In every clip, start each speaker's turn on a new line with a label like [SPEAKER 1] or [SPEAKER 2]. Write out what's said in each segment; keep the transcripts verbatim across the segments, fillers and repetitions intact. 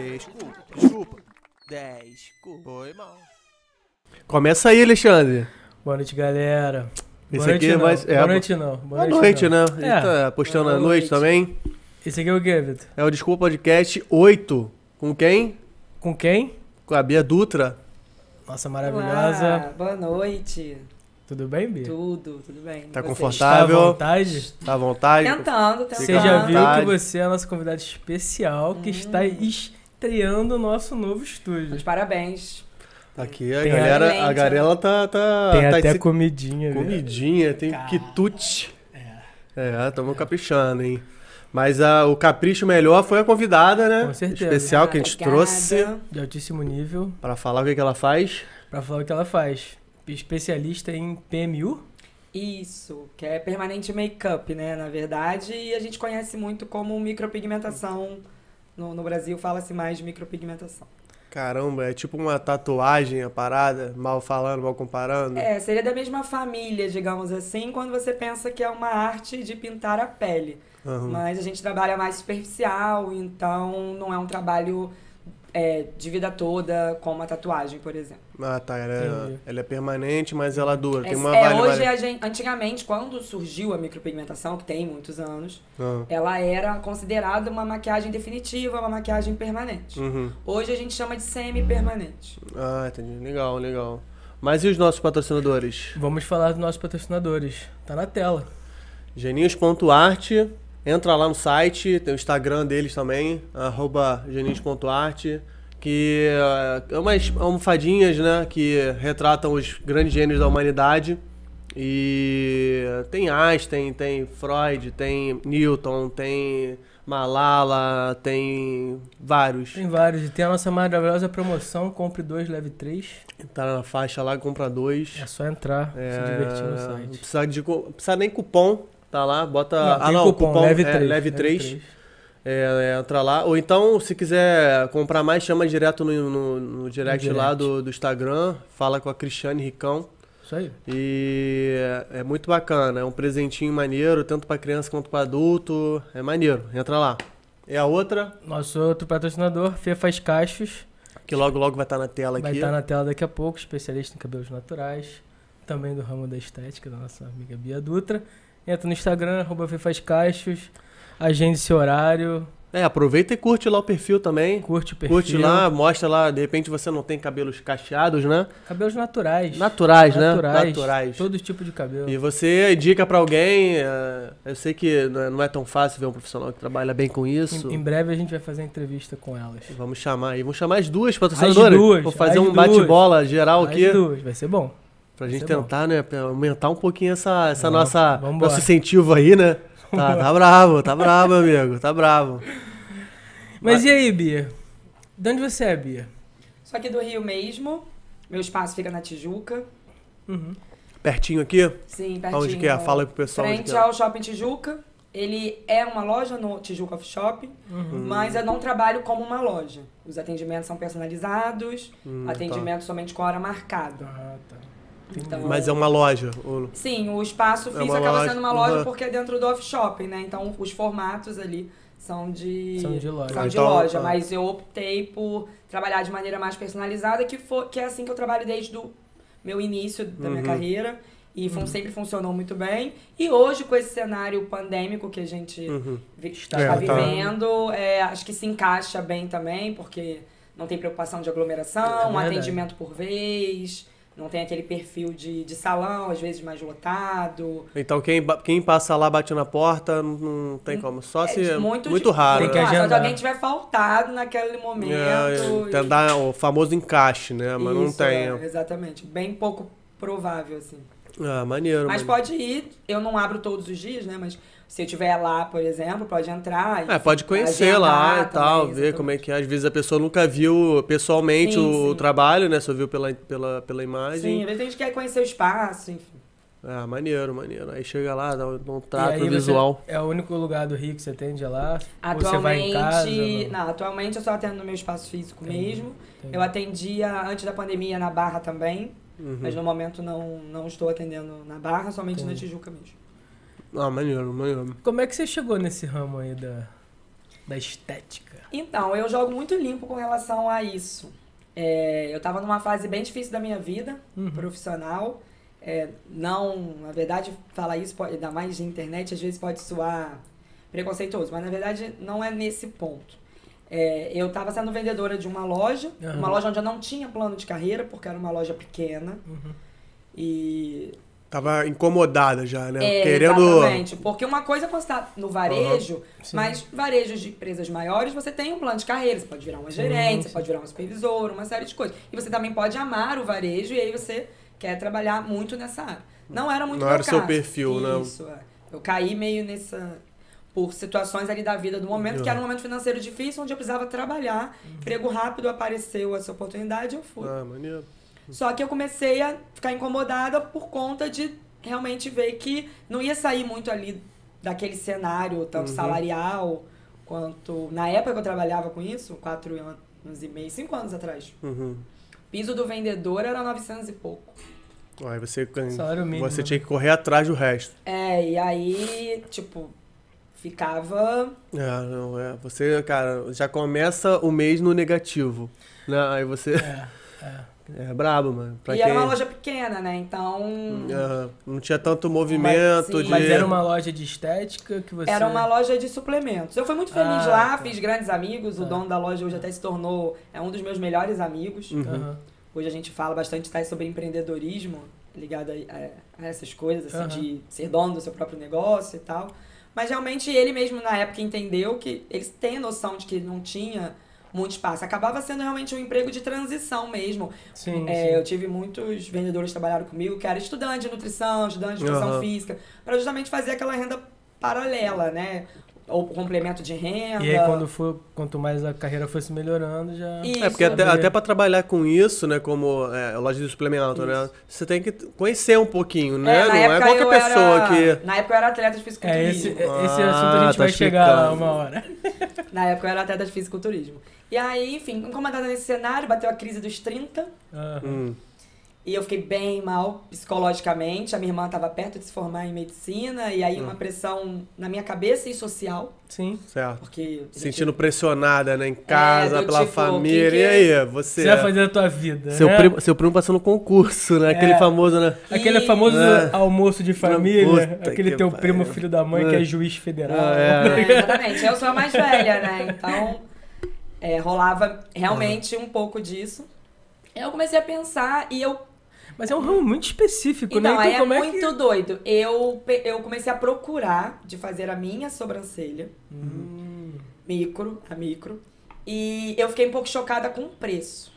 [SPEAKER 1] Desculpa, desculpa. Desculpa. Foi mal.
[SPEAKER 2] Começa aí, Alexandre.
[SPEAKER 3] Boa noite, galera.
[SPEAKER 2] Esse
[SPEAKER 3] Boa noite,
[SPEAKER 2] aqui é
[SPEAKER 3] não.
[SPEAKER 2] mais- é,
[SPEAKER 3] Boa noite, não. Boa
[SPEAKER 2] Boa noite, né?
[SPEAKER 3] não.
[SPEAKER 2] A gente tá postando
[SPEAKER 3] Boa
[SPEAKER 2] à noite
[SPEAKER 3] noite.
[SPEAKER 2] também.
[SPEAKER 3] Esse aqui é o quê, Vitor?
[SPEAKER 2] É o Desculpa Podcast oito. Com quem?
[SPEAKER 3] Com quem?
[SPEAKER 2] Com a Bia Dutra.
[SPEAKER 3] Nossa,
[SPEAKER 4] Olá,
[SPEAKER 3] maravilhosa.
[SPEAKER 4] boa noite.
[SPEAKER 3] Tudo bem, Bia?
[SPEAKER 4] Tudo, tudo bem.
[SPEAKER 2] Tá
[SPEAKER 4] E vocês?
[SPEAKER 2] confortável?
[SPEAKER 3] Tá à vontade?
[SPEAKER 2] Tá à vontade?
[SPEAKER 4] Tentando, tentando.
[SPEAKER 3] Você já viu
[SPEAKER 2] vontade.
[SPEAKER 3] que você é a nossa convidada especial que
[SPEAKER 4] Hum.
[SPEAKER 3] está estreando o nosso novo estúdio.
[SPEAKER 4] Mas parabéns.
[SPEAKER 2] Aqui a
[SPEAKER 3] Tem
[SPEAKER 2] galera, a
[SPEAKER 4] excelente,
[SPEAKER 2] galera tá, tá,
[SPEAKER 3] Tem
[SPEAKER 2] tá
[SPEAKER 3] até
[SPEAKER 2] esse-
[SPEAKER 3] comidinha, Bia.
[SPEAKER 2] comidinha, tem
[SPEAKER 3] Cara.
[SPEAKER 2] quitute. É, estamos caprichando, hein? Mas a, o capricho melhor foi a convidada, né?
[SPEAKER 3] Com certeza.
[SPEAKER 2] Especial
[SPEAKER 4] Ah,
[SPEAKER 2] que a gente
[SPEAKER 4] obrigada.
[SPEAKER 2] trouxe
[SPEAKER 3] De altíssimo nível,
[SPEAKER 2] para falar o que, que ela faz.
[SPEAKER 3] pra falar o que ela faz. Especialista em P M U?
[SPEAKER 4] Isso, que é permanente make-up, né, na verdade, e a gente conhece muito como micropigmentação. No, no Brasil fala-se mais de micropigmentação.
[SPEAKER 2] Caramba, é tipo uma tatuagem a parada, mal falando, mal comparando.
[SPEAKER 4] É, seria da mesma família, digamos assim, quando você pensa que é uma arte de pintar a pele.
[SPEAKER 2] Aham.
[SPEAKER 4] Mas a gente trabalha mais superficial, então não é um trabalho é, de vida toda, como a tatuagem, por exemplo.
[SPEAKER 2] Ah, tá. Ela é,
[SPEAKER 3] Entendi.
[SPEAKER 2] ela é permanente, mas ela dura.
[SPEAKER 4] É,
[SPEAKER 2] Tem uma
[SPEAKER 4] é,
[SPEAKER 2] vale,
[SPEAKER 4] hoje,
[SPEAKER 2] vale-
[SPEAKER 4] a gente, antigamente, quando surgiu a micropigmentação, que tem muitos anos,
[SPEAKER 2] Ah,
[SPEAKER 4] ela era considerada uma maquiagem definitiva, uma maquiagem permanente.
[SPEAKER 2] uhum.
[SPEAKER 4] Hoje a gente chama de semi-permanente.
[SPEAKER 2] Ah, entendi. Legal, legal. Mas e os nossos patrocinadores?
[SPEAKER 3] Vamos falar dos nossos patrocinadores. Tá na tela.
[SPEAKER 2] Geninhos ponto art. Entra lá no site, tem o Instagram deles também, arroba geninhos ponto art, que eh, é umas almofadinhas, né, que retratam os grandes gênios da humanidade. E tem Einstein, tem Freud, tem Newton, tem Malala, tem vários.
[SPEAKER 3] Tem vários. E tem a nossa maravilhosa promoção, compre dois, leve três.
[SPEAKER 2] Tá na faixa lá, compra dois.
[SPEAKER 3] É só entrar,
[SPEAKER 2] É,
[SPEAKER 3] se divertir no
[SPEAKER 2] Não
[SPEAKER 3] site.
[SPEAKER 2] precisa, de, co- precisa nem cupom, tá lá, bota...
[SPEAKER 3] Não,
[SPEAKER 2] ah
[SPEAKER 3] tem
[SPEAKER 2] não,
[SPEAKER 3] cupom, leve
[SPEAKER 2] é,
[SPEAKER 3] três.
[SPEAKER 2] leve três. É, é, entra lá. Ou então, se quiser comprar mais, chama direto no, no, no direct
[SPEAKER 3] No
[SPEAKER 2] lá
[SPEAKER 3] direct.
[SPEAKER 2] do, do Instagram. Fala com a Cristiane Ricão.
[SPEAKER 3] Isso aí.
[SPEAKER 2] E é, é muito bacana. É um presentinho maneiro, tanto pra criança quanto pra adulto. É maneiro. Entra lá. E a outra,
[SPEAKER 3] Nosso outro patrocinador, Fê Faz Cachos.
[SPEAKER 2] que logo logo vai estar na tela
[SPEAKER 3] Vai
[SPEAKER 2] aqui.
[SPEAKER 3] estar na tela daqui a pouco, especialista em cabelos naturais. Também do ramo da estética, da nossa amiga Bia Dutra. Entra no Instagram, arroba Fê Faz Cachos. Agende seu horário.
[SPEAKER 2] É, aproveita e curte lá o perfil também.
[SPEAKER 3] Curte o perfil.
[SPEAKER 2] Curte lá, mostra lá. De repente você não tem cabelos cacheados, né?
[SPEAKER 3] Cabelos naturais.
[SPEAKER 2] Naturais,
[SPEAKER 3] Naturais.
[SPEAKER 2] né? Naturais.
[SPEAKER 3] Todo tipo de cabelo.
[SPEAKER 2] E você indica pra alguém, é, eu sei que não é, não é tão fácil ver um profissional que trabalha bem com isso.
[SPEAKER 3] Em, em breve a gente vai fazer entrevista com elas.
[SPEAKER 2] Vamos chamar aí, vamos chamar as duas patrocinadoras.
[SPEAKER 3] As duas,
[SPEAKER 2] Vou fazer
[SPEAKER 3] as
[SPEAKER 2] um
[SPEAKER 3] duas.
[SPEAKER 2] bate-bola geral
[SPEAKER 3] As
[SPEAKER 2] aqui,
[SPEAKER 3] duas, vai ser bom.
[SPEAKER 2] pra gente
[SPEAKER 3] ser bom.
[SPEAKER 2] tentar, né, pra aumentar um pouquinho essa, essa
[SPEAKER 3] Vamos-
[SPEAKER 2] nossa,
[SPEAKER 3] vamos embora.
[SPEAKER 2] nosso incentivo aí, né? Tá, tá bravo, tá bravo, meu amigo, tá bravo.
[SPEAKER 3] Mas e aí, Bia? De onde você é, Bia?
[SPEAKER 4] Só que do Rio mesmo, meu espaço fica na Tijuca.
[SPEAKER 3] Uhum.
[SPEAKER 2] Pertinho aqui?
[SPEAKER 4] Sim, pertinho.
[SPEAKER 2] Onde que é? Fala aí pro pessoal onde
[SPEAKER 4] Frente
[SPEAKER 2] que é.
[SPEAKER 4] ao Shopping Tijuca. Ele é uma loja no Tijuca Off Shop,
[SPEAKER 3] Uhum.
[SPEAKER 4] mas eu não trabalho como uma loja. Os atendimentos são personalizados,
[SPEAKER 2] Hum,
[SPEAKER 4] atendimento somente com hora marcada.
[SPEAKER 3] Ah, tá.
[SPEAKER 4] Então,
[SPEAKER 2] Mas é uma loja. ou-
[SPEAKER 4] Sim, o espaço
[SPEAKER 2] É
[SPEAKER 4] físico
[SPEAKER 2] uma
[SPEAKER 4] acaba
[SPEAKER 2] loja,
[SPEAKER 4] sendo uma loja
[SPEAKER 2] uhum.
[SPEAKER 4] porque é dentro do off shopping, né? Então os formatos ali são de,
[SPEAKER 3] São de loja.
[SPEAKER 4] são de
[SPEAKER 2] Então,
[SPEAKER 4] loja,
[SPEAKER 2] tá.
[SPEAKER 4] mas eu optei por trabalhar de maneira mais personalizada, que, for, que é assim que eu trabalho desde o meu início da minha
[SPEAKER 2] Uhum.
[SPEAKER 4] carreira. E fun- sempre funcionou muito bem. E hoje, com esse cenário pandêmico que a gente
[SPEAKER 2] Uhum.
[SPEAKER 4] vi-
[SPEAKER 3] Está
[SPEAKER 4] está
[SPEAKER 2] É, tá.
[SPEAKER 4] vivendo, é, acho que se encaixa bem também, porque não tem preocupação de aglomeração,
[SPEAKER 3] É
[SPEAKER 4] um
[SPEAKER 3] verdade.
[SPEAKER 4] atendimento por vez, não tem aquele perfil de, de salão, às vezes mais lotado.
[SPEAKER 2] Então quem, ba- quem passa lá, bate na porta, não, não tem como. Só se é muito,
[SPEAKER 4] de-
[SPEAKER 2] raro.
[SPEAKER 3] Tem que
[SPEAKER 2] né?
[SPEAKER 4] Ah, só se
[SPEAKER 3] agendar.
[SPEAKER 4] alguém tiver faltado naquele momento.
[SPEAKER 2] É,
[SPEAKER 4] e-
[SPEAKER 2] tentar o famoso encaixe, né? Mas não
[SPEAKER 4] Isso,
[SPEAKER 2] tem.
[SPEAKER 4] é, exatamente. Bem pouco provável, assim.
[SPEAKER 2] Ah, maneiro.
[SPEAKER 4] Mas
[SPEAKER 2] maneiro.
[SPEAKER 4] pode ir, eu não abro todos os dias, né? Mas se eu estiver lá, por exemplo, pode entrar.
[SPEAKER 2] É,
[SPEAKER 4] enfim,
[SPEAKER 2] pode conhecer
[SPEAKER 4] agendar
[SPEAKER 2] lá e
[SPEAKER 4] também,
[SPEAKER 2] tal, ver
[SPEAKER 4] exatamente.
[SPEAKER 2] como é que é. Às vezes a pessoa nunca viu pessoalmente
[SPEAKER 4] Sim,
[SPEAKER 2] o
[SPEAKER 4] sim.
[SPEAKER 2] trabalho, né? Só viu pela, pela, pela
[SPEAKER 4] Sim,
[SPEAKER 2] imagem.
[SPEAKER 4] às vezes a gente quer conhecer o espaço, enfim.
[SPEAKER 2] Ah, maneiro, maneiro. Aí chega lá, dá um, dá um
[SPEAKER 3] E
[SPEAKER 2] trato
[SPEAKER 3] aí você-
[SPEAKER 2] visual.
[SPEAKER 3] É o único lugar do Rio que você atende lá? Ou você
[SPEAKER 4] Atualmente,
[SPEAKER 3] vai em casa? não?
[SPEAKER 4] não, atualmente eu só atendo no meu espaço físico
[SPEAKER 3] Entendi,
[SPEAKER 4] mesmo.
[SPEAKER 3] entendi.
[SPEAKER 4] Eu atendia antes da pandemia na Barra também,
[SPEAKER 2] Uhum.
[SPEAKER 4] mas no momento não, não estou atendendo na Barra, somente na
[SPEAKER 3] Entendi.
[SPEAKER 4] Tijuca mesmo.
[SPEAKER 2] Ah, maneiro, maneiro.
[SPEAKER 3] Como é que você chegou nesse ramo aí da... da estética?
[SPEAKER 4] Então, eu jogo muito limpo com relação a isso. É, eu tava numa fase bem difícil da minha vida,
[SPEAKER 3] Uhum.
[SPEAKER 4] profissional. É, não, na verdade, falar isso, pode, ainda mais de internet, às vezes pode soar preconceituoso, mas na verdade não é nesse ponto. É, eu estava sendo vendedora de uma loja,
[SPEAKER 3] Uhum.
[SPEAKER 4] uma loja onde eu não tinha plano de carreira, porque era uma loja pequena.
[SPEAKER 3] Uhum.
[SPEAKER 4] E.
[SPEAKER 2] Tava incomodada já, né?
[SPEAKER 4] É,
[SPEAKER 2] Querendo.
[SPEAKER 4] exatamente. Porque uma coisa é quando você tá no varejo,
[SPEAKER 3] Sim.
[SPEAKER 4] mas varejos de empresas maiores, você tem um plano de carreira. Você pode virar uma gerente,
[SPEAKER 3] sim.
[SPEAKER 4] você pode virar uma supervisora, uma série de coisas. E você também pode amar o varejo e aí você quer trabalhar muito nessa área. Não era muito
[SPEAKER 2] Não
[SPEAKER 4] meu
[SPEAKER 2] era o seu
[SPEAKER 4] caso.
[SPEAKER 2] perfil, né?
[SPEAKER 4] Isso, é. Eu caí meio nessa... por situações ali da vida do momento, que era um momento financeiro difícil, onde eu precisava trabalhar. Emprego rápido, apareceu essa oportunidade, eu fui.
[SPEAKER 2] Ah, maneiro.
[SPEAKER 4] Só que eu comecei a ficar incomodada por conta de realmente ver que não ia sair muito ali daquele cenário, tanto
[SPEAKER 2] Uhum.
[SPEAKER 4] salarial, quanto... Na época que eu trabalhava com isso, quatro anos e meio, cinco anos atrás,
[SPEAKER 2] Uhum.
[SPEAKER 4] piso do vendedor era novecentos e pouco.
[SPEAKER 2] Aí você,
[SPEAKER 3] Salário mínimo,
[SPEAKER 2] você
[SPEAKER 3] né?
[SPEAKER 2] tinha que correr atrás do resto.
[SPEAKER 4] É, e aí, tipo, ficava...
[SPEAKER 2] É, não, é. Você, cara, já começa o mês no negativo. Né? Aí você.
[SPEAKER 3] É, é.
[SPEAKER 2] É brabo, mano. Pra
[SPEAKER 4] e
[SPEAKER 2] quem...
[SPEAKER 4] era uma loja pequena, né? Então...
[SPEAKER 2] Aham. Não tinha tanto movimento
[SPEAKER 4] Mas, sim,
[SPEAKER 2] de.
[SPEAKER 3] Mas era uma loja de estética que você...
[SPEAKER 4] Era uma loja de suplementos. Eu fui muito feliz
[SPEAKER 3] Ah,
[SPEAKER 4] lá,
[SPEAKER 3] tá.
[SPEAKER 4] fiz grandes amigos. O
[SPEAKER 3] Tá.
[SPEAKER 4] dono da loja hoje até se tornou é um dos meus melhores amigos.
[SPEAKER 2] Uhum.
[SPEAKER 3] Aham.
[SPEAKER 4] Hoje a gente fala bastante tá, sobre empreendedorismo, ligado a, a- a essas coisas, assim,
[SPEAKER 3] Aham.
[SPEAKER 4] de ser dono do seu próprio negócio e tal. Mas realmente ele mesmo na época entendeu que eles têm noção de que não tinha muito espaço. Acabava sendo realmente um emprego de transição mesmo.
[SPEAKER 3] Sim,
[SPEAKER 4] É,
[SPEAKER 3] sim.
[SPEAKER 4] eu tive muitos vendedores que trabalharam comigo que eram estudante de nutrição, estudante de educação
[SPEAKER 2] Aham.
[SPEAKER 4] física, para justamente fazer aquela renda paralela, né? Ou complemento de renda.
[SPEAKER 3] E aí quando for, quanto mais a carreira fosse melhorando, já...
[SPEAKER 4] Isso.
[SPEAKER 2] É, porque até,
[SPEAKER 3] saber.
[SPEAKER 2] até pra trabalhar com isso, né, como é, loja de suplemento, né, você tem que conhecer um pouquinho, né?
[SPEAKER 4] É, na
[SPEAKER 2] não é
[SPEAKER 4] época
[SPEAKER 2] qualquer
[SPEAKER 4] eu
[SPEAKER 2] pessoa
[SPEAKER 4] era-
[SPEAKER 2] que...
[SPEAKER 4] Na época eu era atleta de
[SPEAKER 3] É,
[SPEAKER 4] fisiculturismo.
[SPEAKER 3] esse, esse
[SPEAKER 2] Ah,
[SPEAKER 3] assunto a gente
[SPEAKER 2] tá
[SPEAKER 3] vai chegar lá
[SPEAKER 2] explicando.
[SPEAKER 3] uma hora.
[SPEAKER 4] Na época eu era atleta de fisiculturismo. E aí, enfim, incomodada nesse cenário, bateu a crise dos trinta.
[SPEAKER 3] Aham.
[SPEAKER 2] Hum,
[SPEAKER 4] E eu fiquei bem mal psicologicamente. A minha irmã estava perto de se formar em medicina. E aí uma pressão na minha cabeça e social.
[SPEAKER 3] Sim.
[SPEAKER 2] certo.
[SPEAKER 4] Porque...
[SPEAKER 2] Sentindo pressionada, né, em casa,
[SPEAKER 4] do
[SPEAKER 2] pela
[SPEAKER 4] tipo,
[SPEAKER 2] família.
[SPEAKER 4] que
[SPEAKER 2] E
[SPEAKER 4] que-
[SPEAKER 2] aí, você...
[SPEAKER 3] Você vai fazer a tua vida,
[SPEAKER 2] Seu,
[SPEAKER 3] né?
[SPEAKER 2] primo, seu primo passando concurso, né? Aquele
[SPEAKER 3] É.
[SPEAKER 2] famoso, né?
[SPEAKER 3] Aquele
[SPEAKER 4] E-
[SPEAKER 3] famoso
[SPEAKER 2] É.
[SPEAKER 3] almoço de família,
[SPEAKER 2] Puta
[SPEAKER 3] aquele
[SPEAKER 2] que
[SPEAKER 3] teu
[SPEAKER 2] pariu.
[SPEAKER 3] primo filho da mãe que é juiz federal.
[SPEAKER 2] Ah, é.
[SPEAKER 4] É, exatamente. Eu sou a mais velha, né? Então, é, rolava realmente um pouco disso. Eu comecei a pensar e eu...
[SPEAKER 3] Mas é um ramo muito específico,
[SPEAKER 4] Então,
[SPEAKER 3] né?
[SPEAKER 4] aí é
[SPEAKER 3] como
[SPEAKER 4] muito
[SPEAKER 3] que...
[SPEAKER 4] doido. Eu, pe- eu comecei a procurar de fazer a minha sobrancelha,
[SPEAKER 3] Hum.
[SPEAKER 4] micro, a micro, e eu fiquei um pouco chocada com o preço.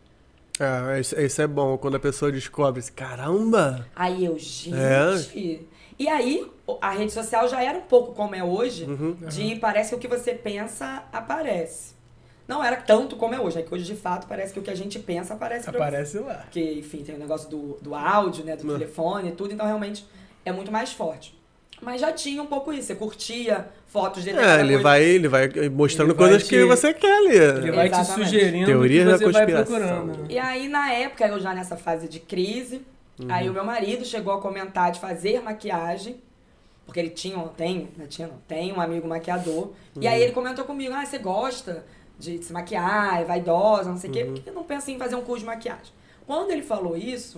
[SPEAKER 2] É, isso, isso é bom, quando a pessoa descobre assim, caramba!
[SPEAKER 4] Aí eu, gente... E aí, o- a rede social já era um pouco como é hoje,
[SPEAKER 2] Uhum.
[SPEAKER 4] de parece que o que você pensa aparece. Não era tanto como é hoje, é que hoje, de fato, parece que o que a gente pensa aparece pra você.
[SPEAKER 3] Aparece lá.
[SPEAKER 4] Porque, enfim, tem o negócio do, do áudio, né? Do
[SPEAKER 2] Uhum.
[SPEAKER 4] telefone e tudo, então realmente é muito mais forte. Mas já tinha um pouco isso, você curtia fotos de
[SPEAKER 2] É,
[SPEAKER 4] determinada
[SPEAKER 2] ele
[SPEAKER 4] coisa.
[SPEAKER 2] vai, ele vai mostrando
[SPEAKER 3] Ele vai
[SPEAKER 2] coisas que
[SPEAKER 3] te-
[SPEAKER 2] você quer ali.
[SPEAKER 3] Ele vai te
[SPEAKER 4] Exatamente.
[SPEAKER 3] sugerindo
[SPEAKER 2] Teoria
[SPEAKER 3] o que
[SPEAKER 2] da
[SPEAKER 3] você vai
[SPEAKER 2] conspiração.
[SPEAKER 3] procurando. né?
[SPEAKER 4] E aí, na época, eu já nessa fase de crise,
[SPEAKER 2] Uhum.
[SPEAKER 4] aí o meu marido chegou a comentar de fazer maquiagem, porque ele tinha, tem, não tinha não, tem um amigo maquiador, e
[SPEAKER 2] Uhum.
[SPEAKER 4] aí ele comentou comigo, ah, você gosta de se maquiar, é vaidosa, não sei o quê,
[SPEAKER 2] Uhum.
[SPEAKER 4] por que não pensa em fazer um curso de maquiagem? Quando ele falou isso,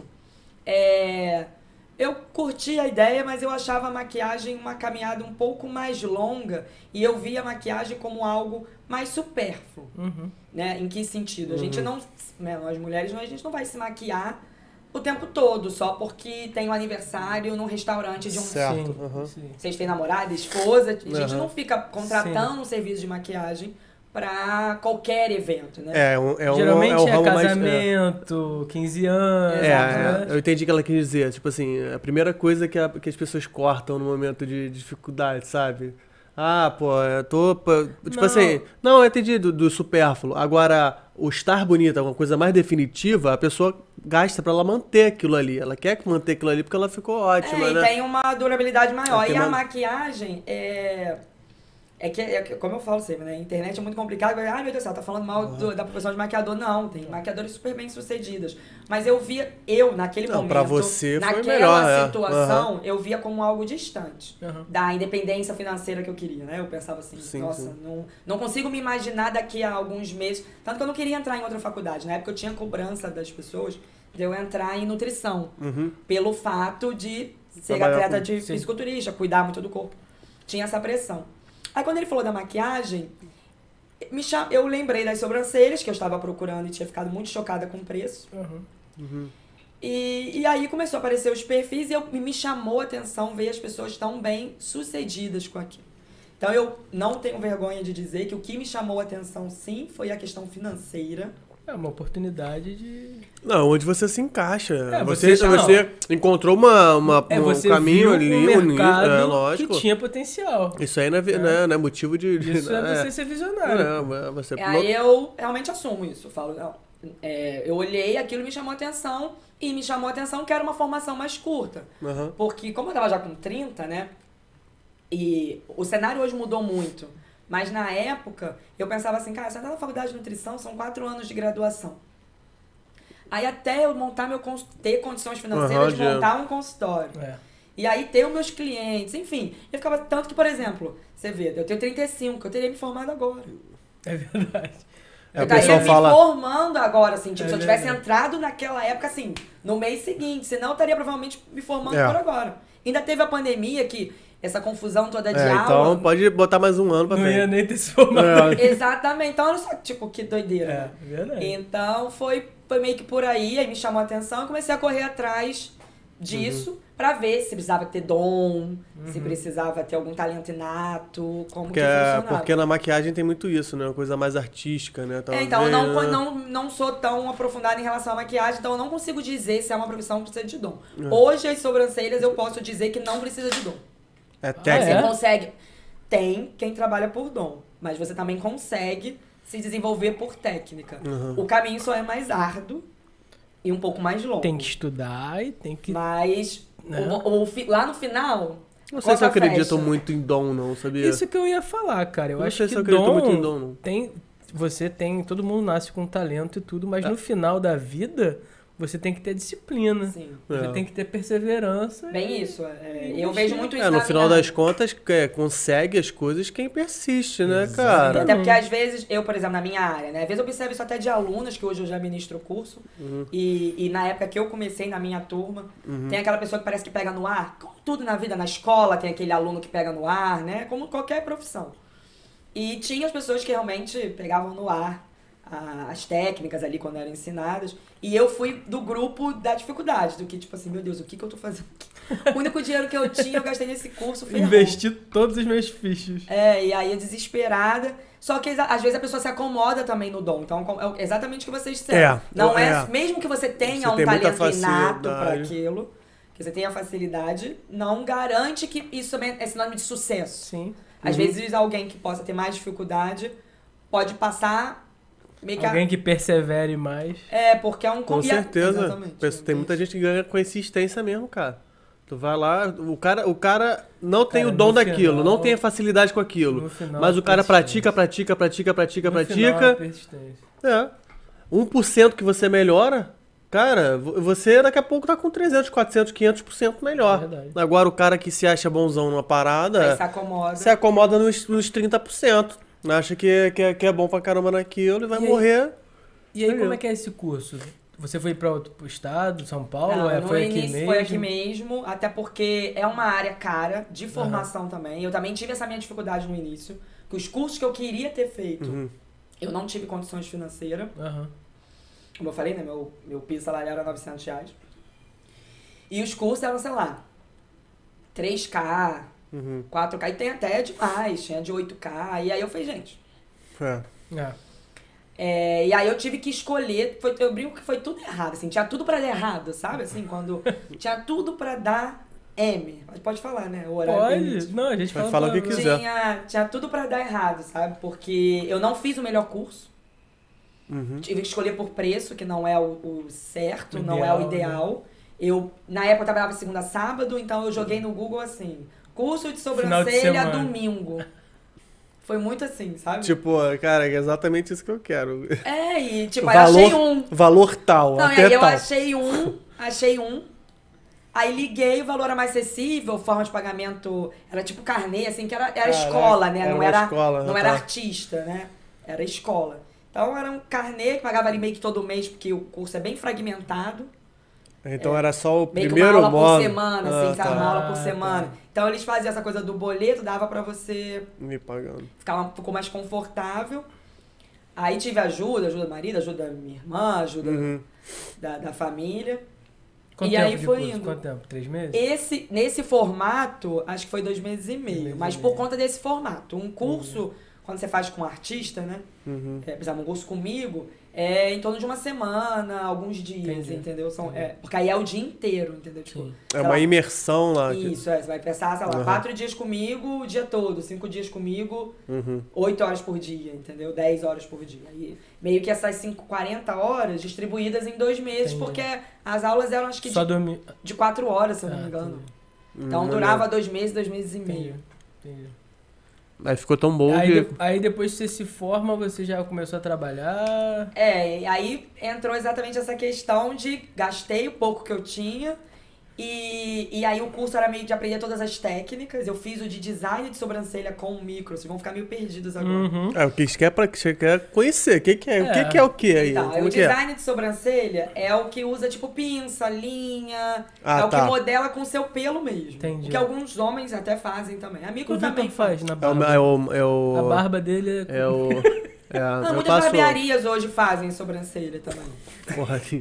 [SPEAKER 4] é, eu curti a ideia, mas eu achava a maquiagem uma caminhada um pouco mais longa, e eu via a maquiagem como algo mais supérfluo.
[SPEAKER 3] Uhum.
[SPEAKER 4] Né? Em que sentido? A gente
[SPEAKER 2] Uhum.
[SPEAKER 4] não, né, nós mulheres, a gente não vai se maquiar o tempo todo, só porque tem um aniversário num restaurante de um...
[SPEAKER 2] Certo.
[SPEAKER 3] Sim,
[SPEAKER 2] uhum.
[SPEAKER 3] sim.
[SPEAKER 4] Vocês têm namorada, esposa, a gente
[SPEAKER 2] Uhum.
[SPEAKER 4] não fica contratando um serviço de maquiagem pra qualquer evento, né?
[SPEAKER 2] É, um, é um,
[SPEAKER 3] Geralmente
[SPEAKER 2] é um
[SPEAKER 3] é,
[SPEAKER 2] ramo mais...
[SPEAKER 3] casamento, quinze anos.
[SPEAKER 2] É,
[SPEAKER 4] Exato,
[SPEAKER 3] né?
[SPEAKER 2] é, eu entendi o que ela quis dizer. Tipo assim, a primeira coisa que, a- que as pessoas cortam no momento de dificuldade, sabe? Ah, pô, eu tô... pô, tipo
[SPEAKER 3] Não.
[SPEAKER 2] assim, não, eu entendi do, do supérfluo. Agora, o estar bonita, uma coisa mais definitiva, a pessoa gasta pra ela manter aquilo ali. Ela quer manter aquilo ali porque ela ficou ótima,
[SPEAKER 4] É, e
[SPEAKER 2] né?
[SPEAKER 4] tem uma durabilidade maior.
[SPEAKER 2] Tem
[SPEAKER 4] E a
[SPEAKER 2] uma-
[SPEAKER 4] maquiagem, é... É que, é que, como eu falo sempre, né? A internet é muito complicado. Ai, meu Deus do céu, tá falando mal do- da profissão de maquiador. Não, tem maquiadores super bem sucedidas. Mas eu via, eu, naquele
[SPEAKER 2] Não,
[SPEAKER 4] momento,
[SPEAKER 2] pra você foi
[SPEAKER 4] naquela
[SPEAKER 2] melhor, é.
[SPEAKER 4] situação, eu via como algo distante
[SPEAKER 3] Aham.
[SPEAKER 4] da independência financeira que eu queria, né? Eu pensava assim,
[SPEAKER 2] Sim,
[SPEAKER 4] nossa,
[SPEAKER 2] sim.
[SPEAKER 4] Não, não consigo me imaginar daqui a alguns meses. Tanto que eu não queria entrar em outra faculdade. Na época eu tinha cobrança das pessoas de eu entrar em nutrição.
[SPEAKER 2] Uhum.
[SPEAKER 4] Pelo fato de ser
[SPEAKER 2] Trabalhar
[SPEAKER 4] atleta
[SPEAKER 2] com-
[SPEAKER 4] de
[SPEAKER 3] sim.
[SPEAKER 4] fisiculturista, cuidar muito do corpo. Tinha essa pressão. Aí quando ele falou da maquiagem, me cham... eu lembrei das sobrancelhas, que eu estava procurando e tinha ficado muito chocada com o preço.
[SPEAKER 3] Aham.
[SPEAKER 4] E, e aí começou a aparecer os perfis e eu, me chamou a atenção ver as pessoas tão bem sucedidas com aquilo. Então eu não tenho vergonha de dizer que o que me chamou a atenção sim foi a questão financeira.
[SPEAKER 3] É uma oportunidade de.
[SPEAKER 2] Não, onde você se encaixa.
[SPEAKER 3] É,
[SPEAKER 2] você,
[SPEAKER 3] você-
[SPEAKER 2] você encontrou uma, uma,
[SPEAKER 3] É,
[SPEAKER 2] um
[SPEAKER 3] você
[SPEAKER 2] caminho
[SPEAKER 3] viu
[SPEAKER 2] ali,
[SPEAKER 3] um
[SPEAKER 2] unido,
[SPEAKER 3] mercado
[SPEAKER 2] é, lógico.
[SPEAKER 3] que tinha potencial.
[SPEAKER 2] Isso aí não é, vi-
[SPEAKER 3] É.
[SPEAKER 2] não é, não é motivo de... de-
[SPEAKER 3] Isso é você ser visionário.
[SPEAKER 2] É, você...
[SPEAKER 4] E aí eu realmente assumo isso. Eu falo, não, é, eu olhei, aquilo me chamou a atenção e me chamou a atenção que era uma formação mais curta.
[SPEAKER 2] Aham.
[SPEAKER 4] Porque como eu tava já com trinta, né? E o cenário hoje mudou muito. Mas na época, eu pensava assim, cara, se eu entrar na faculdade de nutrição, são quatro anos de graduação. Aí até eu montar meu cons- ter condições financeiras
[SPEAKER 2] Aham,
[SPEAKER 4] de
[SPEAKER 2] de-
[SPEAKER 4] montar um consultório.
[SPEAKER 3] É.
[SPEAKER 4] E aí ter os meus clientes, enfim. Eu ficava tanto que, por exemplo, você vê, eu tenho trinta e cinco, eu teria me formado agora.
[SPEAKER 3] É verdade.
[SPEAKER 2] É,
[SPEAKER 4] eu
[SPEAKER 2] o
[SPEAKER 4] estaria
[SPEAKER 2] pessoal
[SPEAKER 4] me
[SPEAKER 2] fala...
[SPEAKER 4] formando agora, assim, tipo,
[SPEAKER 3] É
[SPEAKER 4] se eu tivesse
[SPEAKER 3] verdade.
[SPEAKER 4] entrado naquela época, assim, no mês seguinte, senão eu estaria provavelmente me formando
[SPEAKER 2] É.
[SPEAKER 4] por agora. Ainda teve a pandemia que essa confusão toda de
[SPEAKER 2] É,
[SPEAKER 4] aula.
[SPEAKER 2] então pode botar mais um ano pra
[SPEAKER 3] Não ia
[SPEAKER 2] frente.
[SPEAKER 3] nem ter se formado.
[SPEAKER 2] É.
[SPEAKER 4] Exatamente. Então, olha só, tipo, que doideira.
[SPEAKER 3] É,
[SPEAKER 4] né?
[SPEAKER 3] verdade.
[SPEAKER 4] Então, foi, foi meio que por aí, aí me chamou a atenção e comecei a correr atrás disso pra ver se precisava ter dom, se precisava ter algum talento inato, como
[SPEAKER 2] Porque,
[SPEAKER 4] que
[SPEAKER 2] é-
[SPEAKER 4] funcionava.
[SPEAKER 2] porque na maquiagem tem muito isso, né? Uma coisa mais artística, né?
[SPEAKER 4] É, então, eu não,
[SPEAKER 2] Talvez, né?
[SPEAKER 4] não, não sou tão aprofundada em relação à maquiagem, então eu não consigo dizer se é uma profissão que precisa de dom.
[SPEAKER 2] É.
[SPEAKER 4] Hoje, as sobrancelhas, eu posso dizer que não precisa de dom.
[SPEAKER 2] É
[SPEAKER 3] Ah,
[SPEAKER 2] técnica.
[SPEAKER 4] Você
[SPEAKER 3] é?
[SPEAKER 4] consegue. Tem quem trabalha por dom, mas você também consegue se desenvolver por técnica.
[SPEAKER 2] Uhum.
[SPEAKER 4] O caminho só é mais árduo e um pouco mais longo.
[SPEAKER 3] Tem que estudar e tem que.
[SPEAKER 4] Mas
[SPEAKER 3] Né?
[SPEAKER 4] o- o fi- lá no final.
[SPEAKER 2] Não sei se eu
[SPEAKER 4] conta
[SPEAKER 2] acredito
[SPEAKER 4] fecha.
[SPEAKER 2] muito em dom, não, sabia?
[SPEAKER 3] Isso que eu ia falar, cara. Eu
[SPEAKER 2] Não
[SPEAKER 3] acho
[SPEAKER 2] sei
[SPEAKER 3] que
[SPEAKER 2] se eu acredito
[SPEAKER 3] dom,
[SPEAKER 2] muito em dom, não.
[SPEAKER 3] tem. Você tem. Todo mundo nasce com talento e tudo, mas
[SPEAKER 2] É.
[SPEAKER 3] no final da vida, você tem que ter disciplina.
[SPEAKER 4] Sim.
[SPEAKER 3] Você
[SPEAKER 2] É.
[SPEAKER 3] tem que ter perseverança.
[SPEAKER 4] Bem isso. é,
[SPEAKER 3] E
[SPEAKER 4] eu vejo muito isso
[SPEAKER 2] É, no
[SPEAKER 4] na
[SPEAKER 2] final
[SPEAKER 4] minha
[SPEAKER 2] das
[SPEAKER 4] área.
[SPEAKER 2] contas, é, consegue as coisas quem persiste, né,
[SPEAKER 3] Exatamente.
[SPEAKER 2] cara?
[SPEAKER 4] Até porque às vezes, eu, por exemplo, na minha área, né? Às vezes eu observo isso até de alunas, que hoje eu já ministro o curso.
[SPEAKER 2] Uhum.
[SPEAKER 4] E, e na época que eu comecei na minha turma,
[SPEAKER 2] Uhum.
[SPEAKER 4] tem aquela pessoa que parece que pega no ar. Como tudo na vida, na escola tem aquele aluno que pega no ar, né? Como qualquer profissão. E tinha as pessoas que realmente pegavam no ar a- as técnicas ali quando eram ensinadas. E eu fui do grupo da dificuldade, do que tipo assim, meu Deus, o que, que eu tô fazendo aqui? O único dinheiro que eu tinha, eu gastei nesse curso, ferrou.
[SPEAKER 3] Investi todos os meus fichos.
[SPEAKER 4] É, e aí é desesperada. Só que exa- às vezes a pessoa se acomoda também no dom. Então é exatamente o que vocês disseram.
[SPEAKER 2] É,
[SPEAKER 4] Não é,
[SPEAKER 2] é.
[SPEAKER 4] mesmo que você tenha
[SPEAKER 2] Você
[SPEAKER 4] um
[SPEAKER 2] tem muita
[SPEAKER 4] talento inato pra
[SPEAKER 2] facilidade.
[SPEAKER 4] aquilo, que você tenha facilidade, não garante que isso também é sinônimo de sucesso.
[SPEAKER 3] Sim.
[SPEAKER 4] Às
[SPEAKER 2] Uhum.
[SPEAKER 4] vezes alguém que possa ter mais dificuldade pode passar meio que a-
[SPEAKER 3] Alguém que persevere mais.
[SPEAKER 4] É, porque é um
[SPEAKER 2] Com
[SPEAKER 4] e a-
[SPEAKER 2] certeza.
[SPEAKER 4] Exatamente.
[SPEAKER 2] Pensa- Tem muita gente que ganha com insistência mesmo, cara. Tu vai lá, o cara, o cara não tem
[SPEAKER 3] Cara,
[SPEAKER 2] o dom
[SPEAKER 3] no
[SPEAKER 2] daquilo,
[SPEAKER 3] final-
[SPEAKER 2] não tem a facilidade com aquilo.
[SPEAKER 3] No final,
[SPEAKER 2] Mas o cara
[SPEAKER 3] persistência.
[SPEAKER 2] pratica, pratica, pratica, pratica,
[SPEAKER 3] No final, é
[SPEAKER 2] pratica.
[SPEAKER 3] persistência.
[SPEAKER 2] É. um por cento que você melhora, cara, vo- você daqui a pouco tá com trezentos, quatrocentos, quinhentos por cento melhor.
[SPEAKER 3] É verdade.
[SPEAKER 2] Agora o cara que se acha bonzão numa
[SPEAKER 4] Aí
[SPEAKER 2] parada,
[SPEAKER 4] se acomoda.
[SPEAKER 2] se acomoda nos, nos trinta por cento. Acha que, que, é- que é bom pra caramba naquilo e vai
[SPEAKER 3] E aí?
[SPEAKER 2] morrer.
[SPEAKER 3] E aí,
[SPEAKER 2] Aí,
[SPEAKER 3] como
[SPEAKER 2] ó.
[SPEAKER 3] é que é esse curso? Você foi para outro estado, São Paulo?
[SPEAKER 4] Não,
[SPEAKER 3] é,
[SPEAKER 4] no
[SPEAKER 3] foi aqui
[SPEAKER 4] início
[SPEAKER 3] mesmo?
[SPEAKER 4] foi aqui mesmo, até porque é uma área cara, de formação também. Eu também tive essa minha dificuldade no início, que os cursos que eu queria ter feito,
[SPEAKER 2] Uhum.
[SPEAKER 4] eu não tive condições financeiras.
[SPEAKER 3] Aham.
[SPEAKER 4] Como eu falei, né, meu, meu piso salarial era novecentos reais. E os cursos eram, sei lá, três K,
[SPEAKER 2] Uhum.
[SPEAKER 4] quatro K, e tem até demais, tinha de oito K. E aí eu falei, gente...
[SPEAKER 2] É.
[SPEAKER 3] É.
[SPEAKER 4] É, e aí eu tive que escolher, foi, eu brinco que foi tudo errado, assim, tinha tudo pra dar errado, sabe? Assim, quando tinha tudo pra dar M. Mas pode falar, né? O horário
[SPEAKER 3] Pode?
[SPEAKER 4] permite.
[SPEAKER 3] Não, a gente
[SPEAKER 2] Pode
[SPEAKER 3] fala
[SPEAKER 2] falar o que
[SPEAKER 3] palavrão.
[SPEAKER 2] quiser.
[SPEAKER 4] Tinha, tinha tudo pra dar errado, sabe? Porque eu não fiz o melhor curso,
[SPEAKER 2] Uhum.
[SPEAKER 4] tive que escolher por preço, que não é o, o certo,
[SPEAKER 3] O
[SPEAKER 4] não é o
[SPEAKER 3] ideal,
[SPEAKER 4] ideal. Eu, na época, eu trabalhava de segunda a sábado, então eu joguei no Google assim, curso de
[SPEAKER 3] Final de
[SPEAKER 4] sobrancelha
[SPEAKER 3] semana.
[SPEAKER 4] domingo. Foi muito assim, sabe?
[SPEAKER 2] Tipo, cara, é exatamente isso que eu quero.
[SPEAKER 4] É, e tipo,
[SPEAKER 2] valor,
[SPEAKER 4] aí eu achei um.
[SPEAKER 2] Valor tal,
[SPEAKER 4] Não,
[SPEAKER 2] até
[SPEAKER 4] e aí eu
[SPEAKER 2] tal.
[SPEAKER 4] achei um, achei um. Aí liguei, o valor era mais acessível, forma de pagamento era tipo carnê, assim, que era, era
[SPEAKER 2] Caraca,
[SPEAKER 4] escola, né?
[SPEAKER 2] era
[SPEAKER 4] não
[SPEAKER 2] uma
[SPEAKER 4] era,
[SPEAKER 2] escola,
[SPEAKER 4] não
[SPEAKER 2] tá.
[SPEAKER 4] era artista, né? Era escola. Então era um carnê que pagava ali meio que todo mês, porque o curso é bem fragmentado.
[SPEAKER 2] Então era só o
[SPEAKER 4] Meio que
[SPEAKER 2] primeiro
[SPEAKER 4] uma aula
[SPEAKER 2] modo.
[SPEAKER 4] por semana, assim,
[SPEAKER 2] Ah,
[SPEAKER 4] sabe?
[SPEAKER 2] tá.
[SPEAKER 4] Uma aula por
[SPEAKER 3] Ah,
[SPEAKER 4] semana.
[SPEAKER 3] tá.
[SPEAKER 4] Então eles faziam essa coisa do boleto, dava pra você
[SPEAKER 2] Me pagando.
[SPEAKER 4] ficar um pouco mais confortável. Aí tive ajuda, ajuda do marido, ajuda da minha irmã, ajuda
[SPEAKER 2] Uhum.
[SPEAKER 4] da, da família.
[SPEAKER 3] Quanto
[SPEAKER 4] E
[SPEAKER 3] tempo
[SPEAKER 4] aí
[SPEAKER 3] de
[SPEAKER 4] foi
[SPEAKER 3] curso?
[SPEAKER 4] indo.
[SPEAKER 3] Quanto tempo? Três meses?
[SPEAKER 4] Esse, nesse formato, acho que foi dois meses e meio.
[SPEAKER 3] meses
[SPEAKER 4] mas
[SPEAKER 3] e
[SPEAKER 4] por
[SPEAKER 3] meio.
[SPEAKER 4] conta desse formato. Um curso, quando você faz com um artista, né?
[SPEAKER 2] Uhum.
[SPEAKER 4] É, por exemplo, um curso comigo, é em torno de uma semana, alguns dias,
[SPEAKER 3] Entendi.
[SPEAKER 4] entendeu? São,
[SPEAKER 3] Entendi.
[SPEAKER 4] é, porque aí é o dia inteiro, entendeu? Tipo,
[SPEAKER 3] Sim.
[SPEAKER 2] É
[SPEAKER 4] sei
[SPEAKER 2] uma
[SPEAKER 4] lá,
[SPEAKER 2] imersão lá. que-
[SPEAKER 4] Isso, é. Você vai pensar, sei lá,
[SPEAKER 2] Uhum.
[SPEAKER 4] quatro dias comigo o dia todo, cinco dias comigo,
[SPEAKER 2] Uhum.
[SPEAKER 4] oito horas por dia, entendeu? Dez horas por dia. Aí, meio que essas cinco, quarenta horas distribuídas em dois meses,
[SPEAKER 3] Entendi.
[SPEAKER 4] porque as aulas eram acho que
[SPEAKER 3] Só
[SPEAKER 4] de,
[SPEAKER 3] dormir.
[SPEAKER 4] de quatro horas, se eu não
[SPEAKER 3] Ah,
[SPEAKER 4] me engano.
[SPEAKER 3] entendi.
[SPEAKER 4] Então
[SPEAKER 2] Hum,
[SPEAKER 4] durava dois meses, dois meses e
[SPEAKER 3] Entendi.
[SPEAKER 4] meio.
[SPEAKER 3] Entendi.
[SPEAKER 2] Aí ficou tão bom
[SPEAKER 3] Aí,
[SPEAKER 2] que.
[SPEAKER 3] de- aí depois que você se forma, você já começou a trabalhar.
[SPEAKER 4] É, e aí entrou exatamente essa questão de gastei o pouco que eu tinha e, e aí o curso era meio de aprender todas as técnicas. Eu fiz o de design de sobrancelha com o micro, vocês vão ficar meio perdidos agora.
[SPEAKER 3] Uhum.
[SPEAKER 2] É, o que você quer, pra, você quer conhecer. O que, que é? O
[SPEAKER 3] É.
[SPEAKER 2] que, que é o que aí?
[SPEAKER 4] Então,
[SPEAKER 2] Como
[SPEAKER 4] o
[SPEAKER 2] que é?
[SPEAKER 4] design de sobrancelha é o que usa, tipo, pinça, linha.
[SPEAKER 2] Ah,
[SPEAKER 4] é o
[SPEAKER 2] tá.
[SPEAKER 4] que modela com seu pelo mesmo.
[SPEAKER 3] Entendi.
[SPEAKER 4] O que alguns homens até fazem também. A micro
[SPEAKER 3] O
[SPEAKER 4] também
[SPEAKER 3] Vitor faz na
[SPEAKER 2] É o.
[SPEAKER 3] barba.
[SPEAKER 2] É o, é o
[SPEAKER 3] A barba dele é...
[SPEAKER 2] É o. É,
[SPEAKER 4] Não,
[SPEAKER 2] eu
[SPEAKER 4] muitas
[SPEAKER 2] passo.
[SPEAKER 4] barbearias hoje fazem sobrancelha também.
[SPEAKER 2] Porra, assim.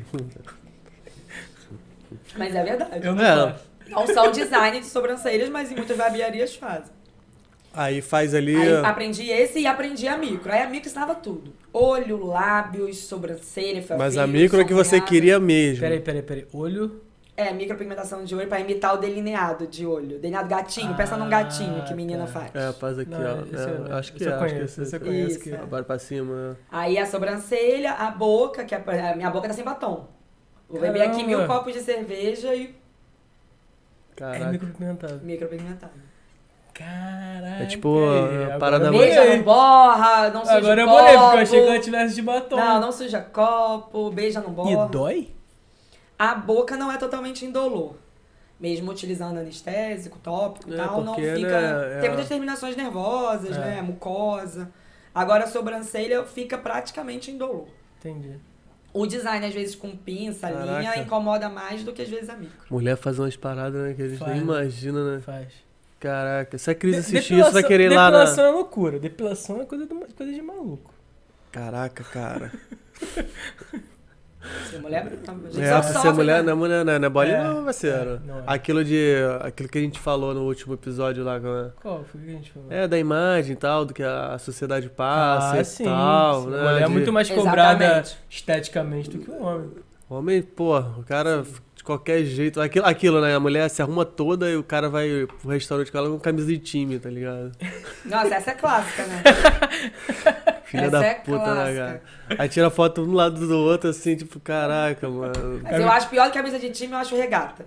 [SPEAKER 4] Mas é verdade.
[SPEAKER 3] Eu não
[SPEAKER 2] É.
[SPEAKER 3] faço.
[SPEAKER 4] Não são design de sobrancelhas, mas em muitas barbearias fazem.
[SPEAKER 2] Aí faz ali.
[SPEAKER 4] Aí aprendi esse e aprendi a micro. Aí a micro ensinava tudo. Olho, lábios, sobrancelha, fio,
[SPEAKER 2] Mas a micro é que você
[SPEAKER 4] sombreado.
[SPEAKER 2] queria mesmo.
[SPEAKER 3] Peraí, peraí, peraí. Olho.
[SPEAKER 4] É, micropigmentação de olho pra imitar o delineado de olho. Delineado gatinho, pensa num gatinho que menina
[SPEAKER 3] tá.
[SPEAKER 4] faz.
[SPEAKER 2] É, faz aqui,
[SPEAKER 3] Não,
[SPEAKER 2] ó.
[SPEAKER 3] esse
[SPEAKER 2] É,
[SPEAKER 3] eu-
[SPEAKER 2] acho que
[SPEAKER 3] esse
[SPEAKER 2] é.
[SPEAKER 3] eu
[SPEAKER 2] acho que
[SPEAKER 3] conheço,
[SPEAKER 2] esse
[SPEAKER 3] esse eu conheço.
[SPEAKER 4] Isso,
[SPEAKER 3] que-
[SPEAKER 4] é.
[SPEAKER 2] Agora pra cima.
[SPEAKER 4] Aí a sobrancelha, a boca, que é, a minha boca tá sem batom. Vou beber aqui
[SPEAKER 3] Caramba.
[SPEAKER 4] mil copos de cerveja e
[SPEAKER 3] É
[SPEAKER 2] Caraca.
[SPEAKER 3] micropigmentado.
[SPEAKER 4] micropigmentado.
[SPEAKER 3] Caraca.
[SPEAKER 2] É tipo,
[SPEAKER 3] aí,
[SPEAKER 2] a
[SPEAKER 3] agora
[SPEAKER 2] parada
[SPEAKER 3] eu
[SPEAKER 2] Bolei.
[SPEAKER 4] Beija,
[SPEAKER 3] bolei.
[SPEAKER 4] não borra, não suja
[SPEAKER 3] Agora eu
[SPEAKER 4] copo.
[SPEAKER 3] bolei, porque eu achei que ela tivesse de batom.
[SPEAKER 4] Não, não suja copo, beija, não borra.
[SPEAKER 3] E dói?
[SPEAKER 4] A boca não é totalmente indolor. Mesmo utilizando anestésico, tópico e
[SPEAKER 2] É,
[SPEAKER 4] tal, não
[SPEAKER 2] porque,
[SPEAKER 4] fica...
[SPEAKER 2] né, é-
[SPEAKER 4] Tem muitas terminações nervosas,
[SPEAKER 3] É.
[SPEAKER 4] né? Mucosa. Agora a sobrancelha fica praticamente indolor.
[SPEAKER 3] Entendi.
[SPEAKER 4] O design, às vezes, com pinça, linha,
[SPEAKER 2] Caraca.
[SPEAKER 4] incomoda mais do que às vezes a micro.
[SPEAKER 2] Mulher faz umas paradas, né? Que eles
[SPEAKER 3] Faz,
[SPEAKER 2] nem
[SPEAKER 3] né?
[SPEAKER 2] imaginam, né?
[SPEAKER 3] Faz.
[SPEAKER 2] Caraca, se a Cris
[SPEAKER 3] De-
[SPEAKER 2] assistir isso, vai querer ir lá na.
[SPEAKER 3] Depilação é loucura. Depilação é coisa, do- coisa de maluco.
[SPEAKER 2] Caraca, cara.
[SPEAKER 4] Ser mulher, a gente
[SPEAKER 2] É,
[SPEAKER 4] só
[SPEAKER 2] pra ser
[SPEAKER 4] sofre,
[SPEAKER 2] mulher,
[SPEAKER 4] né?
[SPEAKER 2] não é mulher, não, não é bolinha,
[SPEAKER 3] É,
[SPEAKER 2] não, parceiro.
[SPEAKER 3] é, não é.
[SPEAKER 2] Aquilo de. Aquilo que a gente falou no último episódio lá. com a-
[SPEAKER 3] Qual foi o que a gente falou?
[SPEAKER 2] É, da imagem e tal, do que a sociedade passa
[SPEAKER 3] ah,
[SPEAKER 2] e
[SPEAKER 3] sim,
[SPEAKER 2] tal,
[SPEAKER 3] sim.
[SPEAKER 2] né?
[SPEAKER 3] A mulher é
[SPEAKER 2] de-
[SPEAKER 3] muito mais cobrada
[SPEAKER 4] Exatamente.
[SPEAKER 3] esteticamente do que o homem.
[SPEAKER 2] Homem, pô, o cara de qualquer jeito. Aquilo, aquilo, né? A mulher se arruma toda e o cara vai pro restaurante com ela com camisa de time, tá ligado?
[SPEAKER 4] Nossa, essa é clássica, né?
[SPEAKER 2] Filha
[SPEAKER 4] Essa
[SPEAKER 2] da
[SPEAKER 4] é
[SPEAKER 2] puta, né,
[SPEAKER 4] clássica.
[SPEAKER 2] cara? Aí tira foto um lado do outro, assim, tipo, caraca, mano.
[SPEAKER 4] Mas eu acho pior do que camisa de time, eu acho regata.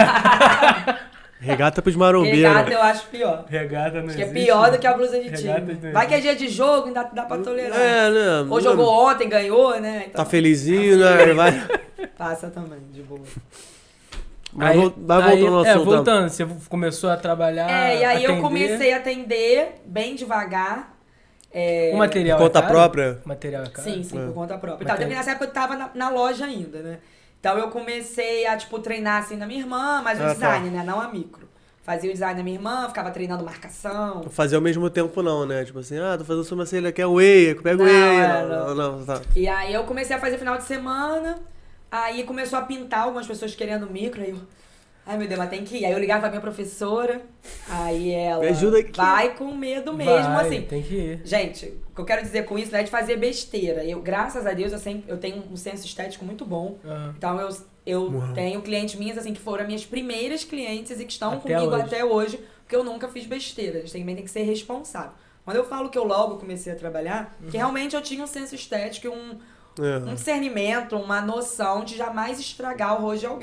[SPEAKER 2] Regata pros marombeiros.
[SPEAKER 4] Regata eu acho pior.
[SPEAKER 3] Regata não
[SPEAKER 4] Acho que é
[SPEAKER 3] existe.
[SPEAKER 4] pior do que a blusa de
[SPEAKER 3] Regata
[SPEAKER 4] time.
[SPEAKER 3] não
[SPEAKER 4] Vai que é
[SPEAKER 3] existe.
[SPEAKER 4] dia de jogo, dá, dá pra tolerar.
[SPEAKER 2] É, né?
[SPEAKER 4] Ou jogou ontem, ganhou, né? Então,
[SPEAKER 2] Tá felizinho, né? Vai,
[SPEAKER 4] passa também, de boa.
[SPEAKER 2] vai, vol- vai voltando ao
[SPEAKER 3] é,
[SPEAKER 2] assunto.
[SPEAKER 3] voltando, você começou a trabalhar.
[SPEAKER 4] É, e aí eu
[SPEAKER 3] atender.
[SPEAKER 4] comecei a atender bem devagar. É,
[SPEAKER 3] O material
[SPEAKER 2] Por conta
[SPEAKER 3] é caro?
[SPEAKER 2] própria?
[SPEAKER 3] O material é caro?
[SPEAKER 4] Sim, sim,
[SPEAKER 2] É.
[SPEAKER 4] por conta própria.
[SPEAKER 3] Mas
[SPEAKER 4] Então,
[SPEAKER 3] tem-
[SPEAKER 4] nessa época eu tava na, na loja ainda, né? Então eu comecei a, tipo, treinar assim na minha irmã, mas o
[SPEAKER 2] Ah, tá.
[SPEAKER 4] design, né? Não a micro. Fazia o design da minha irmã, ficava treinando marcação.
[SPEAKER 2] Não fazia ao mesmo tempo, não, né? Tipo assim, ah, tô fazendo sobrancelha, quer whey, pega
[SPEAKER 4] Não,
[SPEAKER 2] whey.
[SPEAKER 4] é,
[SPEAKER 2] Não, não, não, tá.
[SPEAKER 4] E aí eu comecei a fazer final de semana, aí começou a pintar algumas pessoas querendo micro, aí eu... Ai, meu Deus, mas tem que ir. Aí eu ligava pra minha professora, aí ela...
[SPEAKER 2] Me ajuda aqui.
[SPEAKER 4] Vai com medo mesmo,
[SPEAKER 3] Vai,
[SPEAKER 4] assim.
[SPEAKER 3] Tem que ir.
[SPEAKER 4] Gente, o que eu quero dizer com isso não é de fazer besteira. Eu, graças a Deus, eu, sempre, eu tenho um senso estético muito bom.
[SPEAKER 3] Ah,
[SPEAKER 4] Então eu, eu
[SPEAKER 2] Uau.
[SPEAKER 4] tenho clientes minhas, assim, que foram as minhas primeiras clientes e que estão
[SPEAKER 3] Até
[SPEAKER 4] comigo
[SPEAKER 3] hoje.
[SPEAKER 4] até hoje, porque eu nunca fiz besteira. A gente também tem que ser responsável. Quando eu falo que eu logo comecei a trabalhar, que realmente eu tinha um senso estético e um, um
[SPEAKER 2] É.
[SPEAKER 4] discernimento, uma noção de jamais estragar o rosto de alguém.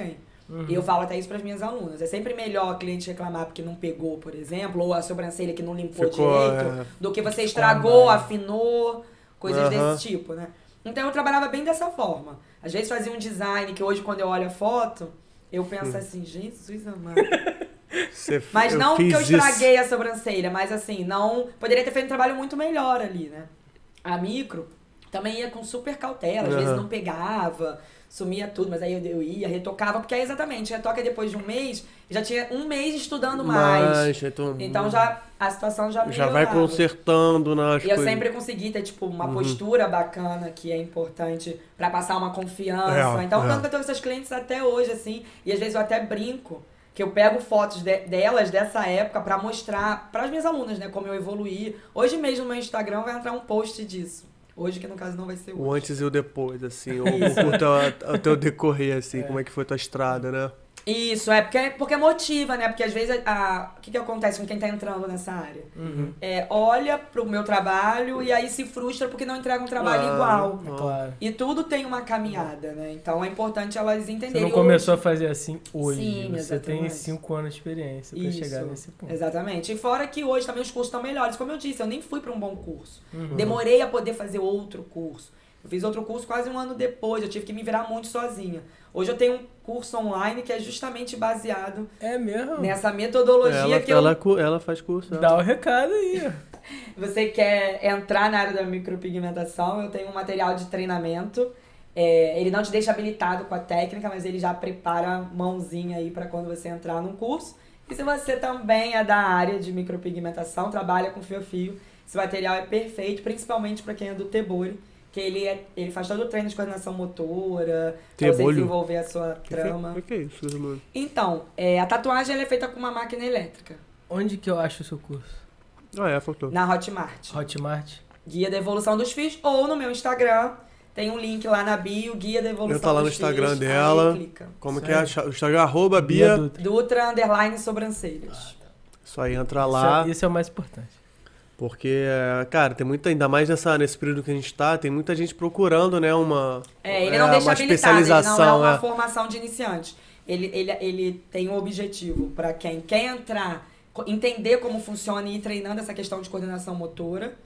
[SPEAKER 4] E eu falo até isso para as minhas alunas. É sempre melhor o cliente reclamar porque não pegou, por exemplo, ou a sobrancelha que não limpou
[SPEAKER 2] Ficou,
[SPEAKER 4] direito,
[SPEAKER 2] é.
[SPEAKER 4] do que você estragou,
[SPEAKER 3] mal.
[SPEAKER 4] afinou, coisas
[SPEAKER 2] Aham.
[SPEAKER 4] desse tipo, né? Então eu trabalhava bem dessa forma. Às vezes fazia um design que hoje, quando eu olho a foto, eu penso assim, Jesus amado.
[SPEAKER 2] Você-
[SPEAKER 4] Mas
[SPEAKER 2] eu
[SPEAKER 4] não porque eu
[SPEAKER 2] fiz isso.
[SPEAKER 4] estraguei a sobrancelha, mas assim, não. Poderia ter feito um trabalho muito melhor ali, né? A micro também ia com super cautela, às
[SPEAKER 2] Aham.
[SPEAKER 4] vezes não pegava, sumia tudo, mas aí eu, eu ia, retocava, porque aí exatamente, retoca depois de um mês, já tinha um mês estudando mais.
[SPEAKER 2] Mas, então,
[SPEAKER 4] Então já a situação já
[SPEAKER 2] já
[SPEAKER 4] melhorava.
[SPEAKER 2] vai consertando nas
[SPEAKER 4] E eu
[SPEAKER 2] coisas.
[SPEAKER 4] sempre consegui ter, tipo, uma
[SPEAKER 2] Uhum.
[SPEAKER 4] postura bacana, que é importante pra passar uma confiança.
[SPEAKER 2] É,
[SPEAKER 4] então,
[SPEAKER 2] é.
[SPEAKER 4] tanto que eu tô com essas clientes até hoje, assim, e às vezes eu até brinco, que eu pego fotos de- delas dessa época pra mostrar pras minhas alunas, né, como eu evoluí. Hoje mesmo no meu Instagram vai entrar um post disso. Hoje, que no caso não vai ser hoje.
[SPEAKER 2] O antes e o depois, assim, o, o, teu, o teu decorrer, assim, como é que foi tua estrada, né?
[SPEAKER 4] Isso, é porque, porque motiva, né? Porque às vezes a- a- o que, que acontece com quem tá entrando nessa área?
[SPEAKER 3] Uhum.
[SPEAKER 4] É, olha pro meu trabalho e aí se frustra porque não entrega um trabalho
[SPEAKER 2] Ah,
[SPEAKER 4] igual.
[SPEAKER 2] não.
[SPEAKER 3] Claro.
[SPEAKER 4] E tudo tem uma caminhada, né? Então é importante elas
[SPEAKER 3] Você
[SPEAKER 4] entenderem.
[SPEAKER 3] não começou a fazer assim hoje.
[SPEAKER 4] Sim,
[SPEAKER 3] Você tem
[SPEAKER 4] exatamente.
[SPEAKER 3] cinco anos de experiência pra
[SPEAKER 4] Isso,
[SPEAKER 3] chegar nesse ponto.
[SPEAKER 4] Exatamente. E fora que hoje também os cursos estão melhores. Como eu disse, eu nem fui para um bom curso.
[SPEAKER 3] Uhum.
[SPEAKER 4] Demorei a poder fazer outro curso. Eu fiz outro curso quase um ano depois. Eu tive que me virar muito sozinha. Hoje eu tenho um curso online que é justamente baseado
[SPEAKER 3] É mesmo?
[SPEAKER 4] nessa metodologia
[SPEAKER 2] Ela,
[SPEAKER 4] que eu...
[SPEAKER 2] ela, cu- ela faz curso. ela-
[SPEAKER 3] Dá o recado aí.
[SPEAKER 4] Você quer entrar na área da micropigmentação, eu tenho um material de treinamento. É, ele não te deixa habilitado com a técnica, mas ele já prepara a mãozinha aí para quando você entrar num curso. E se você também é da área de micropigmentação, trabalha com fio a fio, esse material é perfeito, principalmente para quem é do Tebori, que ele, é, ele faz todo o treino de coordenação motora, pra você
[SPEAKER 2] Tebolho?
[SPEAKER 4] desenvolver a sua
[SPEAKER 2] Que que-
[SPEAKER 4] trama.
[SPEAKER 2] O que, que é isso, mano?
[SPEAKER 4] Então, é, a tatuagem ela é feita com uma máquina elétrica,
[SPEAKER 3] Onde que eu acho o seu curso?
[SPEAKER 2] Ah, é, faltou.
[SPEAKER 4] na Hotmart.
[SPEAKER 3] Hotmart?
[SPEAKER 4] Guia da Evolução dos Fios, ou no meu Instagram, tem um link lá na bio, Guia da Evolução
[SPEAKER 2] Entra lá no
[SPEAKER 4] dos Fios.
[SPEAKER 2] Instagram
[SPEAKER 4] aí
[SPEAKER 2] dela.
[SPEAKER 4] clica.
[SPEAKER 2] Como
[SPEAKER 3] Isso
[SPEAKER 2] que é?
[SPEAKER 3] aí.
[SPEAKER 2] O Instagram, arroba Bia.
[SPEAKER 3] Dutra.
[SPEAKER 4] Dutra, underline, sobrancelhas.
[SPEAKER 2] Isso aí, entra lá.
[SPEAKER 3] Isso é, isso é o mais importante.
[SPEAKER 2] Porque, cara, tem muita, ainda mais nessa, nesse período que a gente tá, tem muita gente procurando, né, uma,
[SPEAKER 4] É, ele não deixa
[SPEAKER 2] uma
[SPEAKER 4] habilitado, ele não é
[SPEAKER 2] especialização.
[SPEAKER 4] uma
[SPEAKER 2] é.
[SPEAKER 4] formação de iniciante. Ele, ele, ele tem um objetivo para quem quer entrar, co- entender como funciona e ir treinando essa questão de coordenação motora,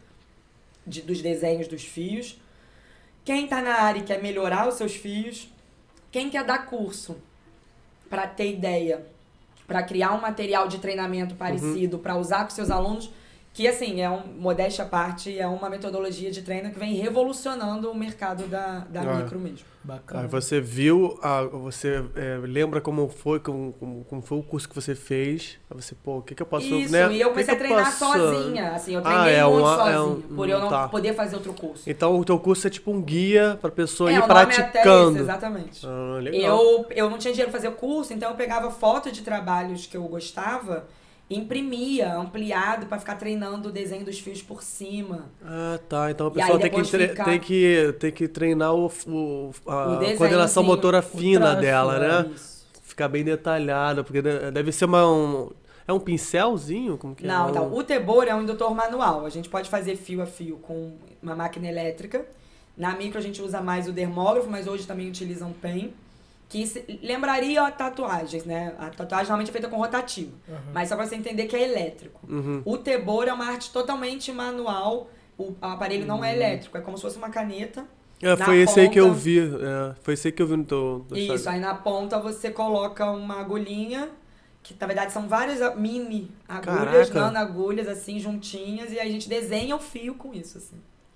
[SPEAKER 4] de, dos desenhos dos fios. Quem tá na área e quer melhorar os seus fios. Quem quer dar curso para ter ideia, para criar um material de treinamento parecido, para usar com seus alunos. Que, assim, é um, modéstia à parte, é uma metodologia de treino que vem revolucionando o mercado da, da
[SPEAKER 2] Ah.
[SPEAKER 4] micro mesmo.
[SPEAKER 3] Bacana.
[SPEAKER 2] Aí você viu, a, você é, lembra como foi, como, como, como foi o curso que você fez. Aí você, pô, o que que eu posso...
[SPEAKER 4] Isso,
[SPEAKER 2] né?
[SPEAKER 4] e eu
[SPEAKER 2] O que
[SPEAKER 4] comecei
[SPEAKER 2] que
[SPEAKER 4] a treinar
[SPEAKER 2] posso-
[SPEAKER 4] sozinha. Assim, eu
[SPEAKER 2] Ah,
[SPEAKER 4] treinei
[SPEAKER 2] é
[SPEAKER 4] muito
[SPEAKER 2] uma-
[SPEAKER 4] sozinha,
[SPEAKER 2] é um-
[SPEAKER 4] por eu não
[SPEAKER 2] tá.
[SPEAKER 4] poder fazer outro curso.
[SPEAKER 2] Então o teu curso é tipo um guia pra pessoa
[SPEAKER 4] é,
[SPEAKER 2] ir
[SPEAKER 4] o nome é até
[SPEAKER 2] praticando.
[SPEAKER 4] esse, exatamente.
[SPEAKER 2] Ah, legal.
[SPEAKER 4] Eu, eu não tinha dinheiro pra fazer o curso, então eu pegava foto de trabalhos que eu gostava, imprimia, ampliado, pra ficar treinando o desenho dos fios por cima.
[SPEAKER 2] Ah, tá. Então a
[SPEAKER 4] E
[SPEAKER 2] pessoa
[SPEAKER 4] aí
[SPEAKER 2] tem que,
[SPEAKER 4] depois
[SPEAKER 2] tre-
[SPEAKER 4] fica-
[SPEAKER 2] tem, que, tem que treinar o, o, a
[SPEAKER 4] O desenho,
[SPEAKER 2] coordenação
[SPEAKER 4] assim,
[SPEAKER 2] motora
[SPEAKER 4] o
[SPEAKER 2] fina
[SPEAKER 3] traço,
[SPEAKER 2] dela,
[SPEAKER 3] é.
[SPEAKER 2] né?
[SPEAKER 4] Isso.
[SPEAKER 2] Ficar bem detalhada, porque de- deve ser uma, um... É um pincelzinho? Como que é?
[SPEAKER 4] Não,
[SPEAKER 2] Um-
[SPEAKER 4] então, o Tebor é um indutor manual. A gente pode fazer fio a fio com uma máquina elétrica. Na micro a gente usa mais o dermógrafo, mas hoje também utiliza um pen. Que se- lembraria a tatuagens, né? A tatuagem normalmente é feita com rotativo. Mas só pra você entender que é elétrico.
[SPEAKER 2] Uhum.
[SPEAKER 4] O Tebor é uma arte totalmente manual. O aparelho não é elétrico. É como se fosse uma caneta.
[SPEAKER 2] É,
[SPEAKER 4] Na
[SPEAKER 2] foi esse aí que eu
[SPEAKER 4] ponta-
[SPEAKER 2] vi. É, foi esse aí que eu vi no teu... no
[SPEAKER 4] Isso,
[SPEAKER 2] Instagram.
[SPEAKER 4] aí na ponta você coloca uma agulhinha, que na verdade são várias a- mini agulhas,
[SPEAKER 2] Caraca.
[SPEAKER 4] nano agulhas, assim, juntinhas, e aí a gente desenha o fio com isso, assim.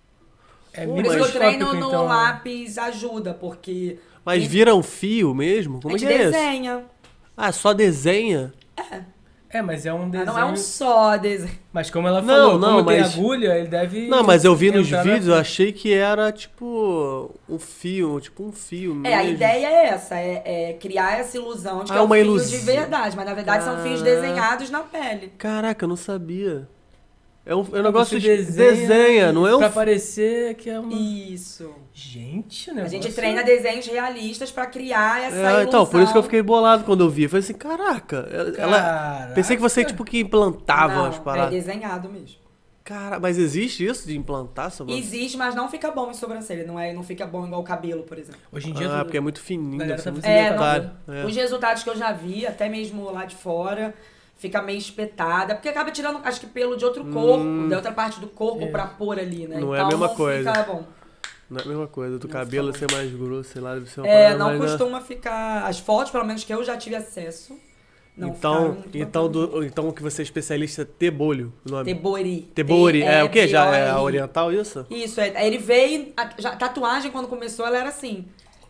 [SPEAKER 3] É
[SPEAKER 4] Por isso que o
[SPEAKER 3] microscópico,
[SPEAKER 4] treino no
[SPEAKER 3] então.
[SPEAKER 4] lápis ajuda, porque
[SPEAKER 2] Mas vira um fio mesmo? Como
[SPEAKER 4] a
[SPEAKER 2] é que
[SPEAKER 4] gente
[SPEAKER 2] é isso?
[SPEAKER 4] desenha.
[SPEAKER 2] Ah, só desenha?
[SPEAKER 3] É, mas é um
[SPEAKER 4] Ah,
[SPEAKER 3] desenho.
[SPEAKER 4] não é um só desenho.
[SPEAKER 3] Mas como ela
[SPEAKER 2] Não,
[SPEAKER 3] falou,
[SPEAKER 2] não,
[SPEAKER 3] como tem
[SPEAKER 2] mas-
[SPEAKER 3] agulha, ele deve.
[SPEAKER 2] Não, mas eu vi nos
[SPEAKER 3] entrar na-
[SPEAKER 2] vídeos, eu achei que era tipo um fio, tipo um fio mesmo.
[SPEAKER 4] É, a ideia é essa, é, é criar essa ilusão de que
[SPEAKER 2] Ah,
[SPEAKER 4] é um
[SPEAKER 2] uma
[SPEAKER 4] fio
[SPEAKER 2] ilusão.
[SPEAKER 4] de verdade, mas na verdade são fios
[SPEAKER 2] Caraca.
[SPEAKER 4] desenhados na pele.
[SPEAKER 2] Caraca, eu não sabia. É um, é um
[SPEAKER 3] Ah,
[SPEAKER 2] negócio
[SPEAKER 3] você
[SPEAKER 2] de desenha, não é um
[SPEAKER 3] Pra
[SPEAKER 2] fi-
[SPEAKER 3] parecer que é uma.
[SPEAKER 4] Isso.
[SPEAKER 3] Gente,
[SPEAKER 4] A
[SPEAKER 3] né?
[SPEAKER 4] gente treina desenhos realistas pra criar essa ilusão.
[SPEAKER 2] É, então, por isso que eu fiquei bolado quando eu vi. Eu falei assim, caraca, ela- ela...
[SPEAKER 3] Caraca.
[SPEAKER 2] Pensei que você, tipo, que implantava
[SPEAKER 4] Não,
[SPEAKER 2] as
[SPEAKER 4] é
[SPEAKER 2] paradas.
[SPEAKER 4] desenhado mesmo.
[SPEAKER 2] Cara, mas existe isso de implantar sobrancelha?
[SPEAKER 4] Existe, mas não fica bom em sobrancelha. Não, é, não fica bom igual o cabelo, por exemplo.
[SPEAKER 3] Hoje em dia...
[SPEAKER 2] Ah,
[SPEAKER 3] tudo-
[SPEAKER 2] porque é muito fininho,
[SPEAKER 3] Galera
[SPEAKER 2] deve ser
[SPEAKER 3] tá
[SPEAKER 2] muito
[SPEAKER 3] fazendo
[SPEAKER 4] É,
[SPEAKER 2] delicado. É.
[SPEAKER 4] Os resultados que eu já vi, até mesmo lá de fora, fica meio espetada. Porque acaba tirando, acho que, pelo de outro corpo,
[SPEAKER 2] Hum.
[SPEAKER 4] da outra parte do corpo
[SPEAKER 3] É.
[SPEAKER 4] pra pôr ali, né?
[SPEAKER 2] Não é a
[SPEAKER 4] então
[SPEAKER 2] mesma
[SPEAKER 4] não
[SPEAKER 2] coisa.
[SPEAKER 4] fica bom.
[SPEAKER 2] Não é a mesma coisa, do
[SPEAKER 4] Não
[SPEAKER 2] cabelo
[SPEAKER 4] fica
[SPEAKER 2] ser mais grosso, sei lá, deve ser uma
[SPEAKER 4] É,
[SPEAKER 2] parada
[SPEAKER 4] não
[SPEAKER 2] mais, né?
[SPEAKER 4] costuma ficar... As fotos, pelo menos, que eu já tive acesso, não
[SPEAKER 2] Então,
[SPEAKER 4] ficaram muito
[SPEAKER 2] então,
[SPEAKER 4] bacanas.
[SPEAKER 2] do, então que você é especialista tebolho, o nome?
[SPEAKER 4] Tebori.
[SPEAKER 2] Tebori,
[SPEAKER 4] T
[SPEAKER 2] é o quê? Já é
[SPEAKER 4] B O R I.
[SPEAKER 2] oriental isso?
[SPEAKER 4] Isso, é, ele veio... A já- tatuagem, quando começou, ela era assim.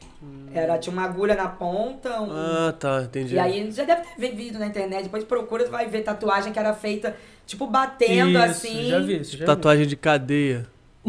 [SPEAKER 4] Era, tinha uma agulha na ponta, um...
[SPEAKER 2] Ah, tá, entendi.
[SPEAKER 4] E aí, já deve ter vídeo na internet, depois procura, você vai ver tatuagem que era feita, tipo, batendo
[SPEAKER 3] Isso,
[SPEAKER 4] assim.
[SPEAKER 3] já vi isso, já
[SPEAKER 2] Tatuagem de cadeia.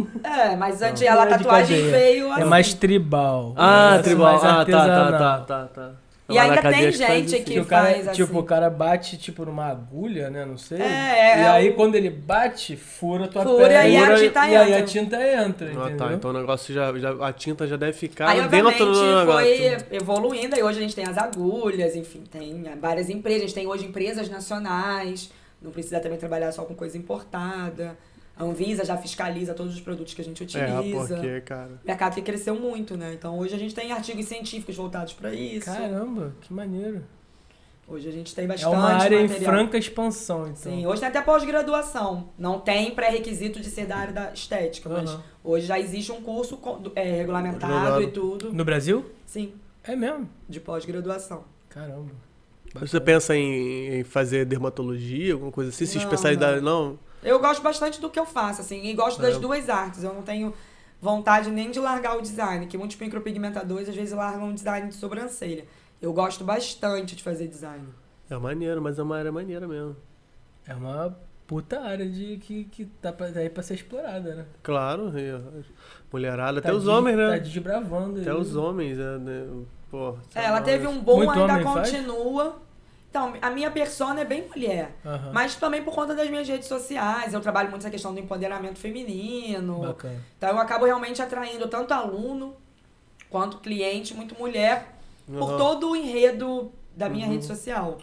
[SPEAKER 4] É, mas antes
[SPEAKER 3] Não,
[SPEAKER 4] ela,
[SPEAKER 3] não é
[SPEAKER 4] a
[SPEAKER 3] de
[SPEAKER 4] tatuagem
[SPEAKER 3] cadeia.
[SPEAKER 4] veio
[SPEAKER 3] vi.
[SPEAKER 4] assim.
[SPEAKER 3] É mais tribal.
[SPEAKER 2] Ah,
[SPEAKER 3] Essa
[SPEAKER 2] tribal.
[SPEAKER 3] mais
[SPEAKER 2] Ah, tá, tá,
[SPEAKER 3] artesanal.
[SPEAKER 2] tá, tá, tá.
[SPEAKER 4] E
[SPEAKER 2] Lá na
[SPEAKER 4] ainda
[SPEAKER 2] cadeia
[SPEAKER 4] tem
[SPEAKER 2] acho que faz
[SPEAKER 4] gente
[SPEAKER 2] isso.
[SPEAKER 4] que
[SPEAKER 3] Que o cara,
[SPEAKER 4] faz
[SPEAKER 3] tipo,
[SPEAKER 4] assim.
[SPEAKER 3] o cara bate, tipo, numa agulha, né? Não sei.
[SPEAKER 4] É,
[SPEAKER 3] E
[SPEAKER 4] é
[SPEAKER 3] aí,
[SPEAKER 4] o-
[SPEAKER 3] quando ele bate, fura a tua
[SPEAKER 4] Fura
[SPEAKER 3] pele.
[SPEAKER 4] e a
[SPEAKER 2] Fura
[SPEAKER 4] tinta
[SPEAKER 3] E aí
[SPEAKER 4] entra.
[SPEAKER 3] a tinta entra,
[SPEAKER 2] Ah,
[SPEAKER 3] entendeu?
[SPEAKER 2] tá. Então o negócio já, já. A tinta já deve ficar
[SPEAKER 4] Aí,
[SPEAKER 2] dentro
[SPEAKER 4] obviamente,
[SPEAKER 2] do negócio.
[SPEAKER 4] foi evoluindo, e hoje a gente tem as agulhas, enfim, tem várias empresas, a gente tem hoje empresas nacionais, não precisa também trabalhar só com coisa importada. A Anvisa já fiscaliza todos os produtos que a gente
[SPEAKER 2] É,
[SPEAKER 4] utiliza.
[SPEAKER 2] porque, cara.
[SPEAKER 4] O mercado que cresceu muito, né? Então hoje a gente tem artigos científicos voltados para isso.
[SPEAKER 3] Caramba, que maneiro.
[SPEAKER 4] Hoje a gente tem
[SPEAKER 3] É
[SPEAKER 4] bastante
[SPEAKER 3] uma área em
[SPEAKER 4] material.
[SPEAKER 3] franca expansão, então.
[SPEAKER 4] Sim, hoje tem até pós-graduação. Não tem pré-requisito de ser da área da estética, mas
[SPEAKER 3] Aham.
[SPEAKER 4] hoje já existe um curso com- é, regulamentado
[SPEAKER 2] Regulado.
[SPEAKER 4] e tudo.
[SPEAKER 3] No Brasil?
[SPEAKER 4] Sim,
[SPEAKER 3] É mesmo?
[SPEAKER 4] de pós-graduação.
[SPEAKER 3] Caramba.
[SPEAKER 2] Você pensa em, em fazer dermatologia, alguma coisa assim? Se
[SPEAKER 4] Não,
[SPEAKER 2] especialidade. Não.
[SPEAKER 4] Eu gosto bastante do que eu faço, assim, e gosto das
[SPEAKER 2] É.
[SPEAKER 4] duas artes. Eu não tenho vontade nem de largar o design, que muitos micropigmentadores às vezes largam o design de sobrancelha. Eu gosto bastante de fazer design.
[SPEAKER 2] É maneiro, mas é uma área maneira mesmo.
[SPEAKER 3] É uma puta área de, que, que tá, pra, tá aí pra ser explorada, né?
[SPEAKER 2] Claro, e a mulherada,
[SPEAKER 3] Tá
[SPEAKER 2] até os
[SPEAKER 3] de-
[SPEAKER 2] homens,
[SPEAKER 3] Tá
[SPEAKER 2] né?
[SPEAKER 3] desbravando.
[SPEAKER 2] Até
[SPEAKER 3] aí.
[SPEAKER 2] os homens, é, né? Pô,
[SPEAKER 4] É, ela teve um boom,
[SPEAKER 3] Muito
[SPEAKER 4] ainda
[SPEAKER 3] homem faz?
[SPEAKER 4] continua. Então, a minha persona é bem mulher.
[SPEAKER 3] Aham.
[SPEAKER 4] Mas também por conta das minhas redes sociais, eu trabalho muito essa questão do empoderamento feminino.
[SPEAKER 3] Bacana.
[SPEAKER 4] Então eu acabo realmente atraindo tanto aluno quanto cliente, muito mulher, por
[SPEAKER 2] Aham.
[SPEAKER 4] todo o enredo da minha
[SPEAKER 2] Uhum.
[SPEAKER 4] rede social.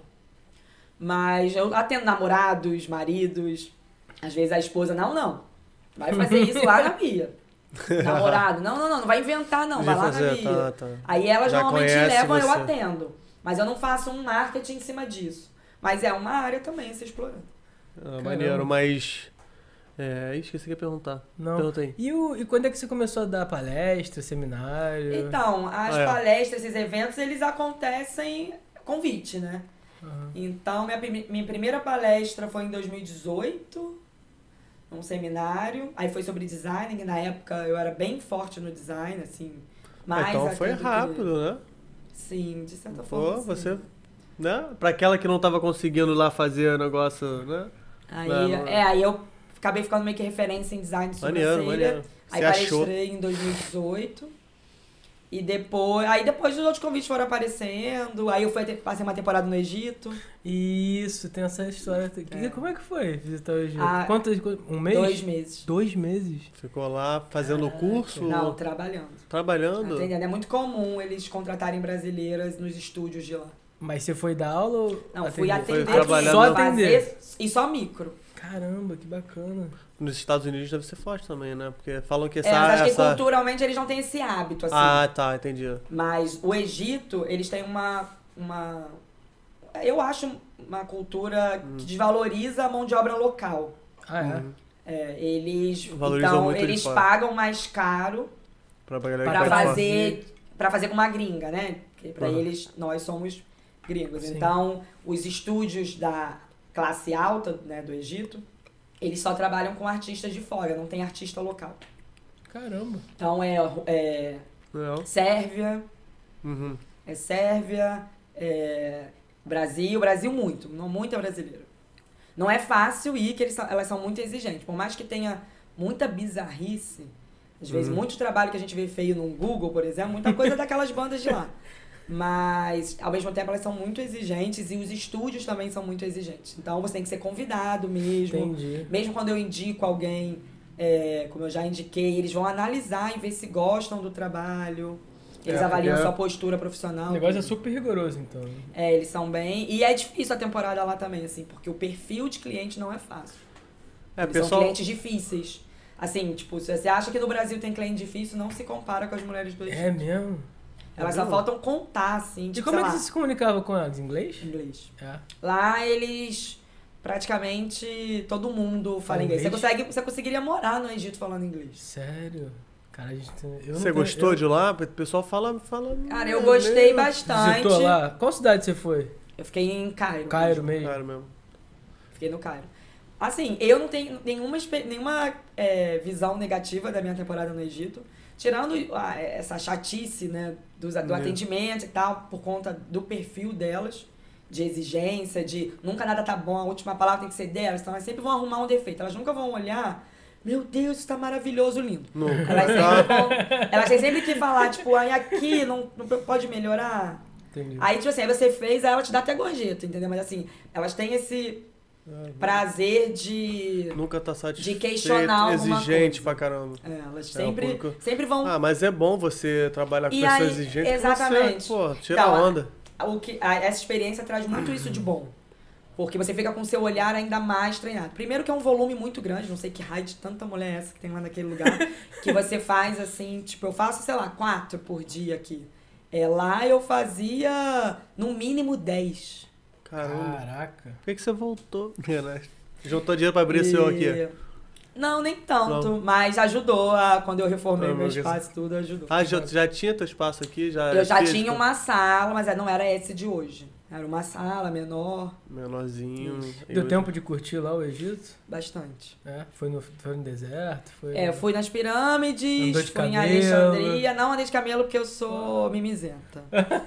[SPEAKER 4] Mas eu atendo namorados, maridos, às vezes a esposa, não, não. Vai fazer isso lá na Bia. Namorado, não, não, não, não vai inventar não, vai
[SPEAKER 2] Já
[SPEAKER 4] lá na
[SPEAKER 2] fazer,
[SPEAKER 4] Bia.
[SPEAKER 2] tá, tá.
[SPEAKER 4] Aí elas
[SPEAKER 2] Já
[SPEAKER 4] normalmente
[SPEAKER 2] conhece
[SPEAKER 4] levam, eu
[SPEAKER 2] você.
[SPEAKER 4] atendo. Mas eu não faço um marketing em cima disso. Mas é uma área também a ser explorada.
[SPEAKER 2] Ah, maneiro, mas. É, esqueci que ia perguntar.
[SPEAKER 3] Não.
[SPEAKER 2] Pergunta aí.
[SPEAKER 3] E, o, e quando é que você começou a dar palestra, seminário?
[SPEAKER 4] Então, as
[SPEAKER 2] Ah, é.
[SPEAKER 4] palestras, esses eventos, eles acontecem convite, né?
[SPEAKER 3] Aham.
[SPEAKER 4] Então, minha, prime- minha primeira palestra foi em dois mil e dezoito, num seminário. Aí foi sobre design, que na época eu era bem forte no design, assim. Mais
[SPEAKER 2] então
[SPEAKER 4] até
[SPEAKER 2] foi
[SPEAKER 4] do que-
[SPEAKER 2] rápido, né?
[SPEAKER 4] Sim, de certa
[SPEAKER 2] Pô,
[SPEAKER 4] forma. sim.
[SPEAKER 2] você. Né? Pra aquela que não tava conseguindo lá fazer o negócio, né?
[SPEAKER 4] Aí,
[SPEAKER 2] Não, não-
[SPEAKER 4] é, aí eu acabei ficando meio que referência em design de
[SPEAKER 2] Maneiro,
[SPEAKER 4] sobrancelha.
[SPEAKER 2] maneiro.
[SPEAKER 4] Aí
[SPEAKER 2] Você achou?
[SPEAKER 4] palestrei em dois mil e dezoito. E depois. Aí depois os outros convites foram aparecendo. Aí eu fui, te- passei uma temporada no Egito.
[SPEAKER 3] Isso, tem essa história. Que-
[SPEAKER 4] É.
[SPEAKER 3] Como é que foi visitar o Egito?
[SPEAKER 4] Ah,
[SPEAKER 3] Quantos, um mês?
[SPEAKER 4] Dois meses.
[SPEAKER 3] Dois meses?
[SPEAKER 2] Ficou lá fazendo o curso,
[SPEAKER 4] Não, trabalhando.
[SPEAKER 2] trabalhando.
[SPEAKER 4] Entendendo? É muito comum eles contratarem brasileiras nos estúdios de lá.
[SPEAKER 3] Mas você foi dar aula ou
[SPEAKER 4] Não, fui
[SPEAKER 3] atender?
[SPEAKER 4] atender.
[SPEAKER 2] Foi trabalhar
[SPEAKER 3] Só
[SPEAKER 2] no-
[SPEAKER 3] atender?
[SPEAKER 4] fazer- E só micro.
[SPEAKER 3] Caramba, que bacana.
[SPEAKER 2] Nos Estados Unidos deve ser forte também, né? Porque falam que essa.
[SPEAKER 4] É, mas acho que
[SPEAKER 2] essa...
[SPEAKER 4] culturalmente eles não têm esse hábito, assim.
[SPEAKER 2] Ah, tá, entendi.
[SPEAKER 4] Mas o Egito, eles têm uma, uma. Eu acho uma cultura
[SPEAKER 2] Hum.
[SPEAKER 4] que desvaloriza a mão de obra local.
[SPEAKER 3] Ah, é?
[SPEAKER 2] Uhum.
[SPEAKER 4] É, eles.
[SPEAKER 2] Valorizam
[SPEAKER 4] então,
[SPEAKER 2] muito de
[SPEAKER 4] eles
[SPEAKER 2] fora.
[SPEAKER 4] pagam mais caro
[SPEAKER 2] Pra galera
[SPEAKER 4] pra
[SPEAKER 2] que vai
[SPEAKER 4] fazer. Pra fazer com uma gringa, né? Porque pra
[SPEAKER 2] Uhum.
[SPEAKER 4] eles, nós somos gringos.
[SPEAKER 3] Sim.
[SPEAKER 4] Então, os estúdios da classe alta, né, do Egito, eles só trabalham com artistas de fora, não tem artista local.
[SPEAKER 3] Caramba.
[SPEAKER 4] Então é, é
[SPEAKER 2] Não.
[SPEAKER 4] Sérvia,
[SPEAKER 2] Uhum.
[SPEAKER 4] é Sérvia, é Brasil, Brasil muito, não muita brasileira. Não é fácil ir, que eles são- elas são muito exigentes. Por mais que tenha muita bizarrice, às vezes
[SPEAKER 2] Uhum.
[SPEAKER 4] muito trabalho que a gente vê feio no Google, por exemplo, muita coisa daquelas bandas de lá. Mas, ao mesmo tempo, elas são muito exigentes e os estúdios também são muito exigentes. Então, você tem que ser convidado mesmo.
[SPEAKER 3] Entendi.
[SPEAKER 4] Mesmo quando eu indico alguém, é, como eu já indiquei, eles vão analisar e ver se gostam do trabalho. Eles
[SPEAKER 2] É,
[SPEAKER 4] avaliam
[SPEAKER 2] porque-
[SPEAKER 4] sua postura profissional.
[SPEAKER 3] O negócio é super rigoroso, então.
[SPEAKER 4] É, eles são bem... E é difícil a temporada lá também, assim, porque o perfil de cliente não é fácil.
[SPEAKER 2] É,
[SPEAKER 4] Eles
[SPEAKER 2] pessoal...
[SPEAKER 4] são clientes difíceis. Assim, tipo, se você acha que no Brasil tem cliente difícil, não se compara com as mulheres do Egito.
[SPEAKER 3] É mesmo?
[SPEAKER 4] Elas
[SPEAKER 3] É
[SPEAKER 4] só
[SPEAKER 3] mesmo?
[SPEAKER 4] faltam contar, assim,
[SPEAKER 3] E
[SPEAKER 4] tipo,
[SPEAKER 3] como é
[SPEAKER 4] sei
[SPEAKER 3] que
[SPEAKER 4] lá,
[SPEAKER 3] você se comunicava com elas? Em inglês?
[SPEAKER 4] inglês.
[SPEAKER 3] É.
[SPEAKER 4] Lá eles praticamente todo mundo fala
[SPEAKER 3] Fala
[SPEAKER 4] inglês. Você,
[SPEAKER 3] inglês?
[SPEAKER 4] consegue, você conseguiria morar no Egito falando inglês.
[SPEAKER 3] Sério? Cara, a gente tem... eu não
[SPEAKER 2] Você
[SPEAKER 3] tenho-
[SPEAKER 2] gostou
[SPEAKER 3] eu...
[SPEAKER 2] de lá? O pessoal fala... fala
[SPEAKER 4] Cara, eu gostei bastante.
[SPEAKER 3] Visitou lá? Qual cidade você foi?
[SPEAKER 4] Eu fiquei em Cairo.
[SPEAKER 3] Cairo
[SPEAKER 4] mesmo.
[SPEAKER 3] mesmo?
[SPEAKER 2] Cara, mesmo.
[SPEAKER 4] Fiquei no Cairo. Assim, eu não tenho nenhuma, espe- nenhuma é, visão negativa da minha temporada no Egito. Tirando a- essa chatice, né, do, do
[SPEAKER 2] Uhum.
[SPEAKER 4] atendimento e tal, por conta do perfil delas, de exigência, de nunca nada tá bom, a última palavra tem que ser delas, então elas sempre vão arrumar um defeito. Elas nunca vão olhar, meu Deus, isso tá maravilhoso, lindo.
[SPEAKER 2] Nunca.
[SPEAKER 4] Elas sempre, vão, elas têm sempre que falar, tipo, aí aqui não, não pode melhorar.
[SPEAKER 3] Entendi.
[SPEAKER 4] Aí, tipo assim, aí você fez, aí ela te dá até gorjeta, entendeu? Mas assim, elas têm esse prazer de...
[SPEAKER 2] Nunca tá satisfeito.
[SPEAKER 4] De questionar alguma
[SPEAKER 2] Exigente
[SPEAKER 4] coisa.
[SPEAKER 2] pra caramba.
[SPEAKER 4] É, elas
[SPEAKER 2] É, o
[SPEAKER 4] sempre,
[SPEAKER 2] público-
[SPEAKER 4] sempre vão...
[SPEAKER 2] Ah, mas é bom você trabalhar com
[SPEAKER 4] E
[SPEAKER 2] pessoas
[SPEAKER 4] aí,
[SPEAKER 2] exigentes.
[SPEAKER 4] exatamente.
[SPEAKER 2] Você, pô, tira
[SPEAKER 4] Então,
[SPEAKER 2] a onda.
[SPEAKER 4] O que, a- essa experiência traz muito isso de bom. Porque você fica com o seu olhar ainda mais treinado. Primeiro que é um volume muito grande, não sei que raio de tanta mulher é essa que tem lá naquele lugar, que você faz assim, tipo, eu faço, sei lá, quatro por dia aqui. É, lá eu fazia no mínimo dez.
[SPEAKER 2] Caramba.
[SPEAKER 3] Caraca.
[SPEAKER 2] Por que, que você voltou? Renato? Juntou dinheiro pra abrir o seu aqui.
[SPEAKER 4] Não, nem tanto,
[SPEAKER 2] Não.
[SPEAKER 4] mas ajudou. A, quando eu reformei
[SPEAKER 2] Não,
[SPEAKER 4] meu
[SPEAKER 2] porque-
[SPEAKER 4] espaço e tudo, ajudou.
[SPEAKER 2] Ah, já, já tinha teu espaço aqui? Já
[SPEAKER 4] Eu já
[SPEAKER 2] físico?
[SPEAKER 4] tinha uma sala, mas não era esse de hoje. Era uma sala menor,
[SPEAKER 2] Menorzinho.
[SPEAKER 3] Deu
[SPEAKER 2] Eu-
[SPEAKER 3] tempo de curtir lá o Egito?
[SPEAKER 4] bastante.
[SPEAKER 3] É? Foi no, foi no deserto? Foi...
[SPEAKER 4] É, eu fui nas pirâmides,
[SPEAKER 3] Andou de
[SPEAKER 4] fui em
[SPEAKER 3] camelo.
[SPEAKER 4] Alexandria. Não andei de camelo porque eu sou mimizenta.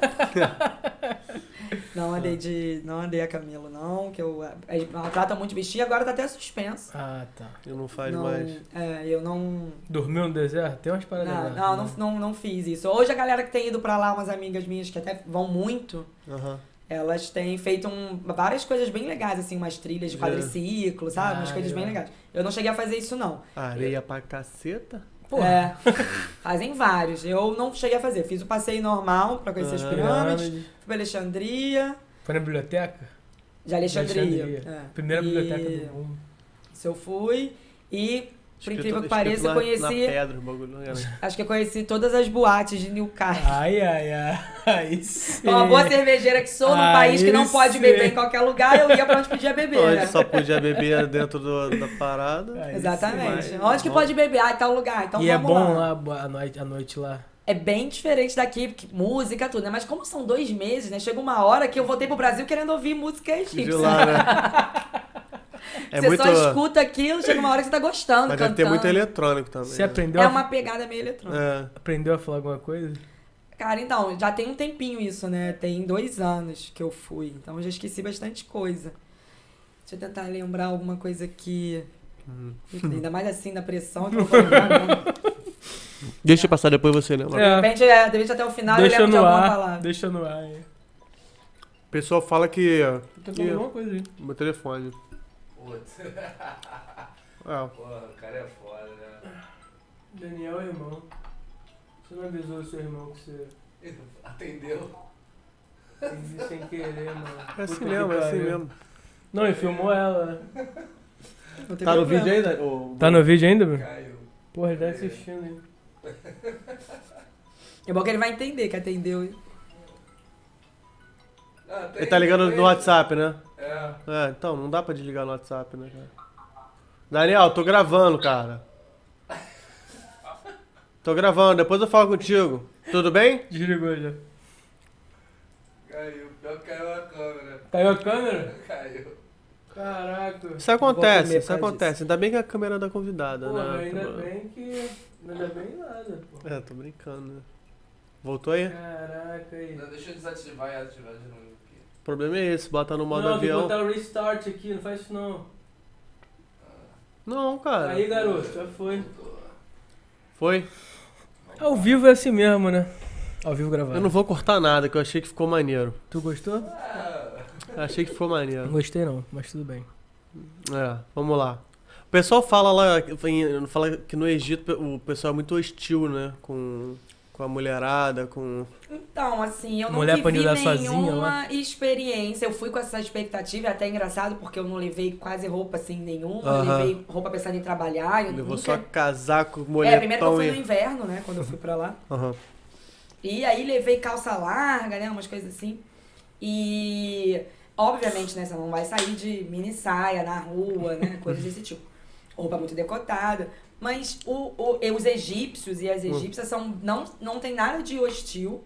[SPEAKER 4] não andei de. Não andei a camelo, não, que eu. Eles maltratam muito bichinho, agora tá até suspenso.
[SPEAKER 3] Ah, tá.
[SPEAKER 2] Eu não faz
[SPEAKER 4] não,
[SPEAKER 2] mais.
[SPEAKER 4] É, eu não.
[SPEAKER 3] Dormiu no deserto? Tem umas paradas
[SPEAKER 4] Não,
[SPEAKER 3] lá.
[SPEAKER 4] não, não, não, não fiz isso. Hoje a galera que tem ido pra lá, umas amigas minhas que até vão muito,
[SPEAKER 2] Aham.
[SPEAKER 4] elas têm feito um, várias coisas bem legais, assim, umas trilhas de
[SPEAKER 2] É.
[SPEAKER 4] quadriciclo, sabe? umas
[SPEAKER 3] Ah,
[SPEAKER 4] coisas bem
[SPEAKER 3] legal.
[SPEAKER 4] legais. Eu não cheguei a fazer isso, não.
[SPEAKER 2] Areia pra caceta?
[SPEAKER 3] Porra.
[SPEAKER 4] É, fazem vários. Eu não cheguei a fazer. Fiz o passeio normal pra conhecer as
[SPEAKER 2] Ah,
[SPEAKER 4] pirâmides.
[SPEAKER 3] Pirâmide.
[SPEAKER 4] Fui pra Alexandria.
[SPEAKER 3] Foi na biblioteca?
[SPEAKER 4] De Alexandria.
[SPEAKER 3] Alexandria.
[SPEAKER 4] É.
[SPEAKER 3] Primeira
[SPEAKER 4] E
[SPEAKER 3] biblioteca do mundo.
[SPEAKER 4] Isso eu fui. E, por
[SPEAKER 2] Escrito-
[SPEAKER 4] incrível que
[SPEAKER 2] escrito
[SPEAKER 4] pareça, eu
[SPEAKER 2] na-
[SPEAKER 4] conheci.
[SPEAKER 2] Na pedra, o bagulho. né?
[SPEAKER 4] Acho que eu conheci todas as boates de Newcastle.
[SPEAKER 3] Ai, ai, ai. Aí sim.
[SPEAKER 4] Uma boa cervejeira que sou, num
[SPEAKER 3] Aí
[SPEAKER 4] país que não pode
[SPEAKER 3] sim.
[SPEAKER 4] beber em qualquer lugar, eu ia pra onde podia beber,
[SPEAKER 2] Onde
[SPEAKER 4] né?
[SPEAKER 2] só podia beber dentro do- da parada.
[SPEAKER 3] Aí
[SPEAKER 4] Exatamente.
[SPEAKER 2] sim.
[SPEAKER 4] Onde que pode beber? Ah, em tal lugar. Então
[SPEAKER 3] e é
[SPEAKER 4] vamos
[SPEAKER 3] bom
[SPEAKER 4] lá.
[SPEAKER 3] lá a noite, a noite lá.
[SPEAKER 4] É bem diferente daqui, porque música, tudo, né? Mas como são dois meses, né? Chega uma hora que eu voltei pro Brasil querendo ouvir música
[SPEAKER 2] De
[SPEAKER 4] egípcia.
[SPEAKER 2] lá, né? É
[SPEAKER 4] você
[SPEAKER 2] muito.
[SPEAKER 4] só escuta aquilo, chega uma hora que você tá gostando,
[SPEAKER 2] Mas deve
[SPEAKER 4] cantando.
[SPEAKER 2] ter muito eletrônico também.
[SPEAKER 3] Você
[SPEAKER 2] né?
[SPEAKER 3] aprendeu,
[SPEAKER 4] É
[SPEAKER 3] a...
[SPEAKER 4] uma pegada meio eletrônica.
[SPEAKER 2] É.
[SPEAKER 3] aprendeu a falar alguma coisa?
[SPEAKER 4] Cara, então, já tem um tempinho isso, né? Tem dois anos que eu fui. Então eu já esqueci bastante coisa. Deixa eu tentar lembrar alguma coisa que...
[SPEAKER 2] Hum.
[SPEAKER 4] Ainda mais assim, na pressão, que eu não vou lembrar nada.
[SPEAKER 2] Deixa eu passar depois você, né?
[SPEAKER 4] De repente, é, de repente até o final
[SPEAKER 3] Deixa
[SPEAKER 4] eu lembro de
[SPEAKER 3] no
[SPEAKER 4] alguma
[SPEAKER 3] ar.
[SPEAKER 4] palavra.
[SPEAKER 3] Deixa no ar. aí.
[SPEAKER 2] O pessoal fala que.
[SPEAKER 3] Tô
[SPEAKER 2] que
[SPEAKER 3] falando alguma coisa aí.
[SPEAKER 2] meu telefone.
[SPEAKER 5] Putz.
[SPEAKER 2] Ah,
[SPEAKER 5] Porra, o cara é foda, né?
[SPEAKER 3] Daniel é irmão. Você não avisou o seu irmão que você
[SPEAKER 5] Atendeu.
[SPEAKER 3] fez sem querer, mano.
[SPEAKER 2] é assim
[SPEAKER 3] Puta que
[SPEAKER 2] mesmo, é assim
[SPEAKER 3] pariu.
[SPEAKER 2] mesmo.
[SPEAKER 3] Não, e filmou ela, né?
[SPEAKER 4] Não tem
[SPEAKER 2] Tá no
[SPEAKER 4] problema.
[SPEAKER 2] vídeo aí, né? Ô,
[SPEAKER 3] Tá no vídeo ainda, meu?
[SPEAKER 5] Caiu.
[SPEAKER 3] Porra, ele tá assistindo aí.
[SPEAKER 4] É bom que ele vai entender que atendeu.
[SPEAKER 5] Ah, tem-
[SPEAKER 2] Ele tá ligando
[SPEAKER 5] tem-
[SPEAKER 2] no WhatsApp, né?
[SPEAKER 5] É.
[SPEAKER 2] É, então, não dá pra desligar no WhatsApp, né, cara? Daniel, tô gravando, cara. Tô gravando, depois eu falo contigo. Tudo bem?
[SPEAKER 3] Desligou já.
[SPEAKER 5] Caiu. Pior que caiu a câmera.
[SPEAKER 3] Caiu a câmera?
[SPEAKER 5] Caiu.
[SPEAKER 3] Caraca.
[SPEAKER 2] Isso acontece,
[SPEAKER 4] comer
[SPEAKER 2] isso
[SPEAKER 4] por causa
[SPEAKER 2] acontece. Ainda bem que a câmera é da convidada,
[SPEAKER 3] Porra,
[SPEAKER 2] né?
[SPEAKER 3] ainda bem que... Ainda bem nada, pô.
[SPEAKER 2] É, tô brincando, né? Voltou aí?
[SPEAKER 3] Caraca, aí.
[SPEAKER 5] Não, deixa eu desativar e ativar de novo aqui.
[SPEAKER 2] O problema é esse, bota no modo
[SPEAKER 3] Não, tem que
[SPEAKER 2] avião.
[SPEAKER 3] botar o restart aqui, não faz isso não.
[SPEAKER 2] Não, cara.
[SPEAKER 3] Aí, garoto, já foi.
[SPEAKER 2] Foi?
[SPEAKER 3] Ao vivo é assim mesmo, né? Ao vivo gravado.
[SPEAKER 2] Eu não vou cortar nada, que eu achei que ficou maneiro.
[SPEAKER 3] Tu gostou?
[SPEAKER 2] Eu achei que ficou maneiro.
[SPEAKER 3] Não gostei não, mas tudo bem.
[SPEAKER 2] É, vamos lá. O pessoal fala lá, em- fala que no Egito o pessoal é muito hostil, né? Com, com a mulherada, com...
[SPEAKER 4] Então, assim, eu não
[SPEAKER 3] Mulher pra
[SPEAKER 4] vivi
[SPEAKER 3] andar sozinha
[SPEAKER 4] nenhuma experiência. Eu fui com essa expectativa, é até engraçado, porque eu não levei quase roupa, assim, nenhuma. Eu
[SPEAKER 2] Aham.
[SPEAKER 4] levei roupa pensando em trabalhar. Eu
[SPEAKER 2] Levou
[SPEAKER 4] nunca...
[SPEAKER 2] só casaco,
[SPEAKER 4] É,
[SPEAKER 2] moletom
[SPEAKER 4] primeiro que eu fui no
[SPEAKER 2] e...
[SPEAKER 4] inverno, né, quando eu fui pra lá.
[SPEAKER 2] Aham.
[SPEAKER 4] E aí levei calça larga, né, umas coisas assim. E, obviamente, né, você não vai sair de mini saia na rua, né, coisas desse tipo. Roupa muito decotada. Mas o, o, e os egípcios e as egípcias são, não, não tem nada de hostil.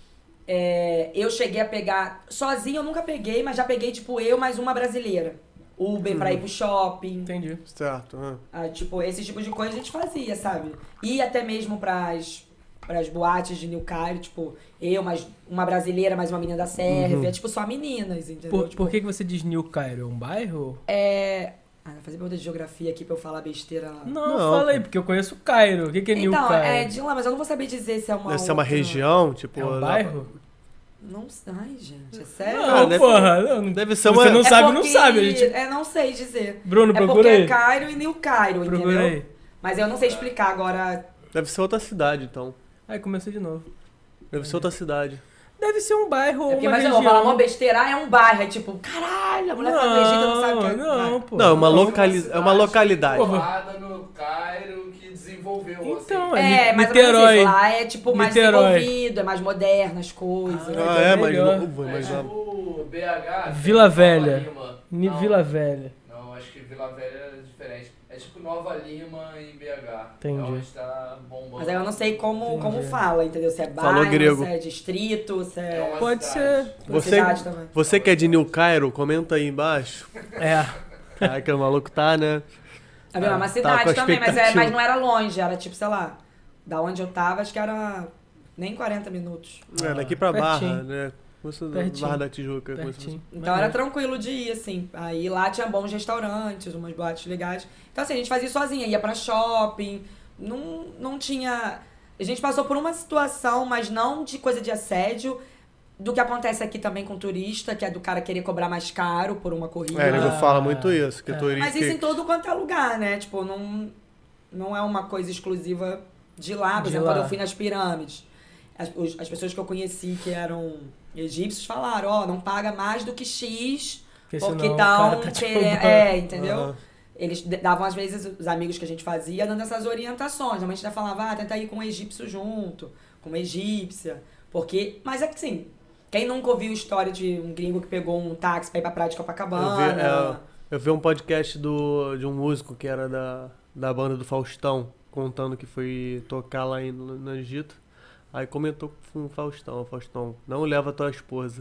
[SPEAKER 4] É, eu cheguei a pegar, sozinha eu nunca peguei, mas já peguei, tipo, eu mais uma brasileira. Uber pra ir pro shopping.
[SPEAKER 3] Entendi.
[SPEAKER 2] Certo. aham.
[SPEAKER 4] Ah, tipo, esse tipo de coisa a gente fazia, sabe? E até mesmo pras, pras boates de New Cairo, tipo, eu, mais uma brasileira, mais uma menina da Sérvia, tipo, só meninas, entendeu?
[SPEAKER 3] Por,
[SPEAKER 4] tipo,
[SPEAKER 3] por que, que você diz New Cairo? É um bairro?
[SPEAKER 4] É... Ah, vou fazer pergunta de geografia aqui pra eu falar besteira lá.
[SPEAKER 3] Não,
[SPEAKER 2] Não.
[SPEAKER 3] fala aí, porque eu conheço Cairo. O que, que é New
[SPEAKER 4] Então,
[SPEAKER 3] Cairo?
[SPEAKER 4] é de lá, mas eu não vou saber dizer se é uma
[SPEAKER 2] Deve ser uma
[SPEAKER 4] outra-
[SPEAKER 2] região, tipo...
[SPEAKER 3] É um
[SPEAKER 2] lá-
[SPEAKER 3] bairro?
[SPEAKER 4] Não sei, ai, gente, é sério?
[SPEAKER 3] Não,
[SPEAKER 2] Ah, deve-
[SPEAKER 3] porra. Não, não-
[SPEAKER 2] Deve ser
[SPEAKER 3] você
[SPEAKER 2] uma...
[SPEAKER 3] não
[SPEAKER 4] É
[SPEAKER 3] sabe, não
[SPEAKER 4] porque-
[SPEAKER 3] sabe. A gente...
[SPEAKER 4] É, não sei dizer.
[SPEAKER 3] Bruno,
[SPEAKER 4] É
[SPEAKER 3] procura
[SPEAKER 4] porque
[SPEAKER 3] aí.
[SPEAKER 4] é Cairo e New Cairo,
[SPEAKER 3] Procura
[SPEAKER 4] entendeu?
[SPEAKER 3] aí.
[SPEAKER 4] Mas eu não sei explicar agora.
[SPEAKER 2] Deve ser outra cidade, então.
[SPEAKER 3] Aí começou de novo.
[SPEAKER 2] Deve ser outra cidade.
[SPEAKER 3] Deve ser um bairro
[SPEAKER 4] É
[SPEAKER 3] ou
[SPEAKER 4] porque,
[SPEAKER 3] uma
[SPEAKER 4] mas eu
[SPEAKER 3] região.
[SPEAKER 4] vou falar uma besteira, ah, é um bairro, é tipo, caralho, a mulher tá no Egito, não sabe o que é.
[SPEAKER 3] Não,
[SPEAKER 4] Vai.
[SPEAKER 3] pô.
[SPEAKER 2] Não, é uma,
[SPEAKER 3] Não.
[SPEAKER 2] locali... é uma localidade.
[SPEAKER 3] Pô,
[SPEAKER 5] Porrada no Cairo que desenvolveu,
[SPEAKER 3] Então,
[SPEAKER 5] assim.
[SPEAKER 3] é,
[SPEAKER 4] É,
[SPEAKER 3] Ni-
[SPEAKER 4] mais ou menos
[SPEAKER 3] Niterói.
[SPEAKER 4] isso. Lá é tipo mais
[SPEAKER 3] Niterói.
[SPEAKER 4] desenvolvido, é mais moderno as coisas.
[SPEAKER 3] Ah,
[SPEAKER 2] Ah,
[SPEAKER 3] então
[SPEAKER 2] é,
[SPEAKER 3] é
[SPEAKER 2] mas
[SPEAKER 3] melhor.
[SPEAKER 2] novo,
[SPEAKER 5] É
[SPEAKER 2] mas...
[SPEAKER 5] tipo B H.
[SPEAKER 3] Vila
[SPEAKER 5] Nova
[SPEAKER 3] Velha.
[SPEAKER 5] Lima.
[SPEAKER 3] Ni-
[SPEAKER 5] Não,
[SPEAKER 3] Vila Velha.
[SPEAKER 5] Não, acho que Vila Velha é diferente. É tipo Nova Lima em B H.
[SPEAKER 3] Entendi.
[SPEAKER 5] É onde tá bombando.
[SPEAKER 4] Mas aí eu não sei como,
[SPEAKER 3] Entendi.
[SPEAKER 4] como fala, entendeu? Se é
[SPEAKER 2] Falou
[SPEAKER 4] bairro,
[SPEAKER 2] grego.
[SPEAKER 4] se é distrito, se
[SPEAKER 5] É
[SPEAKER 4] é
[SPEAKER 5] uma
[SPEAKER 3] Pode
[SPEAKER 5] cidade.
[SPEAKER 3] ser.
[SPEAKER 2] Você,
[SPEAKER 4] cidade também.
[SPEAKER 2] você que é de New Cairo, comenta aí embaixo.
[SPEAKER 3] É.
[SPEAKER 2] Caraca, o maluco tá, né?
[SPEAKER 4] É uma
[SPEAKER 2] Tá
[SPEAKER 4] cidade
[SPEAKER 2] com a
[SPEAKER 4] também, mas, é,
[SPEAKER 2] expectativa.
[SPEAKER 4] mas não era longe, era tipo, sei lá, da onde eu tava, acho que era nem quarenta minutos.
[SPEAKER 2] É, daqui pra
[SPEAKER 3] Pertinho.
[SPEAKER 2] Barra, né? Como se-
[SPEAKER 3] Pertinho.
[SPEAKER 2] Barra da Tijuca. como se
[SPEAKER 3] Pertinho.
[SPEAKER 4] Então era tranquilo de ir, assim. Aí lá tinha bons restaurantes, umas boates legais. Então, assim, a gente fazia sozinha, ia pra shopping, não, não tinha... A gente passou por uma situação, mas não de coisa de assédio, do que acontece aqui também com turista, que é do cara querer cobrar mais caro por uma corrida.
[SPEAKER 2] É, nego
[SPEAKER 3] Ah,
[SPEAKER 2] fala muito isso, que
[SPEAKER 3] é.
[SPEAKER 2] turista...
[SPEAKER 4] Mas isso em todo quanto é lugar, né? Tipo, não, não é uma coisa exclusiva de lá. Por
[SPEAKER 3] De
[SPEAKER 4] exemplo,
[SPEAKER 3] lá.
[SPEAKER 4] quando eu fui nas pirâmides, as, os- as pessoas que eu conheci que eram egípcios falaram, ó, não paga mais do que X,
[SPEAKER 3] Porque
[SPEAKER 4] porque
[SPEAKER 3] senão o cara
[SPEAKER 4] estão
[SPEAKER 3] tá te
[SPEAKER 4] querendo...
[SPEAKER 3] roubando.
[SPEAKER 4] É, entendeu?
[SPEAKER 2] Aham.
[SPEAKER 4] Eles d- davam, às vezes, os amigos que a gente fazia, dando essas orientações. Normalmente ainda falava, ah, tenta ir com um egípcio junto, com uma egípcia. Porque... Mas é que, sim, quem nunca ouviu história de um gringo que pegou um táxi pra ir pra praia de
[SPEAKER 2] Eu
[SPEAKER 4] Copacabana?
[SPEAKER 2] vi, é, eu vi um podcast do, de um músico que era da, da banda do Faustão, contando que foi tocar lá em- no, no Egito. Aí comentou com o Faustão, o Faustão, não leva tua esposa.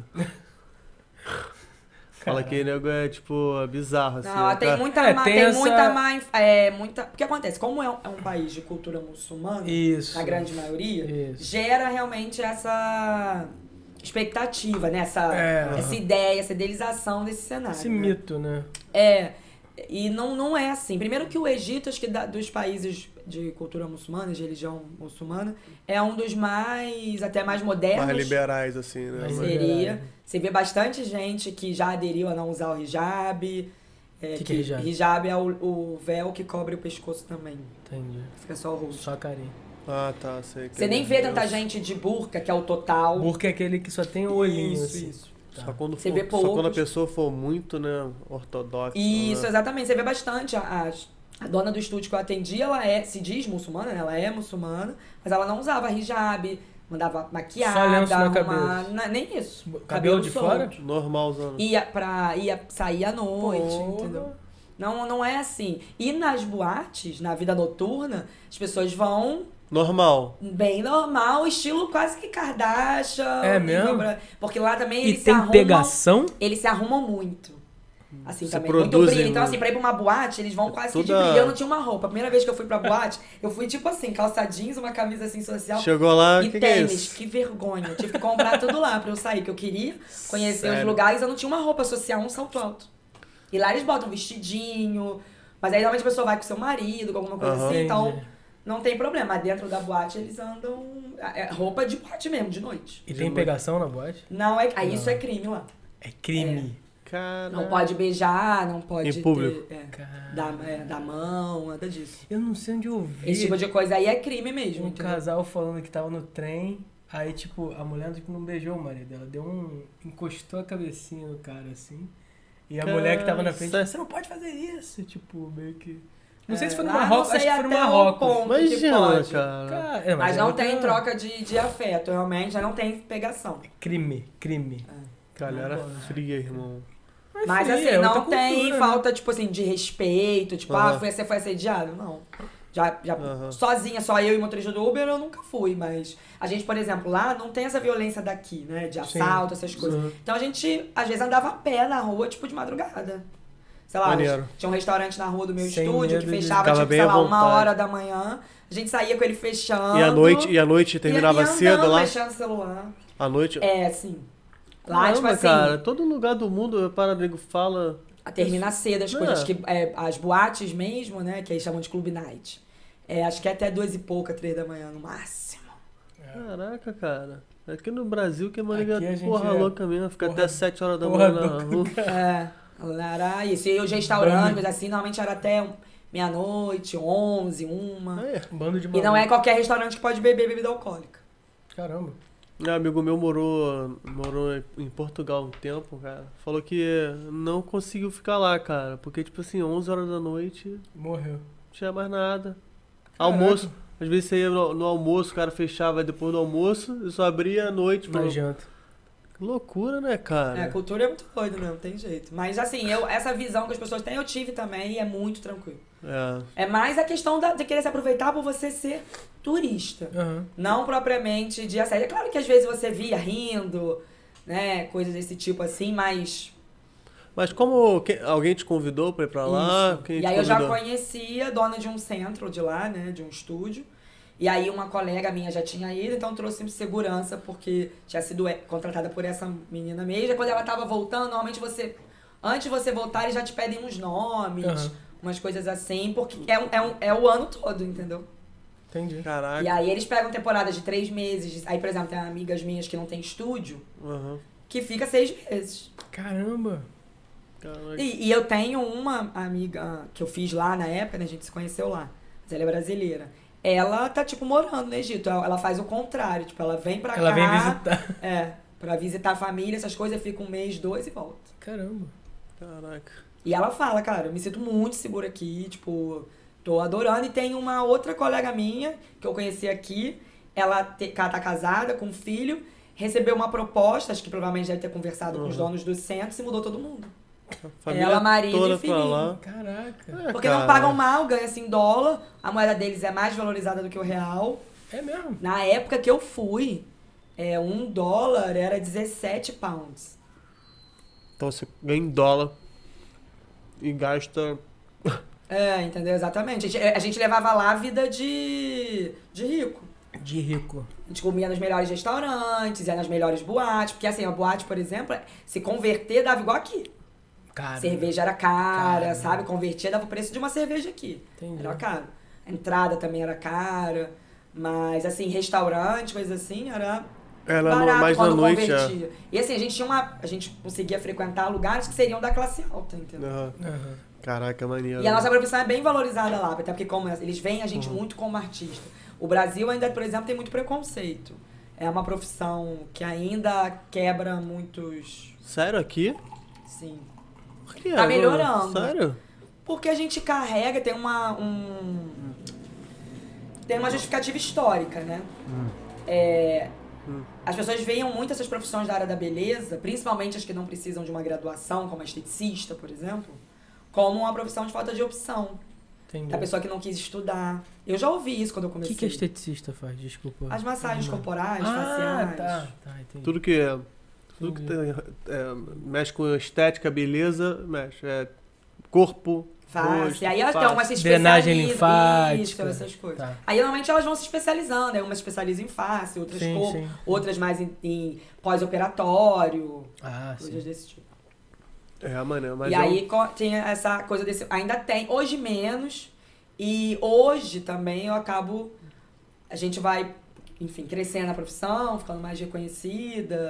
[SPEAKER 2] Fala que nego é, tipo, bizarro, assim.
[SPEAKER 4] Não,
[SPEAKER 2] o
[SPEAKER 4] tem
[SPEAKER 2] cara-
[SPEAKER 4] muita
[SPEAKER 3] É,
[SPEAKER 4] má,
[SPEAKER 3] tem
[SPEAKER 4] tem,
[SPEAKER 3] essa-
[SPEAKER 4] muita má, inf- é, muita, o que acontece? Como é um, é um país de cultura muçulmana,
[SPEAKER 3] Isso.
[SPEAKER 4] na grande maioria,
[SPEAKER 3] Isso.
[SPEAKER 4] gera realmente essa expectativa, né? Essa,
[SPEAKER 3] É.
[SPEAKER 4] essa ideia, essa idealização desse cenário.
[SPEAKER 3] Esse
[SPEAKER 4] né?
[SPEAKER 3] mito, né?
[SPEAKER 4] É, e não, não é assim. Primeiro que o Egito, acho que da- dos países de cultura muçulmana, de religião muçulmana, é um dos mais, até mais modernos.
[SPEAKER 2] Mais liberais, assim, né?
[SPEAKER 3] Mais
[SPEAKER 2] Mas-
[SPEAKER 3] liberais.
[SPEAKER 4] Seria. Você vê bastante gente que já aderiu a não usar o hijab. É,
[SPEAKER 3] Que que é hijab?
[SPEAKER 4] hijab é o, o véu que cobre o pescoço também.
[SPEAKER 3] Entendi.
[SPEAKER 4] Fica só o rosto.
[SPEAKER 3] Só carinho.
[SPEAKER 2] Ah, tá, sei. que
[SPEAKER 4] Você nem vê
[SPEAKER 2] Deus.
[SPEAKER 4] tanta gente de burca, que é o total.
[SPEAKER 3] Burca é aquele que só tem o olhinho,
[SPEAKER 4] Isso,
[SPEAKER 3] assim.
[SPEAKER 4] isso.
[SPEAKER 3] Tá.
[SPEAKER 2] Só quando,
[SPEAKER 4] Você
[SPEAKER 2] for,
[SPEAKER 4] vê
[SPEAKER 2] só quando a
[SPEAKER 4] poucos.
[SPEAKER 2] pessoa for muito, né, ortodoxa.
[SPEAKER 4] Isso,
[SPEAKER 2] né?
[SPEAKER 4] exatamente. Você vê bastante. A, a, a dona do estúdio que eu atendi, ela é, se diz muçulmana, né? Ela é muçulmana, mas ela não usava hijab, mandava maquiada,
[SPEAKER 3] Só lenço na
[SPEAKER 4] arrumar-
[SPEAKER 3] cabeça.
[SPEAKER 4] na- nem isso.
[SPEAKER 3] Cabelo de
[SPEAKER 4] solto.
[SPEAKER 3] fora?
[SPEAKER 2] Normalzão.
[SPEAKER 4] Ia pra ia sair à noite,
[SPEAKER 3] Porra.
[SPEAKER 4] entendeu? Não, não é assim. E nas boates, na vida noturna, as pessoas vão
[SPEAKER 2] Normal.
[SPEAKER 4] bem normal, estilo quase que Kardashian.
[SPEAKER 3] É
[SPEAKER 4] nível
[SPEAKER 3] mesmo?
[SPEAKER 4] bra- Porque lá também
[SPEAKER 3] E
[SPEAKER 4] eles se
[SPEAKER 3] tem
[SPEAKER 4] arrumam.
[SPEAKER 3] pegação?
[SPEAKER 4] Eles se arrumam muito. Assim,
[SPEAKER 2] Se
[SPEAKER 4] também. Muito
[SPEAKER 2] produzem
[SPEAKER 4] brilho. Então,
[SPEAKER 2] muito.
[SPEAKER 4] assim, pra ir pra uma boate, eles vão quase que de
[SPEAKER 2] Toda-
[SPEAKER 4] brilho. Eu não tinha uma roupa. A primeira vez que eu fui pra boate, eu fui tipo assim, calça jeans, uma camisa assim social.
[SPEAKER 2] Chegou lá,
[SPEAKER 4] E
[SPEAKER 2] o que, que é
[SPEAKER 4] tênis,
[SPEAKER 2] isso?
[SPEAKER 4] que vergonha. Eu tive que comprar tudo lá pra eu sair, que eu queria conhecer os
[SPEAKER 2] Sério?
[SPEAKER 4] lugares. Eu não tinha uma roupa social, um salto alto. E lá eles botam vestidinho. Mas aí normalmente a pessoa vai com seu marido, com alguma coisa
[SPEAKER 2] Aham.
[SPEAKER 4] assim. Então
[SPEAKER 3] Entendi.
[SPEAKER 4] não tem problema. Mas dentro da boate eles andam. É roupa de boate mesmo, de noite.
[SPEAKER 3] E tem pegação na boate?
[SPEAKER 4] Não é. Aí
[SPEAKER 3] Não.
[SPEAKER 4] isso é crime lá.
[SPEAKER 3] É crime.
[SPEAKER 2] Cara...
[SPEAKER 4] Não pode beijar, não pode
[SPEAKER 2] Em público.
[SPEAKER 4] ter, é,
[SPEAKER 3] Cara,
[SPEAKER 4] dar, é, dar mão, nada disso.
[SPEAKER 3] eu não sei onde eu vi
[SPEAKER 4] Esse tipo de coisa aí é crime mesmo.
[SPEAKER 3] um
[SPEAKER 4] entendeu?
[SPEAKER 3] casal falando que tava no trem, aí, tipo, a mulher tipo, não beijou o marido dela, deu um... encostou a cabecinha no cara, assim, e a
[SPEAKER 2] Cara,
[SPEAKER 3] mulher que tava na frente,
[SPEAKER 2] sério?
[SPEAKER 3] você não pode fazer isso, tipo, meio que... Não sei
[SPEAKER 4] É,
[SPEAKER 3] se foi no
[SPEAKER 4] lá
[SPEAKER 3] Marrocos,
[SPEAKER 4] não
[SPEAKER 3] acho
[SPEAKER 4] sei
[SPEAKER 3] que foi no
[SPEAKER 4] até o
[SPEAKER 3] Marrocos.
[SPEAKER 4] ponto que
[SPEAKER 2] Imagina,
[SPEAKER 4] pode.
[SPEAKER 2] cara.
[SPEAKER 3] Cara, é,
[SPEAKER 4] Mas
[SPEAKER 3] é
[SPEAKER 4] não
[SPEAKER 3] outra-
[SPEAKER 4] tem troca de, de afeto, realmente, já não tem pegação.
[SPEAKER 3] Crime, crime.
[SPEAKER 2] Galera
[SPEAKER 3] Não pode.
[SPEAKER 2] fria, irmão.
[SPEAKER 4] Mas
[SPEAKER 3] fria,
[SPEAKER 4] assim,
[SPEAKER 3] é outra
[SPEAKER 4] não tem
[SPEAKER 3] cultura, né?
[SPEAKER 4] falta, tipo assim, de respeito, tipo,
[SPEAKER 2] Aham.
[SPEAKER 4] ah, foi- você foi assediado? Não. Já, já
[SPEAKER 2] Aham.
[SPEAKER 4] sozinha, só eu e o motorista do Uber, eu nunca fui, mas a gente, por exemplo, lá não tem essa violência daqui, né, de
[SPEAKER 3] Sim.
[SPEAKER 4] assalto, essas coisas.
[SPEAKER 2] Uhum.
[SPEAKER 4] Então a gente, às vezes, andava a pé na rua, tipo, de madrugada. Sei lá,
[SPEAKER 2] Maneiro.
[SPEAKER 4] tinha um restaurante na rua do meu
[SPEAKER 3] Sem
[SPEAKER 4] estúdio que
[SPEAKER 3] medo de-
[SPEAKER 4] fechava,
[SPEAKER 2] Ficava
[SPEAKER 4] tipo,
[SPEAKER 2] bem
[SPEAKER 4] sei
[SPEAKER 2] à
[SPEAKER 4] lá, uma
[SPEAKER 2] vontade.
[SPEAKER 4] hora da manhã. A gente saía com ele fechando.
[SPEAKER 2] E à noite, e à noite terminava
[SPEAKER 4] ia- ia
[SPEAKER 2] cedo
[SPEAKER 4] andando,
[SPEAKER 2] lá?
[SPEAKER 4] mexendo no celular.
[SPEAKER 2] À noite?
[SPEAKER 4] É, sim. Lá,
[SPEAKER 2] Caramba,
[SPEAKER 4] tipo assim,
[SPEAKER 2] cara, todo lugar do mundo, o Paranego fala...
[SPEAKER 4] termina cedo as
[SPEAKER 2] É.
[SPEAKER 4] coisas. Que, é, as boates mesmo, né, que eles chamam de club night. É, acho que é até duas e pouca, três da manhã, no máximo.
[SPEAKER 2] Caraca, cara. Aqui no Brasil que é uma liga
[SPEAKER 3] Aqui a gente
[SPEAKER 2] porra
[SPEAKER 3] é
[SPEAKER 2] louca mesmo, fica
[SPEAKER 3] porra-
[SPEAKER 2] até sete horas da
[SPEAKER 3] porra
[SPEAKER 2] manhã na
[SPEAKER 3] louca.
[SPEAKER 2] rua.
[SPEAKER 4] É, era isso. E os restaurantes,
[SPEAKER 3] Bando.
[SPEAKER 4] coisa assim, normalmente era até um- meia-noite, onze, uma.
[SPEAKER 2] É.
[SPEAKER 3] Um bando de
[SPEAKER 4] E não é
[SPEAKER 3] maluco.
[SPEAKER 4] qualquer restaurante que pode beber bebida alcoólica.
[SPEAKER 3] Caramba.
[SPEAKER 2] Um amigo meu morou, morou em Portugal um tempo, cara. Falou que não conseguiu ficar lá, cara. Porque, tipo assim, onze horas da noite, não
[SPEAKER 3] Morreu.
[SPEAKER 2] tinha mais nada.
[SPEAKER 3] Caraca.
[SPEAKER 2] Almoço. Às vezes você ia no, no almoço, o cara fechava depois do almoço e só abria à noite.
[SPEAKER 3] Na
[SPEAKER 2] Pra...
[SPEAKER 3] janta.
[SPEAKER 2] Que loucura, né, cara?
[SPEAKER 4] É, a cultura é muito doida, né? Não tem jeito. Mas assim, eu, essa visão que as pessoas têm, eu tive também e é muito tranquilo.
[SPEAKER 2] É.
[SPEAKER 4] É mais a questão da- de querer se aproveitar por você ser turista.
[SPEAKER 3] Aham.
[SPEAKER 4] Não propriamente de assédio. É claro que às vezes você via rindo, né? Coisas desse tipo assim, mas.
[SPEAKER 2] Mas como que- alguém te convidou pra ir pra lá?
[SPEAKER 4] Isso.
[SPEAKER 2] Quem
[SPEAKER 4] E
[SPEAKER 2] te
[SPEAKER 4] aí eu já
[SPEAKER 2] convidou?
[SPEAKER 4] conhecia a dona de um centro de lá, né? De um estúdio. E aí uma colega minha já tinha ido, então trouxe segurança, porque tinha sido é, contratada por essa menina mesmo. E quando ela tava voltando, normalmente você. Antes de você voltar, eles já te pedem uns nomes,
[SPEAKER 3] Aham.
[SPEAKER 4] umas coisas assim, porque é, um, é, um, é o ano todo, entendeu?
[SPEAKER 3] Entendi.
[SPEAKER 2] Caraca.
[SPEAKER 4] E aí eles pegam temporadas de três meses. Aí, por exemplo, tem amigas minhas que não tem estúdio,
[SPEAKER 2] Aham.
[SPEAKER 4] que fica seis meses.
[SPEAKER 3] Caramba.
[SPEAKER 2] Caraca.
[SPEAKER 4] E, e eu tenho uma amiga que eu fiz lá na época, né? A gente se conheceu lá. Mas ela é brasileira. Ela tá, tipo, morando no Egito. Ela ela faz o contrário. Tipo, ela vem pra
[SPEAKER 3] Ela
[SPEAKER 4] cá.
[SPEAKER 3] vem visitar.
[SPEAKER 4] É, pra visitar a família, essas coisas. Fica um mês, dois e volta.
[SPEAKER 3] Caramba.
[SPEAKER 2] Caraca.
[SPEAKER 4] E ela fala, cara, eu me sinto muito segura aqui. Tipo, tô adorando. E tem uma outra colega minha, que eu conheci aqui. Ela, te, ela tá casada com um filho. Recebeu uma proposta, acho que provavelmente deve ter conversado com os
[SPEAKER 2] Uhum.
[SPEAKER 4] donos do centro. Se mudou todo mundo.
[SPEAKER 2] A família
[SPEAKER 4] Ela, marido
[SPEAKER 2] toda
[SPEAKER 4] e
[SPEAKER 2] pra
[SPEAKER 4] filhinho.
[SPEAKER 2] lá.
[SPEAKER 3] Caraca.
[SPEAKER 2] É,
[SPEAKER 4] Porque
[SPEAKER 2] cara.
[SPEAKER 4] não pagam mal, ganha-se em dólar. A moeda deles é mais valorizada do que o real.
[SPEAKER 3] É mesmo?
[SPEAKER 4] Na época que eu fui, é, um dólar era dezessete pounds.
[SPEAKER 2] Então você ganha em dólar e gasta.
[SPEAKER 4] É, entendeu? Exatamente. A gente, a gente levava lá a vida de, de rico.
[SPEAKER 3] De rico.
[SPEAKER 4] A gente comia nos melhores restaurantes, ia nas melhores boates. Porque assim, a boate, por exemplo, se converter dava igual aqui.
[SPEAKER 3] Cara.
[SPEAKER 4] Cerveja era cara,
[SPEAKER 3] Cara.
[SPEAKER 4] sabe? Convertia dava o preço de uma cerveja aqui.
[SPEAKER 3] Entendi.
[SPEAKER 4] Era caro. A entrada também era cara. Mas, assim, restaurante, coisa assim, era
[SPEAKER 2] Ela no-
[SPEAKER 4] barato
[SPEAKER 2] mais na
[SPEAKER 4] quando
[SPEAKER 2] noite, é.
[SPEAKER 4] convertia. E assim, a gente tinha uma. A gente conseguia frequentar lugares que seriam da classe alta, entendeu?
[SPEAKER 2] Aham.
[SPEAKER 3] Aham.
[SPEAKER 2] Caraca, maneiro.
[SPEAKER 4] E a nossa profissão é bem valorizada lá, até porque como eles veem a gente
[SPEAKER 2] Uhum.
[SPEAKER 4] muito como artista. O Brasil ainda, por exemplo, tem muito preconceito. É uma profissão que ainda quebra muitos.
[SPEAKER 2] Sério aqui?
[SPEAKER 4] Sim.
[SPEAKER 2] Por quê?
[SPEAKER 4] Tá melhorando.
[SPEAKER 2] Sério?
[SPEAKER 4] Porque a gente carrega, tem uma. Um, tem uma justificativa histórica, né? É,
[SPEAKER 2] Hum.
[SPEAKER 4] as pessoas veem muito essas profissões da área da beleza, principalmente as que não precisam de uma graduação, como a esteticista, por exemplo, como uma profissão de falta de opção.
[SPEAKER 3] Entendi.
[SPEAKER 4] Da pessoa que não quis estudar. Eu já ouvi isso quando eu
[SPEAKER 3] O
[SPEAKER 4] comecei.
[SPEAKER 3] que, que a esteticista faz? Desculpa.
[SPEAKER 4] As massagens
[SPEAKER 3] Não.
[SPEAKER 4] corporais,
[SPEAKER 3] Ah,
[SPEAKER 4] faciais.
[SPEAKER 3] tá. Tá, entendi.
[SPEAKER 2] Tudo que é. Tudo que tem, é, mexe com estética, beleza, mexe. É, corpo.
[SPEAKER 4] Face.
[SPEAKER 2] rosto,
[SPEAKER 4] Aí elas
[SPEAKER 2] face.
[SPEAKER 4] têm umas se
[SPEAKER 3] Drenagem
[SPEAKER 4] especializam-
[SPEAKER 3] linfática.
[SPEAKER 4] Isso, essas coisas.
[SPEAKER 3] Tá.
[SPEAKER 4] Aí normalmente elas vão se especializando. Aí umas especializam em face, outras
[SPEAKER 3] Sim,
[SPEAKER 4] corpo,
[SPEAKER 3] sim.
[SPEAKER 4] outras mais em, em pós-operatório,
[SPEAKER 3] Ah,
[SPEAKER 4] coisas
[SPEAKER 3] sim.
[SPEAKER 4] desse tipo.
[SPEAKER 2] É, mano, mas
[SPEAKER 4] e
[SPEAKER 2] é um-
[SPEAKER 4] aí co- tem essa coisa desse. Ainda tem, hoje menos. E hoje também eu acabo. A gente vai, enfim, crescendo na profissão, ficando mais reconhecida.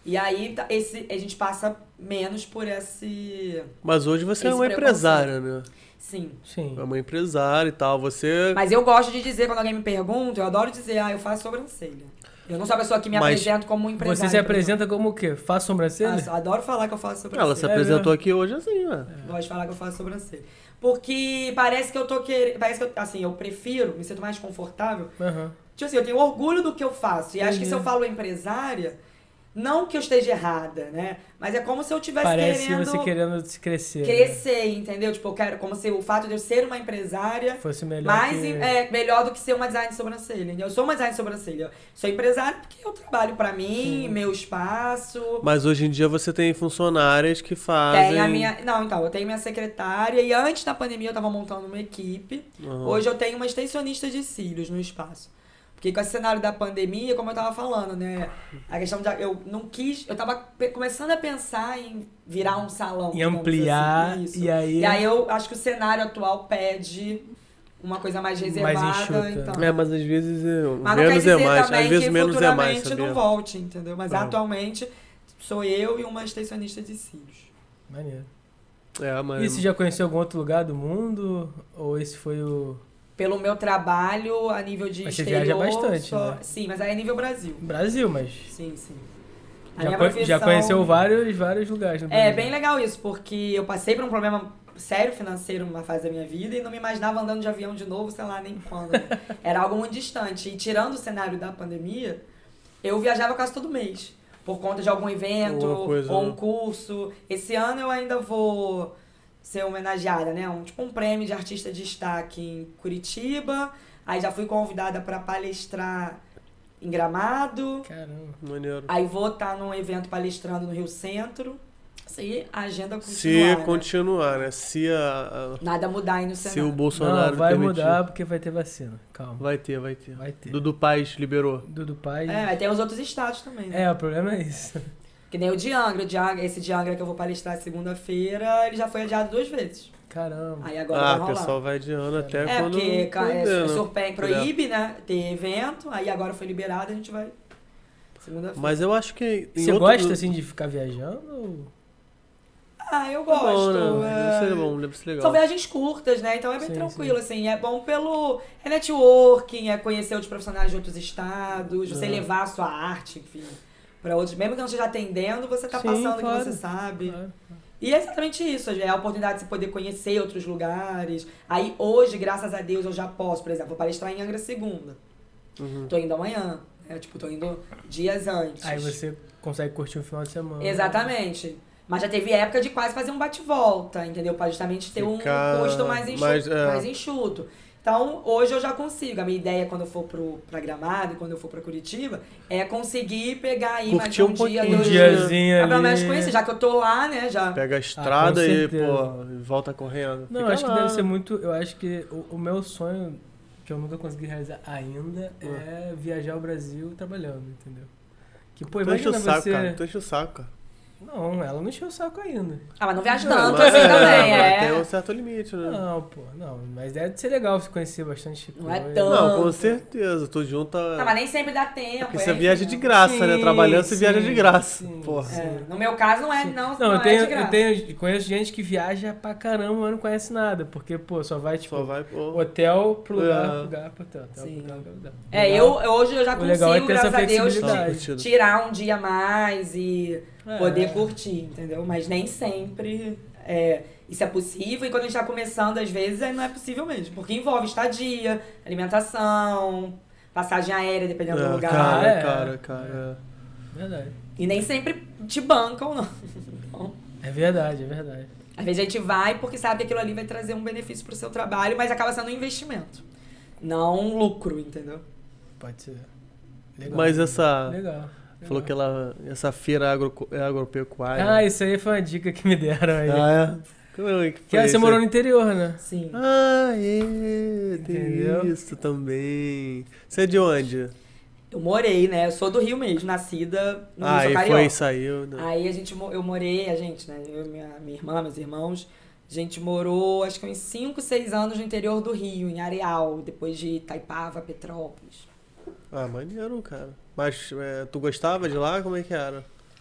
[SPEAKER 4] E aí tá- esse, a gente passa menos por esse...
[SPEAKER 2] Mas hoje você é
[SPEAKER 4] Esse
[SPEAKER 2] uma
[SPEAKER 4] preconceito.
[SPEAKER 2] empresária, né?
[SPEAKER 4] Sim.
[SPEAKER 3] Sim.
[SPEAKER 2] É uma empresária e tal. Você.
[SPEAKER 4] Mas eu gosto de dizer, quando alguém me pergunta, eu adoro dizer, ah, eu faço sobrancelha. Eu não sou a pessoa que me
[SPEAKER 2] Mas
[SPEAKER 4] apresento como um empresário.
[SPEAKER 3] Você se apresenta como o quê? Faz sobrancelha?
[SPEAKER 4] Faço, adoro falar que eu faço sobrancelha.
[SPEAKER 2] Ela se
[SPEAKER 3] É
[SPEAKER 2] apresentou
[SPEAKER 3] mesmo.
[SPEAKER 2] aqui hoje assim, né?
[SPEAKER 4] Gosto de falar que eu faço sobrancelha. Porque parece que eu tô querendo... Parece que eu, assim, eu prefiro, me sinto mais confortável.
[SPEAKER 3] Aham.
[SPEAKER 4] Tipo assim, eu tenho orgulho do que eu faço. E acho que
[SPEAKER 3] Entendi.
[SPEAKER 4] se eu falo empresária, não que eu esteja errada, né? Mas é como se eu tivesse
[SPEAKER 3] Parece
[SPEAKER 4] querendo
[SPEAKER 3] você querendo se crescer. né?
[SPEAKER 4] crescer, entendeu? Tipo, eu quero... Como se o fato de eu ser uma empresária...
[SPEAKER 3] Fosse melhor
[SPEAKER 4] mais
[SPEAKER 3] que...
[SPEAKER 4] em- é, melhor do que ser uma design de sobrancelha. Entendeu? Eu sou uma design de sobrancelha. Eu sou empresária porque eu trabalho pra mim,
[SPEAKER 3] Sim.
[SPEAKER 4] meu espaço.
[SPEAKER 2] Mas hoje em dia você tem funcionárias que fazem.
[SPEAKER 4] Tem a minha. Não, então, eu tenho minha secretária e antes da pandemia eu tava montando uma equipe.
[SPEAKER 2] Uhum.
[SPEAKER 4] Hoje eu tenho uma extensionista de cílios no espaço. Porque com esse cenário da pandemia, como eu tava falando, né? A questão de. Eu não quis. Eu tava pe- começando a pensar em virar um salão.
[SPEAKER 3] E
[SPEAKER 4] digamos
[SPEAKER 3] ampliar,
[SPEAKER 4] assim, isso.
[SPEAKER 3] e aí...
[SPEAKER 4] E aí eu acho que o cenário atual pede uma coisa mais reservada.
[SPEAKER 3] enxuta.
[SPEAKER 4] Então.
[SPEAKER 2] É, mas às vezes é...
[SPEAKER 4] Mas não quer
[SPEAKER 2] menos
[SPEAKER 4] dizer
[SPEAKER 2] é mais.
[SPEAKER 4] também
[SPEAKER 2] Às vezes
[SPEAKER 4] que
[SPEAKER 2] menos é mais,
[SPEAKER 4] futuramente
[SPEAKER 2] sabia?
[SPEAKER 4] não volte, entendeu? Mas
[SPEAKER 2] Não.
[SPEAKER 4] atualmente sou eu e uma extensionista de cílios.
[SPEAKER 3] Maneiro.
[SPEAKER 2] É, mas.
[SPEAKER 3] E você já conheceu algum outro lugar do mundo? Ou esse foi o...
[SPEAKER 4] Pelo meu trabalho a nível de
[SPEAKER 3] Mas você
[SPEAKER 4] exterior...
[SPEAKER 3] viaja bastante,
[SPEAKER 4] só-
[SPEAKER 3] né?
[SPEAKER 4] Sim, mas aí é nível Brasil.
[SPEAKER 3] Brasil, mas...
[SPEAKER 4] Sim, sim. A
[SPEAKER 3] Já,
[SPEAKER 4] minha
[SPEAKER 3] co- já
[SPEAKER 4] profissão-
[SPEAKER 3] conheceu vários, vários lugares no Brasil.
[SPEAKER 4] É bem legal isso, porque eu passei por um problema sério financeiro numa fase da minha vida e não me imaginava andando de avião de novo, sei lá, nem quando. Né? Era algo muito distante. E tirando o cenário da pandemia, eu viajava quase todo mês. Por conta de algum evento
[SPEAKER 2] Alguma coisa,
[SPEAKER 4] ou
[SPEAKER 2] né?
[SPEAKER 4] um curso. Esse ano eu ainda vou ser homenageada, né? Um, tipo um prêmio de artista de destaque em Curitiba. Aí já fui convidada para palestrar em Gramado.
[SPEAKER 3] Caramba.
[SPEAKER 2] Maneiro.
[SPEAKER 4] Aí vou estar num evento palestrando no Rio Centro. Se a agenda continuar.
[SPEAKER 2] Se
[SPEAKER 4] né?
[SPEAKER 2] continuar, né? Se a. a-
[SPEAKER 4] Nada mudar aí no
[SPEAKER 2] Se o
[SPEAKER 4] cenário.
[SPEAKER 2] Bolsonaro.
[SPEAKER 3] Não, vai
[SPEAKER 2] permitir.
[SPEAKER 3] mudar porque vai ter vacina. Calma.
[SPEAKER 2] Vai ter, vai ter.
[SPEAKER 3] Vai ter.
[SPEAKER 2] Dudu Paz liberou.
[SPEAKER 3] Dudu Paz...
[SPEAKER 4] É, mas tem os outros estados também, né?
[SPEAKER 3] É, o problema é isso.
[SPEAKER 4] Que nem o de Angra. O de Angra, esse de Angra que eu vou palestrar segunda-feira, ele já foi adiado duas vezes.
[SPEAKER 3] Caramba.
[SPEAKER 4] Aí agora
[SPEAKER 2] Ah,
[SPEAKER 4] vai
[SPEAKER 2] o
[SPEAKER 4] rolar.
[SPEAKER 2] pessoal vai adiando até
[SPEAKER 4] É,
[SPEAKER 2] quando.
[SPEAKER 4] porque ca- é,
[SPEAKER 2] puder,
[SPEAKER 4] o
[SPEAKER 2] né?
[SPEAKER 4] Surpen proíbe, né? Ter evento, aí agora foi liberado, a gente vai segunda-feira.
[SPEAKER 2] Mas eu acho que. em
[SPEAKER 3] Você
[SPEAKER 2] outro-
[SPEAKER 3] gosta, assim, de ficar viajando? Ou...
[SPEAKER 4] Ah, eu
[SPEAKER 2] Tá bom,
[SPEAKER 4] gosto.
[SPEAKER 2] né?
[SPEAKER 4] é.
[SPEAKER 2] Deve ser bom, deve ser legal.
[SPEAKER 4] São viagens curtas, né? Então é bem
[SPEAKER 3] Sim,
[SPEAKER 4] tranquilo, assim. É bom pelo... É networking, é conhecer outros profissionais de outros estados, você
[SPEAKER 2] É.
[SPEAKER 4] levar a sua arte, enfim, pra outros. Mesmo que não esteja atendendo, você tá
[SPEAKER 3] Sim,
[SPEAKER 4] passando o
[SPEAKER 3] claro.
[SPEAKER 4] que você sabe.
[SPEAKER 3] Claro.
[SPEAKER 4] E é exatamente isso, é a oportunidade de você poder conhecer outros lugares. Aí hoje, graças a Deus, eu já posso, por exemplo, vou palestrar em Angra segunda.
[SPEAKER 2] Uhum.
[SPEAKER 4] Tô indo amanhã, né? Tipo, tô indo dias antes.
[SPEAKER 3] Aí você consegue curtir o final de semana.
[SPEAKER 4] Exatamente. Mas já teve época de quase fazer um bate-volta, entendeu? Pra justamente ter
[SPEAKER 2] Ficar
[SPEAKER 4] um custo mais enxuto,
[SPEAKER 2] mais, é.
[SPEAKER 4] mais enxuto. Então, hoje eu já consigo. A minha ideia quando eu for pro, pra Gramado e quando eu for pra Curitiba é conseguir pegar aí
[SPEAKER 2] Curtir
[SPEAKER 4] mais um,
[SPEAKER 2] um
[SPEAKER 4] dia,
[SPEAKER 2] pouquinho.
[SPEAKER 4] dois
[SPEAKER 3] Um
[SPEAKER 4] dias.
[SPEAKER 3] diazinho
[SPEAKER 4] Pra pelo menos
[SPEAKER 3] ali.
[SPEAKER 4] conhecer, já que eu tô lá, né? Já.
[SPEAKER 2] Pega a estrada
[SPEAKER 3] com
[SPEAKER 2] e,
[SPEAKER 3] certeza.
[SPEAKER 2] pô, volta correndo.
[SPEAKER 3] Não,
[SPEAKER 2] Fica
[SPEAKER 3] acho que
[SPEAKER 2] lá.
[SPEAKER 3] deve ser muito... Eu acho que o, o meu sonho, que eu nunca consegui realizar ainda, é viajar o Brasil trabalhando, entendeu? Que, pô,
[SPEAKER 2] Tu enche
[SPEAKER 3] imagina
[SPEAKER 2] o saco,
[SPEAKER 3] você...
[SPEAKER 2] cara. Tu enche o saco, cara.
[SPEAKER 3] Não, ela não encheu o saco ainda.
[SPEAKER 4] Ah, mas não viaja
[SPEAKER 2] Não,
[SPEAKER 4] tanto
[SPEAKER 2] mas
[SPEAKER 4] assim
[SPEAKER 2] é,
[SPEAKER 4] também,
[SPEAKER 2] mas
[SPEAKER 4] é.
[SPEAKER 2] Tem um certo limite, né?
[SPEAKER 3] Não, pô, não. Mas deve ser legal você conhecer bastante
[SPEAKER 4] Não é
[SPEAKER 3] coisa.
[SPEAKER 4] tão-
[SPEAKER 2] Não, com
[SPEAKER 4] Tanto.
[SPEAKER 2] certeza. Tu junta.
[SPEAKER 4] Não, mas nem sempre dá tempo.
[SPEAKER 2] Porque
[SPEAKER 4] é,
[SPEAKER 2] você viaja
[SPEAKER 4] enfim,
[SPEAKER 2] de
[SPEAKER 4] né?
[SPEAKER 2] graça, né?
[SPEAKER 3] Sim,
[SPEAKER 2] Trabalhando, você viaja de
[SPEAKER 3] sim,
[SPEAKER 2] graça.
[SPEAKER 3] sim,
[SPEAKER 2] Porra.
[SPEAKER 3] sim.
[SPEAKER 4] É, no meu caso não é, não,
[SPEAKER 3] Não,
[SPEAKER 4] não
[SPEAKER 3] eu, tenho,
[SPEAKER 4] é de graça.
[SPEAKER 3] eu tenho, conheço gente que viaja pra caramba, mas não conhece nada. Porque, pô, só vai, tipo,
[SPEAKER 2] Só vai, pô.
[SPEAKER 3] hotel pro lugar,
[SPEAKER 2] É.
[SPEAKER 3] pro lugar, pro hotel. hotel,
[SPEAKER 4] Sim.
[SPEAKER 3] pro lugar, pro lugar.
[SPEAKER 4] É,
[SPEAKER 3] Legal.
[SPEAKER 4] eu, hoje eu já
[SPEAKER 3] O legal
[SPEAKER 4] consigo,
[SPEAKER 3] é ter essa
[SPEAKER 4] graças a Deus,
[SPEAKER 3] flexibilidade.
[SPEAKER 2] Curtido.
[SPEAKER 4] tirar um dia a mais e
[SPEAKER 3] É.
[SPEAKER 4] poder curtir, entendeu? Mas nem sempre é, isso é possível. E quando a gente tá começando, às vezes, aí não é possível mesmo. Porque envolve estadia, alimentação, passagem aérea, dependendo do
[SPEAKER 2] É,
[SPEAKER 4] lugar.
[SPEAKER 2] cara,
[SPEAKER 3] É.
[SPEAKER 2] cara, cara.
[SPEAKER 3] Verdade.
[SPEAKER 4] E nem sempre te bancam, não. Então,
[SPEAKER 3] É verdade, é verdade.
[SPEAKER 4] às vezes a gente vai porque sabe que aquilo ali vai trazer um benefício pro seu trabalho, mas acaba sendo um investimento. Não um lucro, entendeu?
[SPEAKER 3] Pode ser. Legal.
[SPEAKER 2] Mas essa.
[SPEAKER 3] Legal.
[SPEAKER 2] Falou que ela, essa feira agro, é agropecuária.
[SPEAKER 3] Ah, isso aí foi uma dica que me deram aí.
[SPEAKER 2] Ah, é? Como é que
[SPEAKER 3] que
[SPEAKER 2] foi
[SPEAKER 3] você
[SPEAKER 2] isso
[SPEAKER 3] morou
[SPEAKER 2] aí?
[SPEAKER 3] no interior, né?
[SPEAKER 4] Sim.
[SPEAKER 2] Ah, é, tem
[SPEAKER 3] Entendeu?
[SPEAKER 2] isso também. Você é de onde?
[SPEAKER 4] Eu morei, né? Eu sou do Rio mesmo, nascida no Rio,
[SPEAKER 2] Ah,
[SPEAKER 4] sou
[SPEAKER 2] e
[SPEAKER 4] carioca.
[SPEAKER 2] foi, saiu, né?
[SPEAKER 4] Aí a gente, mo- eu morei, a gente, né? Eu, minha, minha irmã, meus irmãos, a gente morou acho que uns cinco, seis anos no interior do Rio, em Areal, depois de Itaipava, Petrópolis.
[SPEAKER 2] Ah, maneiro, cara. Mas é, tu gostava de lá? Como é que era?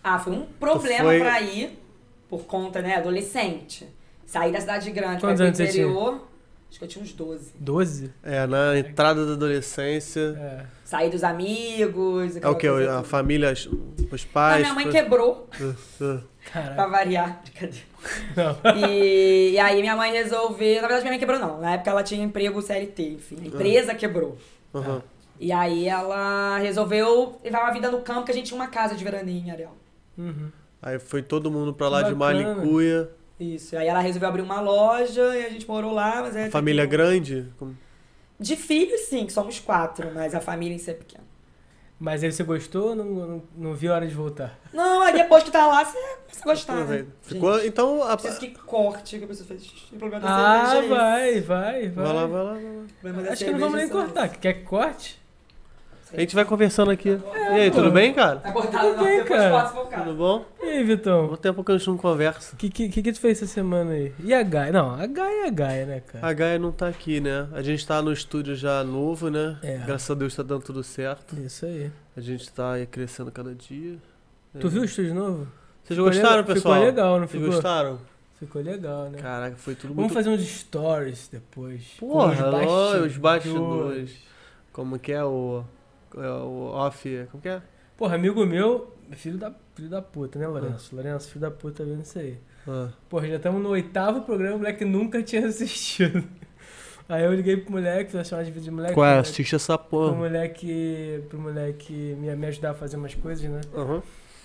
[SPEAKER 4] Ah, foi um problema
[SPEAKER 2] foi-
[SPEAKER 4] pra ir, por conta, né, adolescente. Sair da cidade grande
[SPEAKER 3] Quantos
[SPEAKER 4] pra ir
[SPEAKER 3] anos
[SPEAKER 4] pro
[SPEAKER 3] você tinha?
[SPEAKER 4] interior, acho que eu tinha uns doze.
[SPEAKER 3] doze?
[SPEAKER 2] É, na entrada da adolescência.
[SPEAKER 3] É.
[SPEAKER 4] Sair dos amigos,
[SPEAKER 2] É
[SPEAKER 4] aquela
[SPEAKER 2] o quê?
[SPEAKER 4] coisa
[SPEAKER 2] A
[SPEAKER 4] toda.
[SPEAKER 2] família, os os
[SPEAKER 4] Não,
[SPEAKER 2] pais.
[SPEAKER 4] minha mãe
[SPEAKER 2] foi-
[SPEAKER 4] quebrou,
[SPEAKER 2] Uh, uh.
[SPEAKER 4] pra
[SPEAKER 3] Caraca.
[SPEAKER 4] variar. Brincadeira.
[SPEAKER 3] Não.
[SPEAKER 4] E, e aí minha mãe resolveu... Na verdade, minha mãe quebrou não. Na época ela tinha emprego C L T, enfim. A empresa quebrou.
[SPEAKER 2] Uhum.
[SPEAKER 4] E aí ela resolveu levar uma vida no campo, que a gente tinha uma casa de veraninho em Areal.
[SPEAKER 3] Uhum.
[SPEAKER 2] Aí foi todo mundo pra lá
[SPEAKER 3] Que
[SPEAKER 2] de
[SPEAKER 3] bacana.
[SPEAKER 2] Malicuia.
[SPEAKER 4] Isso. Aí ela resolveu abrir uma loja e a gente morou lá, mas é...
[SPEAKER 2] Família grande. Como-
[SPEAKER 4] De filhos, sim, que somos quatro, mas a família em si é pequena.
[SPEAKER 3] Mas aí você gostou ou não, não, não viu a hora de voltar?
[SPEAKER 4] Não, aí depois que tá lá, você começa a gostar,
[SPEAKER 2] Ficou,
[SPEAKER 4] né?
[SPEAKER 2] Ficou,
[SPEAKER 4] Gente,
[SPEAKER 2] então. A...
[SPEAKER 4] preciso que corte, que a pessoa fez xixi. O problema da
[SPEAKER 3] Ah,
[SPEAKER 4] cerveja é esse.
[SPEAKER 3] vai, vai, vai.
[SPEAKER 2] Vai lá, vai lá, vai lá.
[SPEAKER 4] O problema da
[SPEAKER 3] Acho que não vamos nem
[SPEAKER 4] cerveja é só
[SPEAKER 3] cortar.
[SPEAKER 4] esse.
[SPEAKER 3] Quer que corte?
[SPEAKER 2] A gente vai conversando aqui. e aí,
[SPEAKER 3] pô.
[SPEAKER 2] tudo bem, cara?
[SPEAKER 4] Tá cortado,
[SPEAKER 3] Tudo
[SPEAKER 4] não,
[SPEAKER 3] bem,
[SPEAKER 4] depois
[SPEAKER 3] cara.
[SPEAKER 4] corta se for o caso.
[SPEAKER 2] Tudo bom?
[SPEAKER 3] E aí, Vitão?
[SPEAKER 2] Há tempo que a gente não conversa.
[SPEAKER 3] O que, que, que tu fez essa semana aí? E a Gaia? Não, a Gaia é a Gaia, né, cara?
[SPEAKER 2] A Gaia não tá aqui, né? A gente tá no estúdio já novo, né?
[SPEAKER 3] É.
[SPEAKER 2] Graças a Deus tá dando tudo certo.
[SPEAKER 3] Isso aí.
[SPEAKER 2] A gente tá aí crescendo cada dia.
[SPEAKER 3] Tu
[SPEAKER 2] É.
[SPEAKER 3] viu o estúdio novo?
[SPEAKER 2] Vocês
[SPEAKER 3] Ficou
[SPEAKER 2] gostaram,
[SPEAKER 3] legal-
[SPEAKER 2] pessoal?
[SPEAKER 3] Ficou legal, não
[SPEAKER 2] Vocês
[SPEAKER 3] ficou?
[SPEAKER 2] gostaram?
[SPEAKER 3] Ficou legal, né?
[SPEAKER 2] Caraca, foi tudo
[SPEAKER 3] Vamos
[SPEAKER 2] muito...
[SPEAKER 3] fazer uns stories depois. com
[SPEAKER 2] Porra,
[SPEAKER 3] os
[SPEAKER 2] ó, os bastidores. Como que é o... é o off... Como que é?
[SPEAKER 3] Porra, amigo meu, filho da, filho da puta, né, Lourenço? Lourenço, filho da puta, tá vendo isso aí.
[SPEAKER 2] Ah.
[SPEAKER 3] Porra, já estamos no oitavo programa, o moleque nunca tinha assistido. Aí eu liguei pro moleque, fiz chamar de vídeo de moleque.
[SPEAKER 2] Qual é?
[SPEAKER 3] moleque-
[SPEAKER 2] Assiste essa
[SPEAKER 3] Pro
[SPEAKER 2] porra.
[SPEAKER 3] moleque, pro moleque me, me ajudar a fazer umas coisas, né?
[SPEAKER 2] Aham.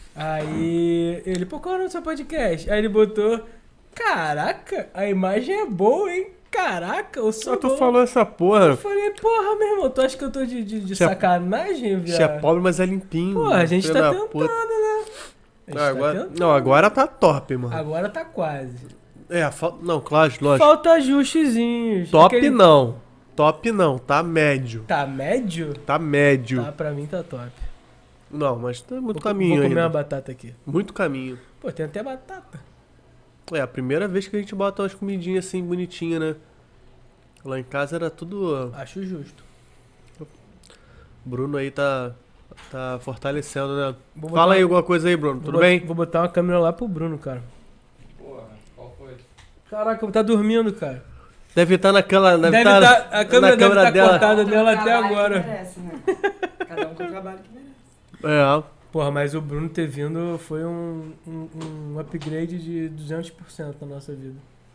[SPEAKER 3] Aí ele, pô, qual é o nome do seu podcast? Aí ele botou, caraca, a imagem é boa, hein? Caraca, eu sou
[SPEAKER 2] Só tu
[SPEAKER 3] bom.
[SPEAKER 2] falou essa porra.
[SPEAKER 3] Eu falei, porra, meu irmão, tu acha que eu tô de, de, de
[SPEAKER 2] Você é-
[SPEAKER 3] sacanagem,
[SPEAKER 2] Você é
[SPEAKER 3] viado?
[SPEAKER 2] pobre, mas é limpinho.
[SPEAKER 3] Pô, a gente
[SPEAKER 2] filho
[SPEAKER 3] tá
[SPEAKER 2] da
[SPEAKER 3] tentando,
[SPEAKER 2] puta.
[SPEAKER 3] A gente
[SPEAKER 2] Não,
[SPEAKER 3] tá
[SPEAKER 2] agora,
[SPEAKER 3] tentando.
[SPEAKER 2] não, agora tá top, mano.
[SPEAKER 3] Agora tá quase.
[SPEAKER 2] É, fa- não, claro, lógico.
[SPEAKER 3] Falta ajustezinhos.
[SPEAKER 2] Top
[SPEAKER 3] Aquele-
[SPEAKER 2] não. Top não, tá médio.
[SPEAKER 3] Tá médio?
[SPEAKER 2] Tá médio.
[SPEAKER 3] Tá, pra mim tá top.
[SPEAKER 2] Não, mas tem muito
[SPEAKER 3] Vou,
[SPEAKER 2] caminho
[SPEAKER 3] vou comer
[SPEAKER 2] ainda.
[SPEAKER 3] uma batata aqui.
[SPEAKER 2] Muito caminho.
[SPEAKER 3] Pô, tem até batata.
[SPEAKER 2] É a primeira vez que a gente bota umas comidinhas assim bonitinhas, né? Lá em casa era tudo.
[SPEAKER 3] Acho justo.
[SPEAKER 2] Bruno aí tá, tá fortalecendo, né?
[SPEAKER 3] Vou
[SPEAKER 2] Fala
[SPEAKER 3] botar-
[SPEAKER 2] aí alguma coisa aí, Bruno.
[SPEAKER 3] vou
[SPEAKER 2] Tudo
[SPEAKER 3] bot-
[SPEAKER 2] bem?
[SPEAKER 3] Vou botar uma câmera lá pro Bruno, cara.
[SPEAKER 5] Porra, qual foi?
[SPEAKER 3] Caraca, tá dormindo, cara.
[SPEAKER 2] Deve estar naquela. Deve,
[SPEAKER 3] Deve
[SPEAKER 2] tá
[SPEAKER 3] tá- a câmera
[SPEAKER 2] na
[SPEAKER 3] deve
[SPEAKER 2] câmera
[SPEAKER 3] tá
[SPEAKER 2] dela.
[SPEAKER 3] cortada dela até
[SPEAKER 4] Trabalho que
[SPEAKER 3] agora.
[SPEAKER 4] merece, né? Cada um com o trabalho que merece.
[SPEAKER 2] É.
[SPEAKER 3] Porra, mas o Bruno ter vindo foi um, um, um upgrade de duzentos por cento na nossa vida.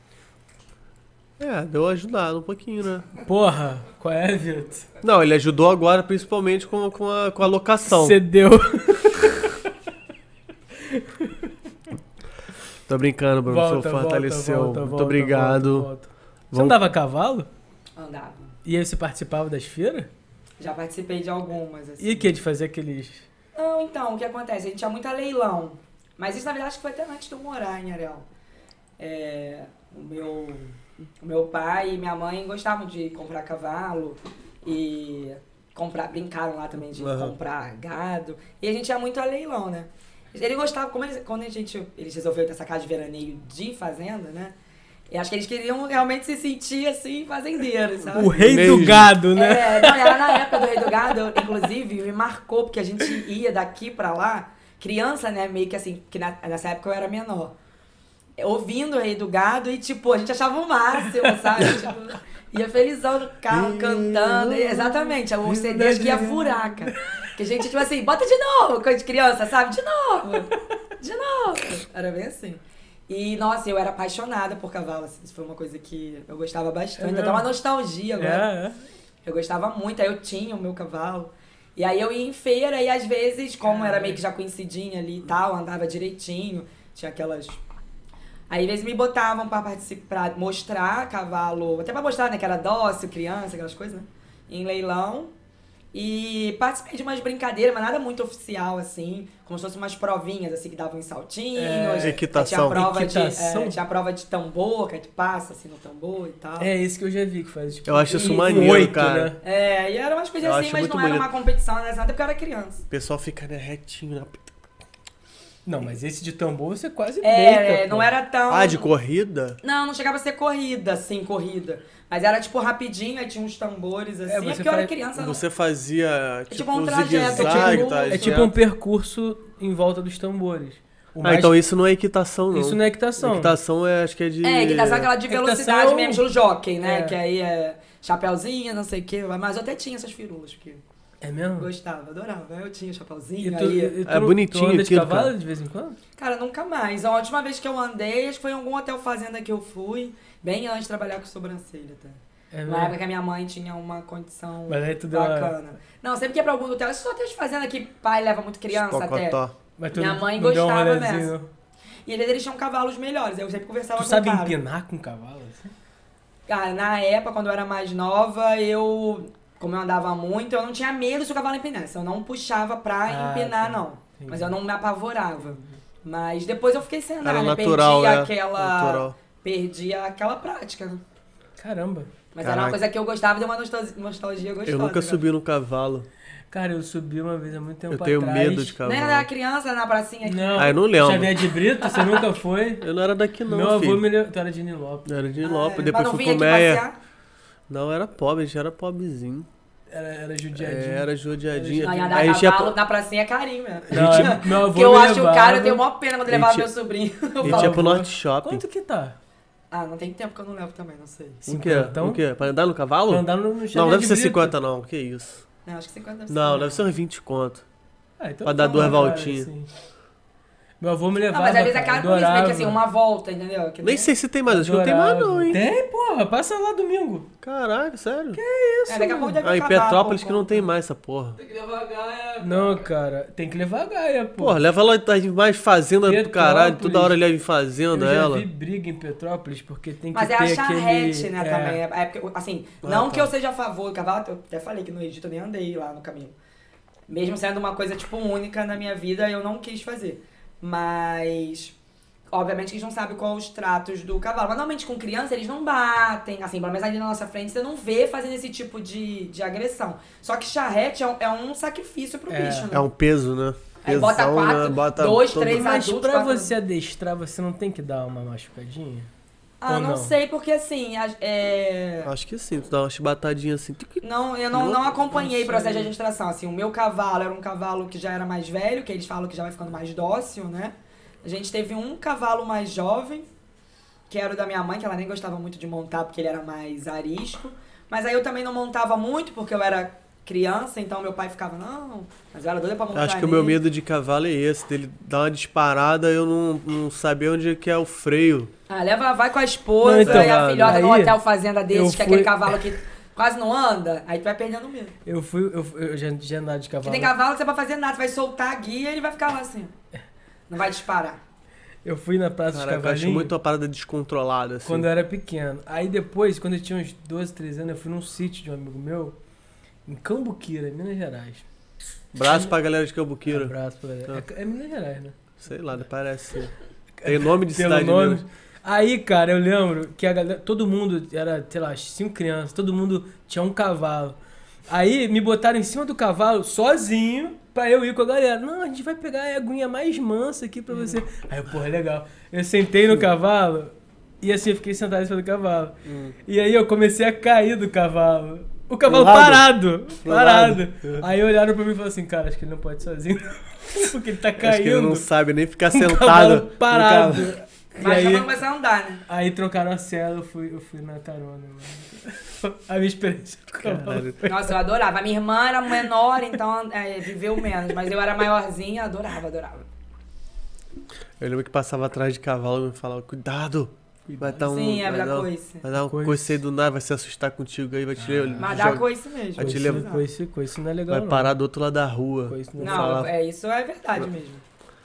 [SPEAKER 2] É, deu ajudado um pouquinho, né?
[SPEAKER 3] Porra, qual é, Vitor?
[SPEAKER 2] Não, ele ajudou agora principalmente com, com, a, com a locação.
[SPEAKER 3] Cedeu.
[SPEAKER 2] Tô brincando, Bruno.
[SPEAKER 3] Volta,
[SPEAKER 2] Você
[SPEAKER 3] volta,
[SPEAKER 2] fortaleceu.
[SPEAKER 3] volta,
[SPEAKER 2] Muito
[SPEAKER 3] volta,
[SPEAKER 2] obrigado.
[SPEAKER 3] volta, volta. Você
[SPEAKER 2] Vamos-
[SPEAKER 3] andava a cavalo?
[SPEAKER 4] Andava.
[SPEAKER 3] E aí você participava das feiras?
[SPEAKER 4] Já participei de algumas, assim.
[SPEAKER 3] E que de fazer aqueles...
[SPEAKER 4] Não, então, o que acontece? A gente tinha muita leilão. Mas isso, na verdade, acho que foi até antes de eu morar em Areal. É, o, meu, o meu pai e minha mãe gostavam de comprar cavalo e comprar, brincaram lá também de
[SPEAKER 2] Uhum.
[SPEAKER 4] comprar gado. E a gente ia muito a leilão, né? Ele gostava, como eles, quando a gente, eles resolveram ter essa casa de veraneio de fazenda, né? Eu acho que eles queriam realmente se sentir assim, fazendeiros, sabe?
[SPEAKER 3] O rei
[SPEAKER 2] Mesmo.
[SPEAKER 3] do gado, né?
[SPEAKER 4] É, não, era na época do Rei do Gado, eu, inclusive, me marcou, porque a gente ia daqui pra lá, criança, né, meio que assim, que na- nessa época eu era menor, ouvindo o Rei do Gado e, tipo, a gente achava o máximo, sabe? Tipo, ia felizão no carro, cantando, e- exatamente, o C D acho que ia furar, cara. Que a gente, tipo assim, bota de novo, coisa de criança, sabe? De novo, de novo. Era bem assim. E, nossa, eu era apaixonada por cavalo, assim, isso foi uma coisa que eu gostava bastante,
[SPEAKER 3] É
[SPEAKER 4] até uma
[SPEAKER 3] mesmo?
[SPEAKER 4] nostalgia agora.
[SPEAKER 3] É, é.
[SPEAKER 4] Eu gostava muito, aí eu tinha o meu cavalo. E aí eu ia em feira e às vezes, como era meio que já conhecidinha ali e tal, andava direitinho, tinha aquelas... Aí às vezes me botavam pra participar, pra mostrar cavalo, até pra mostrar, né, que era dócil, criança, aquelas coisas, né? Em leilão. E participei de umas brincadeiras, mas nada muito oficial, assim. Como se fossem umas provinhas, assim, que davam em saltinhos.
[SPEAKER 3] É,
[SPEAKER 4] aí
[SPEAKER 2] equitação.
[SPEAKER 4] Tinha prova,
[SPEAKER 3] Equitação?
[SPEAKER 4] De, é, tinha prova de tambor, que aí tu passa, assim, no tambor e tal.
[SPEAKER 3] É esse que eu já vi que faz, tipo...
[SPEAKER 2] Eu acho isso
[SPEAKER 4] Isso,
[SPEAKER 2] maneiro,
[SPEAKER 3] oito,
[SPEAKER 2] cara.
[SPEAKER 3] né?
[SPEAKER 4] É, e eram umas coisas
[SPEAKER 2] Eu
[SPEAKER 4] assim,
[SPEAKER 2] acho
[SPEAKER 4] mas
[SPEAKER 2] muito
[SPEAKER 4] não era
[SPEAKER 2] bonito.
[SPEAKER 4] uma competição, né? Até porque eu era criança.
[SPEAKER 2] O pessoal fica né, retinho. Né?
[SPEAKER 3] Não, mas esse de tambor você quase
[SPEAKER 4] É,
[SPEAKER 3] deita,
[SPEAKER 4] não
[SPEAKER 3] pô.
[SPEAKER 4] era tão...
[SPEAKER 2] Ah, de corrida?
[SPEAKER 4] Não, não chegava a ser corrida, assim, corrida. Mas era, tipo, rapidinho, aí tinha uns tambores, assim. É,
[SPEAKER 3] você
[SPEAKER 4] porque eu era
[SPEAKER 3] faz-
[SPEAKER 4] criança, não.
[SPEAKER 2] Você fazia
[SPEAKER 4] tipo
[SPEAKER 2] tipo
[SPEAKER 4] um
[SPEAKER 2] um
[SPEAKER 4] trajeto,
[SPEAKER 2] zigue-zague,
[SPEAKER 4] tipo-
[SPEAKER 2] tá?
[SPEAKER 3] É tipo um percurso em volta dos tambores. O
[SPEAKER 2] Ah,
[SPEAKER 3] mais-
[SPEAKER 2] então isso não é equitação, não.
[SPEAKER 3] Isso não é equitação.
[SPEAKER 2] Equitação é, acho que é de...
[SPEAKER 4] É, equitação é aquela de
[SPEAKER 3] Equitação
[SPEAKER 4] velocidade
[SPEAKER 3] é o-
[SPEAKER 4] mesmo, estilo jockey, né?
[SPEAKER 3] É.
[SPEAKER 4] Que aí é chapeuzinho, não sei o quê. Mas eu até tinha essas firulas, porque
[SPEAKER 3] É mesmo?
[SPEAKER 4] eu gostava, adorava. Eu tinha
[SPEAKER 3] E
[SPEAKER 4] chapeuzinho,
[SPEAKER 3] tu,
[SPEAKER 4] aí...
[SPEAKER 3] e tu,
[SPEAKER 2] É bonitinho
[SPEAKER 3] tu anda de
[SPEAKER 2] aquilo,
[SPEAKER 3] cavalo
[SPEAKER 2] cara.
[SPEAKER 3] de vez em quando?
[SPEAKER 4] Cara, nunca mais. A última vez que eu andei, acho que foi em algum hotel fazenda que eu fui. Bem antes de trabalhar com sobrancelha, até.
[SPEAKER 3] É
[SPEAKER 4] Na
[SPEAKER 3] mesmo?
[SPEAKER 4] época que a minha mãe tinha uma condição
[SPEAKER 3] Mas aí tu deu uma-
[SPEAKER 4] bacana. Não, sempre que ia pra algum hotel, esses hotéis de fazenda que pai leva muito criança até.
[SPEAKER 2] Pocotó.
[SPEAKER 3] Mas tu
[SPEAKER 4] Minha
[SPEAKER 3] não-
[SPEAKER 4] mãe
[SPEAKER 3] não deu um
[SPEAKER 4] gostava
[SPEAKER 3] rolezinho,
[SPEAKER 4] dessa.
[SPEAKER 3] não?
[SPEAKER 4] E eles, eles tinham cavalos melhores, eu sempre conversava
[SPEAKER 3] Tu
[SPEAKER 4] com
[SPEAKER 3] sabe
[SPEAKER 4] o cara.
[SPEAKER 3] empinar com cavalo? Assim?
[SPEAKER 4] Cara, na época, quando eu era mais nova, eu... Como eu andava muito, eu não tinha medo se o cavalo empinasse. Eu não puxava pra
[SPEAKER 3] Ah,
[SPEAKER 4] empinar,
[SPEAKER 3] tá.
[SPEAKER 4] não.
[SPEAKER 3] Entendi.
[SPEAKER 4] Mas eu não me apavorava. Mas depois eu fiquei sem andar,
[SPEAKER 2] Era
[SPEAKER 4] né?
[SPEAKER 2] natural,
[SPEAKER 4] perdi
[SPEAKER 2] é.
[SPEAKER 4] aquela...
[SPEAKER 2] Natural.
[SPEAKER 4] Perdi aquela prática, né?
[SPEAKER 3] Caramba.
[SPEAKER 4] Mas era
[SPEAKER 2] Caraca.
[SPEAKER 4] uma coisa que eu gostava e deu uma nostalgia, nostalgia gostosa.
[SPEAKER 2] Eu nunca
[SPEAKER 4] cara.
[SPEAKER 2] subi no cavalo.
[SPEAKER 3] Cara, eu subi uma vez há muito tempo
[SPEAKER 2] Eu tenho
[SPEAKER 3] atrás.
[SPEAKER 2] medo de
[SPEAKER 4] Nem quando eu era
[SPEAKER 2] cavalo.
[SPEAKER 4] criança, na pracinha aqui.
[SPEAKER 3] Não.
[SPEAKER 2] Ah, eu não lembro.
[SPEAKER 3] Xavier de Brito, você nunca foi?
[SPEAKER 2] Eu não era daqui não,
[SPEAKER 3] Meu avô
[SPEAKER 2] filho.
[SPEAKER 3] me levou. Tu era de Nilópolis.
[SPEAKER 2] Eu era de
[SPEAKER 4] Ah,
[SPEAKER 2] Lopes,
[SPEAKER 4] é.
[SPEAKER 2] depois
[SPEAKER 4] Mas não
[SPEAKER 2] fui
[SPEAKER 4] vinha
[SPEAKER 2] pro
[SPEAKER 4] aqui
[SPEAKER 2] Meia.
[SPEAKER 4] passear?
[SPEAKER 2] Não, era pobre, a gente era pobrezinho.
[SPEAKER 3] Era, era judiadinho.
[SPEAKER 2] É, era judiadinho.
[SPEAKER 4] Não, ia
[SPEAKER 2] A
[SPEAKER 4] dar
[SPEAKER 2] gente ia
[SPEAKER 4] cavalo
[SPEAKER 2] pro-
[SPEAKER 4] na pracinha é carinho mesmo.
[SPEAKER 3] Não,
[SPEAKER 2] gente-
[SPEAKER 3] meu avô
[SPEAKER 4] Porque eu
[SPEAKER 3] me
[SPEAKER 4] acho o
[SPEAKER 3] levava.
[SPEAKER 4] cara, eu tenho maior pena quando eu levava
[SPEAKER 2] Gente-
[SPEAKER 4] meu sobrinho. Eu
[SPEAKER 2] a gente
[SPEAKER 4] falo,
[SPEAKER 2] ia pro Norte Shopping.
[SPEAKER 3] Quanto que tá?
[SPEAKER 4] ah, não tem tempo que eu não levo também, não sei.
[SPEAKER 2] O quê?
[SPEAKER 3] Então?
[SPEAKER 2] O quê? Pra andar no cavalo?
[SPEAKER 3] Pra andar no, no Xavier
[SPEAKER 2] Não, deve
[SPEAKER 3] de
[SPEAKER 2] ser
[SPEAKER 3] Brito.
[SPEAKER 2] cinquenta não, que isso.
[SPEAKER 4] Não, acho que cinquenta deve ser.
[SPEAKER 2] Não, deve ser uns vinte conto.
[SPEAKER 3] Ah, então
[SPEAKER 2] Pra dar
[SPEAKER 3] tá
[SPEAKER 2] duas
[SPEAKER 3] bom, cara,
[SPEAKER 2] voltinhas.
[SPEAKER 3] assim. Meu avô me
[SPEAKER 4] Não,
[SPEAKER 3] levava.
[SPEAKER 4] mas às vezes é
[SPEAKER 3] cara,
[SPEAKER 4] caro por isso, meio que assim,
[SPEAKER 3] adorava.
[SPEAKER 4] uma volta, entendeu? Que
[SPEAKER 2] Nem sei se tem mais, acho que não tem mais não, hein.
[SPEAKER 3] Tem, porra. Passa lá domingo.
[SPEAKER 2] Caraca, sério?
[SPEAKER 4] É, daqui a pouco deve
[SPEAKER 2] Ah, em
[SPEAKER 4] acabar
[SPEAKER 2] Petrópolis
[SPEAKER 4] por
[SPEAKER 2] que não
[SPEAKER 4] conta.
[SPEAKER 2] tem mais essa porra.
[SPEAKER 5] Tem que levar a gaia.
[SPEAKER 3] Não, cara. Tem que levar a Gaia, pô.
[SPEAKER 2] Porra, leva ela tá mais fazenda do caralho, toda hora leva em fazenda
[SPEAKER 3] Eu já
[SPEAKER 2] ela.
[SPEAKER 3] vi briga em Petrópolis porque tem que
[SPEAKER 4] Mas é
[SPEAKER 3] ter
[SPEAKER 4] a charrete,
[SPEAKER 3] aquele...
[SPEAKER 4] né,
[SPEAKER 3] é.
[SPEAKER 4] também. É, é porque, assim,
[SPEAKER 2] Ah,
[SPEAKER 4] não
[SPEAKER 2] tá.
[SPEAKER 4] que eu seja a favor do cavalo, eu até falei que no Egito eu nem andei lá no caminho. Mesmo sendo uma coisa, tipo, única na minha vida, eu não quis fazer. Mas, obviamente, que eles não sabem qual os tratos do cavalo. Mas, normalmente, com criança, eles não batem. Assim, pelo menos ali na nossa frente, você não vê fazendo esse tipo de, de agressão. Só que charrete é um, é um sacrifício pro
[SPEAKER 3] É.
[SPEAKER 4] bicho, né?
[SPEAKER 2] É um peso, né?
[SPEAKER 4] Aí bota
[SPEAKER 2] Pesão,
[SPEAKER 4] quatro,
[SPEAKER 2] né? Bota
[SPEAKER 4] dois,
[SPEAKER 2] todo-
[SPEAKER 4] três
[SPEAKER 3] Mas
[SPEAKER 4] adultos,
[SPEAKER 3] pra
[SPEAKER 4] quatro-
[SPEAKER 3] você adestrar, você não tem que dar uma machucadinha?
[SPEAKER 4] Ah,
[SPEAKER 3] Ou
[SPEAKER 4] não,
[SPEAKER 3] não?
[SPEAKER 4] sei, porque assim, a- é...
[SPEAKER 2] Acho que sim, tu dá uma chibatadinha assim. tic,
[SPEAKER 4] Não, eu não,
[SPEAKER 2] Não-
[SPEAKER 4] não acompanhei o
[SPEAKER 3] não
[SPEAKER 4] processo de
[SPEAKER 3] sei.
[SPEAKER 4] administração. Assim, o meu cavalo era um cavalo que já era mais velho, que eles falam que já vai ficando mais dócil, né? A gente teve um cavalo mais jovem, que era o da minha mãe, que ela nem gostava muito de montar porque ele era mais arisco. Mas aí eu também não montava muito porque eu era criança, então meu pai ficava, não, mas eu era doida pra montar
[SPEAKER 2] Acho que o meu
[SPEAKER 4] nele.
[SPEAKER 2] medo de cavalo é esse, dele dar uma disparada e eu não, não saber onde é que é o freio.
[SPEAKER 4] Ah, leva, vai com a esposa
[SPEAKER 3] Não, então,
[SPEAKER 4] e a filhota no
[SPEAKER 3] aí,
[SPEAKER 4] hotel fazenda desses,
[SPEAKER 3] eu
[SPEAKER 4] que é aquele
[SPEAKER 3] fui-
[SPEAKER 4] cavalo que quase não anda, aí tu vai perdendo medo.
[SPEAKER 3] Eu fui, eu, fui- eu já, já andava de
[SPEAKER 4] Porque
[SPEAKER 3] cavalo.
[SPEAKER 4] tem cavalo que você vai fazer nada, você vai soltar a guia e ele vai ficar lá assim. ó. Não vai disparar.
[SPEAKER 3] Eu fui na Praça dos
[SPEAKER 2] Caraca, eu acho
[SPEAKER 3] Cavalinhos
[SPEAKER 2] muito uma parada descontrolada, assim.
[SPEAKER 3] quando eu era pequeno. Aí depois, quando eu tinha uns doze, treze anos, eu fui num sítio de um amigo meu, em Cambuquira, Minas Gerais.
[SPEAKER 2] Braço pra galera de Cambuquira.
[SPEAKER 3] Abraço pra galera. É, é Minas Gerais, né?
[SPEAKER 2] Sei lá, parece ser. Tem nome de
[SPEAKER 3] Pelo
[SPEAKER 2] cidade
[SPEAKER 3] nome.
[SPEAKER 2] mesmo.
[SPEAKER 3] Aí, cara, eu lembro que a galera, todo mundo era, sei lá, cinco crianças, todo mundo tinha um cavalo. Aí me botaram em cima do cavalo sozinho pra eu ir com a galera. Não, a gente vai pegar a aguinha mais mansa aqui pra você. Aí eu, porra, legal. Eu sentei no cavalo e assim eu fiquei sentado em cima do cavalo. E aí eu comecei a cair do cavalo. O cavalo
[SPEAKER 2] Pro lado?
[SPEAKER 3] parado,
[SPEAKER 2] Pro
[SPEAKER 3] parado.
[SPEAKER 2] lado.
[SPEAKER 3] Aí olharam pra mim e falaram assim, cara, acho que ele não pode ir sozinho. Porque ele tá
[SPEAKER 2] Acho que ele
[SPEAKER 3] caindo.
[SPEAKER 2] não sabe nem ficar
[SPEAKER 3] com o
[SPEAKER 2] sentado.
[SPEAKER 3] cavalo
[SPEAKER 2] no
[SPEAKER 3] parado.
[SPEAKER 2] cavalo.
[SPEAKER 3] E
[SPEAKER 4] Mas
[SPEAKER 3] aí,
[SPEAKER 4] quando começar a andar, né?
[SPEAKER 3] aí trocaram a cela, eu fui, eu fui na carona, mano. A minha experiência com o cavalo.
[SPEAKER 2] Caralho.
[SPEAKER 4] Nossa, eu adorava. A minha irmã era menor, então é, viveu menos. Mas eu era maiorzinha, adorava, adorava.
[SPEAKER 2] Eu lembro que passava atrás de cavalo e me falava, cuidado. Vai dar um.
[SPEAKER 4] Sim, é
[SPEAKER 2] vai
[SPEAKER 4] da
[SPEAKER 2] dar um-
[SPEAKER 4] coice.
[SPEAKER 2] Vai dar um
[SPEAKER 3] Coice.
[SPEAKER 2] coice aí do nada, vai se assustar contigo aí, vai te
[SPEAKER 4] Mas dá
[SPEAKER 2] joga-
[SPEAKER 4] coice mesmo.
[SPEAKER 2] Vai te
[SPEAKER 3] Coice,
[SPEAKER 2] levar-
[SPEAKER 3] coice, coice não é legal,
[SPEAKER 2] vai
[SPEAKER 3] não.
[SPEAKER 2] parar do outro lado da rua.
[SPEAKER 3] Coice não é
[SPEAKER 4] Não,
[SPEAKER 2] Falava.
[SPEAKER 4] é, isso é verdade mesmo.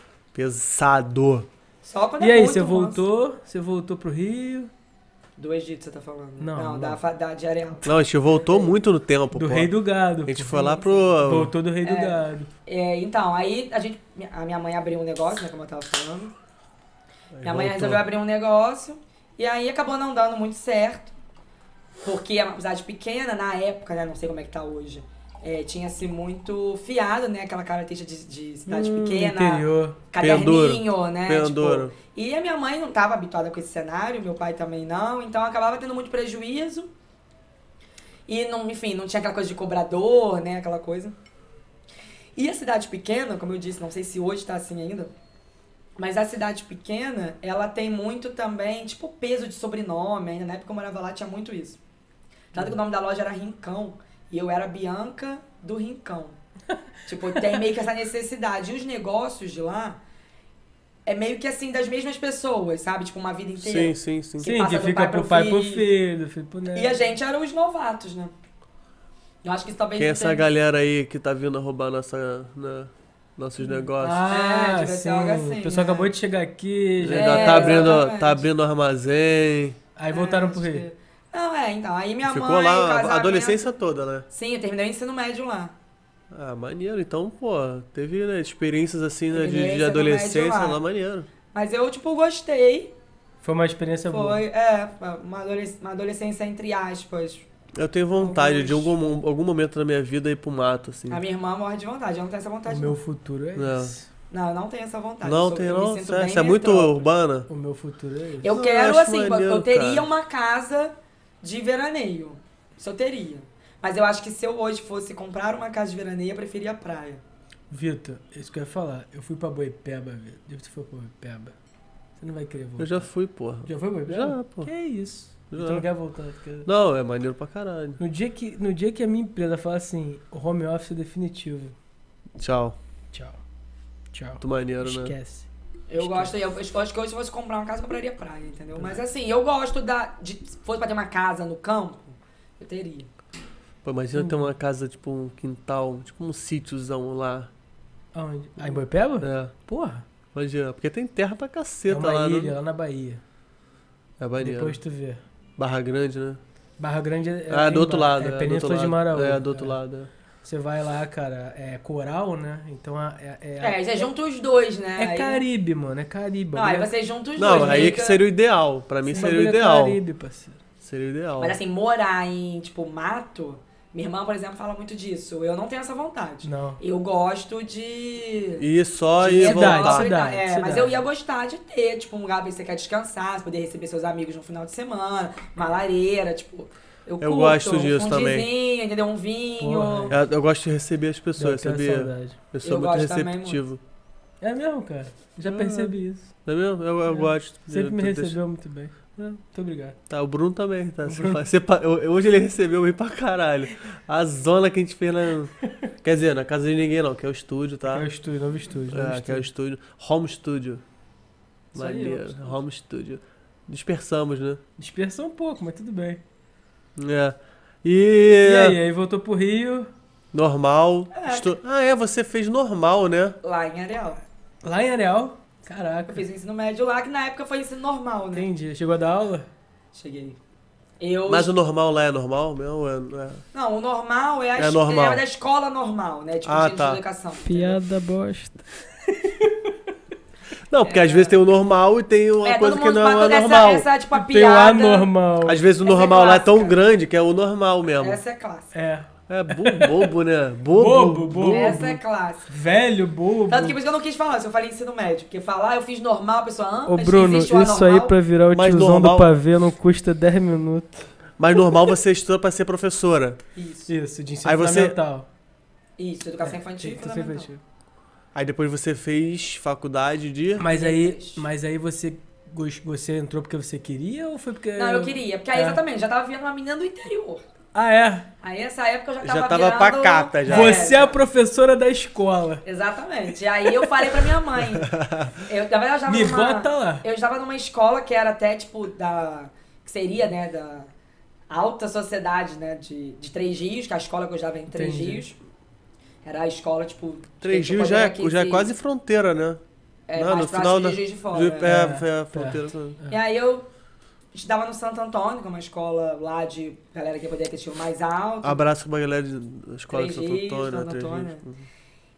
[SPEAKER 2] Pesado.
[SPEAKER 4] Só quando
[SPEAKER 3] E
[SPEAKER 4] é
[SPEAKER 3] aí,
[SPEAKER 4] muito
[SPEAKER 3] você
[SPEAKER 4] manso.
[SPEAKER 3] voltou? Você voltou pro Rio?
[SPEAKER 4] Do Egito, você tá falando?
[SPEAKER 3] Não,
[SPEAKER 4] Não,
[SPEAKER 3] não.
[SPEAKER 4] Da, fa- da de Areal.
[SPEAKER 2] Não, a gente voltou muito no tempo,
[SPEAKER 3] Do
[SPEAKER 2] pô.
[SPEAKER 3] Rei do Gado.
[SPEAKER 2] A gente
[SPEAKER 3] pô.
[SPEAKER 2] foi lá pro.
[SPEAKER 3] Voltou do Rei do
[SPEAKER 4] É.
[SPEAKER 3] Gado.
[SPEAKER 4] É, então, aí a gente. A minha mãe abriu um negócio, né? Como eu tava falando. Minha mãe
[SPEAKER 2] voltou.
[SPEAKER 4] resolveu abrir um negócio. E aí acabou não dando muito certo. Porque é uma cidade pequena, na época, né? Não sei como é que tá hoje. é, tinha-se muito fiado, né? Aquela característica de, de cidade
[SPEAKER 3] Hum,
[SPEAKER 4] pequena,
[SPEAKER 3] interior.
[SPEAKER 4] caderninho, né?
[SPEAKER 2] Pendouro.
[SPEAKER 4] Tipo, e a minha mãe não estava habituada com esse cenário, meu pai também não, então acabava tendo muito prejuízo. E, não, enfim, não tinha aquela coisa de cobrador, né? Aquela coisa. E a cidade pequena, como eu disse, não sei se hoje tá assim ainda, mas a cidade pequena, ela tem muito também, tipo, peso de sobrenome. Ainda na época que eu morava lá, tinha muito isso. Tanto que o nome da loja era Rincão. E eu era Bianca do Rincão. Tipo, tem meio que essa necessidade. E os negócios de lá é meio que assim, das mesmas pessoas, sabe? Tipo, uma vida inteira.
[SPEAKER 2] Sim, sim, sim.
[SPEAKER 3] Sim,
[SPEAKER 4] passa
[SPEAKER 3] que
[SPEAKER 4] do
[SPEAKER 3] fica
[SPEAKER 4] pai
[SPEAKER 3] pro
[SPEAKER 4] pro
[SPEAKER 3] pai e pro
[SPEAKER 4] filho.
[SPEAKER 3] filho, do filho pro neto.
[SPEAKER 4] E a gente eram os novatos, né? Eu acho que isso talvez
[SPEAKER 2] Quem é
[SPEAKER 4] não
[SPEAKER 2] essa
[SPEAKER 4] tenha-
[SPEAKER 2] galera aí que tá vindo a roubar nossa, na- nossos negócios?
[SPEAKER 3] Ah,
[SPEAKER 4] É, devia ser
[SPEAKER 3] sim.
[SPEAKER 4] algo assim,
[SPEAKER 3] o pessoal
[SPEAKER 4] né?
[SPEAKER 3] acabou de chegar aqui, já,
[SPEAKER 2] Já
[SPEAKER 4] É,
[SPEAKER 2] tá abrindo,
[SPEAKER 4] exatamente.
[SPEAKER 2] tá abrindo armazém.
[SPEAKER 3] aí voltaram
[SPEAKER 4] É,
[SPEAKER 3] pro
[SPEAKER 4] acho
[SPEAKER 3] Rio.
[SPEAKER 4] que- Não, é, então. Aí minha
[SPEAKER 2] Ficou
[SPEAKER 4] mãe, o
[SPEAKER 2] lá a
[SPEAKER 4] casamento-
[SPEAKER 2] adolescência toda, né?
[SPEAKER 4] Sim, eu terminei o ensino médio lá.
[SPEAKER 2] Ah, maneiro. Então, pô, teve né, experiências assim né, de, de
[SPEAKER 4] Experiência no
[SPEAKER 2] adolescência
[SPEAKER 4] médio lá.
[SPEAKER 2] lá, maneiro.
[SPEAKER 4] Mas eu, tipo, gostei.
[SPEAKER 3] Foi uma experiência boa.
[SPEAKER 4] Foi, é, uma, adolesc- uma adolescência entre aspas.
[SPEAKER 2] Eu tenho vontade de
[SPEAKER 4] Alguns-
[SPEAKER 2] algum, algum momento da minha vida ir pro mato, assim.
[SPEAKER 4] A minha irmã morre de vontade, eu não tenho essa
[SPEAKER 3] O
[SPEAKER 4] vontade.
[SPEAKER 3] meu
[SPEAKER 4] Não,
[SPEAKER 3] futuro é
[SPEAKER 2] Não.
[SPEAKER 3] esse.
[SPEAKER 4] não eu não tenho essa vontade.
[SPEAKER 2] Não
[SPEAKER 4] Eu sou-
[SPEAKER 2] tem
[SPEAKER 4] eu me
[SPEAKER 2] não?
[SPEAKER 4] sinto
[SPEAKER 2] Você
[SPEAKER 4] bem
[SPEAKER 2] você é muito
[SPEAKER 4] metrópole.
[SPEAKER 2] urbana?
[SPEAKER 3] O meu futuro é esse.
[SPEAKER 4] Eu
[SPEAKER 2] Eu
[SPEAKER 4] quero,
[SPEAKER 2] acho
[SPEAKER 4] assim,
[SPEAKER 2] maneiro,
[SPEAKER 4] eu teria
[SPEAKER 2] cara.
[SPEAKER 4] uma casa de veraneio. Isso eu teria. Mas eu acho que se eu hoje fosse comprar uma casa de veraneio, eu preferia a praia.
[SPEAKER 3] Vitor, isso que eu ia falar. Eu fui pra Boipeba, Vitor. Você foi pra Boipeba. Você não vai querer voltar.
[SPEAKER 2] Eu já fui, porra.
[SPEAKER 3] Já foi pra Boipeba?
[SPEAKER 2] Já, pô.
[SPEAKER 3] Que isso?
[SPEAKER 2] Já.
[SPEAKER 3] Tu não quer voltar? tu quer-
[SPEAKER 2] Não, é maneiro pra caralho.
[SPEAKER 3] No dia, que, no dia que a minha empresa falar assim, o home office é definitivo.
[SPEAKER 2] Tchau.
[SPEAKER 3] Tchau. Tchau.
[SPEAKER 2] Muito maneiro, né?
[SPEAKER 3] Esquece.
[SPEAKER 4] Eu gosto, eu, eu acho que hoje se fosse comprar uma casa, eu compraria praia, entendeu? Mas assim, eu gosto da. De, se fosse pra ter uma casa no campo, eu teria.
[SPEAKER 2] Pô, imagina ter uma casa, tipo um quintal, tipo um sítiozão lá.
[SPEAKER 3] Aonde? Ah, em Boipeba?
[SPEAKER 2] É,
[SPEAKER 3] Porra.
[SPEAKER 2] imagina. Porque tem terra pra
[SPEAKER 3] É
[SPEAKER 2] caceta
[SPEAKER 3] uma
[SPEAKER 2] lá,
[SPEAKER 3] ilha,
[SPEAKER 2] né?
[SPEAKER 3] lá na Bahia.
[SPEAKER 2] É maneiro.
[SPEAKER 3] Depois tu vê.
[SPEAKER 2] Barra Grande, né?
[SPEAKER 3] Barra Grande é.
[SPEAKER 2] Ah,
[SPEAKER 3] é
[SPEAKER 2] do outro
[SPEAKER 3] embaixo,
[SPEAKER 2] lado.
[SPEAKER 3] É
[SPEAKER 2] é, do
[SPEAKER 3] Península
[SPEAKER 2] outro
[SPEAKER 3] de
[SPEAKER 2] lado.
[SPEAKER 3] Maraú.
[SPEAKER 2] É, do outro lado. é.
[SPEAKER 3] Você vai lá, cara, é coral, né? Então a- é.
[SPEAKER 4] É, você junta os dois, né?
[SPEAKER 3] É
[SPEAKER 4] Aí-
[SPEAKER 3] Caribe, mano. É Caribe.
[SPEAKER 4] Não, aí
[SPEAKER 3] bagulho é-
[SPEAKER 4] você junta os
[SPEAKER 2] Não,
[SPEAKER 4] dois.
[SPEAKER 2] aí
[SPEAKER 4] meio
[SPEAKER 2] que seria o ideal. Pra mim
[SPEAKER 3] esse
[SPEAKER 2] seria o
[SPEAKER 3] bagulho é
[SPEAKER 2] ideal.
[SPEAKER 3] Caribe, parceiro.
[SPEAKER 2] Seria o ideal.
[SPEAKER 4] Mas assim, morar em, tipo, mato, minha irmã, por exemplo, fala muito disso. Eu não tenho essa vontade.
[SPEAKER 3] Não.
[SPEAKER 4] Eu gosto de.
[SPEAKER 2] Ir só
[SPEAKER 4] de
[SPEAKER 2] e
[SPEAKER 3] cidade,
[SPEAKER 2] voltar.
[SPEAKER 3] cidade.
[SPEAKER 4] É,
[SPEAKER 3] cidade.
[SPEAKER 4] mas eu ia gostar de ter, tipo, um lugar pra você quer descansar, você poder receber seus amigos no final de semana, uma lareira, tipo. Eu,
[SPEAKER 2] Eu
[SPEAKER 4] curto,
[SPEAKER 2] gosto
[SPEAKER 4] um
[SPEAKER 2] disso também.
[SPEAKER 4] fundizinho, entendeu? Um vinho.
[SPEAKER 3] Porra,
[SPEAKER 2] Eu, eu gosto de receber as
[SPEAKER 3] Deu
[SPEAKER 2] pessoas,
[SPEAKER 3] até
[SPEAKER 2] sabia?
[SPEAKER 3] saudade.
[SPEAKER 2] Eu sou
[SPEAKER 4] Eu
[SPEAKER 2] muito
[SPEAKER 4] gosto também
[SPEAKER 2] receptivo.
[SPEAKER 3] É mesmo, cara. Já
[SPEAKER 2] Ah.
[SPEAKER 3] percebi isso.
[SPEAKER 2] Não é mesmo? Eu, eu
[SPEAKER 3] É.
[SPEAKER 2] gosto.
[SPEAKER 3] Sempre me
[SPEAKER 2] Eu deixo-
[SPEAKER 3] recebeu muito bem. É, muito obrigado.
[SPEAKER 2] Tá, o Bruno também, tá?
[SPEAKER 3] O
[SPEAKER 2] Você
[SPEAKER 3] Bruno.
[SPEAKER 2] fa- você pa- eu- hoje ele recebeu bem pra caralho. A zona que a gente fez na. Quer dizer, na casa de ninguém não, que é o estúdio, tá?
[SPEAKER 3] É o estúdio, novo estúdio. novo
[SPEAKER 2] É, que é o
[SPEAKER 3] estúdio.
[SPEAKER 2] estúdio. Home Studio.
[SPEAKER 3] Isso aí,
[SPEAKER 2] Maneiro.
[SPEAKER 3] home studio.
[SPEAKER 2] Home Studio. Dispersamos, né?
[SPEAKER 3] Dispersou um pouco, mas tudo bem.
[SPEAKER 2] É.
[SPEAKER 3] E
[SPEAKER 2] E.
[SPEAKER 3] aí, aí voltou pro Rio,
[SPEAKER 2] Normal.
[SPEAKER 4] É.
[SPEAKER 2] Estu- Ah, é, você fez normal, né?
[SPEAKER 4] Lá em Areal.
[SPEAKER 3] lá em Areal.
[SPEAKER 4] Eu
[SPEAKER 3] Caraca,
[SPEAKER 4] fiz o ensino médio lá, que na época foi ensino normal, né?
[SPEAKER 3] entendi. Chegou a dar aula?
[SPEAKER 4] Cheguei. Eu.
[SPEAKER 2] Mas o normal lá é normal mesmo? É, é.
[SPEAKER 4] Não, o normal é a
[SPEAKER 2] É
[SPEAKER 4] es-
[SPEAKER 2] normal.
[SPEAKER 4] é da escola normal, né? Tipo,
[SPEAKER 2] Ah,
[SPEAKER 4] de
[SPEAKER 2] tá.
[SPEAKER 4] educação. entendeu?
[SPEAKER 3] bosta.
[SPEAKER 2] Não, porque às vezes tem o normal e tem uma
[SPEAKER 4] É,
[SPEAKER 2] coisa
[SPEAKER 4] todo
[SPEAKER 2] que
[SPEAKER 4] mundo
[SPEAKER 2] não é
[SPEAKER 4] fala essa,
[SPEAKER 2] normal.
[SPEAKER 4] essa, tipo, a
[SPEAKER 3] Tem o
[SPEAKER 4] piada.
[SPEAKER 3] anormal.
[SPEAKER 2] Às vezes o
[SPEAKER 4] Essa é
[SPEAKER 2] normal lá é tão
[SPEAKER 4] clássica.
[SPEAKER 2] grande que é o normal mesmo.
[SPEAKER 4] Essa é clássica.
[SPEAKER 3] É.
[SPEAKER 2] É bo- bobo, né? Bobo.
[SPEAKER 3] Bobo, bobo.
[SPEAKER 4] Essa é clássica.
[SPEAKER 3] Velho, bobo.
[SPEAKER 4] Tanto que por isso que eu não quis falar, se eu falei ensino médio. Porque falar, eu fiz normal, a pessoa, ah,
[SPEAKER 3] Ô
[SPEAKER 4] mas
[SPEAKER 3] Bruno,
[SPEAKER 4] existe o
[SPEAKER 3] isso aí
[SPEAKER 4] anormal?
[SPEAKER 3] pra virar o
[SPEAKER 2] Mas
[SPEAKER 3] tiozão
[SPEAKER 2] normal-
[SPEAKER 3] do pavê não custa dez minutos.
[SPEAKER 2] Mas normal você estuda pra ser professora.
[SPEAKER 4] Isso,
[SPEAKER 3] Isso, de ensino
[SPEAKER 2] Aí você-
[SPEAKER 3] fundamental.
[SPEAKER 4] isso, educação infantil e
[SPEAKER 3] Educação
[SPEAKER 4] fundamental.
[SPEAKER 3] infantil.
[SPEAKER 2] Aí depois você fez faculdade de.
[SPEAKER 3] Mas aí,
[SPEAKER 4] Letras.
[SPEAKER 3] mas aí você, gos- você entrou porque você queria ou foi porque...
[SPEAKER 4] Não, eu queria, porque aí
[SPEAKER 3] É.
[SPEAKER 4] exatamente, já tava vendo uma menina do interior.
[SPEAKER 3] Ah, é?
[SPEAKER 4] Aí nessa época eu já tava
[SPEAKER 2] Já tava
[SPEAKER 4] virando...
[SPEAKER 2] pacata, já.
[SPEAKER 3] Você é a professora da escola.
[SPEAKER 4] Exatamente. E aí eu falei pra minha mãe. Eu, na verdade, eu estava
[SPEAKER 3] Me
[SPEAKER 4] numa,
[SPEAKER 3] bota lá.
[SPEAKER 4] Eu estava numa escola que era até, tipo, da... Que seria, né, da alta sociedade, né, de, de Três Rios, que é a escola que eu estava em Três
[SPEAKER 3] Entendi.
[SPEAKER 4] Rios. Era a escola, tipo...
[SPEAKER 2] Três
[SPEAKER 4] que
[SPEAKER 2] Rios
[SPEAKER 4] tinha
[SPEAKER 2] já
[SPEAKER 4] poder
[SPEAKER 2] é, já é
[SPEAKER 4] aquisitivo.
[SPEAKER 2] quase fronteira, né?
[SPEAKER 4] É,
[SPEAKER 2] Não,
[SPEAKER 4] mais
[SPEAKER 2] no
[SPEAKER 4] próximo
[SPEAKER 2] final
[SPEAKER 4] de
[SPEAKER 2] da-
[SPEAKER 4] Juiz de Fora.
[SPEAKER 2] De-
[SPEAKER 4] né?
[SPEAKER 2] é, é,
[SPEAKER 3] É,
[SPEAKER 2] a fronteira.
[SPEAKER 4] E aí eu estudava no Santo Antônio, que é uma escola lá de galera que poder aquisitivo mais alto.
[SPEAKER 2] Abraço pra galera de- da escola de
[SPEAKER 4] Três
[SPEAKER 2] Santo
[SPEAKER 4] Rios,
[SPEAKER 2] Antônio.
[SPEAKER 4] Santo
[SPEAKER 2] Três
[SPEAKER 4] Antônio.
[SPEAKER 2] Rios.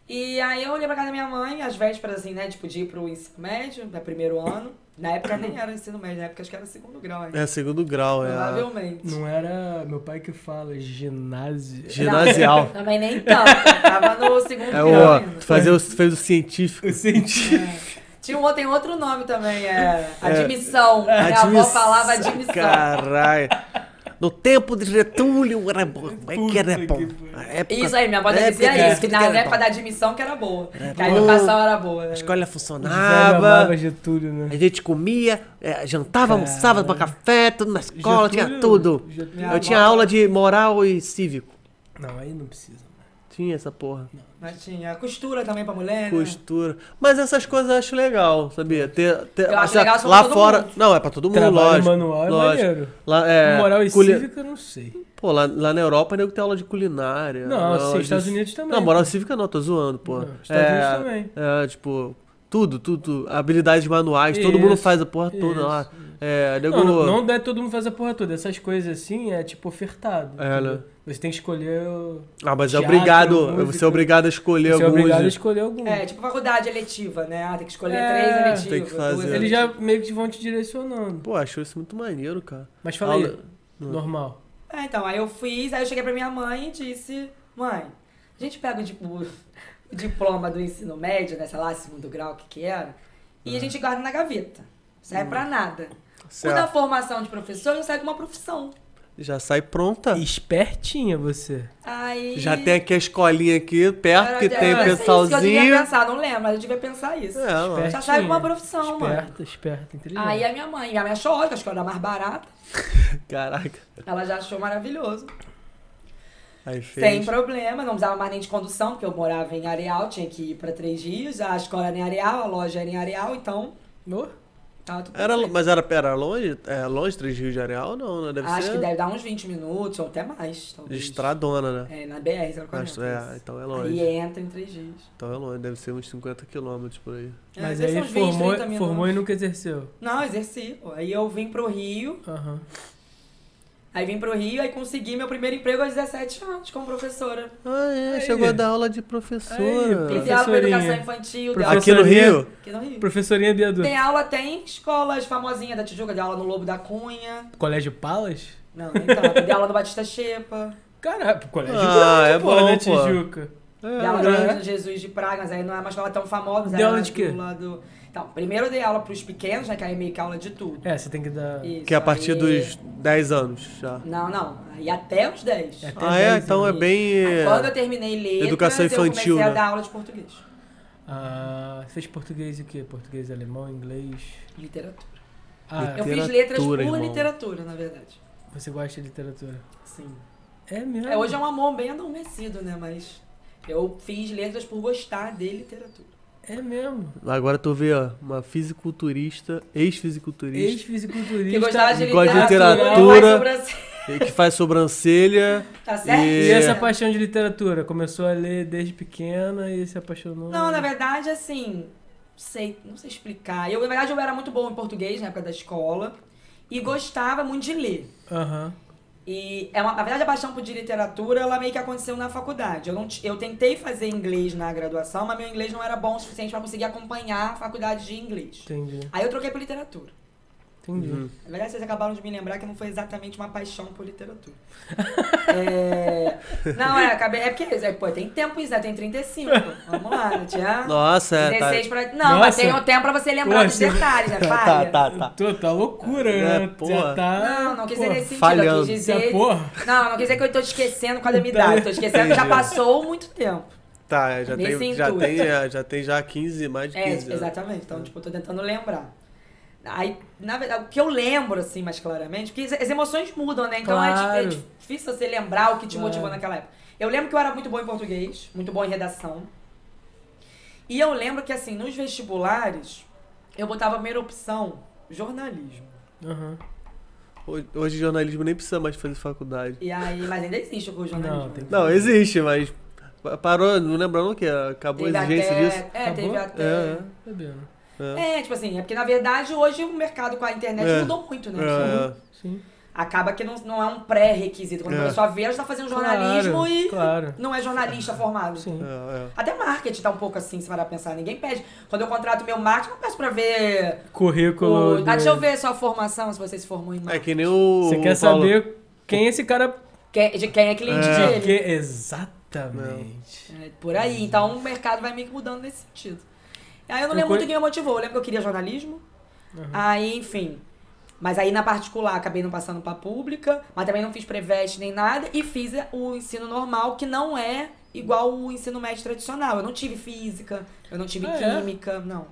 [SPEAKER 4] E aí eu olhei pra casa da minha mãe, às vésperas, assim, né, tipo, de ir pro ensino médio, né, primeiro ano. Na época nem era ensino médio, na época acho que era segundo grau ainda.
[SPEAKER 2] É, segundo grau, é.
[SPEAKER 4] Provavelmente.
[SPEAKER 3] Não era meu pai que fala, ginásio.
[SPEAKER 2] Ginasial.
[SPEAKER 4] Não, também nem tanto. Tava no segundo
[SPEAKER 2] É
[SPEAKER 4] grau
[SPEAKER 2] o.
[SPEAKER 4] ainda.
[SPEAKER 2] Tu fazia o, fez o científico.
[SPEAKER 3] Eu senti.
[SPEAKER 4] É. Tinha um, outro- tem outro nome também, é admissão. Minha avó
[SPEAKER 2] Admissão,
[SPEAKER 4] falava admissão.
[SPEAKER 2] Caralho. No tempo de Getúlio era bom. Como é que era
[SPEAKER 3] Puta
[SPEAKER 2] bom?
[SPEAKER 3] que pariu.
[SPEAKER 2] A época,
[SPEAKER 4] Isso aí, minha avó
[SPEAKER 2] na
[SPEAKER 4] já dizia
[SPEAKER 2] época-
[SPEAKER 4] isso, que na
[SPEAKER 2] era
[SPEAKER 4] época
[SPEAKER 2] bom.
[SPEAKER 4] da admissão que era boa. Que a
[SPEAKER 2] bom.
[SPEAKER 4] educação era boa.
[SPEAKER 2] A escola
[SPEAKER 3] Velho
[SPEAKER 2] funcionava.
[SPEAKER 3] amava Getúlio, né?
[SPEAKER 2] A gente comia, é, jantava, almoçava, tomava café, tudo na escola, tinha
[SPEAKER 3] Getúlio-
[SPEAKER 2] tudo.
[SPEAKER 3] Getúlio-
[SPEAKER 4] Minha
[SPEAKER 2] Eu
[SPEAKER 4] avó
[SPEAKER 2] tinha
[SPEAKER 4] fala-
[SPEAKER 2] aula de moral e cívico.
[SPEAKER 3] Não, aí não precisa.
[SPEAKER 2] Tinha essa porra.
[SPEAKER 4] Mas tinha costura também pra mulher, né?
[SPEAKER 2] Costura. Mas essas coisas eu acho legal, sabia? Ter, ter,
[SPEAKER 4] Eu acho
[SPEAKER 2] assim,
[SPEAKER 4] legal só pra
[SPEAKER 2] lá
[SPEAKER 4] todo
[SPEAKER 2] fora.
[SPEAKER 4] mundo.
[SPEAKER 2] Não, é pra todo mundo,
[SPEAKER 3] Trabalho
[SPEAKER 2] lógico.
[SPEAKER 3] manual é
[SPEAKER 2] lógico.
[SPEAKER 3] maneiro.
[SPEAKER 2] Lá, é,
[SPEAKER 3] Moral e
[SPEAKER 2] culi-
[SPEAKER 3] cívica, eu não sei.
[SPEAKER 2] Pô, lá, lá na Europa, nego tem aula de culinária.
[SPEAKER 3] Não,
[SPEAKER 2] aula
[SPEAKER 3] sim,
[SPEAKER 2] de-
[SPEAKER 3] Estados Unidos também.
[SPEAKER 2] Não, moral cívica não, tô zoando, pô.
[SPEAKER 3] Não, Estados
[SPEAKER 2] é,
[SPEAKER 3] Unidos também.
[SPEAKER 2] É, tipo, tudo, tudo, tudo. Habilidades manuais, todo mundo
[SPEAKER 3] Isso,
[SPEAKER 2] faz a porra toda
[SPEAKER 3] isso,
[SPEAKER 2] lá. É, nego...
[SPEAKER 3] Não, não, não dá todo mundo faz a porra toda. Essas coisas assim é tipo ofertado.
[SPEAKER 2] É,
[SPEAKER 3] entendeu?
[SPEAKER 2] né?
[SPEAKER 3] Você tem que escolher. o-
[SPEAKER 2] Ah, mas é
[SPEAKER 3] teatro,
[SPEAKER 2] obrigado,
[SPEAKER 3] música.
[SPEAKER 2] você é obrigado a escolher
[SPEAKER 3] Você é
[SPEAKER 2] alguns.
[SPEAKER 3] obrigado a escolher algum.
[SPEAKER 4] É, tipo faculdade eletiva, né? Ah, tem que escolher
[SPEAKER 3] É,
[SPEAKER 4] três eletivas.
[SPEAKER 2] tem que fazer.
[SPEAKER 4] duas
[SPEAKER 3] Eles já
[SPEAKER 4] eletivas.
[SPEAKER 3] meio que vão te direcionando.
[SPEAKER 2] Pô, achou isso muito maneiro, cara.
[SPEAKER 3] Mas fala
[SPEAKER 2] Aula-
[SPEAKER 3] aí, normal.
[SPEAKER 4] É, então, aí eu fiz, aí eu cheguei pra minha mãe e disse, mãe, a gente pega o, tipo, o diploma do ensino médio, né, sei lá, segundo grau, o que que era, e a gente guarda na gaveta. Não serve pra nada. O
[SPEAKER 2] Certo.
[SPEAKER 4] da formação de professor já sai com uma profissão.
[SPEAKER 2] Já sai pronta.
[SPEAKER 3] Espertinha você.
[SPEAKER 4] Aí...
[SPEAKER 2] Já tem aqui a escolinha aqui perto,
[SPEAKER 4] Era-
[SPEAKER 2] que tem
[SPEAKER 4] era
[SPEAKER 2] o
[SPEAKER 4] isso que eu devia
[SPEAKER 2] pessoalzinho.
[SPEAKER 4] pensar, não lembro, mas eu devia pensar isso.
[SPEAKER 2] É, mano.
[SPEAKER 4] Já sai com uma profissão, mano.
[SPEAKER 3] Esperta, esperta, inteligente.
[SPEAKER 4] Aí a minha mãe, minha mãe achou ótimo, acho que era mais barata.
[SPEAKER 2] Caraca.
[SPEAKER 4] Ela já achou maravilhoso.
[SPEAKER 2] Aí fez.
[SPEAKER 4] Sem problema, não precisava mais nem de condução, porque eu morava em Areal, tinha que ir pra três dias. A escola era em Areal, a loja era em Areal, então
[SPEAKER 3] Oh,
[SPEAKER 4] tava tudo
[SPEAKER 2] Era,
[SPEAKER 4] perfeito.
[SPEAKER 2] mas era, era longe? É longe, Três Rios de Areal? Não, né? Deve
[SPEAKER 4] Acho
[SPEAKER 2] ser
[SPEAKER 4] que deve dar uns vinte minutos, ou até mais,
[SPEAKER 2] de
[SPEAKER 4] talvez.
[SPEAKER 2] estradona, né?
[SPEAKER 4] É, na B R zero
[SPEAKER 2] Acho,
[SPEAKER 4] quarenta.
[SPEAKER 2] é, então é longe.
[SPEAKER 4] Aí entra em três dias.
[SPEAKER 2] Então é longe, deve ser uns cinquenta quilômetros por aí.
[SPEAKER 4] É,
[SPEAKER 3] mas
[SPEAKER 4] deve ser
[SPEAKER 3] aí
[SPEAKER 4] uns vinte,
[SPEAKER 3] formou,
[SPEAKER 4] trinta minutos.
[SPEAKER 3] formou e nunca exerceu.
[SPEAKER 4] Não, exerci, pô. Aí eu vim pro Rio,
[SPEAKER 3] Aham.
[SPEAKER 4] aí vim pro Rio, aí consegui meu primeiro emprego aos dezessete anos como professora.
[SPEAKER 2] Ah, é,
[SPEAKER 3] Aí.
[SPEAKER 2] chegou a dar aula de professora.
[SPEAKER 3] Aí,
[SPEAKER 4] Fiz aula pra educação
[SPEAKER 3] Professorinha.
[SPEAKER 4] infantil, dei
[SPEAKER 3] Professor-
[SPEAKER 4] aula
[SPEAKER 2] Aqui no Rio?
[SPEAKER 4] aqui no Rio.
[SPEAKER 3] Professorinha Biadu.
[SPEAKER 4] Tem aula, tem escolas famosinhas da Tijuca, dei aula no Lobo da Cunha.
[SPEAKER 3] Colégio Palas?
[SPEAKER 4] Não, nem tanto. Dei aula no Batista Xepa.
[SPEAKER 3] Caraca, colégio
[SPEAKER 2] Ah,
[SPEAKER 3] grande,
[SPEAKER 2] é
[SPEAKER 3] pô,
[SPEAKER 2] bom,
[SPEAKER 3] da
[SPEAKER 2] pô.
[SPEAKER 3] Tijuca.
[SPEAKER 4] Dei aula
[SPEAKER 2] É,
[SPEAKER 4] no Jesus de Praga, mas aí não é uma escola tão famosa.
[SPEAKER 3] Deu
[SPEAKER 4] era
[SPEAKER 3] aula de quê?
[SPEAKER 4] do lado- Então, primeiro eu dei aula pros pequenos, né, que aí é meio que aula de tudo.
[SPEAKER 3] É, você tem que dar.
[SPEAKER 4] Isso,
[SPEAKER 2] que é a partir
[SPEAKER 4] aí-
[SPEAKER 2] dos dez anos já.
[SPEAKER 4] Não, não. Aí até os dez.
[SPEAKER 3] É até
[SPEAKER 2] Ah, é?
[SPEAKER 3] dez
[SPEAKER 2] Então é
[SPEAKER 3] anos.
[SPEAKER 2] bem.
[SPEAKER 4] Aí, quando eu terminei letras,
[SPEAKER 2] Educação infantil,
[SPEAKER 4] eu comecei a
[SPEAKER 2] né?
[SPEAKER 4] dar aula de português.
[SPEAKER 3] Ah, você fez português e o quê? Português, alemão, inglês?
[SPEAKER 4] Literatura.
[SPEAKER 3] Ah,
[SPEAKER 4] Eu fiz
[SPEAKER 2] Literatura,
[SPEAKER 4] letras por
[SPEAKER 2] irmão.
[SPEAKER 4] literatura, na verdade.
[SPEAKER 3] você gosta de literatura?
[SPEAKER 4] Sim.
[SPEAKER 3] É mesmo?
[SPEAKER 4] É, hoje é um amor bem adormecido, né? Mas eu fiz letras por gostar de literatura.
[SPEAKER 3] É mesmo.
[SPEAKER 2] Agora tu vê, ó, uma fisiculturista, ex-fisiculturista,
[SPEAKER 3] Ex-fisiculturista.
[SPEAKER 4] Que gostava de
[SPEAKER 2] Gosta de
[SPEAKER 4] literatura.
[SPEAKER 2] literatura.
[SPEAKER 4] faz sobrancelha.
[SPEAKER 2] que faz sobrancelha.
[SPEAKER 4] Tá certo?
[SPEAKER 3] E
[SPEAKER 2] E-
[SPEAKER 3] essa paixão de literatura? Começou a ler desde pequena e se apaixonou?
[SPEAKER 4] Não, na verdade, assim, sei, não sei explicar. Eu, na verdade, eu era muito bom em português na época da escola e gostava muito de ler.
[SPEAKER 3] Aham.
[SPEAKER 4] E é uma, na verdade, a paixão por de literatura, ela meio que aconteceu na faculdade. Eu, não, t- eu tentei fazer inglês na graduação, mas meu inglês não era bom o suficiente para conseguir acompanhar a faculdade de inglês.
[SPEAKER 3] Entendi.
[SPEAKER 4] Aí eu troquei por literatura.
[SPEAKER 3] Entendi.
[SPEAKER 2] Uhum.
[SPEAKER 4] Na verdade, vocês acabaram de me lembrar que não foi exatamente uma paixão por literatura. É... Não, é, acabei. É porque, é, pô, tem tempo isso, né? Tem trinta e cinco. Vamos lá, né? Tinha
[SPEAKER 2] Nossa, é, tá.
[SPEAKER 4] dezesseis pra. Não, mas
[SPEAKER 3] Nossa.
[SPEAKER 4] tem um tempo pra você lembrar dos
[SPEAKER 3] Poxa.
[SPEAKER 4] detalhes, né?
[SPEAKER 2] Tá,
[SPEAKER 4] Falha.
[SPEAKER 2] tá, tá.
[SPEAKER 3] Tô, tá loucura,
[SPEAKER 2] É,
[SPEAKER 3] né?
[SPEAKER 2] porra.
[SPEAKER 3] Já tá...
[SPEAKER 4] Não, não quis dizer
[SPEAKER 3] Porra,
[SPEAKER 4] nesse sentido.
[SPEAKER 2] falhando.
[SPEAKER 4] Eu quis dizer.
[SPEAKER 3] Essa porra.
[SPEAKER 4] Não, não quis dizer que eu tô te esquecendo com a minha idade. Tô esquecendo que já passou muito tempo.
[SPEAKER 2] Tá, já
[SPEAKER 4] Nesse
[SPEAKER 2] tem, já
[SPEAKER 4] intuito.
[SPEAKER 2] tem, é, já tem já quinze, mais de
[SPEAKER 4] É,
[SPEAKER 2] quinze anos.
[SPEAKER 4] exatamente. Então, tipo, eu tô tentando lembrar. Aí, na verdade, o que eu lembro, assim, mais claramente, porque as- as emoções mudam, né? Então é,
[SPEAKER 3] Claro.
[SPEAKER 4] dif- é difícil você lembrar o que te
[SPEAKER 3] Claro.
[SPEAKER 4] motivou naquela época. Eu lembro que eu era muito bom em português, muito bom em redação. E eu lembro que, assim, nos vestibulares, eu botava a primeira opção, jornalismo.
[SPEAKER 3] Aham.
[SPEAKER 2] Hoje, hoje jornalismo nem precisa mais fazer faculdade.
[SPEAKER 4] E aí, mas ainda existe o curso de jornalismo.
[SPEAKER 3] Não, tem que-
[SPEAKER 2] Não, existe, mas pa- parou, não lembrando o que? Acabou
[SPEAKER 4] Teve
[SPEAKER 2] a exigência
[SPEAKER 4] até,
[SPEAKER 2] disso?
[SPEAKER 4] É,
[SPEAKER 3] Acabou?
[SPEAKER 4] teve até...
[SPEAKER 2] É,
[SPEAKER 3] Bebendo.
[SPEAKER 2] é.
[SPEAKER 4] É, tipo assim, é porque na verdade hoje o mercado com a internet
[SPEAKER 2] É.
[SPEAKER 4] mudou muito, né?
[SPEAKER 2] É.
[SPEAKER 3] Sim.
[SPEAKER 4] acaba que não, não é um pré-requisito. Quando
[SPEAKER 2] É.
[SPEAKER 4] a pessoa vê, ela está fazendo jornalismo
[SPEAKER 3] Claro,
[SPEAKER 4] e
[SPEAKER 3] claro.
[SPEAKER 4] não é jornalista formado.
[SPEAKER 3] Sim.
[SPEAKER 2] É, é.
[SPEAKER 4] Até marketing tá um pouco assim, se parar pra pensar. Ninguém pede. Quando eu contrato meu marketing, eu não peço pra ver...
[SPEAKER 3] Currículo.
[SPEAKER 4] O...
[SPEAKER 3] do-
[SPEAKER 4] Ah, deixa eu ver sua formação, se você se formou em
[SPEAKER 2] É
[SPEAKER 4] marketing.
[SPEAKER 2] que nem o.
[SPEAKER 3] Você quer
[SPEAKER 2] o Paulo-
[SPEAKER 3] saber quem esse cara.
[SPEAKER 4] Quem, de quem é cliente
[SPEAKER 2] É.
[SPEAKER 4] dele.
[SPEAKER 3] Que... Exatamente.
[SPEAKER 4] É, por aí. Então o mercado vai meio que mudando nesse sentido. Aí eu não
[SPEAKER 3] Eu
[SPEAKER 4] lembro
[SPEAKER 3] conhe-
[SPEAKER 4] muito o que me motivou. Eu lembro que eu queria jornalismo. Aí, enfim. Mas aí na particular acabei não passando pra pública, mas também não fiz pré-veste nem nada e fiz o ensino normal, que não é igual o ensino médio tradicional. Eu não tive física, eu não tive
[SPEAKER 3] Ah, é?
[SPEAKER 4] química, não.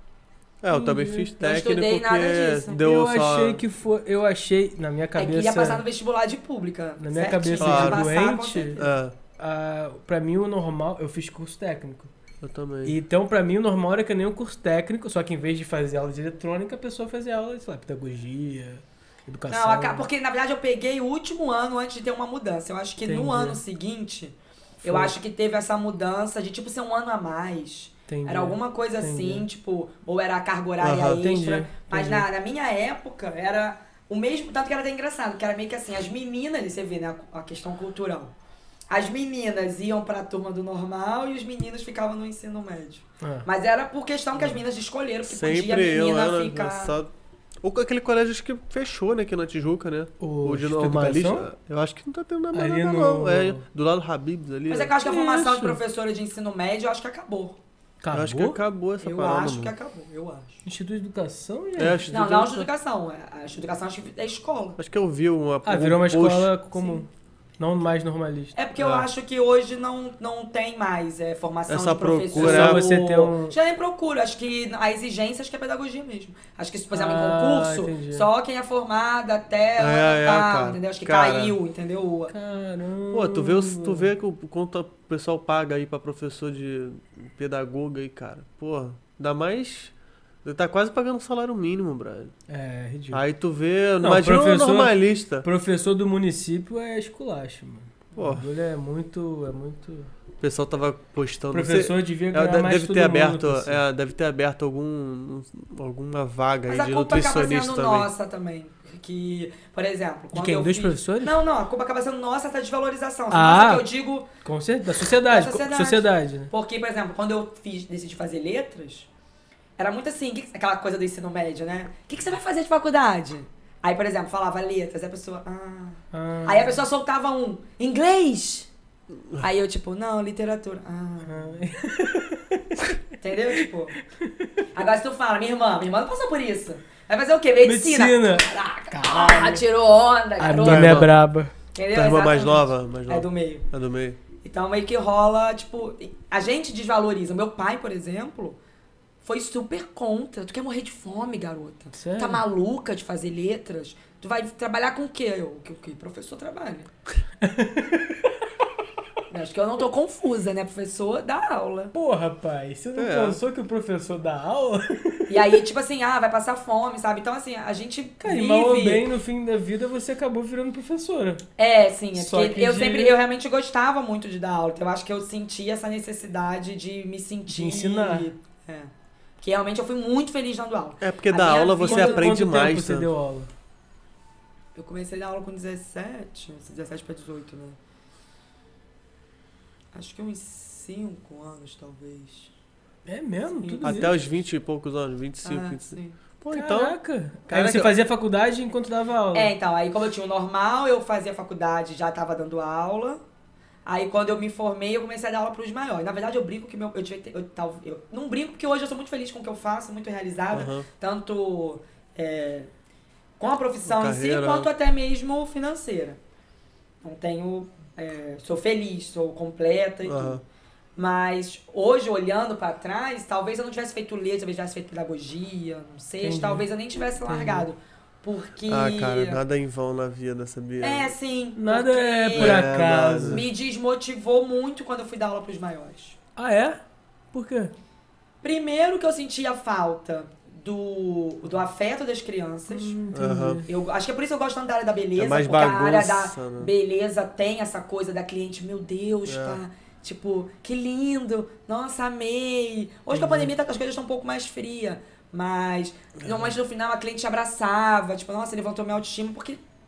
[SPEAKER 2] É, eu também fiz
[SPEAKER 4] Não
[SPEAKER 2] técnico
[SPEAKER 4] estudei nada
[SPEAKER 2] porque
[SPEAKER 4] disso.
[SPEAKER 2] deu
[SPEAKER 3] eu
[SPEAKER 2] só.
[SPEAKER 3] achei que foi. Eu achei, na minha
[SPEAKER 4] É que ia
[SPEAKER 3] cabeça.
[SPEAKER 4] passar no vestibular de pública.
[SPEAKER 3] Na minha
[SPEAKER 4] certinho,
[SPEAKER 3] cabeça
[SPEAKER 2] de
[SPEAKER 4] ia passar, com
[SPEAKER 3] doente,
[SPEAKER 4] certeza.
[SPEAKER 2] É,
[SPEAKER 3] ah, pra mim o normal. Eu fiz curso técnico.
[SPEAKER 2] eu também.
[SPEAKER 3] Então, pra mim, o normal era que nem um curso técnico, só que em vez de fazer aula de eletrônica, a pessoa fazia aula de, sei lá, pedagogia, educação.
[SPEAKER 4] Não, acaba- porque na verdade eu peguei o último ano antes de ter uma mudança. Eu acho que
[SPEAKER 3] Entendi.
[SPEAKER 4] no ano seguinte, eu
[SPEAKER 3] Foi.
[SPEAKER 4] acho que teve essa mudança de tipo ser um ano a mais.
[SPEAKER 3] Entendi.
[SPEAKER 4] Era alguma coisa
[SPEAKER 3] Entendi.
[SPEAKER 4] assim, tipo, ou era a carga horária
[SPEAKER 2] Aham.
[SPEAKER 4] extra.
[SPEAKER 3] Entendi,
[SPEAKER 4] Mas
[SPEAKER 3] entendi.
[SPEAKER 4] na, na minha época era o mesmo, tanto que era até engraçado, que era meio que assim, as meninas, você vê, né, a, a questão cultural. As meninas iam pra turma do normal e os meninos ficavam no ensino médio.
[SPEAKER 3] Ah.
[SPEAKER 4] Mas era por questão que as meninas escolheram, porque podia a
[SPEAKER 2] Sempre eu,
[SPEAKER 4] menina
[SPEAKER 2] era
[SPEAKER 4] ficar...
[SPEAKER 2] só. Ou com aquele colégio acho que fechou, né, aqui na Tijuca, né?
[SPEAKER 3] O
[SPEAKER 2] de
[SPEAKER 3] Instituto de Educação?
[SPEAKER 2] normalista. Eu acho que não tá tendo nada,
[SPEAKER 3] Ali
[SPEAKER 2] nada,
[SPEAKER 3] no-
[SPEAKER 2] não. É, do lado do Habibs ali.
[SPEAKER 4] Mas é
[SPEAKER 2] né?
[SPEAKER 4] que eu acho que a formação
[SPEAKER 3] Isso.
[SPEAKER 4] de professora de ensino médio, eu acho que acabou.
[SPEAKER 3] Acabou?
[SPEAKER 2] Eu acho que acabou essa
[SPEAKER 4] eu
[SPEAKER 2] parada.
[SPEAKER 4] acho que
[SPEAKER 2] mano.
[SPEAKER 4] acabou, eu acho.
[SPEAKER 3] Instituto de Educação, gente?
[SPEAKER 2] É, acho
[SPEAKER 4] Não,
[SPEAKER 2] que-
[SPEAKER 4] não de educação. é- A de educação acho que é escola.
[SPEAKER 2] Acho que eu vi uma.
[SPEAKER 3] Ah, virou uma
[SPEAKER 2] um post.
[SPEAKER 3] escola comum. Não mais normalista.
[SPEAKER 4] É porque eu
[SPEAKER 2] É.
[SPEAKER 4] acho que hoje não, não tem mais é, formação
[SPEAKER 2] Essa
[SPEAKER 4] de professor.
[SPEAKER 2] procura-
[SPEAKER 3] É só você ter um-
[SPEAKER 4] Já nem procura. Acho que a exigência acho que é pedagogia mesmo. Acho que, por exemplo,
[SPEAKER 3] Ah,
[SPEAKER 4] em concurso,
[SPEAKER 3] entendi.
[SPEAKER 4] só quem é formado até ano
[SPEAKER 2] É, é,
[SPEAKER 4] tal,
[SPEAKER 2] cara.
[SPEAKER 4] entendeu? Acho que
[SPEAKER 2] Cara.
[SPEAKER 4] caiu, entendeu?
[SPEAKER 3] Caramba.
[SPEAKER 2] Pô, tu vê, o- tu vê que o quanto o pessoal paga aí pra professor de pedagoga aí, cara. Pô, ainda mais. Tá quase pagando salário mínimo, brother.
[SPEAKER 3] É, ridículo.
[SPEAKER 2] Aí tu vê.
[SPEAKER 3] Não,
[SPEAKER 2] imagina
[SPEAKER 3] professor-
[SPEAKER 2] um normalista.
[SPEAKER 3] Professor do município é esculacho, mano.
[SPEAKER 2] Pô.
[SPEAKER 3] O bagulho é muito. É muito.
[SPEAKER 2] O pessoal tava postando.
[SPEAKER 3] Professor
[SPEAKER 2] Você-
[SPEAKER 3] devia
[SPEAKER 2] é,
[SPEAKER 3] ganhar
[SPEAKER 2] deve,
[SPEAKER 3] mais
[SPEAKER 2] deve
[SPEAKER 3] que
[SPEAKER 2] ter
[SPEAKER 3] todo mundo,
[SPEAKER 2] aberto,
[SPEAKER 3] assim.
[SPEAKER 2] é, deve ter aberto algum, alguma vaga
[SPEAKER 4] Mas
[SPEAKER 2] aí
[SPEAKER 4] a
[SPEAKER 2] de
[SPEAKER 4] culpa acaba
[SPEAKER 2] nutricionista
[SPEAKER 4] sendo
[SPEAKER 2] também.
[SPEAKER 4] nossa também. Que, por exemplo,
[SPEAKER 3] De
[SPEAKER 4] quando
[SPEAKER 3] quem?
[SPEAKER 4] eu
[SPEAKER 3] Dos
[SPEAKER 4] fiz-
[SPEAKER 3] professores?
[SPEAKER 4] Não, não, a culpa acaba sendo nossa essa desvalorização. Essa
[SPEAKER 3] Ah.
[SPEAKER 4] nossa que eu digo.
[SPEAKER 3] Com certeza. Da sociedade.
[SPEAKER 4] Da
[SPEAKER 3] co-
[SPEAKER 4] sociedade.
[SPEAKER 3] sociedade, né?
[SPEAKER 4] Porque, por exemplo, quando eu fiz, decidi fazer letras, era muito assim, que- aquela coisa do ensino médio, né? O que, que você vai fazer de faculdade? Aí, por exemplo, falava letras, aí a pessoa. Ah.
[SPEAKER 3] Ah,
[SPEAKER 4] Aí a pessoa soltava um inglês. Aí eu, tipo, não, literatura. Ah. Entendeu? Tipo. Agora se tu fala, minha irmã, minha irmã não passou por isso. Vai fazer o quê? Medicina.
[SPEAKER 3] Medicina.
[SPEAKER 4] Caraca. Ah, tirou onda,
[SPEAKER 3] A
[SPEAKER 4] garota.
[SPEAKER 3] minha é
[SPEAKER 2] irmã.
[SPEAKER 3] braba.
[SPEAKER 4] Entendeu?
[SPEAKER 2] Tua irmã mais
[SPEAKER 4] Exatamente.
[SPEAKER 2] nova? Mais nova.
[SPEAKER 4] É do meio.
[SPEAKER 2] É do meio.
[SPEAKER 4] Então meio que rola, tipo, a gente desvaloriza. Meu pai, por exemplo, foi super contra. Tu quer morrer de fome, garota?
[SPEAKER 3] Sério?
[SPEAKER 4] Tá maluca de fazer letras? Tu vai trabalhar com o quê? Eu, o que, o que professor trabalha? Acho que eu não tô confusa, né? Professor dá aula.
[SPEAKER 3] Porra, pai, você não
[SPEAKER 2] É.
[SPEAKER 3] pensou que o professor dá aula?
[SPEAKER 4] E aí, tipo assim, ah, vai passar fome, sabe? Então, assim, a gente
[SPEAKER 3] Cara, e
[SPEAKER 4] vive...
[SPEAKER 3] mal ou bem, no fim da vida, você acabou virando professora.
[SPEAKER 4] É, sim, é
[SPEAKER 3] Só
[SPEAKER 4] porque
[SPEAKER 3] que
[SPEAKER 4] eu
[SPEAKER 3] de-
[SPEAKER 4] sempre, eu realmente gostava muito de dar aula. Então eu acho que eu senti essa necessidade de me sentir...
[SPEAKER 3] De ensinar.
[SPEAKER 4] É. Que realmente eu fui muito feliz dando aula.
[SPEAKER 2] É porque
[SPEAKER 4] A
[SPEAKER 2] da
[SPEAKER 4] minha
[SPEAKER 2] aula
[SPEAKER 4] vida-
[SPEAKER 2] você
[SPEAKER 4] Quanto-
[SPEAKER 2] aprende
[SPEAKER 3] quanto
[SPEAKER 2] mais.
[SPEAKER 3] tempo você
[SPEAKER 2] né?
[SPEAKER 3] deu aula?
[SPEAKER 4] Eu comecei a dar aula com dezessete, dezessete pra dezoito, né? Acho que uns cinco anos, talvez.
[SPEAKER 3] É mesmo?
[SPEAKER 4] Sim.
[SPEAKER 3] Tudo
[SPEAKER 2] Até
[SPEAKER 3] isso?
[SPEAKER 2] os vinte e poucos anos, vinte e cinco,
[SPEAKER 4] Ah,
[SPEAKER 2] vinte e cinco.
[SPEAKER 4] sim.
[SPEAKER 2] Pô, então.
[SPEAKER 3] Caraca. Aí
[SPEAKER 2] Caraca,
[SPEAKER 3] você
[SPEAKER 2] eu-
[SPEAKER 3] fazia faculdade enquanto dava aula.
[SPEAKER 4] É, então, aí como eu tinha o normal, eu fazia faculdade, já tava dando aula. Aí quando eu me formei, eu comecei a dar aula pros maiores. Na verdade, eu brinco que meu, eu devia ter, eu, tal- eu não brinco porque hoje eu sou muito feliz com o que eu faço, muito realizada,
[SPEAKER 2] Aham.
[SPEAKER 4] tanto é, com a profissão em si,
[SPEAKER 2] Carreira.
[SPEAKER 4] quanto até mesmo financeira. Não tenho, é, sou feliz, sou completa e
[SPEAKER 2] Aham.
[SPEAKER 4] tudo. Mas hoje, olhando pra trás, talvez eu não tivesse feito letras, talvez eu tivesse feito pedagogia, não sei,
[SPEAKER 3] Entendi.
[SPEAKER 4] talvez eu nem tivesse largado. Porque.
[SPEAKER 2] Ah, cara, nada em vão na vida, sabia?
[SPEAKER 4] É, sim.
[SPEAKER 3] Nada
[SPEAKER 4] porque
[SPEAKER 3] é por
[SPEAKER 2] É,
[SPEAKER 3] acaso.
[SPEAKER 2] nada.
[SPEAKER 4] Me desmotivou muito quando eu fui dar aula pros maiores.
[SPEAKER 3] Ah, é? Por quê?
[SPEAKER 4] Primeiro que eu sentia falta do, do afeto das crianças.
[SPEAKER 3] Hum,
[SPEAKER 2] Aham.
[SPEAKER 3] entendi.
[SPEAKER 4] Eu acho que é por isso que eu gosto tanto da área da beleza,
[SPEAKER 2] É mais
[SPEAKER 4] porque a área
[SPEAKER 2] bagunça,
[SPEAKER 4] da
[SPEAKER 2] né?
[SPEAKER 4] beleza tem essa coisa da cliente, meu Deus,
[SPEAKER 2] É.
[SPEAKER 4] tá? Tipo, que lindo, nossa, amei. Hoje com a pandemia tá- as coisas estão um pouco mais frias, mas normalmente no final a cliente abraçava, tipo, nossa, levantou minha autoestima, porque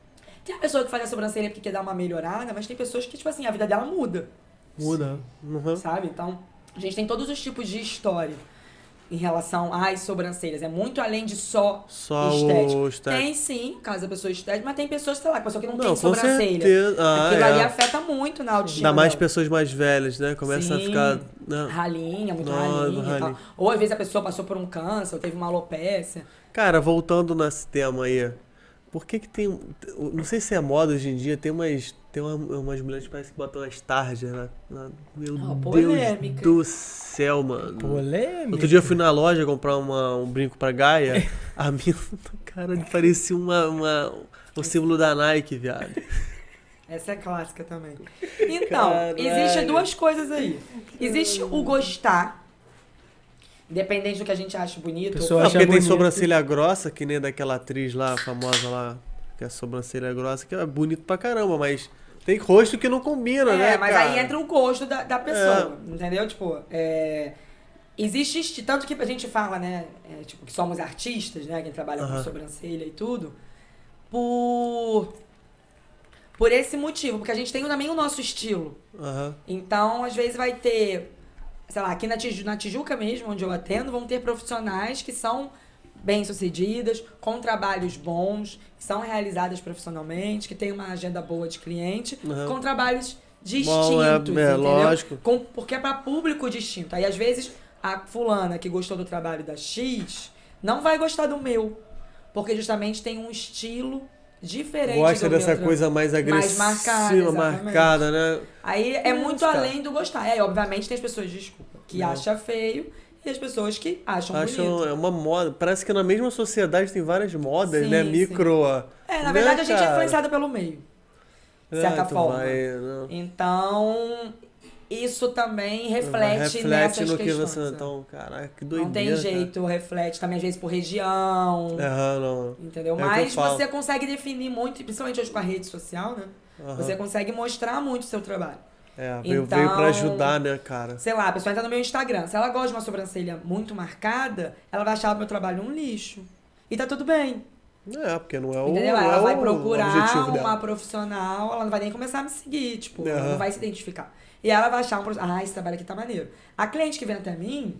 [SPEAKER 4] Tem a pessoa que faz a sobrancelha porque quer dar uma melhorada, mas tem pessoas que, tipo assim, a vida dela muda,
[SPEAKER 2] Muda. Uhum.
[SPEAKER 4] sabe? Então, a gente tem todos os tipos de história em relação às sobrancelhas. É muito além de só,
[SPEAKER 2] Só
[SPEAKER 4] estética.
[SPEAKER 2] o estético.
[SPEAKER 4] Tem sim, caso da pessoa estética, mas tem pessoas, sei lá, pessoa que não,
[SPEAKER 2] Não,
[SPEAKER 4] tem
[SPEAKER 2] com
[SPEAKER 4] sobrancelha.
[SPEAKER 2] certeza. Ah,
[SPEAKER 4] Aquilo
[SPEAKER 2] é.
[SPEAKER 4] ali afeta muito na autoestima
[SPEAKER 2] Ainda mais
[SPEAKER 4] dela.
[SPEAKER 2] pessoas mais velhas, né? Começa a
[SPEAKER 4] Sim.
[SPEAKER 2] ficar. Né?
[SPEAKER 4] Ralinha, muito
[SPEAKER 2] Nossa,
[SPEAKER 4] ralinha e tal.
[SPEAKER 2] ralinha.
[SPEAKER 4] Ou às vezes a pessoa passou por um câncer, ou teve uma alopécia.
[SPEAKER 2] Cara, voltando nesse tema aí, por que que tem. Não sei se é moda hoje em dia, tem umas. Tem uma, umas mulheres que parece que botam umas tarjas lá. lá- Meu
[SPEAKER 4] Ah,
[SPEAKER 2] Deus
[SPEAKER 4] polêmica.
[SPEAKER 2] do céu, mano.
[SPEAKER 3] Polêmica.
[SPEAKER 2] Outro dia eu fui na loja comprar uma, um brinco pra Gaia. A minha cara parecia uma, uma, um símbolo da Nike, viado.
[SPEAKER 4] Essa é clássica também. Então,
[SPEAKER 2] Caralho.
[SPEAKER 4] existem duas coisas aí. Existe o gostar, independente do que a gente acha bonito.
[SPEAKER 3] Pessoa
[SPEAKER 2] Ah,
[SPEAKER 3] acha
[SPEAKER 2] porque tem
[SPEAKER 3] bonito.
[SPEAKER 2] sobrancelha grossa, que nem daquela atriz lá, famosa lá, que é sobrancelha grossa, que é bonito pra caramba, mas tem rosto que não combina,
[SPEAKER 4] É,
[SPEAKER 2] né,
[SPEAKER 4] mas
[SPEAKER 2] cara?
[SPEAKER 4] aí entra o gosto da, da pessoa, entendeu? Tipo, é, existe, esti- tanto que a gente fala, né, é, tipo, que somos artistas, né, quem trabalha com
[SPEAKER 2] Aham.
[SPEAKER 4] sobrancelha e tudo, por, por esse motivo, porque a gente tem também o nosso estilo.
[SPEAKER 2] Aham.
[SPEAKER 4] Então, às vezes vai ter, sei lá, aqui na, Tiju, na Tijuca mesmo, onde eu atendo, vão ter profissionais que são bem-sucedidas, com trabalhos bons, que são realizadas profissionalmente, que têm uma agenda boa de cliente,
[SPEAKER 2] Uhum.
[SPEAKER 4] com trabalhos distintos,
[SPEAKER 2] Bom, é- é,
[SPEAKER 4] entendeu?
[SPEAKER 2] lógico.
[SPEAKER 4] Com, porque é para público distinto. Aí, às vezes, a fulana que gostou do trabalho da X não vai gostar do meu, porque justamente tem um estilo diferente
[SPEAKER 2] Gosta
[SPEAKER 4] do
[SPEAKER 2] dessa
[SPEAKER 4] meu tra-
[SPEAKER 2] coisa mais
[SPEAKER 4] mais
[SPEAKER 2] agressiva,
[SPEAKER 4] marcada, exatamente.
[SPEAKER 2] marcada, né?
[SPEAKER 4] Aí é
[SPEAKER 2] Isso,
[SPEAKER 4] muito
[SPEAKER 2] cara.
[SPEAKER 4] além do gostar. É, obviamente tem as pessoas, desculpa, que
[SPEAKER 2] Não.
[SPEAKER 4] acham feio e as pessoas que acham
[SPEAKER 2] Acham,
[SPEAKER 4] bonito.
[SPEAKER 2] é uma moda. Parece que na mesma sociedade tem várias modas,
[SPEAKER 4] Sim,
[SPEAKER 2] né?
[SPEAKER 4] sim.
[SPEAKER 2] Micro.
[SPEAKER 4] É, na
[SPEAKER 2] né,
[SPEAKER 4] verdade a gente é
[SPEAKER 2] cara?
[SPEAKER 4] influenciada pelo meio, de certa
[SPEAKER 2] Ah, tu
[SPEAKER 4] forma.
[SPEAKER 2] vai, não.
[SPEAKER 4] Então, isso também reflete,
[SPEAKER 2] Reflete
[SPEAKER 4] nessas
[SPEAKER 2] no que
[SPEAKER 4] questões.
[SPEAKER 2] você.
[SPEAKER 4] né?
[SPEAKER 2] Então, caraca, que doideira.
[SPEAKER 4] Não tem jeito, reflete também às vezes por região,
[SPEAKER 2] Cara. Aham, não.
[SPEAKER 4] entendeu?
[SPEAKER 2] É o que eu
[SPEAKER 4] Mas
[SPEAKER 2] falo.
[SPEAKER 4] você consegue definir muito, principalmente hoje com a rede social, né?
[SPEAKER 2] Aham.
[SPEAKER 4] Você consegue mostrar muito o seu trabalho.
[SPEAKER 2] É, veio,
[SPEAKER 4] Então-
[SPEAKER 2] veio pra ajudar, né, cara?
[SPEAKER 4] Sei lá, a pessoa entra no meu Instagram. Se ela gosta de uma sobrancelha muito marcada, ela vai achar o meu trabalho um lixo. E tá tudo bem.
[SPEAKER 2] É, porque não é o.
[SPEAKER 4] Entendeu?
[SPEAKER 2] não
[SPEAKER 4] Ela
[SPEAKER 2] é
[SPEAKER 4] vai
[SPEAKER 2] o
[SPEAKER 4] procurar
[SPEAKER 2] objetivo dela.
[SPEAKER 4] uma profissional, ela não vai nem começar a me seguir, tipo, ela
[SPEAKER 2] Aham.
[SPEAKER 4] não vai se identificar. E ela vai achar um profissional. Ah, esse trabalho aqui tá maneiro. A cliente que vem até mim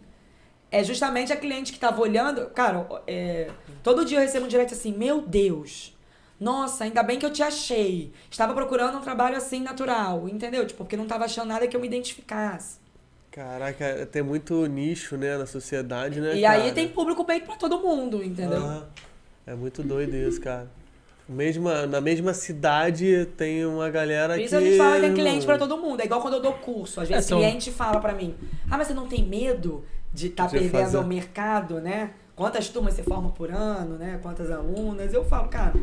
[SPEAKER 4] é justamente a cliente que tava olhando. Cara, é, todo dia eu recebo um direct assim, meu Deus. Nossa, ainda bem que eu te achei. Estava procurando um trabalho assim natural, entendeu? Tipo, porque não tava achando nada que eu me identificasse.
[SPEAKER 2] Caraca, tem muito nicho, né, na sociedade, né?
[SPEAKER 4] E
[SPEAKER 2] cara?
[SPEAKER 4] aí tem público bem pra todo mundo, entendeu?
[SPEAKER 2] Aham. É muito doido isso, cara. Mesma, na mesma cidade tem uma galera
[SPEAKER 4] Por
[SPEAKER 2] que...
[SPEAKER 4] isso a gente fala que tem cliente pra todo mundo. É igual quando eu dou curso. Às vezes
[SPEAKER 3] É,
[SPEAKER 4] o
[SPEAKER 3] são-
[SPEAKER 4] cliente fala pra mim, ah, mas você não tem medo de estar
[SPEAKER 2] De
[SPEAKER 4] perdendo
[SPEAKER 2] fazer.
[SPEAKER 4] o mercado, né? Quantas turmas você forma por ano, né? Quantas alunas? Eu falo, cara,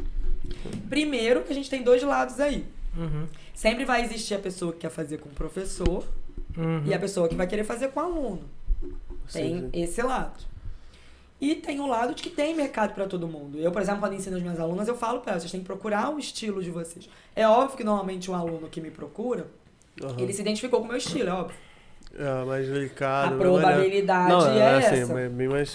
[SPEAKER 4] primeiro que a gente tem dois lados aí.
[SPEAKER 3] Uhum.
[SPEAKER 4] Sempre vai existir a pessoa que quer fazer com o professor
[SPEAKER 3] Uhum.
[SPEAKER 4] e a pessoa que vai querer fazer com o aluno. Tem
[SPEAKER 2] Sim, sim.
[SPEAKER 4] esse lado. E tem o lado de que tem mercado pra todo mundo. Eu, por exemplo, quando ensino as minhas alunas, eu falo pra elas, vocês têm que procurar o estilo de vocês. É óbvio que normalmente um aluno que me procura,
[SPEAKER 2] Aham.
[SPEAKER 4] ele se identificou com o meu estilo, é óbvio.
[SPEAKER 2] É, mais delicado.
[SPEAKER 4] A
[SPEAKER 2] bem mais-
[SPEAKER 4] probabilidade
[SPEAKER 2] Não,
[SPEAKER 4] é,
[SPEAKER 2] é assim,
[SPEAKER 4] essa.
[SPEAKER 2] é bem mais...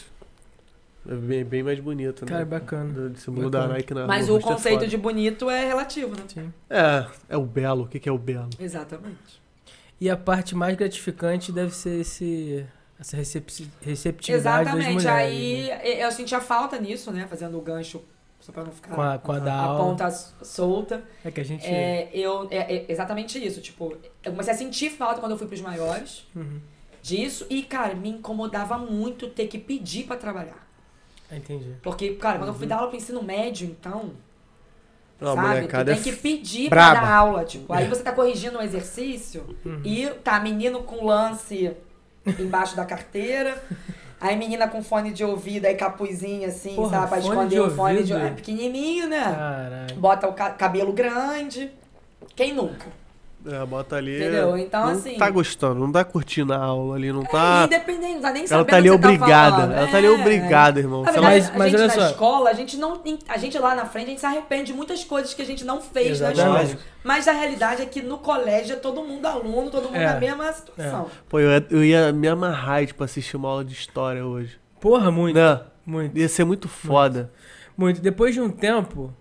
[SPEAKER 2] É bem, bem mais bonito, né?
[SPEAKER 3] Cara, bacana.
[SPEAKER 2] Do- De símbolo da
[SPEAKER 3] Bacana.
[SPEAKER 2] Nike na
[SPEAKER 4] Mas
[SPEAKER 2] no
[SPEAKER 4] o
[SPEAKER 2] rosto é
[SPEAKER 4] conceito
[SPEAKER 2] foda.
[SPEAKER 4] de bonito é relativo, né?
[SPEAKER 3] Sim.
[SPEAKER 2] É, é o belo. O que que é o belo?
[SPEAKER 4] Exatamente.
[SPEAKER 3] E a parte mais gratificante deve ser esse, essa recep- receptividade das
[SPEAKER 4] Exatamente.
[SPEAKER 3] mulheres.
[SPEAKER 4] Aí
[SPEAKER 3] né?
[SPEAKER 4] eu sentia falta nisso, né? Fazendo o gancho, só pra não ficar
[SPEAKER 3] Com a- com a da
[SPEAKER 4] a
[SPEAKER 3] aula.
[SPEAKER 4] ponta solta.
[SPEAKER 3] É que a gente...
[SPEAKER 4] É, eu, é, é exatamente isso. Tipo, eu comecei a sentir falta quando eu fui pros maiores
[SPEAKER 3] Uhum.
[SPEAKER 4] disso. E, cara, me incomodava muito ter que pedir pra trabalhar.
[SPEAKER 3] Ah, entendi.
[SPEAKER 4] Porque, cara, quando eu fui dar aula pro ensino médio, então,
[SPEAKER 2] Não, a
[SPEAKER 4] sabe? Tu
[SPEAKER 2] molecada é
[SPEAKER 4] tem que
[SPEAKER 2] f-
[SPEAKER 4] pedir
[SPEAKER 2] braba.
[SPEAKER 4] pra dar aula. Tipo, aí você tá corrigindo um exercício
[SPEAKER 3] Uhum.
[SPEAKER 4] e tá menino com lance embaixo da carteira. Aí menina com fone de ouvido, aí capuzinho assim,
[SPEAKER 3] Porra,
[SPEAKER 4] sabe? Pra
[SPEAKER 3] fone
[SPEAKER 4] esconder
[SPEAKER 3] de
[SPEAKER 4] o fone de
[SPEAKER 3] ouvido?
[SPEAKER 4] ouvido. É pequenininho, né?
[SPEAKER 3] Caralho.
[SPEAKER 4] Bota o ca- cabelo grande. Quem nunca?
[SPEAKER 2] É, bota ali...
[SPEAKER 4] Entendeu? Então,
[SPEAKER 2] não
[SPEAKER 4] assim-
[SPEAKER 2] tá gostando, não tá curtindo a aula ali, não
[SPEAKER 4] É,
[SPEAKER 2] tá...
[SPEAKER 4] independente, não tá nem
[SPEAKER 2] Ela
[SPEAKER 4] sabendo
[SPEAKER 2] tá ali
[SPEAKER 4] o que você
[SPEAKER 2] obrigada,
[SPEAKER 4] falando.
[SPEAKER 2] ela tá ali
[SPEAKER 4] É.
[SPEAKER 2] obrigada, irmão.
[SPEAKER 4] Na
[SPEAKER 2] Se
[SPEAKER 4] verdade,
[SPEAKER 3] Mas-
[SPEAKER 4] a
[SPEAKER 3] mas
[SPEAKER 4] gente
[SPEAKER 3] olha
[SPEAKER 4] na
[SPEAKER 3] só.
[SPEAKER 4] escola, a gente não. A gente lá na frente, a gente se arrepende de muitas coisas que a gente não fez na escola.
[SPEAKER 3] Exatamente.
[SPEAKER 4] Mas a realidade é que no colégio é todo mundo aluno, todo mundo
[SPEAKER 3] É.
[SPEAKER 4] na mesma situação.
[SPEAKER 2] Pô, eu ia, eu ia me amarrar tipo, assistir uma aula de história hoje.
[SPEAKER 3] Porra, muito.
[SPEAKER 2] Né?
[SPEAKER 3] Muito.
[SPEAKER 2] Ia ser muito foda.
[SPEAKER 3] Muito. Depois de um tempo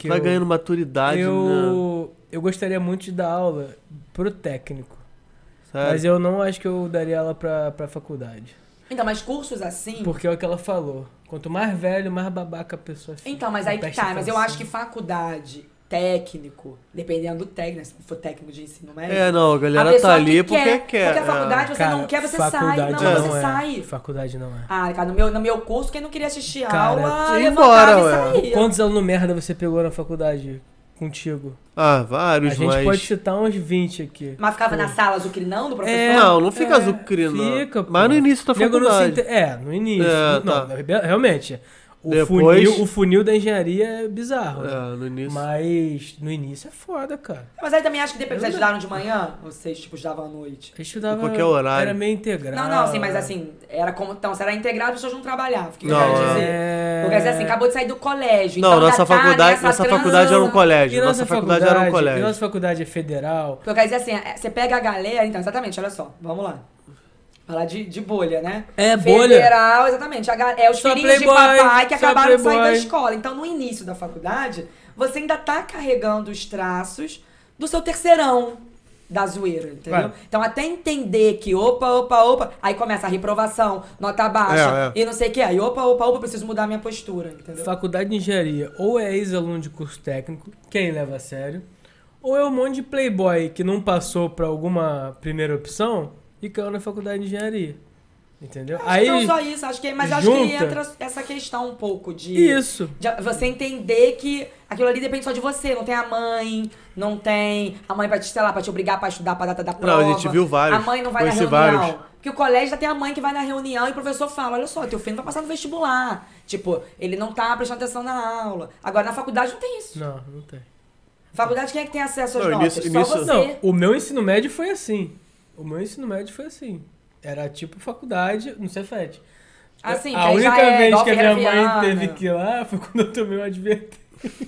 [SPEAKER 3] que
[SPEAKER 2] Vai
[SPEAKER 3] eu,
[SPEAKER 2] ganhando maturidade, né?
[SPEAKER 3] eu, eu gostaria muito de dar aula pro técnico.
[SPEAKER 2] Sério.
[SPEAKER 3] Mas eu não acho que eu daria ela pra, pra faculdade.
[SPEAKER 4] Então, mas cursos assim...
[SPEAKER 3] Porque é o que ela falou. Quanto mais velho, mais babaca a pessoa fica.
[SPEAKER 4] Então, mas
[SPEAKER 3] Não
[SPEAKER 4] aí que
[SPEAKER 3] presta
[SPEAKER 4] tá. Mas eu
[SPEAKER 3] atenção.
[SPEAKER 4] acho que faculdade, técnico, dependendo do técnico, se for técnico de ensino médio...
[SPEAKER 2] É, não, a
[SPEAKER 4] a
[SPEAKER 2] galera
[SPEAKER 4] pessoa
[SPEAKER 2] tá ali
[SPEAKER 4] que
[SPEAKER 2] porque quer.
[SPEAKER 4] Porque a
[SPEAKER 2] é.
[SPEAKER 4] faculdade você
[SPEAKER 3] Cara,
[SPEAKER 4] não quer, você sai.
[SPEAKER 3] faculdade
[SPEAKER 4] Não,
[SPEAKER 2] não
[SPEAKER 4] você
[SPEAKER 3] é.
[SPEAKER 4] sai.
[SPEAKER 3] Faculdade não é.
[SPEAKER 4] Ah, cara, no meu, no meu curso, quem não queria assistir a
[SPEAKER 3] Cara,
[SPEAKER 4] aula,
[SPEAKER 2] ia
[SPEAKER 4] levantava
[SPEAKER 2] embora,
[SPEAKER 4] e saía.
[SPEAKER 3] Quantos alunos merda você pegou na faculdade contigo?
[SPEAKER 2] Ah,
[SPEAKER 3] A
[SPEAKER 2] vários,
[SPEAKER 3] gente
[SPEAKER 2] mas...
[SPEAKER 3] pode citar uns vinte aqui.
[SPEAKER 4] Mas ficava na sala azucrinando o professor?
[SPEAKER 3] É,
[SPEAKER 2] Não, não fica
[SPEAKER 3] é,
[SPEAKER 2] azucrino.
[SPEAKER 3] fica, pô.
[SPEAKER 2] Mas no início da
[SPEAKER 3] Nego não se
[SPEAKER 2] faculdade.
[SPEAKER 3] inte- É, no início.
[SPEAKER 2] É,
[SPEAKER 3] não,
[SPEAKER 2] tá.
[SPEAKER 3] realmente. O,
[SPEAKER 2] Depois-
[SPEAKER 3] funil, o funil da engenharia é bizarro. né?
[SPEAKER 2] É, no início.
[SPEAKER 3] Mas no início é foda, cara.
[SPEAKER 4] Mas aí também acho que depende, vocês estudaram de manhã? Ou vocês, tipo, estudavam à noite?
[SPEAKER 3] Eu estudava.
[SPEAKER 2] Em qualquer horário.
[SPEAKER 3] Era meio integral.
[SPEAKER 4] Não, não, assim, mas assim, era como... Então, se era integrado, as pessoas não trabalhavam. O que eu
[SPEAKER 2] Não,
[SPEAKER 4] quero
[SPEAKER 2] é.
[SPEAKER 4] dizer?
[SPEAKER 3] É...
[SPEAKER 4] Porque assim, acabou de sair do colégio.
[SPEAKER 2] Não,
[SPEAKER 4] então
[SPEAKER 2] nossa
[SPEAKER 4] já tá
[SPEAKER 2] faculdade,
[SPEAKER 4] nessa
[SPEAKER 2] nossa
[SPEAKER 4] transição.
[SPEAKER 2] faculdade era um
[SPEAKER 3] E
[SPEAKER 2] colégio.
[SPEAKER 3] nossa,
[SPEAKER 2] Nossa faculdade era um colégio.
[SPEAKER 3] E nossa faculdade é federal.
[SPEAKER 4] Porque eu quero dizer assim, é, você pega a galera, então, exatamente, olha só, vamos lá. Falar de, de bolha, né?
[SPEAKER 3] É, bolha.
[SPEAKER 4] Federal, exatamente. A ga- é os
[SPEAKER 3] Só
[SPEAKER 4] filhinhos de
[SPEAKER 3] playboy,
[SPEAKER 4] papai que
[SPEAKER 3] só
[SPEAKER 4] acabaram de sair da
[SPEAKER 3] playboy.
[SPEAKER 4] escola. Então, no início da faculdade, você ainda tá carregando os traços do seu terceirão da zoeira, entendeu?
[SPEAKER 3] Vai.
[SPEAKER 4] Então, até entender que, opa, opa, opa, aí começa a reprovação, nota baixa,
[SPEAKER 2] É,
[SPEAKER 4] e não sei o que. Aí, opa, opa, opa, preciso mudar minha postura, entendeu?
[SPEAKER 3] Faculdade de engenharia, ou é ex-aluno de curso técnico, quem leva a sério, ou é um monte de playboy que não passou pra alguma primeira opção e caiu na faculdade de engenharia. Entendeu?
[SPEAKER 4] Acho
[SPEAKER 3] Aí,
[SPEAKER 4] que não só isso, acho que, mas acho que
[SPEAKER 3] junta-
[SPEAKER 4] entra essa questão um pouco de...
[SPEAKER 3] isso.
[SPEAKER 4] de você entender que aquilo ali depende só de você, não tem a mãe, não tem a mãe pra te, sei lá, pra te obrigar pra estudar pra data da prova.
[SPEAKER 2] Não, a gente viu vários.
[SPEAKER 4] A mãe não vai na
[SPEAKER 2] Conheci
[SPEAKER 4] reunião.
[SPEAKER 2] vários.
[SPEAKER 4] Porque o colégio já tem a mãe que vai na reunião e o professor fala, olha só, teu filho não vai passar no vestibular. Tipo, ele não tá prestando atenção na aula. Agora, na faculdade não tem isso.
[SPEAKER 3] Não, não tem.
[SPEAKER 4] Faculdade, quem é que tem acesso às
[SPEAKER 2] Não,
[SPEAKER 4] notas?
[SPEAKER 2] início-
[SPEAKER 4] Só
[SPEAKER 2] início-
[SPEAKER 4] você.
[SPEAKER 3] Não, o meu ensino médio foi assim. O meu ensino médio foi assim. Era tipo faculdade no Cefet.
[SPEAKER 4] Assim,
[SPEAKER 3] a
[SPEAKER 4] que aí
[SPEAKER 3] única
[SPEAKER 4] já é
[SPEAKER 3] vez
[SPEAKER 4] igual
[SPEAKER 3] que a minha
[SPEAKER 4] Ferreira
[SPEAKER 3] mãe
[SPEAKER 4] Viana.
[SPEAKER 3] teve que ir lá foi quando eu tomei uma advertência.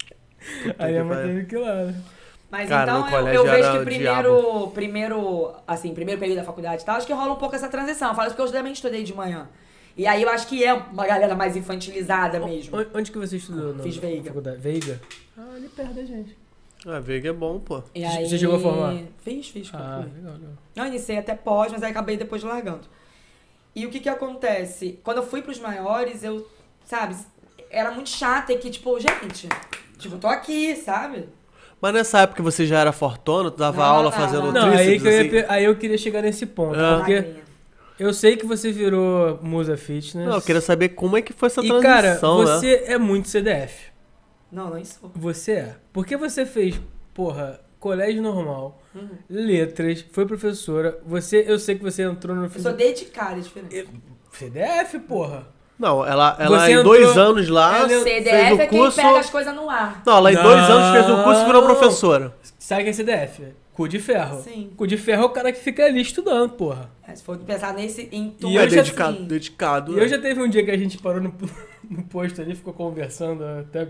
[SPEAKER 3] Aí minha
[SPEAKER 2] que
[SPEAKER 3] mãe
[SPEAKER 2] pariu.
[SPEAKER 3] teve que ir lá, né?
[SPEAKER 4] Mas
[SPEAKER 2] Cara,
[SPEAKER 4] então
[SPEAKER 2] no
[SPEAKER 4] eu,
[SPEAKER 2] colégio
[SPEAKER 4] eu vejo
[SPEAKER 2] era
[SPEAKER 4] que
[SPEAKER 2] o
[SPEAKER 4] primeiro, primeiro, assim, primeiro período da faculdade e tal, acho que rola um pouco essa transição. Eu falo isso porque eu também estudei de manhã. E aí eu acho que é uma galera mais infantilizada mesmo.
[SPEAKER 3] Onde, onde que você estudou? na-
[SPEAKER 4] Fiz
[SPEAKER 3] na
[SPEAKER 4] Veiga.
[SPEAKER 3] faculdade? Veiga? Ah, ali perto da gente.
[SPEAKER 2] Ah, Veiga é bom, pô.
[SPEAKER 4] E
[SPEAKER 3] Você
[SPEAKER 4] aí...
[SPEAKER 3] chegou a formar?
[SPEAKER 4] Fiz, fiz.
[SPEAKER 3] Ah,
[SPEAKER 4] concluí.
[SPEAKER 3] legal, legal.
[SPEAKER 4] Eu iniciei até pós, mas aí acabei depois largando. E o que que acontece? Quando eu fui pros maiores, eu, sabe, era muito chata e que, tipo, gente, tipo, eu tô aqui, sabe?
[SPEAKER 2] Mas nessa época você já era fortona, tu dava
[SPEAKER 4] Não,
[SPEAKER 2] aula
[SPEAKER 4] não,
[SPEAKER 2] fazendo
[SPEAKER 4] não.
[SPEAKER 3] Não, aí,
[SPEAKER 2] tríceps,
[SPEAKER 3] que eu ia
[SPEAKER 2] assim?
[SPEAKER 3] pe- aí eu queria chegar nesse ponto.
[SPEAKER 2] É.
[SPEAKER 3] Porque
[SPEAKER 4] Magrinha.
[SPEAKER 3] eu sei que você virou musa fitness.
[SPEAKER 2] Não, eu queria saber como é que foi essa
[SPEAKER 3] E,
[SPEAKER 2] transição,
[SPEAKER 3] cara,
[SPEAKER 2] né?
[SPEAKER 3] você é muito C D F.
[SPEAKER 4] Não, não sou.
[SPEAKER 3] Você é. Porque você fez, porra, colégio normal,
[SPEAKER 4] Uhum.
[SPEAKER 3] letras, foi professora. Você, eu sei que você entrou no
[SPEAKER 4] Eu sou dedicada, é diferente.
[SPEAKER 3] C D F, porra.
[SPEAKER 2] Não, ela, ela
[SPEAKER 3] Você
[SPEAKER 2] em
[SPEAKER 3] entrou-
[SPEAKER 2] dois anos lá
[SPEAKER 3] Ela-
[SPEAKER 4] C D
[SPEAKER 2] fez
[SPEAKER 4] F
[SPEAKER 2] o
[SPEAKER 4] é quem
[SPEAKER 2] curso...
[SPEAKER 4] pega as coisas no ar.
[SPEAKER 2] Não, ela em dois
[SPEAKER 3] Não.
[SPEAKER 2] anos fez o curso e virou professora.
[SPEAKER 3] Sabe o que é C D F? Cu de ferro.
[SPEAKER 4] Sim.
[SPEAKER 3] Cu de ferro é o cara que fica ali estudando, porra.
[SPEAKER 4] É, se for pensar nesse em tudo,
[SPEAKER 3] E eu
[SPEAKER 2] é
[SPEAKER 3] já-
[SPEAKER 2] dedicado,
[SPEAKER 4] assim,
[SPEAKER 2] dedicado.
[SPEAKER 3] E
[SPEAKER 2] né?
[SPEAKER 3] eu já teve um dia que a gente parou no, no posto ali, ficou conversando até.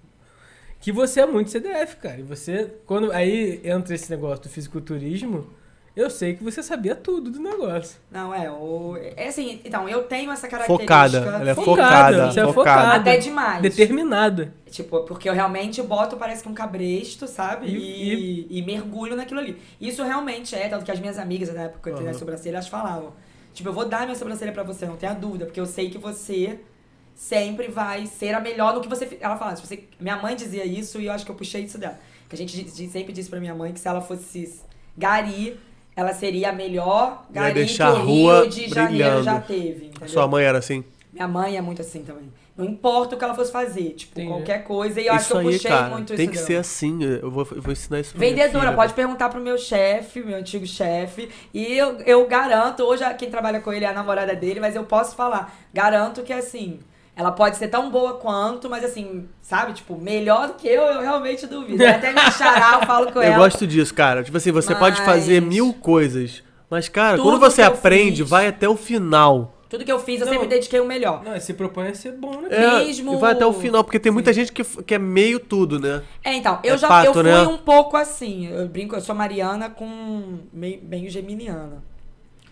[SPEAKER 3] Que você é muito C D F, cara. E você, quando aí entra esse negócio do fisiculturismo, eu sei que você sabia tudo do negócio.
[SPEAKER 4] Não, é, o, é assim, então, eu tenho essa característica...
[SPEAKER 2] Focada, ela é
[SPEAKER 3] Focada,
[SPEAKER 2] focada,
[SPEAKER 3] você é
[SPEAKER 2] focada.
[SPEAKER 3] focada.
[SPEAKER 4] Até demais.
[SPEAKER 3] Determinada.
[SPEAKER 4] Tipo, porque eu realmente boto, parece que um cabresto, sabe?
[SPEAKER 3] E-
[SPEAKER 4] E, e mergulho naquilo ali. Isso realmente é, tanto que as minhas amigas, na época que eu treinei
[SPEAKER 3] Uhum.
[SPEAKER 4] a sobrancelha, elas falavam. Tipo, eu vou dar minha sobrancelha pra você, não tenha dúvida, porque eu sei que você sempre vai ser a melhor no que você... fi- Ela fala, se você... Minha mãe dizia isso e eu acho que eu puxei isso dela. Que a gente di- sempre disse pra minha mãe que se ela fosse gari, ela seria a melhor
[SPEAKER 2] Ia
[SPEAKER 4] gari que
[SPEAKER 2] deixar a
[SPEAKER 4] o
[SPEAKER 2] rua
[SPEAKER 4] Rio de Janeiro
[SPEAKER 2] brilhando.
[SPEAKER 4] já teve, entendeu?
[SPEAKER 2] Sua mãe era assim?
[SPEAKER 4] Minha mãe é muito assim também. Não importa o que ela fosse fazer, tipo,
[SPEAKER 3] Entendi.
[SPEAKER 4] qualquer coisa. E eu acho
[SPEAKER 2] Isso
[SPEAKER 4] que eu
[SPEAKER 2] aí,
[SPEAKER 4] puxei
[SPEAKER 2] cara,
[SPEAKER 4] muito
[SPEAKER 2] tem
[SPEAKER 4] isso
[SPEAKER 2] que
[SPEAKER 4] dela.
[SPEAKER 2] ser assim. Eu vou, eu vou ensinar isso pra minha
[SPEAKER 4] Vendedora,
[SPEAKER 2] filha.
[SPEAKER 4] pode perguntar pro meu chefe, meu antigo chefe. E eu, eu garanto, hoje a- quem trabalha com ele é a namorada dele, mas eu posso falar. Garanto que assim, ela pode ser tão boa quanto, mas assim, sabe, tipo, melhor do que eu, eu realmente duvido. Ela até me xará, eu falo com
[SPEAKER 2] Eu
[SPEAKER 4] ela.
[SPEAKER 2] gosto disso, cara. Tipo assim, você pode fazer
[SPEAKER 4] Mas-
[SPEAKER 2] mil coisas, mas, cara,
[SPEAKER 4] Tudo
[SPEAKER 2] quando você
[SPEAKER 4] que eu
[SPEAKER 2] aprende,
[SPEAKER 4] fiz-
[SPEAKER 2] vai até o final.
[SPEAKER 4] Tudo que eu fiz, eu
[SPEAKER 3] Não.
[SPEAKER 4] sempre dediquei o melhor.
[SPEAKER 3] Não, se propõe a ser bom, né?
[SPEAKER 2] É,
[SPEAKER 4] Mesmo-
[SPEAKER 2] e vai até o final, porque tem muita gente que, f- que é meio tudo, né?
[SPEAKER 4] É, então, eu
[SPEAKER 2] É
[SPEAKER 4] já
[SPEAKER 2] pato,
[SPEAKER 4] eu fui
[SPEAKER 2] né?
[SPEAKER 4] um pouco assim. Eu brinco, eu sou mariana com meio, meio geminiana.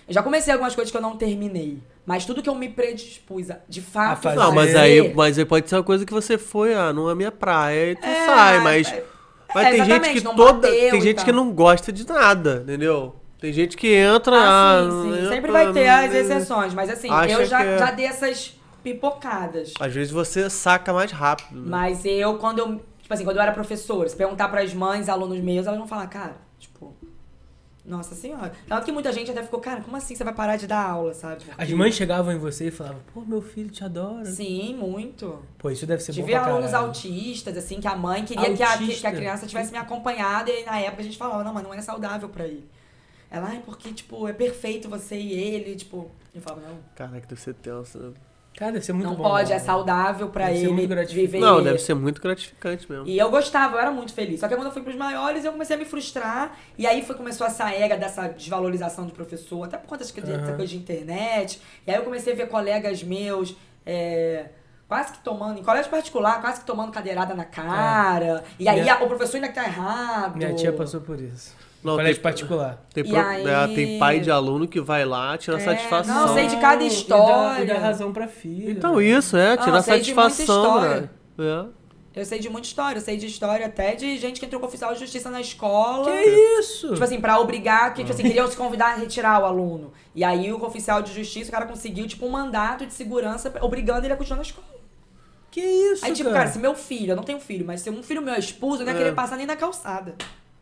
[SPEAKER 4] Eu já comecei algumas coisas que eu não terminei. Mas tudo que eu me predispus a, de fato,
[SPEAKER 3] A fazer.
[SPEAKER 2] Não, mas
[SPEAKER 4] fazer-
[SPEAKER 2] aí, mas aí pode ser uma coisa que você foi, ah, não é minha praia, e tu
[SPEAKER 4] É,
[SPEAKER 2] sai, mas,
[SPEAKER 4] é,
[SPEAKER 2] mas
[SPEAKER 4] é,
[SPEAKER 2] tem gente
[SPEAKER 4] exatamente,
[SPEAKER 2] que
[SPEAKER 4] não
[SPEAKER 2] toda,
[SPEAKER 4] bateu
[SPEAKER 2] tem
[SPEAKER 4] e
[SPEAKER 2] gente
[SPEAKER 4] tal.
[SPEAKER 2] que não gosta de nada, entendeu? Tem gente que entra,
[SPEAKER 4] Ah,
[SPEAKER 2] ah,
[SPEAKER 4] sim,
[SPEAKER 2] não
[SPEAKER 4] sim.
[SPEAKER 2] entra,
[SPEAKER 4] Sempre vai ter as
[SPEAKER 2] não-
[SPEAKER 4] exceções. Mas assim,
[SPEAKER 2] Acha
[SPEAKER 4] eu já,
[SPEAKER 2] que é-
[SPEAKER 4] já dei essas pipocadas.
[SPEAKER 2] Às vezes você saca mais rápido. Né?
[SPEAKER 4] Mas eu, quando eu. Tipo assim, quando eu era professora, se perguntar pras mães, alunos meus, elas vão falar, cara, tipo. Nossa senhora. Tanto que muita gente até ficou, cara, como assim você vai parar de dar aula, sabe? Porque-
[SPEAKER 3] As mães chegavam em você e falavam, pô, meu filho te adora.
[SPEAKER 4] Sim, muito.
[SPEAKER 3] Pô, isso deve ser
[SPEAKER 4] Tive
[SPEAKER 3] bom pra
[SPEAKER 4] alunos
[SPEAKER 3] caralho.
[SPEAKER 4] autistas, assim, que a mãe queria que a, que,
[SPEAKER 3] Autista?
[SPEAKER 4] que a criança tivesse me acompanhado. E aí, na época, a gente falava, não, mas não é saudável pra ele. Ela, ai, porque, tipo, é perfeito você e ele, tipo... Eu falava, não,
[SPEAKER 2] Caraca, deve ser tenso. né?
[SPEAKER 3] Cara, deve ser muito
[SPEAKER 4] não
[SPEAKER 3] bom.
[SPEAKER 4] pode,
[SPEAKER 3] né?
[SPEAKER 4] é saudável pra
[SPEAKER 3] Deve ser
[SPEAKER 4] ele
[SPEAKER 3] muito gratificante.
[SPEAKER 4] viver...
[SPEAKER 2] Não, deve ser muito gratificante mesmo.
[SPEAKER 4] E eu gostava, eu era muito feliz. Só que quando eu fui pros maiores, eu comecei a me frustrar. E aí foi, começou essa era dessa desvalorização do professor, até por conta dessa
[SPEAKER 3] Aham.
[SPEAKER 4] coisa de internet. E aí eu comecei a ver colegas meus é, quase que tomando, em colégio particular, quase que tomando cadeirada na cara. E aí
[SPEAKER 3] Minha-
[SPEAKER 4] a- o professor ainda tá errado.
[SPEAKER 3] Minha tia passou por isso.
[SPEAKER 2] Não,
[SPEAKER 3] Colégio
[SPEAKER 2] tem-
[SPEAKER 3] particular.
[SPEAKER 2] Tem,
[SPEAKER 4] E
[SPEAKER 2] pro-
[SPEAKER 4] aí-
[SPEAKER 2] é, tem pai de aluno que vai lá, tira
[SPEAKER 4] É,
[SPEAKER 2] satisfação.
[SPEAKER 4] não, eu sei de cada
[SPEAKER 3] E dá-
[SPEAKER 4] história.
[SPEAKER 3] E dá, razão pra filha.
[SPEAKER 2] Então
[SPEAKER 3] né?
[SPEAKER 2] isso, é,
[SPEAKER 4] Ah,
[SPEAKER 2] tirar
[SPEAKER 4] eu sei de muita
[SPEAKER 2] satisfação,
[SPEAKER 4] história.
[SPEAKER 2] né? É.
[SPEAKER 4] Eu sei de muita história, eu sei de história até de gente que entrou com oficial de justiça na escola.
[SPEAKER 3] Que isso?
[SPEAKER 4] Tipo assim, pra obrigar, que tipo assim, queriam se convidar a retirar o aluno. E aí o oficial de justiça, o cara conseguiu, tipo, um mandato de segurança obrigando ele a continuar na escola.
[SPEAKER 3] Que isso,
[SPEAKER 4] Aí, tipo, cara, se meu filho, eu não tenho filho, mas se um filho meu é expulso, eu não ia
[SPEAKER 2] É.
[SPEAKER 4] querer passar nem na calçada.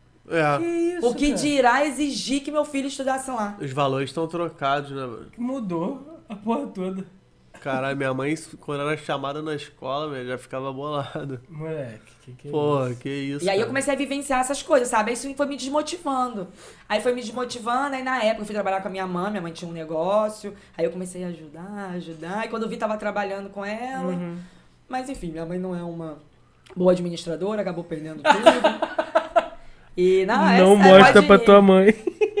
[SPEAKER 2] É.
[SPEAKER 3] Que isso,
[SPEAKER 4] O que
[SPEAKER 3] cara?
[SPEAKER 4] dirá exigir que meu filho estudasse lá?
[SPEAKER 2] Os valores estão trocados, né, mano?
[SPEAKER 3] Mudou a porra toda.
[SPEAKER 2] Caralho, minha mãe, quando era chamada na escola, velho, já ficava bolada.
[SPEAKER 3] Moleque, que que é
[SPEAKER 2] Pô,
[SPEAKER 3] isso?
[SPEAKER 2] que isso.
[SPEAKER 4] E aí eu
[SPEAKER 2] cara.
[SPEAKER 4] comecei a vivenciar essas coisas, sabe? Aí isso foi me desmotivando. Aí foi me desmotivando, aí na época eu fui trabalhar com a minha mãe, minha mãe tinha um negócio, aí eu comecei a ajudar, ajudar, e quando eu vi tava trabalhando com ela.
[SPEAKER 3] Uhum.
[SPEAKER 4] Mas enfim, minha mãe não é uma boa administradora, acabou perdendo tudo. E não, é-
[SPEAKER 3] Não
[SPEAKER 4] é,
[SPEAKER 3] mostra
[SPEAKER 4] pode
[SPEAKER 3] pra
[SPEAKER 4] rir.
[SPEAKER 3] tua mãe.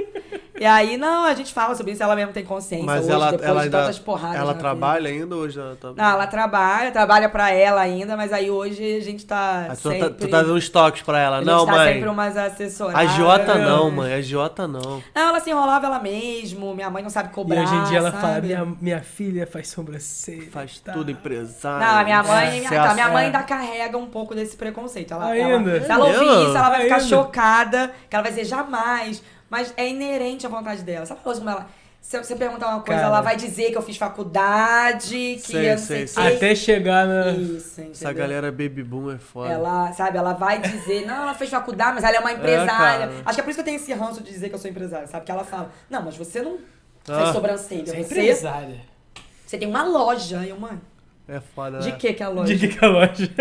[SPEAKER 4] E aí, não, a gente fala sobre isso, ela mesmo tem consciência
[SPEAKER 2] Mas
[SPEAKER 4] hoje,
[SPEAKER 2] ela,
[SPEAKER 4] depois
[SPEAKER 2] ela
[SPEAKER 4] de
[SPEAKER 2] ainda.
[SPEAKER 4] tantas porradas
[SPEAKER 2] Ela
[SPEAKER 4] na vida.
[SPEAKER 2] trabalha ainda hoje? Ela tá...
[SPEAKER 4] Não, ela trabalha, trabalha pra ela ainda, mas aí hoje a gente tá
[SPEAKER 2] Ah, tu,
[SPEAKER 4] sempre...
[SPEAKER 2] tá, tu tá dando uns toques pra ela.
[SPEAKER 4] a gente
[SPEAKER 2] Não,
[SPEAKER 4] tá
[SPEAKER 2] mãe.
[SPEAKER 4] sempre umas assessoradas.
[SPEAKER 2] A Jota não, mãe. A Jota não.
[SPEAKER 4] Não, ela se enrolava ela mesmo, minha mãe não sabe
[SPEAKER 3] E
[SPEAKER 4] cobrar,
[SPEAKER 3] hoje em dia ela
[SPEAKER 4] sabe?
[SPEAKER 3] fala, minha, minha filha faz sobrancelha.
[SPEAKER 2] Faz
[SPEAKER 3] tá?
[SPEAKER 2] tudo empresário.
[SPEAKER 4] Não, a minha mãe,
[SPEAKER 2] sucesso.
[SPEAKER 4] tá, minha mãe
[SPEAKER 3] É.
[SPEAKER 4] ainda carrega um pouco desse preconceito. Ela,
[SPEAKER 3] Ainda?
[SPEAKER 4] ela- se ela ouvir
[SPEAKER 2] Ainda?
[SPEAKER 4] isso, ela vai ficar
[SPEAKER 3] Ainda?
[SPEAKER 4] chocada, que ela vai dizer jamais. Mas é inerente à vontade dela. Sabe aquela coisa como ela... Se você perguntar uma coisa,
[SPEAKER 3] Cara.
[SPEAKER 4] ela vai dizer que eu fiz faculdade, que
[SPEAKER 2] Sei,
[SPEAKER 4] eu não sei
[SPEAKER 2] sei,
[SPEAKER 4] o quê.
[SPEAKER 3] Até chegar na...
[SPEAKER 4] Isso, entendeu?
[SPEAKER 2] Essa galera baby boom é foda.
[SPEAKER 4] Ela, sabe, ela vai dizer, não, ela fez faculdade, mas ela é uma empresária.
[SPEAKER 2] cara.
[SPEAKER 4] Acho que é por isso que eu tenho esse ranço de dizer que eu sou empresária, sabe? Porque ela fala, não, mas você não
[SPEAKER 2] Ah.
[SPEAKER 4] faz sobrancelha,
[SPEAKER 3] Você é
[SPEAKER 4] você,
[SPEAKER 3] empresária.
[SPEAKER 4] você tem uma loja. Aí eu, mãe,
[SPEAKER 2] É foda,
[SPEAKER 4] de
[SPEAKER 2] né?
[SPEAKER 4] que que é a loja?
[SPEAKER 3] De que que é a loja?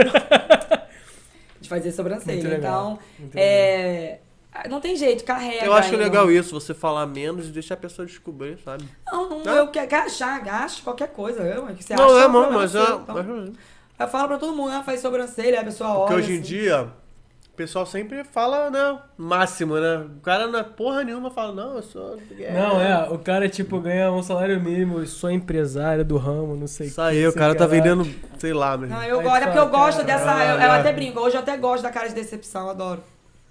[SPEAKER 4] De fazer sobrancelha.
[SPEAKER 3] Muito legal,
[SPEAKER 4] Então,
[SPEAKER 3] muito
[SPEAKER 4] é... não tem jeito, carrega.
[SPEAKER 2] Eu acho
[SPEAKER 4] aí,
[SPEAKER 2] legal
[SPEAKER 4] não.
[SPEAKER 2] isso, você falar menos e deixar a pessoa descobrir, sabe?
[SPEAKER 4] Não, não,
[SPEAKER 2] Não?
[SPEAKER 4] eu quero quer achar, gaste qualquer coisa. Eu, que você
[SPEAKER 2] não,
[SPEAKER 4] acha,
[SPEAKER 2] é,
[SPEAKER 4] um
[SPEAKER 2] mano,
[SPEAKER 4] problema
[SPEAKER 2] mas
[SPEAKER 4] seu,
[SPEAKER 2] é.
[SPEAKER 4] então.
[SPEAKER 2] mas-
[SPEAKER 4] Eu falo pra todo mundo, ah, faz sobrancelha, a pessoa olha.
[SPEAKER 2] Porque hoje em
[SPEAKER 4] assim.
[SPEAKER 2] dia, o pessoal sempre fala, né? Máximo, né? O cara não é porra nenhuma, fala, não, eu sou.
[SPEAKER 3] Não, é, o cara, tipo, ganha um salário mínimo, sou empresário do ramo, não sei
[SPEAKER 2] Isso aí, o cara tá vendendo, sei lá, mesmo.
[SPEAKER 4] Não, eu
[SPEAKER 3] Aí
[SPEAKER 4] gosto, é
[SPEAKER 3] fala,
[SPEAKER 4] porque eu gosto
[SPEAKER 3] cara,
[SPEAKER 4] dessa. Eu, eu
[SPEAKER 2] ah,
[SPEAKER 4] até brinco, hoje eu até gosto da cara de decepção, eu adoro.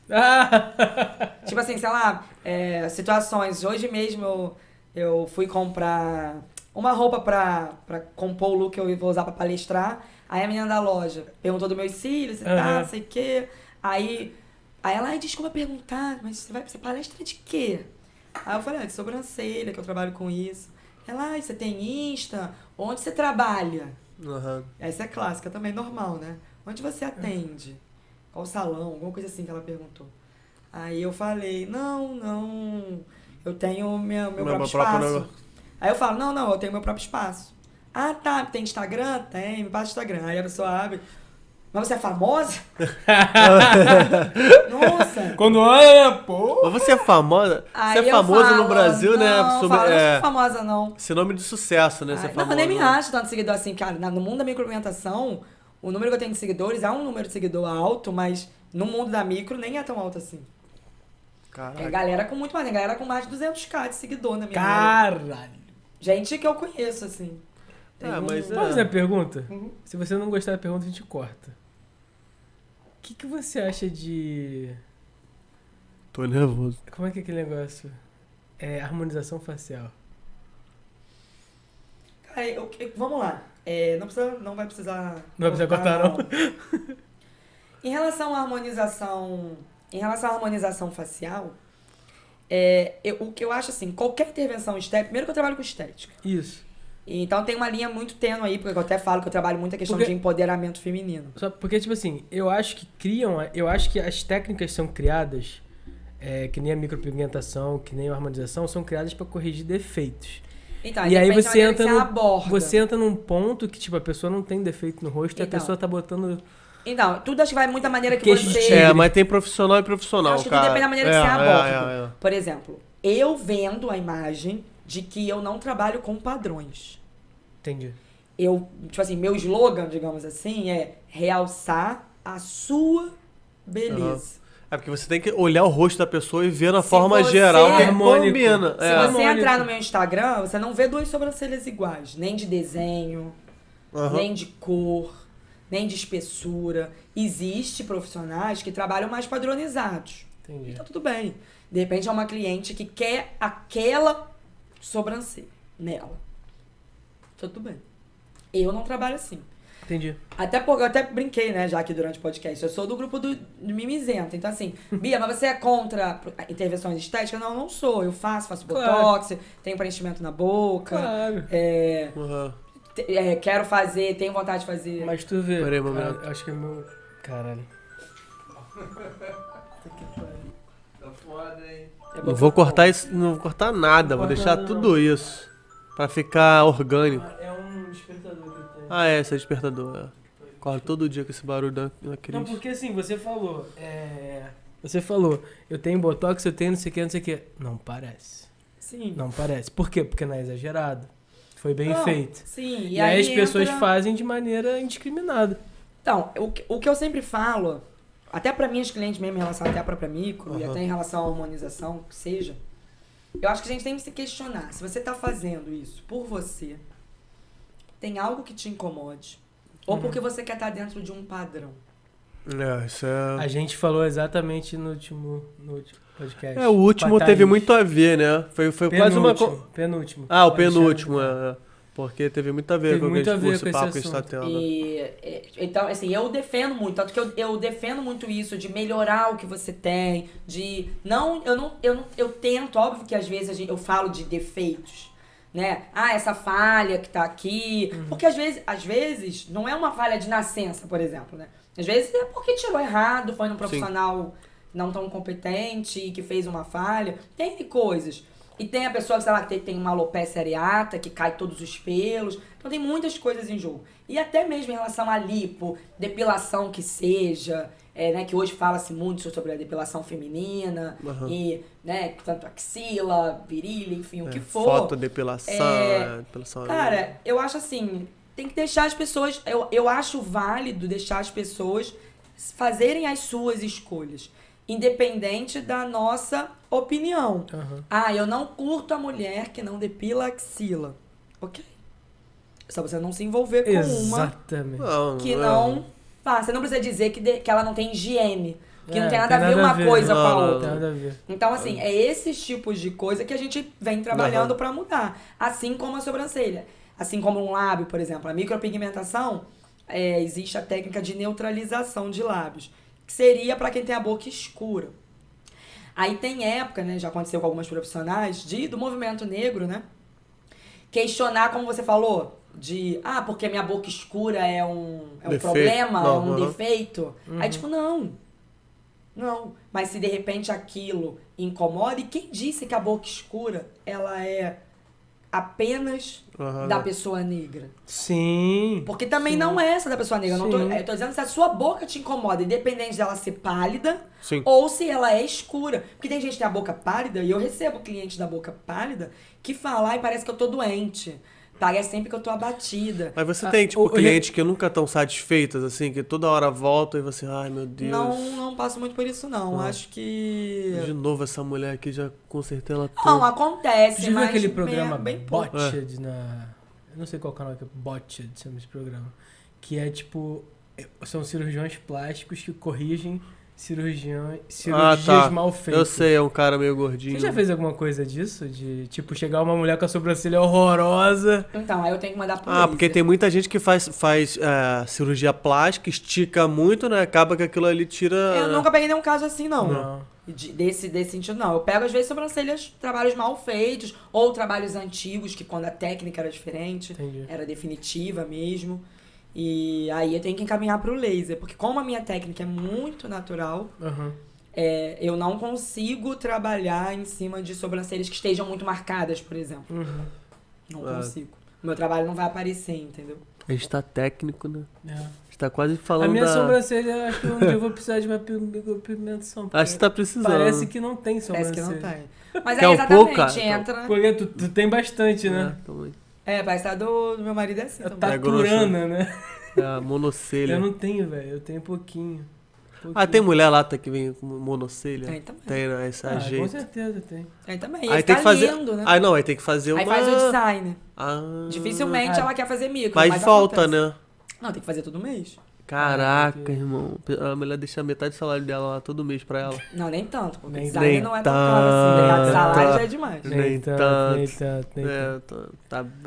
[SPEAKER 3] Ah!
[SPEAKER 4] Tipo assim, sei lá, é, situações. Hoje mesmo eu, eu fui comprar uma roupa pra, pra compor o look que eu vou usar pra palestrar. Aí a menina da loja perguntou dos meus cílios e tal,
[SPEAKER 3] Aham.
[SPEAKER 4] não sei o quê. Aí, aí ela, ai, desculpa perguntar, mas você vai você palestra de quê? Aí eu falei, ah, de sobrancelha, que eu trabalho com isso. Ela, ai, você tem Insta? Onde você trabalha?
[SPEAKER 2] Aham.
[SPEAKER 4] Essa é clássica também, normal, né? Onde você atende? Qual salão? Alguma coisa assim que ela perguntou. Aí eu falei, não, não, eu tenho minha, meu,
[SPEAKER 2] Meu-
[SPEAKER 4] próprio
[SPEAKER 2] meu próprio
[SPEAKER 4] espaço.
[SPEAKER 2] negócio.
[SPEAKER 4] Aí eu falo, não, não, eu tenho meu próprio espaço. Ah, tá, tem Instagram? Tem, me passa o Instagram. Aí a pessoa abre, mas você é famosa? Nossa!
[SPEAKER 3] Quando olha, pô...
[SPEAKER 2] Mas você é famosa?
[SPEAKER 4] Aí
[SPEAKER 2] você é
[SPEAKER 4] eu
[SPEAKER 2] famoso
[SPEAKER 4] falo,
[SPEAKER 2] no Brasil, né?
[SPEAKER 4] Não,
[SPEAKER 2] Sobre-
[SPEAKER 4] falo, eu não
[SPEAKER 2] é,
[SPEAKER 4] sou famosa, não.
[SPEAKER 2] esse nome de sucesso, né? Você é
[SPEAKER 4] Ai, não,
[SPEAKER 2] famoso.
[SPEAKER 4] eu nem me acho tanto seguidor assim, cara. Na- No mundo da microalimentação, o número que eu tenho de seguidores é um número de seguidor alto, mas no mundo da micro nem é tão alto assim. É
[SPEAKER 2] Caraca.
[SPEAKER 4] galera com muito mais, tem galera com mais de duzentos mil de seguidor na minha área.
[SPEAKER 3] Caralho.
[SPEAKER 4] Gente que eu conheço, assim. Tem
[SPEAKER 2] Ah,
[SPEAKER 4] um-
[SPEAKER 2] mas
[SPEAKER 3] Posso fazer a pergunta?
[SPEAKER 4] Uhum.
[SPEAKER 3] Se você não gostar da pergunta, a gente corta. O que, que você acha de...
[SPEAKER 2] Tô nervoso.
[SPEAKER 3] Como é que é aquele negócio? É harmonização facial.
[SPEAKER 4] Aí, eu- eu- vamos lá. É, não, precisa, não vai precisar...
[SPEAKER 3] Não vai precisar cortar, não.
[SPEAKER 4] Em relação à harmonização... Em relação à harmonização facial, é, eu- o que eu acho assim, qualquer intervenção estética... Primeiro que eu trabalho com estética.
[SPEAKER 3] Isso.
[SPEAKER 4] Então tem uma linha muito tênue aí, porque eu até falo que eu trabalho muito a questão
[SPEAKER 3] Porque-
[SPEAKER 4] de empoderamento feminino.
[SPEAKER 3] Só porque, tipo assim, eu acho que criam... Eu acho que as técnicas são criadas, é, que nem a micropigmentação, que nem a harmonização, são criadas pra corrigir defeitos.
[SPEAKER 4] Então,
[SPEAKER 3] E aí
[SPEAKER 4] depende da
[SPEAKER 3] você
[SPEAKER 4] maneira
[SPEAKER 3] entra
[SPEAKER 4] que
[SPEAKER 3] no,
[SPEAKER 4] você aborda.
[SPEAKER 3] você entra num ponto que, tipo, a pessoa não tem defeito no rosto e a
[SPEAKER 4] Então.
[SPEAKER 3] pessoa tá botando...
[SPEAKER 4] Então, tudo acho que vai muito da maneira que
[SPEAKER 3] Queixo
[SPEAKER 4] você...
[SPEAKER 3] de
[SPEAKER 2] É, mas tem profissional e profissional,
[SPEAKER 4] Acho que
[SPEAKER 2] cara.
[SPEAKER 4] tudo depende da maneira
[SPEAKER 2] é,
[SPEAKER 4] que você
[SPEAKER 2] é,
[SPEAKER 4] aborda.
[SPEAKER 2] é, é.
[SPEAKER 4] Por exemplo, eu vendo a imagem de que eu não trabalho com padrões.
[SPEAKER 3] Entendi.
[SPEAKER 4] Eu, tipo assim, meu slogan, digamos assim, é realçar a sua beleza.
[SPEAKER 2] É porque você tem que olhar o rosto da pessoa e ver na
[SPEAKER 4] Se
[SPEAKER 2] forma
[SPEAKER 4] você-
[SPEAKER 2] geral que
[SPEAKER 3] Harmônico.
[SPEAKER 2] combina.
[SPEAKER 4] Se
[SPEAKER 2] É.
[SPEAKER 4] você
[SPEAKER 3] Harmônico.
[SPEAKER 4] entrar no meu Instagram, você não vê duas sobrancelhas iguais. Nem de desenho,
[SPEAKER 2] Aham.
[SPEAKER 4] nem de cor, nem de espessura. Existe profissionais que trabalham mais padronizados.
[SPEAKER 3] Entendi.
[SPEAKER 4] Então tudo bem. De repente é uma cliente que quer aquela sobrancelha nela. Tudo bem. Eu não trabalho assim.
[SPEAKER 3] Entendi.
[SPEAKER 4] Até porque eu até brinquei, né, já aqui durante o podcast. Eu sou do grupo do, do Mimizento. Então, assim, Bia, mas você é contra intervenções estéticas? Não, eu não sou. Eu faço, faço
[SPEAKER 3] Claro.
[SPEAKER 4] botox, tenho preenchimento na boca.
[SPEAKER 3] Claro.
[SPEAKER 4] É,
[SPEAKER 2] Aham.
[SPEAKER 4] te- é, quero fazer, tenho vontade de fazer.
[SPEAKER 3] Mas tu vê...
[SPEAKER 2] Peraí um momento.
[SPEAKER 3] cara, acho que é meu... Caralho.
[SPEAKER 5] Tá foda, hein?
[SPEAKER 4] É
[SPEAKER 2] Não vou cortar isso, não vou cortar nada,
[SPEAKER 3] Não
[SPEAKER 2] vou
[SPEAKER 3] corta
[SPEAKER 2] deixar
[SPEAKER 3] nada,
[SPEAKER 2] tudo isso. Pra ficar orgânico.
[SPEAKER 3] É um despertador que eu tenho.
[SPEAKER 2] Ah, é, esse é despertador. É. Corre todo dia com esse barulho da, da
[SPEAKER 3] Não,
[SPEAKER 2] Cris.
[SPEAKER 3] porque assim, você falou, é... Você falou, eu tenho botox, eu tenho não sei o que, não sei o que. Não parece.
[SPEAKER 4] Sim.
[SPEAKER 3] Não parece. Por quê? Porque não é exagerado. Foi bem
[SPEAKER 4] Não,
[SPEAKER 3] feito.
[SPEAKER 4] Sim. E,
[SPEAKER 3] E, aí, as pessoas
[SPEAKER 4] entra-
[SPEAKER 3] fazem de maneira indiscriminada.
[SPEAKER 4] Então, o, que- o que eu sempre falo, até pra minhas clientes mesmo, em relação até à própria micro, e
[SPEAKER 2] Aham.
[SPEAKER 4] até em relação à harmonização, que seja, eu acho que a gente tem que se questionar. Se você tá fazendo isso por você, tem algo que te incomode, ou
[SPEAKER 3] Uhum.
[SPEAKER 4] porque você quer estar dentro de um padrão.
[SPEAKER 2] É, isso é.
[SPEAKER 3] A gente falou exatamente no último, no último podcast.
[SPEAKER 2] É, o último
[SPEAKER 3] Com a
[SPEAKER 2] teve
[SPEAKER 3] Thaís.
[SPEAKER 2] muito a ver, né? Foi, foi quase uma.
[SPEAKER 3] Penúltimo,
[SPEAKER 2] co-
[SPEAKER 3] penúltimo.
[SPEAKER 2] Ah, o
[SPEAKER 3] Alexandre.
[SPEAKER 2] penúltimo, é. é. Porque teve muito a ver
[SPEAKER 3] Teve
[SPEAKER 2] com, o que
[SPEAKER 3] muito
[SPEAKER 2] a
[SPEAKER 3] a
[SPEAKER 2] gente-
[SPEAKER 3] ver
[SPEAKER 2] com esse
[SPEAKER 3] com esse
[SPEAKER 2] papo que a gente tá
[SPEAKER 3] assunto.
[SPEAKER 2] tendo.
[SPEAKER 4] E, é, então, assim, eu defendo muito, tanto que eu, eu defendo muito isso, de melhorar o que você tem, de não, eu não, eu não, eu tento, óbvio que às vezes a gente- eu falo de defeitos, né? Ah, essa falha que tá aqui,
[SPEAKER 3] Uhum.
[SPEAKER 4] porque às vezes, às vezes não é uma falha de nascença, por exemplo, né? Às vezes é porque tirou errado, foi num profissional não tão competente, que fez uma falha, tem coisas. E tem a pessoa, sei lá, que tem, tem uma alopecia areata, que cai todos os pelos. Então tem muitas coisas em jogo. E até mesmo em relação a lipo, depilação que seja, é, né, que hoje fala-se muito sobre a depilação feminina,
[SPEAKER 2] Aham.
[SPEAKER 4] e, né, tanto axila, virilha, enfim, o
[SPEAKER 2] É,
[SPEAKER 4] que for.
[SPEAKER 2] Foto, depilação.
[SPEAKER 4] É,
[SPEAKER 2] é, depilação
[SPEAKER 4] Cara, eu acho assim, tem que deixar as pessoas, eu, eu acho válido deixar as pessoas fazerem as suas escolhas, independente da nossa opinião.
[SPEAKER 3] Aham.
[SPEAKER 4] Ah, eu não curto a mulher que não depila a axila. Ok. Só você não se envolver com uma
[SPEAKER 3] Exatamente.
[SPEAKER 2] Não,
[SPEAKER 4] que
[SPEAKER 2] é.
[SPEAKER 4] não faz. Você não precisa dizer que, de- que ela não tem higiene. Que
[SPEAKER 3] É,
[SPEAKER 4] não tem nada a ver uma coisa
[SPEAKER 2] Não,
[SPEAKER 4] com a
[SPEAKER 2] não,
[SPEAKER 4] outra.
[SPEAKER 3] Tem nada a ver.
[SPEAKER 4] Então, assim, é esses tipos de coisa que a gente vem trabalhando pra mudar. Assim como a sobrancelha. Assim como um lábio, por exemplo. A micropigmentação, é, existe a técnica de neutralização de lábios. Que seria pra quem tem a boca escura. Aí tem época, né, já aconteceu com algumas profissionais, de, do movimento negro, né? Questionar, como você falou, de, ah, porque minha boca escura é um, é um
[SPEAKER 2] Defeito.
[SPEAKER 4] problema,
[SPEAKER 2] Não,
[SPEAKER 4] é um
[SPEAKER 2] aham.
[SPEAKER 4] defeito. Aí, tipo, não. Não. Mas se de repente aquilo incomoda, e quem disse que a boca escura, ela é apenas
[SPEAKER 2] Aham.
[SPEAKER 4] da pessoa negra?
[SPEAKER 3] Sim.
[SPEAKER 4] Porque também
[SPEAKER 3] Sim.
[SPEAKER 4] não é essa da pessoa negra. Eu, não tô,
[SPEAKER 3] Sim.
[SPEAKER 4] eu tô dizendo se a sua boca te incomoda, independente dela ser pálida
[SPEAKER 2] Sim.
[SPEAKER 4] ou se ela é escura. Porque tem gente que tem a boca pálida, e eu recebo clientes da boca pálida que falam, ai, parece que eu tô doente. Parece sempre que eu tô abatida.
[SPEAKER 2] Mas você
[SPEAKER 3] Ah,
[SPEAKER 2] tem, tipo,
[SPEAKER 3] o- o-
[SPEAKER 2] clientes que nunca estão satisfeitas, assim, que toda hora voltam e você, ai meu Deus.
[SPEAKER 4] Não, não passo muito por isso, não.
[SPEAKER 2] Não.
[SPEAKER 4] Acho que...
[SPEAKER 2] De novo essa mulher aqui já consertei ela
[SPEAKER 4] Não,
[SPEAKER 2] toda.
[SPEAKER 4] acontece,
[SPEAKER 3] Você já viu
[SPEAKER 4] mas
[SPEAKER 3] aquele
[SPEAKER 4] bem-
[SPEAKER 3] programa
[SPEAKER 4] bem pouco.
[SPEAKER 3] Botched na... Eu não sei qual canal que é Botched, chama esse programa. Que é tipo... é- São cirurgiões plásticos que corrigem cirurgião,
[SPEAKER 2] Ah,
[SPEAKER 3] cirurgias
[SPEAKER 2] tá.
[SPEAKER 3] mal feitas.
[SPEAKER 2] Eu sei, é um cara meio gordinho.
[SPEAKER 3] Você já fez alguma coisa disso? De, tipo, chegar uma mulher com a sobrancelha horrorosa?
[SPEAKER 4] Então, aí eu tenho que mandar pro
[SPEAKER 2] Ah,
[SPEAKER 4] laser.
[SPEAKER 2] porque tem muita gente que faz, faz é, cirurgia plástica, estica muito, né? Acaba que aquilo ali tira...
[SPEAKER 4] Eu nunca peguei nenhum caso assim, não.
[SPEAKER 3] Não.
[SPEAKER 4] De- desse, desse sentido, não. Eu pego, às vezes, sobrancelhas, trabalhos mal feitos, ou trabalhos antigos, que quando a técnica era diferente,
[SPEAKER 3] Entendi.
[SPEAKER 4] era definitiva mesmo. E aí eu tenho que encaminhar pro laser, porque como a minha técnica é muito natural,
[SPEAKER 3] Aham.
[SPEAKER 4] é, eu não consigo trabalhar em cima de sobrancelhas que estejam muito marcadas, por exemplo.
[SPEAKER 3] Uhum.
[SPEAKER 4] Não
[SPEAKER 2] Ah.
[SPEAKER 4] consigo. O meu trabalho não vai aparecer, entendeu?
[SPEAKER 2] A gente tá técnico, né?
[SPEAKER 3] É.
[SPEAKER 2] A gente tá quase falando
[SPEAKER 3] A minha
[SPEAKER 2] da...
[SPEAKER 3] sobrancelha, eu acho que um dia eu vou precisar de uma pi- pigmentação. porque
[SPEAKER 2] Acho que tá precisando.
[SPEAKER 3] Parece que não tem
[SPEAKER 4] Parece
[SPEAKER 3] sobrancelha.
[SPEAKER 4] que não tem. Mas
[SPEAKER 2] Quer
[SPEAKER 4] aí
[SPEAKER 2] um
[SPEAKER 4] exatamente,
[SPEAKER 2] pouco, cara?
[SPEAKER 4] entra...
[SPEAKER 3] Porque tu, tu tem bastante, né?
[SPEAKER 2] É, também.
[SPEAKER 4] É, parece que a do, do meu marido é assim
[SPEAKER 3] É
[SPEAKER 4] também.
[SPEAKER 2] É grosso.
[SPEAKER 3] taturana, né?
[SPEAKER 2] É a monocelha.
[SPEAKER 3] Eu não tenho, velho. Eu tenho pouquinho. pouquinho.
[SPEAKER 2] Ah, tem mulher lá tá, que vem com monocelha?
[SPEAKER 4] Tem também.
[SPEAKER 2] Tem, né? Esse
[SPEAKER 3] Ah, com
[SPEAKER 2] ajeito.
[SPEAKER 3] certeza tem.
[SPEAKER 4] Aí também. E
[SPEAKER 2] Aí
[SPEAKER 4] fica
[SPEAKER 2] tem que fazer...
[SPEAKER 4] lindo, né?
[SPEAKER 2] Ah, não, aí tem que fazer uma...
[SPEAKER 4] Aí faz o design.
[SPEAKER 2] Ah,
[SPEAKER 4] Dificilmente
[SPEAKER 3] Ah.
[SPEAKER 4] ela quer fazer micro.
[SPEAKER 2] Mas volta,
[SPEAKER 4] acontece.
[SPEAKER 2] né?
[SPEAKER 4] Não, tem que fazer todo mês.
[SPEAKER 2] Caraca,
[SPEAKER 3] porque-
[SPEAKER 2] irmão. A mulher deixa metade do salário dela lá todo mês pra ela.
[SPEAKER 4] Não, nem tanto. Porque
[SPEAKER 3] Nem-
[SPEAKER 4] designer
[SPEAKER 2] nem
[SPEAKER 4] não é tão caro assim. Ganhar de salário
[SPEAKER 2] tanto.
[SPEAKER 4] já é demais.
[SPEAKER 2] Nem
[SPEAKER 3] Nem tanto,
[SPEAKER 2] tanto.
[SPEAKER 3] nem tanto, nem tanto.
[SPEAKER 2] É, tá... Tá,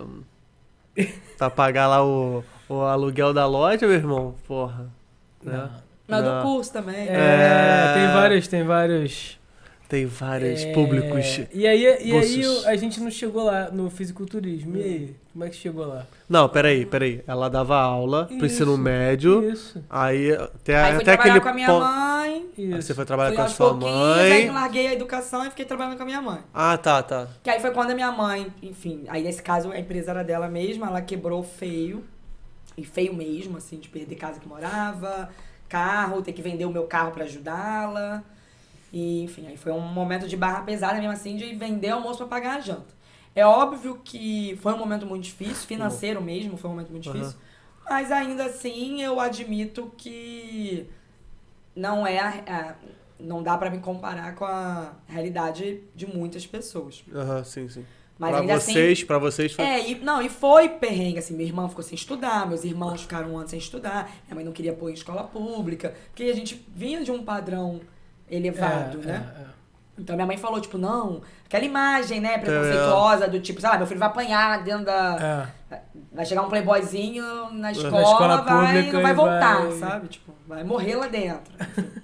[SPEAKER 2] tá pagar lá o, o aluguel da loja, meu irmão? Porra. Né?
[SPEAKER 3] Não.
[SPEAKER 4] Mas
[SPEAKER 2] Não.
[SPEAKER 4] do curso também.
[SPEAKER 3] É,
[SPEAKER 2] É.
[SPEAKER 3] tem vários, tem vários...
[SPEAKER 2] Tem vários
[SPEAKER 3] é,
[SPEAKER 2] públicos.
[SPEAKER 3] E aí, e aí
[SPEAKER 2] Bolsos.
[SPEAKER 3] o- a gente não chegou lá no fisiculturismo. E aí, como é que chegou lá?
[SPEAKER 2] Não, peraí, peraí. Ela dava aula pro
[SPEAKER 3] Isso,
[SPEAKER 2] ensino médio.
[SPEAKER 3] Isso,
[SPEAKER 2] Aí até,
[SPEAKER 4] Aí fui
[SPEAKER 2] até
[SPEAKER 4] trabalhar
[SPEAKER 2] aquele
[SPEAKER 4] com a minha
[SPEAKER 2] ponto-
[SPEAKER 4] mãe.
[SPEAKER 2] Aí
[SPEAKER 3] isso.
[SPEAKER 2] você foi trabalhar
[SPEAKER 4] Fui
[SPEAKER 2] com a
[SPEAKER 4] aos
[SPEAKER 2] sua
[SPEAKER 4] pouquinhos, aí
[SPEAKER 2] mãe.
[SPEAKER 4] larguei a educação e fiquei trabalhando com a minha mãe.
[SPEAKER 2] Ah, tá, tá.
[SPEAKER 4] Que aí foi quando a minha mãe, enfim, aí nesse caso a empresa era dela mesma, ela quebrou feio. E feio mesmo, assim, de perder casa que morava, carro, ter que vender o meu carro pra ajudá-la. E, enfim, aí foi um momento de barra pesada mesmo assim, de vender almoço pra pagar a janta. É óbvio que foi um momento muito difícil, financeiro mesmo, foi um momento muito difícil. Mas ainda assim, eu admito que não é a- a- não dá pra me comparar com a realidade de muitas pessoas.
[SPEAKER 2] Aham, sim, sim.
[SPEAKER 4] Mas
[SPEAKER 2] pra
[SPEAKER 4] ainda
[SPEAKER 2] vocês,
[SPEAKER 4] assim,
[SPEAKER 2] pra vocês foi...
[SPEAKER 4] é, e, não, e foi perrengue, assim, minha irmã ficou sem estudar, meus irmãos ficaram um ano sem estudar, minha mãe não queria pôr em escola pública, porque a gente vinha de um padrão elevado,
[SPEAKER 3] É,
[SPEAKER 4] né?
[SPEAKER 3] é, é.
[SPEAKER 4] Então minha mãe falou, tipo, não, aquela imagem, né, preconceituosa do tipo, sei lá, meu filho vai apanhar dentro da...
[SPEAKER 3] É.
[SPEAKER 4] Vai chegar um playboyzinho na escola,
[SPEAKER 3] escola
[SPEAKER 4] vai,
[SPEAKER 3] pública
[SPEAKER 4] não vai
[SPEAKER 3] e
[SPEAKER 4] voltar,
[SPEAKER 3] vai-
[SPEAKER 4] sabe? Tipo, vai morrer lá dentro. Enfim.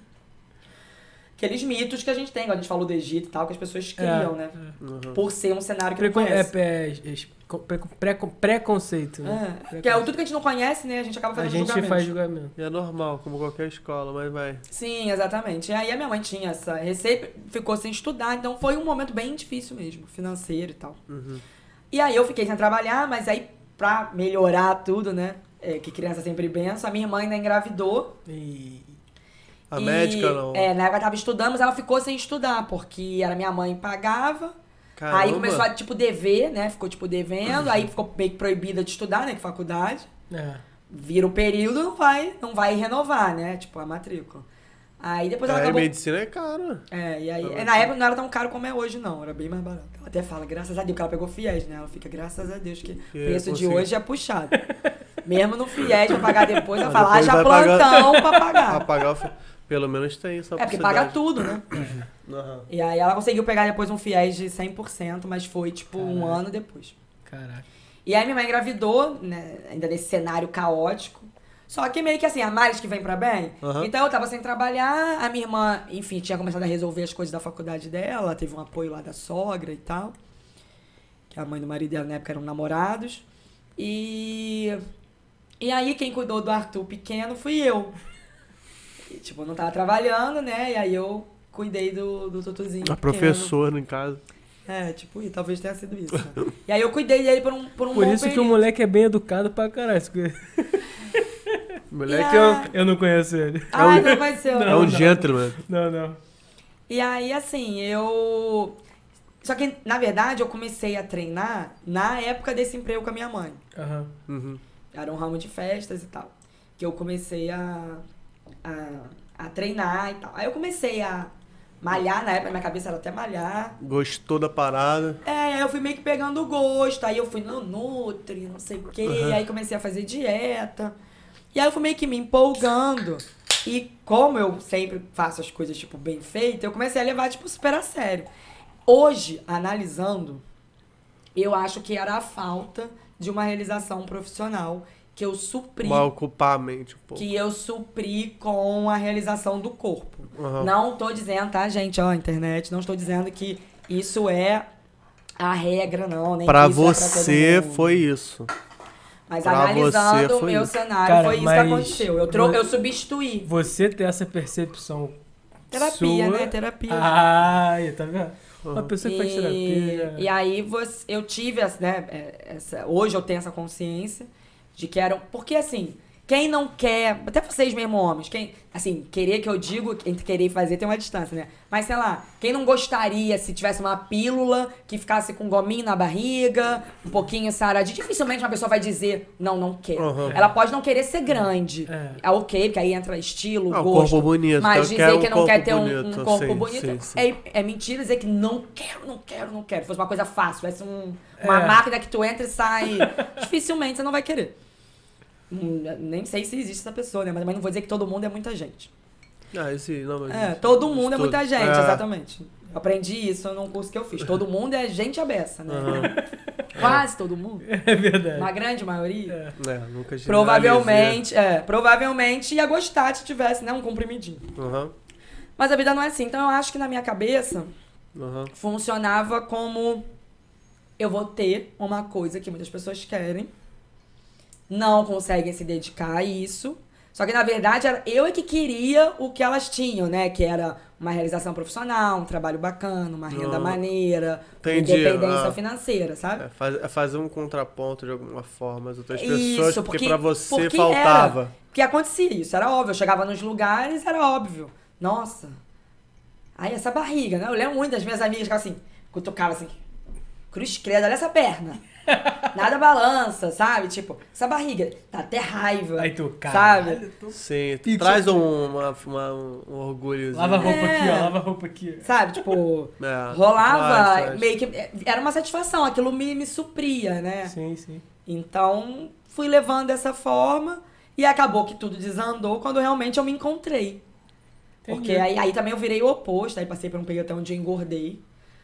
[SPEAKER 4] Aqueles mitos que a gente tem, quando a gente falou do Egito e tal, que as pessoas criam, né?
[SPEAKER 2] Uhum.
[SPEAKER 4] Por ser um cenário que
[SPEAKER 3] Precon-
[SPEAKER 4] não
[SPEAKER 3] é,
[SPEAKER 4] conhece.
[SPEAKER 3] é, é, pre- pre- preconceito, né?
[SPEAKER 4] É, que é o tudo que a gente não conhece, né? A gente acaba
[SPEAKER 3] A
[SPEAKER 4] fazendo
[SPEAKER 3] gente
[SPEAKER 4] julgamento.
[SPEAKER 3] faz julgamento.
[SPEAKER 2] E é normal, como qualquer escola, mas vai.
[SPEAKER 4] Sim, exatamente. E aí a minha mãe tinha essa receita, ficou sem estudar, então foi um momento bem difícil mesmo, financeiro e tal.
[SPEAKER 2] Uhum.
[SPEAKER 4] E aí eu fiquei sem trabalhar, mas aí pra melhorar tudo, né? É, que criança sempre benção, a minha irmã ainda engravidou.
[SPEAKER 3] E...
[SPEAKER 2] A
[SPEAKER 4] E,
[SPEAKER 2] médica não.
[SPEAKER 4] É, na época ela tava estudando, mas ela ficou sem estudar, porque era minha mãe que pagava.
[SPEAKER 2] Caramba.
[SPEAKER 4] Aí começou a, tipo, dever, né? Ficou, tipo, devendo. Aí ficou meio que proibida de estudar, né? Que faculdade.
[SPEAKER 3] É.
[SPEAKER 4] Vira o período, não vai, não vai renovar, né? Tipo, a matrícula. Aí depois ela
[SPEAKER 2] É,
[SPEAKER 4] acabou...
[SPEAKER 2] medicina é caro.
[SPEAKER 4] É, e aí...
[SPEAKER 2] Tá
[SPEAKER 4] é, na época não era tão caro como é hoje, não. Era bem mais barato. Ela até fala, graças a Deus, porque ela pegou fiéis, né? Ela fica, graças a Deus, que o
[SPEAKER 2] Que
[SPEAKER 4] preço de
[SPEAKER 2] consegui-
[SPEAKER 4] hoje é puxado. Mesmo no fiéis, pra pagar depois, ela
[SPEAKER 2] Mas
[SPEAKER 4] fala,
[SPEAKER 2] depois
[SPEAKER 4] haja
[SPEAKER 2] vai pagar-
[SPEAKER 4] plantão pra
[SPEAKER 2] Pra
[SPEAKER 4] pagar.
[SPEAKER 2] pagar o... fi- Pelo menos tem essa
[SPEAKER 4] É, porque paga tudo, né?
[SPEAKER 2] Aham.
[SPEAKER 4] E aí ela conseguiu pegar depois um fiéis de cem por cento, mas foi, tipo, um
[SPEAKER 3] Caraca.
[SPEAKER 4] ano depois.
[SPEAKER 3] Caraca.
[SPEAKER 4] E aí minha mãe engravidou, né, ainda nesse cenário caótico. Só que meio que assim, a mais que vem pra bem.
[SPEAKER 2] Aham.
[SPEAKER 4] Então eu tava sem trabalhar, a minha irmã, enfim, tinha começado a resolver as coisas da faculdade dela, teve um apoio lá da sogra e tal. Que a mãe do marido dela na época eram namorados. E... E aí quem cuidou do Arthur pequeno fui eu. E, tipo, eu não tava trabalhando, né? E aí eu cuidei do, do Tutuzinho
[SPEAKER 2] A
[SPEAKER 4] pequeno.
[SPEAKER 2] professora em casa.
[SPEAKER 4] É, tipo, e talvez tenha sido isso. Né? E aí eu cuidei dele por um, por um
[SPEAKER 3] Por
[SPEAKER 4] bom
[SPEAKER 3] isso que o
[SPEAKER 4] período.
[SPEAKER 3] moleque é bem educado pra caralho. Isso que-
[SPEAKER 2] Moleque
[SPEAKER 4] E
[SPEAKER 2] é
[SPEAKER 4] a-
[SPEAKER 2] um-
[SPEAKER 3] Eu não conheço ele.
[SPEAKER 4] Ah, então vai ser.
[SPEAKER 2] é um gentleman.
[SPEAKER 3] Não, não.
[SPEAKER 4] E aí, assim, eu... Só que, na verdade, eu comecei a treinar na época desse emprego com a minha mãe.
[SPEAKER 3] Aham.
[SPEAKER 2] Uhum.
[SPEAKER 4] Era um ramo de festas e tal. Que eu comecei a, a, a treinar e tal. Aí eu comecei a malhar, na época minha cabeça era até malhar.
[SPEAKER 2] Gostou da parada.
[SPEAKER 4] É, aí eu fui meio que pegando o gosto. Aí eu fui no Nutri, não sei o quê.
[SPEAKER 2] Uhum.
[SPEAKER 4] Aí comecei a fazer dieta. E aí eu fui meio que me empolgando. E como eu sempre faço as coisas, tipo, bem feitas, eu comecei a levar, tipo, super a sério. Hoje, analisando, eu acho que era a falta de uma realização profissional que eu supri,
[SPEAKER 2] Mal ocupar a mente um pouco.
[SPEAKER 4] que eu supri com a realização do corpo.
[SPEAKER 2] Aham.
[SPEAKER 4] Não tô dizendo, tá, gente, ó, internet, não estou dizendo que isso é a regra, não, nem
[SPEAKER 2] Pra
[SPEAKER 4] que isso é pra
[SPEAKER 2] você
[SPEAKER 4] todo mundo.
[SPEAKER 2] foi isso.
[SPEAKER 4] Mas
[SPEAKER 2] pra
[SPEAKER 4] analisando
[SPEAKER 2] você
[SPEAKER 4] o
[SPEAKER 2] foi
[SPEAKER 4] meu
[SPEAKER 2] isso.
[SPEAKER 4] cenário,
[SPEAKER 3] Cara,
[SPEAKER 4] foi isso que
[SPEAKER 3] mas
[SPEAKER 4] aconteceu. Eu, tro
[SPEAKER 3] vo-
[SPEAKER 4] eu substituí.
[SPEAKER 3] Você ter essa percepção
[SPEAKER 4] Terapia,
[SPEAKER 3] sua...
[SPEAKER 4] né? Terapia.
[SPEAKER 3] Ah, aí, tá vendo? Uma pessoa que faz
[SPEAKER 4] E,
[SPEAKER 3] terapia...
[SPEAKER 4] e aí você, eu tive essa, né, essa, hoje eu tenho essa consciência de que eram, porque assim, quem não quer, até vocês mesmo homens, quem, assim, querer que eu digo, entre querer e fazer tem uma distância, né? Mas sei lá, quem não gostaria se tivesse uma pílula que ficasse com gominho na barriga, um pouquinho saradinho, dificilmente uma pessoa vai dizer, não, não quero.
[SPEAKER 2] Uhum.
[SPEAKER 4] Ela pode não querer ser grande.
[SPEAKER 3] É.
[SPEAKER 4] É ok, porque aí entra estilo,
[SPEAKER 2] Ah, o
[SPEAKER 4] gosto.
[SPEAKER 2] corpo bonito,
[SPEAKER 4] Mas
[SPEAKER 2] eu
[SPEAKER 4] dizer
[SPEAKER 2] quero
[SPEAKER 4] que
[SPEAKER 2] um
[SPEAKER 4] não quer
[SPEAKER 2] corpo
[SPEAKER 4] ter um,
[SPEAKER 2] bonito,
[SPEAKER 4] um corpo
[SPEAKER 2] sim,
[SPEAKER 4] bonito
[SPEAKER 2] sim, sim.
[SPEAKER 4] É, é mentira dizer que não quero, não quero, não quero. Se fosse uma coisa fácil, tivesse um, uma
[SPEAKER 3] É.
[SPEAKER 4] máquina que tu entra e sai. Dificilmente você não vai querer. Hum, Nem sei se existe essa pessoa, né? Mas também não vou dizer que todo mundo é muita gente.
[SPEAKER 2] Ah, esse não, mas
[SPEAKER 4] É,
[SPEAKER 2] isso-
[SPEAKER 4] todo mundo é
[SPEAKER 2] isso
[SPEAKER 4] muita
[SPEAKER 2] tudo.
[SPEAKER 4] gente,
[SPEAKER 2] É.
[SPEAKER 4] exatamente. Eu aprendi isso num curso que eu fiz. Todo mundo é gente abessa, né?
[SPEAKER 2] Aham.
[SPEAKER 4] Quase todo mundo.
[SPEAKER 3] É verdade.
[SPEAKER 4] Uma grande maioria.
[SPEAKER 2] É, nunca
[SPEAKER 4] Provavelmente, é, provavelmente ia gostar se tivesse, né, um comprimidinho.
[SPEAKER 2] Aham,
[SPEAKER 4] Mas a vida não é assim. Então eu acho que na minha cabeça
[SPEAKER 2] aham.
[SPEAKER 4] funcionava como eu vou ter uma coisa que muitas pessoas querem, não conseguem se dedicar a isso. Só que, na verdade, era eu é que queria o que elas tinham, né? Que era uma realização profissional, um trabalho bacana, uma renda
[SPEAKER 2] Ah,
[SPEAKER 4] maneira,
[SPEAKER 2] entendi,
[SPEAKER 4] independência
[SPEAKER 2] ah.
[SPEAKER 4] financeira, sabe?
[SPEAKER 2] É, faz- é fazer um contraponto de alguma forma às outras
[SPEAKER 4] Isso,
[SPEAKER 2] pessoas, porque,
[SPEAKER 4] porque-
[SPEAKER 2] pra você
[SPEAKER 4] porque
[SPEAKER 2] faltava.
[SPEAKER 4] Era, porque acontecia isso, era óbvio. Eu chegava nos lugares, era óbvio. Nossa, aí essa barriga, né? Eu lembro muito das minhas amigas que assim, cutucavam assim, cruz credo, olha essa perna. Nada balança, sabe? Tipo, essa barriga, dá até raiva.
[SPEAKER 3] Aí tu,
[SPEAKER 4] sabe?
[SPEAKER 3] caralho, tô...
[SPEAKER 2] Sim,
[SPEAKER 3] E
[SPEAKER 2] traz
[SPEAKER 3] tipo-
[SPEAKER 2] um, uma, uma- um orgulho.
[SPEAKER 3] Lava a roupa
[SPEAKER 4] É.
[SPEAKER 3] aqui, ó, lava a roupa aqui.
[SPEAKER 4] Sabe? Tipo,
[SPEAKER 2] É,
[SPEAKER 4] rolava
[SPEAKER 2] traz, traz.
[SPEAKER 4] meio que. Era uma satisfação, aquilo me, me supria, né?
[SPEAKER 3] Sim, sim.
[SPEAKER 4] Então, fui levando dessa forma e acabou que tudo desandou quando realmente eu me encontrei.
[SPEAKER 3] Entendi.
[SPEAKER 4] Porque aí, aí também eu virei o oposto, aí passei por um período até onde eu engordei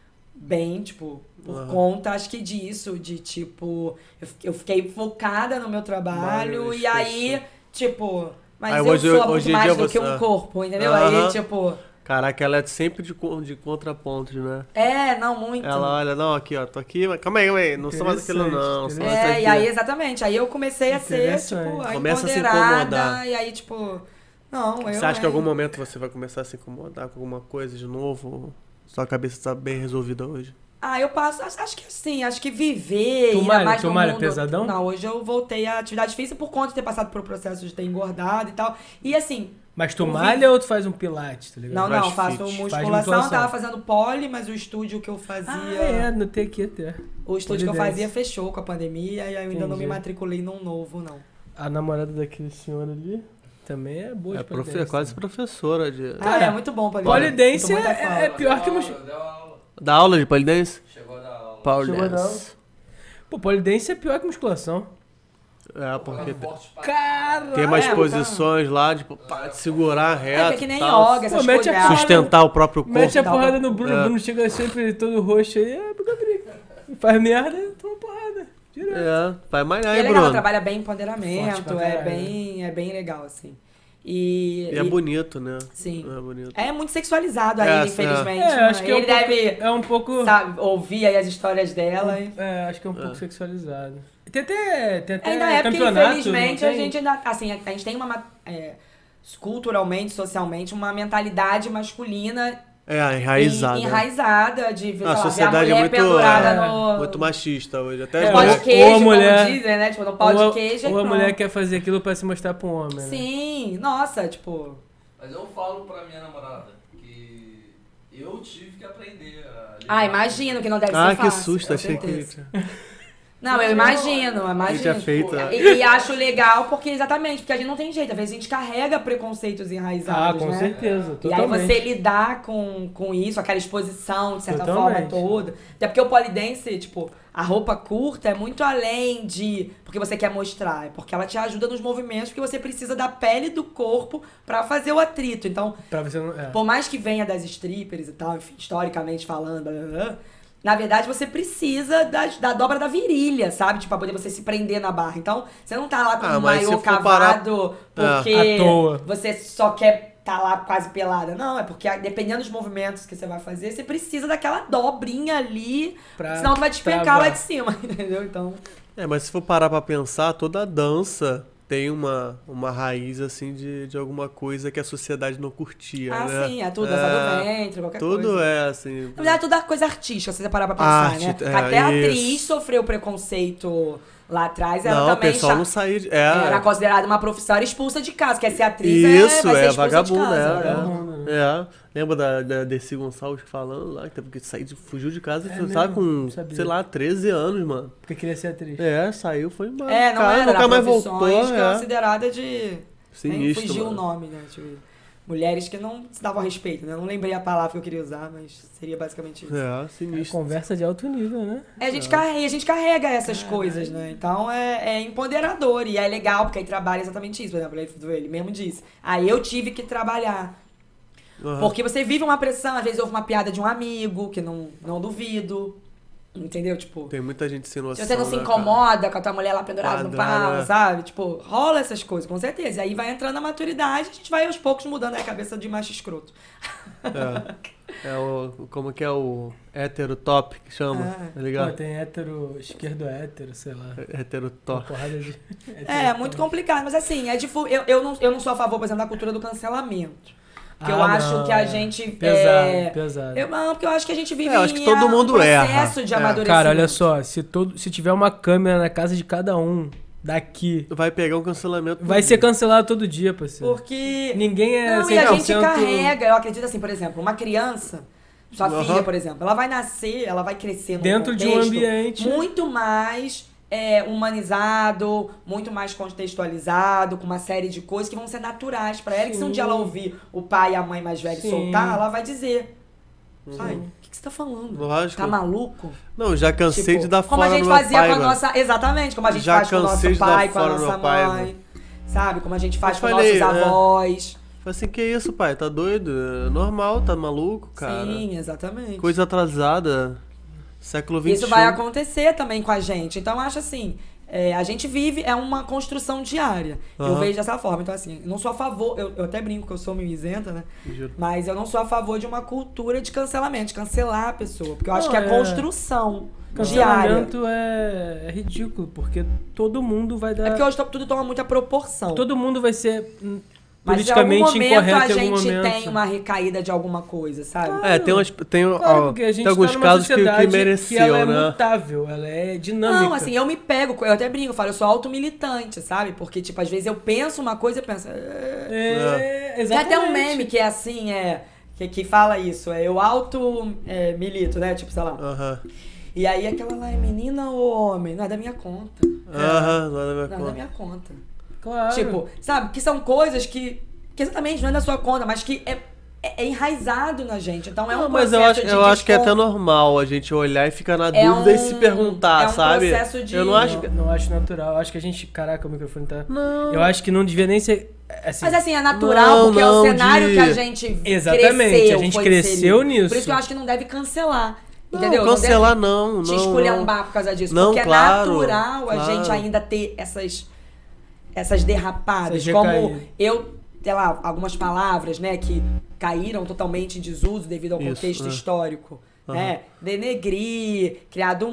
[SPEAKER 4] bem, tipo, por
[SPEAKER 2] Aham.
[SPEAKER 4] conta, acho que disso, de tipo, eu, fi- eu fiquei focada no meu trabalho
[SPEAKER 2] Mas
[SPEAKER 4] e aí,
[SPEAKER 2] isso.
[SPEAKER 4] tipo, mas
[SPEAKER 2] Aí
[SPEAKER 4] eu
[SPEAKER 2] hoje-
[SPEAKER 4] sou muito
[SPEAKER 2] hoje em
[SPEAKER 4] mais
[SPEAKER 2] dia
[SPEAKER 4] do que
[SPEAKER 2] você-
[SPEAKER 4] um corpo, entendeu?
[SPEAKER 2] Aham.
[SPEAKER 4] Aí, tipo,
[SPEAKER 2] Caraca, ela é sempre de, con- de contrapontos, né?
[SPEAKER 4] é, não, muito.
[SPEAKER 2] Ela olha, não, aqui, ó, tô aqui, mas calma aí, calma aí, não sou mais aquilo não, não sou mais
[SPEAKER 4] É,
[SPEAKER 2] aqui.
[SPEAKER 4] e aí, exatamente, aí eu comecei a ser,
[SPEAKER 3] Interessante.
[SPEAKER 4] tipo, a
[SPEAKER 2] Começa a se
[SPEAKER 4] empoderada,
[SPEAKER 2] incomodar.
[SPEAKER 4] e aí, tipo, não, eu...
[SPEAKER 2] Você acha que em
[SPEAKER 4] hein?
[SPEAKER 2] algum momento você vai começar a se incomodar com alguma coisa de novo? Sua cabeça tá bem resolvida hoje?
[SPEAKER 4] Ah, eu passo, acho, acho que assim, acho que viver,
[SPEAKER 3] Tu
[SPEAKER 4] ir
[SPEAKER 3] malha-
[SPEAKER 4] mais
[SPEAKER 3] tu
[SPEAKER 4] no
[SPEAKER 3] malha
[SPEAKER 4] mundo...
[SPEAKER 3] pesadão?
[SPEAKER 4] Não, hoje eu voltei à atividade física por conta de ter passado pelo processo de ter engordado e tal. E assim,
[SPEAKER 3] Mas tu
[SPEAKER 4] Eu vi-
[SPEAKER 3] malha ou tu faz um pilates, tá ligado?
[SPEAKER 4] não, não,
[SPEAKER 2] Crossfit.
[SPEAKER 4] faço
[SPEAKER 2] Faz
[SPEAKER 4] musculação,
[SPEAKER 3] musculação.
[SPEAKER 4] tava fazendo pole, mas o estúdio que eu fazia...
[SPEAKER 3] Ah, é, anotei aqui até.
[SPEAKER 4] O estúdio que eu
[SPEAKER 3] Pole
[SPEAKER 4] fazia
[SPEAKER 3] dance.
[SPEAKER 4] fechou com a pandemia e aí eu ainda não me
[SPEAKER 3] Entendi.
[SPEAKER 4] matriculei num novo, não.
[SPEAKER 3] A namorada daquele senhor ali também é boa
[SPEAKER 2] É,
[SPEAKER 3] de pole
[SPEAKER 2] profe-
[SPEAKER 3] dance,
[SPEAKER 2] quase
[SPEAKER 3] né?
[SPEAKER 2] professora de...
[SPEAKER 4] Ah, é muito bom, pole
[SPEAKER 3] Pole
[SPEAKER 4] dance.
[SPEAKER 3] dance
[SPEAKER 4] Muito muita
[SPEAKER 3] é-
[SPEAKER 4] fala.
[SPEAKER 3] é pior que
[SPEAKER 5] Deu
[SPEAKER 3] mus-
[SPEAKER 5] aula, deu aula.
[SPEAKER 2] Dá aula de pole dance?
[SPEAKER 5] Chegou a dar aula.
[SPEAKER 2] Pole
[SPEAKER 3] Chegou a dar
[SPEAKER 2] dance.
[SPEAKER 3] Pô, pole dance é pior que musculação.
[SPEAKER 2] É, porque
[SPEAKER 5] Ficando forte pra
[SPEAKER 3] Caralho!
[SPEAKER 2] tem umas
[SPEAKER 4] é,
[SPEAKER 2] posições lá, tipo, pá, de segurar
[SPEAKER 4] É,
[SPEAKER 2] reto
[SPEAKER 4] que é que nem
[SPEAKER 2] tal,
[SPEAKER 4] yoga, essas
[SPEAKER 3] Pô, mete
[SPEAKER 4] coisas.
[SPEAKER 3] a porra-
[SPEAKER 2] sustentar o próprio corpo.
[SPEAKER 3] Mete a
[SPEAKER 4] Dá
[SPEAKER 3] porrada
[SPEAKER 4] pra-
[SPEAKER 3] no Bruno,
[SPEAKER 2] É.
[SPEAKER 3] o Bruno chega sempre todo roxo aí, é porque briga. Faz merda, toma porrada. Direto.
[SPEAKER 2] É, vai malhar
[SPEAKER 4] E é
[SPEAKER 2] aí,
[SPEAKER 4] legal,
[SPEAKER 2] Bruno.
[SPEAKER 4] trabalha bem
[SPEAKER 3] Forte
[SPEAKER 4] empoderamento,
[SPEAKER 3] pra
[SPEAKER 4] é
[SPEAKER 3] caralho.
[SPEAKER 4] bem, é bem legal, assim. E,
[SPEAKER 2] E é
[SPEAKER 4] e-
[SPEAKER 2] bonito, né?
[SPEAKER 4] Sim.
[SPEAKER 2] É bonito.
[SPEAKER 4] É muito sexualizado
[SPEAKER 2] É,
[SPEAKER 4] ainda,
[SPEAKER 2] é.
[SPEAKER 4] infelizmente.
[SPEAKER 3] É,
[SPEAKER 4] né?
[SPEAKER 3] acho que é um
[SPEAKER 4] Ele
[SPEAKER 3] pouco-
[SPEAKER 4] deve
[SPEAKER 3] É um pouco...
[SPEAKER 4] sabe, ouvir aí as histórias dela. e-
[SPEAKER 3] É, acho que é um pouco
[SPEAKER 2] É.
[SPEAKER 3] sexualizado. Tem até, tem até
[SPEAKER 4] Ainda é porque,
[SPEAKER 3] campeonato,
[SPEAKER 4] infelizmente,
[SPEAKER 3] não
[SPEAKER 4] a
[SPEAKER 3] tem?
[SPEAKER 4] gente ainda. Assim, a, a gente tem uma. ma- é, culturalmente, socialmente, uma mentalidade masculina
[SPEAKER 2] É, enraizado.
[SPEAKER 4] en- enraizada de ver,
[SPEAKER 2] A
[SPEAKER 4] sei lá, ver a
[SPEAKER 2] sociedade
[SPEAKER 4] mulher
[SPEAKER 2] é muito,
[SPEAKER 4] pendurada
[SPEAKER 2] é,
[SPEAKER 4] no.
[SPEAKER 2] muito machista hoje. Até
[SPEAKER 3] É,
[SPEAKER 2] as
[SPEAKER 4] pau de
[SPEAKER 3] ou-
[SPEAKER 2] mulheres-
[SPEAKER 4] queijo,
[SPEAKER 3] ou a mulher-
[SPEAKER 4] como dizem, né? Tipo, no pau
[SPEAKER 3] ou a,
[SPEAKER 4] de queijo e
[SPEAKER 3] ou a
[SPEAKER 4] pronto.
[SPEAKER 3] mulher quer fazer aquilo pra se mostrar pra um homem, né?
[SPEAKER 4] Sim, nossa, tipo.
[SPEAKER 5] Mas eu falo pra minha namorada que eu tive que aprender a lidar
[SPEAKER 4] Ah,
[SPEAKER 5] com
[SPEAKER 4] imagino que não deve
[SPEAKER 2] Ah,
[SPEAKER 4] ser
[SPEAKER 2] que
[SPEAKER 4] fácil.
[SPEAKER 2] susto,
[SPEAKER 4] com
[SPEAKER 2] achei que...
[SPEAKER 4] certeza. Não, eu imagino, eu
[SPEAKER 2] Que
[SPEAKER 4] imagino.
[SPEAKER 2] tinha feito, né?
[SPEAKER 4] E, e acho legal porque, exatamente, porque a gente não tem jeito. Às vezes a gente carrega preconceitos
[SPEAKER 3] Ah,
[SPEAKER 4] enraizados,
[SPEAKER 3] com
[SPEAKER 4] né?
[SPEAKER 3] certeza.
[SPEAKER 4] E aí
[SPEAKER 3] Totalmente.
[SPEAKER 4] você lidar com, com isso, aquela exposição, de certa
[SPEAKER 3] Totalmente.
[SPEAKER 4] forma, toda. Até porque o polidense, tipo, a roupa curta é muito além de porque você quer mostrar. É porque ela te ajuda nos movimentos, porque você precisa da pele do corpo pra fazer o atrito. Então,
[SPEAKER 3] Pra você não. É.
[SPEAKER 4] por mais que venha das strippers e tal, enfim, historicamente falando, blá, blá, blá, na verdade você precisa da, da dobra da virilha, sabe? Tipo, pra poder você se prender na barra. Então, você não tá lá com
[SPEAKER 2] Ah,
[SPEAKER 4] um
[SPEAKER 2] mas se
[SPEAKER 4] maiô
[SPEAKER 2] for
[SPEAKER 4] cavado
[SPEAKER 2] parar-
[SPEAKER 4] porque
[SPEAKER 3] É, à toa.
[SPEAKER 4] você só quer tá lá quase pelada. Não, é porque dependendo dos movimentos que você vai fazer, você precisa daquela dobrinha ali,
[SPEAKER 3] Pra
[SPEAKER 4] senão tu vai despencar
[SPEAKER 3] travar.
[SPEAKER 4] lá de cima, entendeu? Então,
[SPEAKER 2] É, mas se for parar pra pensar, toda dança tem uma, uma raiz, assim, de, de alguma coisa que a sociedade não curtia,
[SPEAKER 4] ah,
[SPEAKER 2] né?
[SPEAKER 4] sim, é tudo, dança do ventre, qualquer
[SPEAKER 2] Tudo
[SPEAKER 4] coisa.
[SPEAKER 2] é, assim...
[SPEAKER 4] Na verdade, tudo é coisa artística, se você parar pra pensar,
[SPEAKER 2] Arte,
[SPEAKER 4] né?
[SPEAKER 2] é,
[SPEAKER 4] Até a atriz
[SPEAKER 2] isso.
[SPEAKER 4] sofreu preconceito lá atrás, ela
[SPEAKER 2] Não, o
[SPEAKER 4] também
[SPEAKER 2] pessoal
[SPEAKER 4] já
[SPEAKER 2] não saía... De, é,
[SPEAKER 4] era considerada uma profissão, era expulsa de casa. Quer ser atriz,
[SPEAKER 2] Isso,
[SPEAKER 4] é, vai ser
[SPEAKER 2] é,
[SPEAKER 4] expulsa
[SPEAKER 2] vagabunda,
[SPEAKER 4] de casa.
[SPEAKER 2] é,
[SPEAKER 4] né?
[SPEAKER 3] vagabunda,
[SPEAKER 2] é. Lembra da, da Dercy Gonçalves falando lá, que teve que sair, de- fugiu de casa,
[SPEAKER 3] É
[SPEAKER 2] você sabe,
[SPEAKER 3] mesmo?
[SPEAKER 2] com,
[SPEAKER 3] Sabia.
[SPEAKER 2] sei lá, treze anos, mano.
[SPEAKER 3] Porque queria ser atriz.
[SPEAKER 2] É, saiu, foi embora.
[SPEAKER 4] É, não
[SPEAKER 2] cara,
[SPEAKER 4] era,
[SPEAKER 2] nunca
[SPEAKER 4] era
[SPEAKER 2] mais
[SPEAKER 4] profissões
[SPEAKER 2] voltou, é.
[SPEAKER 4] considerada de... Nem
[SPEAKER 2] Sinistro,
[SPEAKER 4] fugiu o
[SPEAKER 2] mano.
[SPEAKER 4] nome, né? Tipo, mulheres que não se davam respeito, né? Eu não lembrei a palavra que eu queria usar, mas seria basicamente isso.
[SPEAKER 2] É,
[SPEAKER 3] É
[SPEAKER 2] sinistro.
[SPEAKER 3] conversa de alto nível, né?
[SPEAKER 4] É, a gente carrega, a gente carrega essas coisas, né? Então é, é empoderador e é legal, porque aí trabalha exatamente isso. Por exemplo, ele, ele mesmo disse. Aí eu tive que trabalhar.
[SPEAKER 2] Aham.
[SPEAKER 4] Porque você vive uma pressão, às vezes houve uma piada de um amigo, que não, não duvido. Entendeu? Tipo,
[SPEAKER 2] Tem muita gente sem noção,
[SPEAKER 4] se você não se
[SPEAKER 2] né, cara?
[SPEAKER 4] incomoda com a tua mulher lá pendurada no
[SPEAKER 2] Quadrada.
[SPEAKER 4] pau, sabe? Tipo, rola essas coisas, com certeza. E aí vai entrando a maturidade, a gente vai aos poucos mudando a cabeça de macho escroto.
[SPEAKER 2] É. É o... Como que é o hétero top que chama,
[SPEAKER 4] É.
[SPEAKER 2] tá
[SPEAKER 3] Pô,
[SPEAKER 2] ligado?
[SPEAKER 3] tem hétero, esquerdo hétero, sei lá.
[SPEAKER 2] Hétero
[SPEAKER 3] Uma
[SPEAKER 2] top.
[SPEAKER 3] porrada de.
[SPEAKER 4] É, muito complicado. Mas assim, é difu- eu, eu, não, eu não sou a favor, por exemplo, da cultura do cancelamento. Porque eu
[SPEAKER 3] Ah,
[SPEAKER 4] acho
[SPEAKER 3] não,
[SPEAKER 4] que a
[SPEAKER 3] é.
[SPEAKER 4] gente.
[SPEAKER 3] Pesado,
[SPEAKER 4] é,
[SPEAKER 3] pesado.
[SPEAKER 4] Eu, não, porque eu acho que a gente vive
[SPEAKER 2] É, eu acho que
[SPEAKER 4] em
[SPEAKER 2] todo
[SPEAKER 4] um
[SPEAKER 2] mundo
[SPEAKER 4] processo
[SPEAKER 2] erra.
[SPEAKER 4] de
[SPEAKER 2] É.
[SPEAKER 4] amadurecimento.
[SPEAKER 3] Cara, olha só, se, todo, se tiver uma câmera na casa de cada um daqui,
[SPEAKER 2] Vai pegar um cancelamento.
[SPEAKER 3] vai ser cancelado todo dia, parceiro.
[SPEAKER 4] Porque.
[SPEAKER 3] Ninguém é
[SPEAKER 4] Não, e a
[SPEAKER 3] cem por
[SPEAKER 4] gente
[SPEAKER 3] cento
[SPEAKER 4] carrega, eu acredito assim, por exemplo, uma criança, sua
[SPEAKER 2] Aham.
[SPEAKER 4] filha, por exemplo, ela vai nascer, ela vai crescer num
[SPEAKER 3] Dentro de um
[SPEAKER 4] contexto
[SPEAKER 3] ambiente.
[SPEAKER 4] muito mais é, humanizado, muito mais contextualizado, com uma série de coisas que vão ser naturais pra ela, que se um
[SPEAKER 3] Sim.
[SPEAKER 4] dia ela ouvir o pai e a mãe mais velhos
[SPEAKER 3] Sim.
[SPEAKER 4] soltar, ela vai dizer,
[SPEAKER 2] Uhum.
[SPEAKER 4] sai, o que, que você tá falando?
[SPEAKER 2] Lógico.
[SPEAKER 4] Tá maluco?
[SPEAKER 2] Não, já cansei
[SPEAKER 4] Tipo,
[SPEAKER 2] de dar
[SPEAKER 4] como
[SPEAKER 2] fora
[SPEAKER 4] a gente
[SPEAKER 2] no meu
[SPEAKER 4] fazia
[SPEAKER 2] pai,
[SPEAKER 4] com a
[SPEAKER 2] mano.
[SPEAKER 4] nossa... Exatamente, como a gente
[SPEAKER 2] Já
[SPEAKER 4] faz com o nosso
[SPEAKER 2] cansei de dar
[SPEAKER 4] pai, com a
[SPEAKER 2] fora no
[SPEAKER 4] nossa
[SPEAKER 2] meu pai,
[SPEAKER 4] mãe.
[SPEAKER 2] mano.
[SPEAKER 4] Sabe? Como a gente faz
[SPEAKER 2] Eu
[SPEAKER 4] com
[SPEAKER 2] falei,
[SPEAKER 4] nossos
[SPEAKER 2] né?
[SPEAKER 4] avós.
[SPEAKER 2] Falei assim, que isso, pai? Tá doido? É normal, tá maluco, cara?
[SPEAKER 4] Sim, exatamente.
[SPEAKER 2] Coisa atrasada. Século vinte e um.
[SPEAKER 4] Isso vai acontecer também com a gente. Então, eu acho assim, é, a gente vive, é uma construção diária. Eu
[SPEAKER 2] Aham.
[SPEAKER 4] vejo dessa forma. Então, assim, eu não sou a favor, eu, eu até brinco que eu sou mimizenta, né?
[SPEAKER 2] Juro.
[SPEAKER 4] Mas eu não sou a favor de uma cultura de cancelamento, de cancelar a pessoa. Porque eu acho
[SPEAKER 3] Não,
[SPEAKER 4] que é
[SPEAKER 3] é-
[SPEAKER 4] construção diária.
[SPEAKER 3] Cancelamento é, é ridículo, porque todo mundo vai dar.
[SPEAKER 4] É porque hoje to- tudo toma muita proporção.
[SPEAKER 3] Todo mundo vai ser hum,
[SPEAKER 4] Mas em algum
[SPEAKER 3] politicamente
[SPEAKER 4] momento
[SPEAKER 3] incorreto
[SPEAKER 4] a
[SPEAKER 3] em algum
[SPEAKER 4] gente
[SPEAKER 3] momento.
[SPEAKER 4] tem uma recaída de alguma coisa, sabe?
[SPEAKER 2] É, tem, umas, tem,
[SPEAKER 3] Claro,
[SPEAKER 2] ó,
[SPEAKER 3] porque a gente
[SPEAKER 2] tem alguns
[SPEAKER 3] tá numa
[SPEAKER 2] casos que,
[SPEAKER 3] sociedade
[SPEAKER 2] que mereceu,
[SPEAKER 3] que ela é
[SPEAKER 2] né?
[SPEAKER 3] mutável, ela é dinâmica.
[SPEAKER 4] Não, assim, eu me pego, eu até brinco, eu falo, eu sou automilitante, sabe? Porque, tipo, às vezes eu penso uma coisa e penso. "É".
[SPEAKER 3] É,
[SPEAKER 4] Tem
[SPEAKER 3] exatamente.
[SPEAKER 4] até um meme que é assim, é. Que, que fala isso, é eu auto-milito, né? Tipo, sei lá.
[SPEAKER 2] Aham.
[SPEAKER 4] E aí aquela lá é menina ou homem? Não, é da minha conta.
[SPEAKER 2] Aham, lá na minha
[SPEAKER 4] Não, é da
[SPEAKER 2] conta.
[SPEAKER 4] minha conta.
[SPEAKER 3] Claro.
[SPEAKER 4] Tipo, sabe? Que são coisas que, que exatamente não é da sua conta, mas que é, é, é enraizado na gente. Então é um
[SPEAKER 2] Não, mas eu
[SPEAKER 4] processo
[SPEAKER 2] acho,
[SPEAKER 4] de
[SPEAKER 2] eu acho que é até
[SPEAKER 4] descon-
[SPEAKER 2] normal a gente olhar e ficar na
[SPEAKER 4] É
[SPEAKER 2] dúvida e
[SPEAKER 4] um-
[SPEAKER 2] se perguntar,
[SPEAKER 4] é um
[SPEAKER 2] sabe?
[SPEAKER 4] processo de-
[SPEAKER 2] Eu não acho que...
[SPEAKER 3] Não, não acho natural. Acho que a gente. Caraca, o microfone tá.
[SPEAKER 2] Não.
[SPEAKER 3] Eu acho que não devia nem ser. Assim,
[SPEAKER 4] Mas assim, é natural,
[SPEAKER 2] Não,
[SPEAKER 4] porque é
[SPEAKER 2] não,
[SPEAKER 4] o cenário
[SPEAKER 2] de-
[SPEAKER 4] que a gente
[SPEAKER 3] Exatamente,
[SPEAKER 4] cresceu,
[SPEAKER 3] a gente
[SPEAKER 4] foi
[SPEAKER 3] cresceu
[SPEAKER 4] inserido.
[SPEAKER 3] nisso.
[SPEAKER 4] Por isso que eu acho que não deve cancelar.
[SPEAKER 2] Não,
[SPEAKER 4] Entendeu?
[SPEAKER 2] cancelar
[SPEAKER 4] deve
[SPEAKER 2] não, não.
[SPEAKER 4] te
[SPEAKER 2] não.
[SPEAKER 4] esculhambar por causa disso.
[SPEAKER 2] Não,
[SPEAKER 4] porque
[SPEAKER 2] claro,
[SPEAKER 4] é natural a
[SPEAKER 2] claro.
[SPEAKER 4] gente ainda ter essas, essas derrapadas.
[SPEAKER 3] Essas
[SPEAKER 4] como
[SPEAKER 3] recaídas.
[SPEAKER 4] eu, sei lá, algumas palavras, né, que caíram totalmente em desuso devido ao
[SPEAKER 2] Isso,
[SPEAKER 4] contexto
[SPEAKER 2] é.
[SPEAKER 4] histórico.
[SPEAKER 2] Aham.
[SPEAKER 4] Né? Denegrir, criado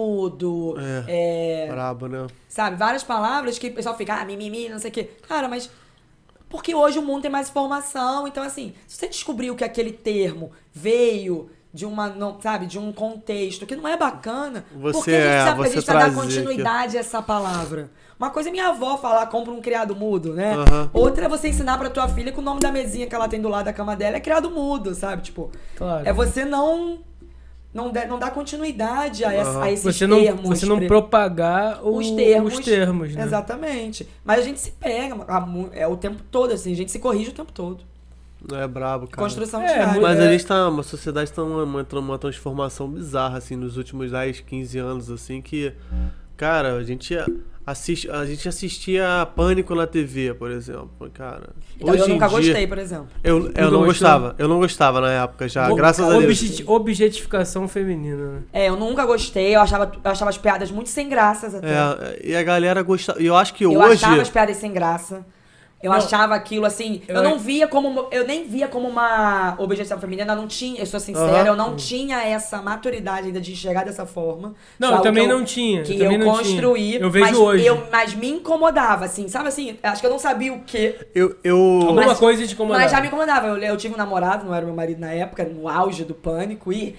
[SPEAKER 4] mudo, é,
[SPEAKER 2] Brabo, né?
[SPEAKER 4] sabe? Várias palavras que o pessoal fica, ah, mimimi, não sei o quê. Cara, mas porque hoje o mundo tem mais informação. Então, assim, se você descobriu que aquele termo veio de uma, não, sabe, de um contexto que não é bacana,
[SPEAKER 2] Você
[SPEAKER 4] por que a gente
[SPEAKER 2] é,
[SPEAKER 4] precisa, a
[SPEAKER 2] você
[SPEAKER 4] gente precisa dar
[SPEAKER 2] trazer
[SPEAKER 4] continuidade a essa palavra? Uma coisa é minha avó falar, compra um criado mudo, né?
[SPEAKER 2] Aham.
[SPEAKER 4] Outra é você ensinar pra tua filha que o nome da mesinha que ela tem do lado da cama dela é criado mudo, sabe? Tipo,
[SPEAKER 3] Claro.
[SPEAKER 4] é você não não, dá, não dá continuidade a, essa, a esses
[SPEAKER 3] Você não,
[SPEAKER 4] termos.
[SPEAKER 3] você não
[SPEAKER 4] pre-
[SPEAKER 3] propagar o-
[SPEAKER 4] os termos.
[SPEAKER 3] os termos, né?
[SPEAKER 4] Exatamente. Mas a gente se pega a mu- é o tempo todo, assim, a gente se corrige o tempo todo.
[SPEAKER 2] É brabo, cara.
[SPEAKER 4] Construção
[SPEAKER 3] É,
[SPEAKER 4] diária.
[SPEAKER 2] Mas
[SPEAKER 3] É.
[SPEAKER 2] a gente tá. A sociedade tá numa, numa transformação bizarra, assim, nos últimos dez, quinze anos, assim, que. Cara, a gente assiste, a gente assistia Pânico na T V, por exemplo. Cara.
[SPEAKER 4] Então,
[SPEAKER 2] hoje
[SPEAKER 4] eu nunca
[SPEAKER 2] em dia,
[SPEAKER 4] gostei, por exemplo.
[SPEAKER 2] Eu, eu
[SPEAKER 3] Nunca
[SPEAKER 2] não
[SPEAKER 3] gostou?
[SPEAKER 2] gostava. Eu não gostava na época já,
[SPEAKER 3] O-
[SPEAKER 2] graças a Deus.
[SPEAKER 3] objet- Objetificação feminina, né?
[SPEAKER 4] É, eu nunca gostei, eu achava, eu achava as piadas muito sem graças até.
[SPEAKER 2] É, e a galera gostava. E eu acho que
[SPEAKER 4] eu
[SPEAKER 2] hoje.
[SPEAKER 4] achava as piadas sem graça. Eu
[SPEAKER 3] Não.
[SPEAKER 4] achava aquilo assim. Eu,
[SPEAKER 3] Eu-
[SPEAKER 4] não via como. Eu nem via como uma objetivação feminina. Eu não tinha. Eu sou sincera,
[SPEAKER 2] Aham.
[SPEAKER 4] eu não tinha essa maturidade ainda de enxergar dessa forma.
[SPEAKER 3] Não,
[SPEAKER 4] Foi
[SPEAKER 3] eu
[SPEAKER 4] algo
[SPEAKER 3] também
[SPEAKER 4] que eu-
[SPEAKER 3] não tinha.
[SPEAKER 4] Que
[SPEAKER 3] eu também
[SPEAKER 4] eu
[SPEAKER 3] não
[SPEAKER 4] construí.
[SPEAKER 3] tinha. Eu vejo
[SPEAKER 4] mas
[SPEAKER 3] hoje.
[SPEAKER 4] Eu, mas me incomodava, assim. Sabe assim? Acho que eu não sabia o quê.
[SPEAKER 2] Eu. eu...
[SPEAKER 3] Alguma
[SPEAKER 4] Mas-
[SPEAKER 3] coisa te incomodava.
[SPEAKER 4] Mas já me incomodava. Eu, eu tive um namorado, não era meu marido na época, no auge do pânico, e.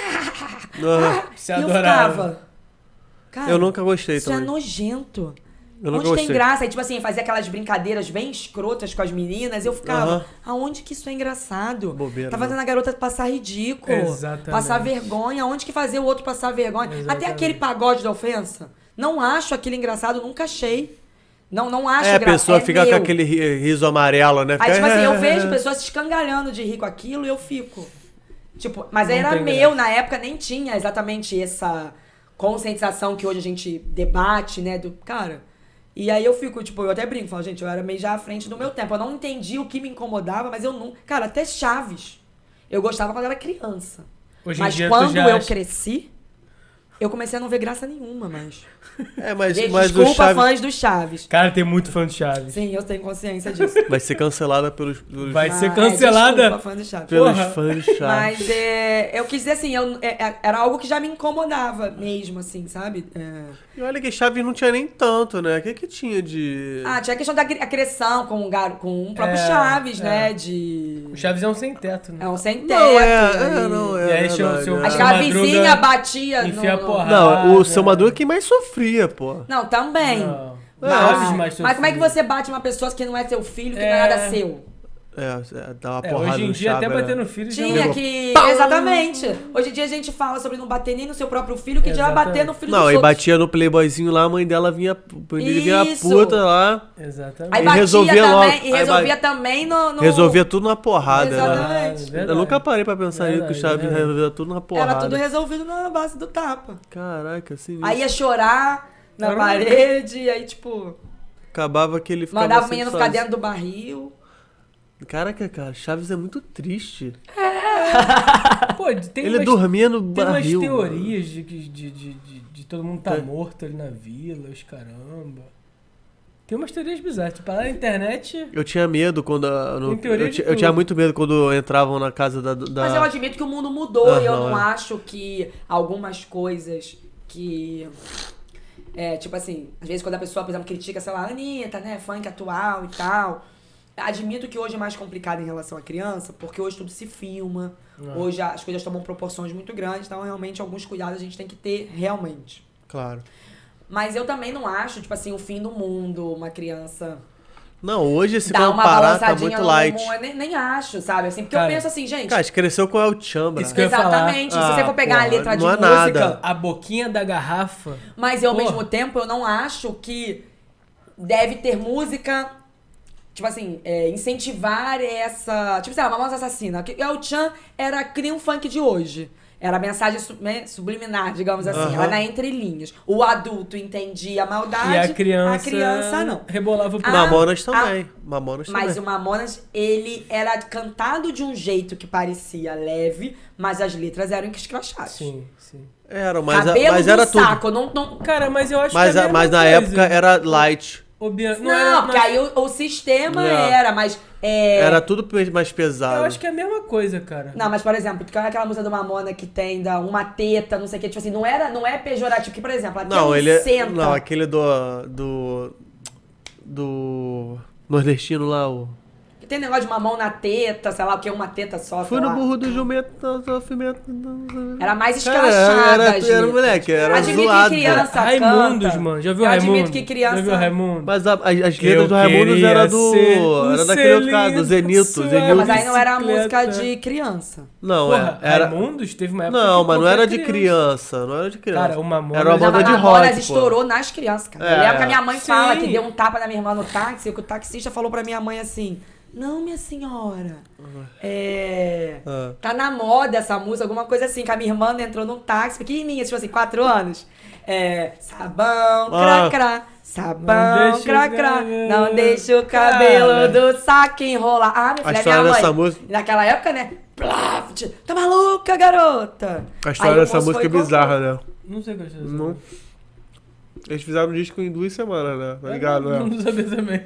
[SPEAKER 2] Aham.
[SPEAKER 3] Você
[SPEAKER 4] e eu
[SPEAKER 3] adorava.
[SPEAKER 4] ficava. Cara,
[SPEAKER 2] Eu nunca gostei
[SPEAKER 4] isso é
[SPEAKER 2] também.
[SPEAKER 4] nojento.
[SPEAKER 2] Eu nunca
[SPEAKER 4] Onde tem
[SPEAKER 2] gostei.
[SPEAKER 4] graça? Aí, tipo assim, fazia aquelas brincadeiras bem escrotas com as meninas. Eu ficava,
[SPEAKER 2] Aham.
[SPEAKER 4] aonde que isso é engraçado?
[SPEAKER 2] Bobeira,
[SPEAKER 4] Tá
[SPEAKER 2] né?
[SPEAKER 4] fazendo a garota passar ridículo.
[SPEAKER 3] Exatamente.
[SPEAKER 4] Passar vergonha. Onde que fazer o outro passar vergonha? Até
[SPEAKER 3] Exatamente.
[SPEAKER 4] aquele pagode da ofensa. Não acho aquilo engraçado, nunca achei. Não, não acho
[SPEAKER 2] É, a
[SPEAKER 4] gra-
[SPEAKER 2] pessoa
[SPEAKER 4] é
[SPEAKER 2] fica
[SPEAKER 4] meu.
[SPEAKER 2] com aquele ri- riso amarelo, né?
[SPEAKER 4] Aí,
[SPEAKER 2] Fica-
[SPEAKER 4] tipo assim, eu vejo pessoas se escangalhando de rir com aquilo e eu fico. Tipo, mas
[SPEAKER 3] Não
[SPEAKER 4] era
[SPEAKER 3] tem
[SPEAKER 4] meu,
[SPEAKER 3] graça.
[SPEAKER 4] na época nem tinha exatamente essa conscientização que hoje a gente debate, né? Do cara. E aí eu fico, tipo, eu até brinco, falo, gente, eu era meio já à frente do meu tempo. Eu não entendi o que me incomodava, mas eu não. Cara, até Chaves. Eu gostava quando era criança.
[SPEAKER 3] Hoje em
[SPEAKER 4] mas
[SPEAKER 3] dia tu
[SPEAKER 4] quando
[SPEAKER 3] já
[SPEAKER 4] eu
[SPEAKER 3] acha-
[SPEAKER 4] cresci, eu comecei a não ver graça nenhuma, mas.
[SPEAKER 2] É, mas,
[SPEAKER 4] Gente,
[SPEAKER 2] mas o
[SPEAKER 4] desculpa,
[SPEAKER 2] Chaves
[SPEAKER 4] fãs do Chaves.
[SPEAKER 3] Cara, tem muito fã de Chaves.
[SPEAKER 4] Sim, eu tenho consciência disso.
[SPEAKER 2] vai ser cancelada pelos, pelos,
[SPEAKER 3] Vai ser
[SPEAKER 4] Mas,
[SPEAKER 3] cancelada.
[SPEAKER 4] É, desculpa, fãs do Chaves.
[SPEAKER 2] pelos
[SPEAKER 3] Porra.
[SPEAKER 2] fãs de Chaves.
[SPEAKER 4] Mas é, eu quis dizer assim, eu, é- é- era algo que já me incomodava mesmo, assim, sabe? É.
[SPEAKER 2] E olha que Chaves não tinha nem tanto, né? O que que tinha de...
[SPEAKER 4] Ah, tinha a questão da agre- agressão com o, gar, com o próprio
[SPEAKER 3] É,
[SPEAKER 4] Chaves,
[SPEAKER 3] é.
[SPEAKER 4] né? De.
[SPEAKER 3] O Chaves é um sem teto, né?
[SPEAKER 4] É um sem teto.
[SPEAKER 2] Não, é,
[SPEAKER 4] aí-
[SPEAKER 2] é, não, é
[SPEAKER 3] E aí, seu-
[SPEAKER 2] verdade,
[SPEAKER 3] seu-
[SPEAKER 2] é.
[SPEAKER 4] Acho que a
[SPEAKER 3] Madruga
[SPEAKER 4] vizinha batia no.
[SPEAKER 3] enfia a
[SPEAKER 4] no-
[SPEAKER 3] porrada.
[SPEAKER 2] Não, o seu
[SPEAKER 3] Ah,
[SPEAKER 2] Madruga que mais sofria, pô.
[SPEAKER 4] Não, também.
[SPEAKER 3] Não.
[SPEAKER 4] Mas,
[SPEAKER 3] Chaves mais
[SPEAKER 4] mas como é que
[SPEAKER 3] sofria.
[SPEAKER 4] você bate uma pessoa que não é seu filho, que não
[SPEAKER 3] É.
[SPEAKER 4] é nada seu?
[SPEAKER 2] É, é, dá uma
[SPEAKER 3] É,
[SPEAKER 2] porrada
[SPEAKER 3] hoje em
[SPEAKER 2] no
[SPEAKER 3] dia,
[SPEAKER 2] Chaves,
[SPEAKER 3] até
[SPEAKER 2] né?
[SPEAKER 3] bater no filho já
[SPEAKER 4] Tinha
[SPEAKER 3] não-
[SPEAKER 4] que. Exatamente. Hoje em dia a gente fala sobre não bater nem no seu próprio filho, que dirá
[SPEAKER 3] Exatamente.
[SPEAKER 4] bater no filho
[SPEAKER 2] Não,
[SPEAKER 4] dos
[SPEAKER 2] e
[SPEAKER 4] outros.
[SPEAKER 2] batia no playboyzinho lá, a mãe dela vinha, ele vinha
[SPEAKER 4] Isso.
[SPEAKER 2] puta lá,
[SPEAKER 3] Exatamente.
[SPEAKER 4] Aí
[SPEAKER 2] E
[SPEAKER 4] batia
[SPEAKER 2] resolvia
[SPEAKER 4] também,
[SPEAKER 2] logo.
[SPEAKER 4] e
[SPEAKER 2] Aí
[SPEAKER 4] resolvia
[SPEAKER 2] ba-
[SPEAKER 4] também no, no-
[SPEAKER 2] resolvia tudo na porrada,
[SPEAKER 4] Exatamente.
[SPEAKER 2] né?
[SPEAKER 3] Ah, verdade.
[SPEAKER 2] Eu nunca parei pra pensar nisso, que o
[SPEAKER 3] Verdade,
[SPEAKER 2] Chaves
[SPEAKER 3] verdade.
[SPEAKER 2] resolvia tudo na porrada.
[SPEAKER 4] Era tudo resolvido na base do tapa.
[SPEAKER 2] Caraca, assim,
[SPEAKER 4] Aí ia chorar na
[SPEAKER 3] Caramba.
[SPEAKER 4] parede, e aí, tipo,
[SPEAKER 2] acabava que ele ficava
[SPEAKER 4] mandava o
[SPEAKER 2] sempre
[SPEAKER 4] menino ficar
[SPEAKER 2] sozinho.
[SPEAKER 4] dentro do barril.
[SPEAKER 2] Caraca, cara, Chaves é muito triste.
[SPEAKER 3] Pô, tem
[SPEAKER 2] ele
[SPEAKER 3] umas,
[SPEAKER 2] dormia no
[SPEAKER 3] tem umas
[SPEAKER 2] barril.
[SPEAKER 3] teorias de que de, de, de, de todo mundo tá
[SPEAKER 2] É.
[SPEAKER 3] morto ali na vila, os caramba. Tem umas teorias bizarras. Tipo, lá na internet...
[SPEAKER 2] Eu tinha medo quando. a- no-
[SPEAKER 3] Tem teoria
[SPEAKER 2] eu,
[SPEAKER 3] de
[SPEAKER 2] ti- eu
[SPEAKER 3] tudo.
[SPEAKER 2] tinha muito medo quando entravam na casa da. da-
[SPEAKER 4] Mas eu admito que o mundo mudou e eu
[SPEAKER 2] Aham,
[SPEAKER 4] não
[SPEAKER 2] é.
[SPEAKER 4] acho que algumas coisas que. É, tipo assim, às vezes quando a pessoa, por exemplo, critica, sei lá, a Anitta, né, funk atual e tal. Admito que hoje é mais complicado em relação à criança, porque hoje tudo se filma,
[SPEAKER 3] Ah.
[SPEAKER 4] hoje as coisas tomam proporções muito grandes, então realmente alguns cuidados a gente tem que ter realmente.
[SPEAKER 2] Claro.
[SPEAKER 4] Mas eu também não acho, tipo assim, o fim do mundo, uma criança
[SPEAKER 2] Não, hoje se
[SPEAKER 4] dar uma
[SPEAKER 2] comparar tá
[SPEAKER 4] balançadinha
[SPEAKER 2] muito
[SPEAKER 4] no
[SPEAKER 2] light.
[SPEAKER 4] bumbum, eu nem, nem acho, sabe? Assim, porque
[SPEAKER 3] Cara,
[SPEAKER 4] eu penso assim, gente.
[SPEAKER 2] Cara, a gente cresceu com El Chambra.
[SPEAKER 3] Isso que eu ia falar.
[SPEAKER 4] Exatamente. Se você
[SPEAKER 2] Ah,
[SPEAKER 4] for pegar a
[SPEAKER 2] porra,
[SPEAKER 4] letra de
[SPEAKER 2] não é
[SPEAKER 4] música.
[SPEAKER 2] nada.
[SPEAKER 3] A boquinha da garrafa...
[SPEAKER 4] Mas eu, ao
[SPEAKER 3] Porra.
[SPEAKER 4] mesmo tempo, eu não acho que deve ter música. Tipo assim, é, incentivar essa. Tipo, sei lá, Mamonas Assassina. Que El Chan era que nem um funk de hoje. Era a mensagem su- né, subliminar, digamos assim.
[SPEAKER 2] Aham.
[SPEAKER 4] Ela na entrelinhas. O adulto entendia a maldade.
[SPEAKER 3] E a criança...
[SPEAKER 4] A criança não.
[SPEAKER 3] Rebolava pro...
[SPEAKER 4] Ah,
[SPEAKER 2] Mamonas também. Mamonas
[SPEAKER 4] Mas
[SPEAKER 2] também.
[SPEAKER 4] o Mamonas, ele era cantado de um jeito que parecia leve, mas as letras eram escrachadas.
[SPEAKER 3] Sim, sim.
[SPEAKER 2] Era, mas, a-
[SPEAKER 4] Cabelo
[SPEAKER 2] mas
[SPEAKER 4] do
[SPEAKER 2] era tudo.
[SPEAKER 4] saco. Não, não,
[SPEAKER 3] Cara, mas eu acho
[SPEAKER 2] Mas,
[SPEAKER 3] que é
[SPEAKER 2] a-
[SPEAKER 3] a
[SPEAKER 2] mas
[SPEAKER 3] mesma
[SPEAKER 2] na
[SPEAKER 3] coisa.
[SPEAKER 2] época era light.
[SPEAKER 3] O Bian-
[SPEAKER 4] Não,
[SPEAKER 3] era-
[SPEAKER 4] porque
[SPEAKER 3] mas
[SPEAKER 4] aí o, o sistema
[SPEAKER 2] É.
[SPEAKER 4] era, mas. É...
[SPEAKER 2] Era tudo pe- mais pesado.
[SPEAKER 3] Eu acho que é a mesma coisa, cara.
[SPEAKER 4] Não, mas por exemplo, porque olha aquela música do Mamona que tem da uma teta, não sei o que, tipo assim, não, era, não é pejorativo, que por exemplo, até
[SPEAKER 2] Não,
[SPEAKER 4] um
[SPEAKER 2] ele é-
[SPEAKER 4] senta.
[SPEAKER 2] Não, aquele do. Do. Do. Nordestino lá, o.
[SPEAKER 4] tem negócio de uma mão na teta, sei lá o que, uma teta só,
[SPEAKER 2] Fui
[SPEAKER 4] sei
[SPEAKER 2] no
[SPEAKER 4] lá.
[SPEAKER 2] burro do jumento, sofrimento.
[SPEAKER 4] Era mais
[SPEAKER 2] Cara,
[SPEAKER 4] escrachada,
[SPEAKER 2] era,
[SPEAKER 4] gente.
[SPEAKER 2] era moleque, era
[SPEAKER 4] Admito
[SPEAKER 2] zoado.
[SPEAKER 4] que criança
[SPEAKER 3] Raimundos,
[SPEAKER 4] canta.
[SPEAKER 3] mano. Já viu
[SPEAKER 4] Eu
[SPEAKER 3] Raimundo?
[SPEAKER 4] admito que criança...
[SPEAKER 3] Já viu Raimundo?
[SPEAKER 2] Mas a- as, as letras
[SPEAKER 3] Eu
[SPEAKER 2] do Raimundos
[SPEAKER 3] queria
[SPEAKER 2] era do.
[SPEAKER 3] ser o
[SPEAKER 2] Era daquele outro cara, do
[SPEAKER 3] selinho
[SPEAKER 2] Zenito.
[SPEAKER 3] sua-
[SPEAKER 4] É,
[SPEAKER 2] Zenildo.
[SPEAKER 4] mas aí não era a
[SPEAKER 3] Bicicleta.
[SPEAKER 4] música de criança.
[SPEAKER 2] Não,
[SPEAKER 3] Porra,
[SPEAKER 2] é- era.
[SPEAKER 3] Raimundos teve uma época
[SPEAKER 2] Não,
[SPEAKER 3] que
[SPEAKER 2] mas não
[SPEAKER 3] qualquer
[SPEAKER 2] era de criança. Não era de criança.
[SPEAKER 3] Cara, o Mamonas...
[SPEAKER 2] Era uma
[SPEAKER 4] Não,
[SPEAKER 2] banda
[SPEAKER 4] mas
[SPEAKER 2] de
[SPEAKER 4] a Mamonas
[SPEAKER 2] rock, pô.
[SPEAKER 4] estourou nas crianças, cara.
[SPEAKER 2] É.
[SPEAKER 4] Eu lembro que a minha mãe
[SPEAKER 3] Sim.
[SPEAKER 4] fala que deu um tapa na minha irmã no táxi, e que o taxista falou pra minha mãe assim... Não, minha senhora. É...
[SPEAKER 2] Ah.
[SPEAKER 4] Tá na moda essa música, alguma coisa assim. Que a minha irmã entrou num táxi, pequenininha, tipo assim, quatro anos. É... Sabão,
[SPEAKER 2] Ah.
[SPEAKER 4] crá, crá.
[SPEAKER 3] Não
[SPEAKER 4] Sabão,
[SPEAKER 3] deixa
[SPEAKER 4] crá,
[SPEAKER 3] o
[SPEAKER 4] crá.
[SPEAKER 3] cabelo-
[SPEAKER 4] Não deixa o cabelo
[SPEAKER 3] Cara.
[SPEAKER 4] do saco enrolar. Ah, minha
[SPEAKER 2] A
[SPEAKER 4] filha,
[SPEAKER 2] história
[SPEAKER 4] minha mãe.
[SPEAKER 2] dessa música-
[SPEAKER 4] Naquela época, né? Plaft, tá maluca, garota?
[SPEAKER 2] A história
[SPEAKER 4] Aí o
[SPEAKER 2] dessa
[SPEAKER 4] moço
[SPEAKER 2] música é
[SPEAKER 4] foi e
[SPEAKER 2] bizarra,
[SPEAKER 4] contou.
[SPEAKER 2] né?
[SPEAKER 3] Não sei o que eu achei dessa
[SPEAKER 2] Não.
[SPEAKER 3] música.
[SPEAKER 2] Eles fizeram um disco em duas semanas, né? Tá ligado,
[SPEAKER 3] Eu
[SPEAKER 2] né?
[SPEAKER 3] não sabia também.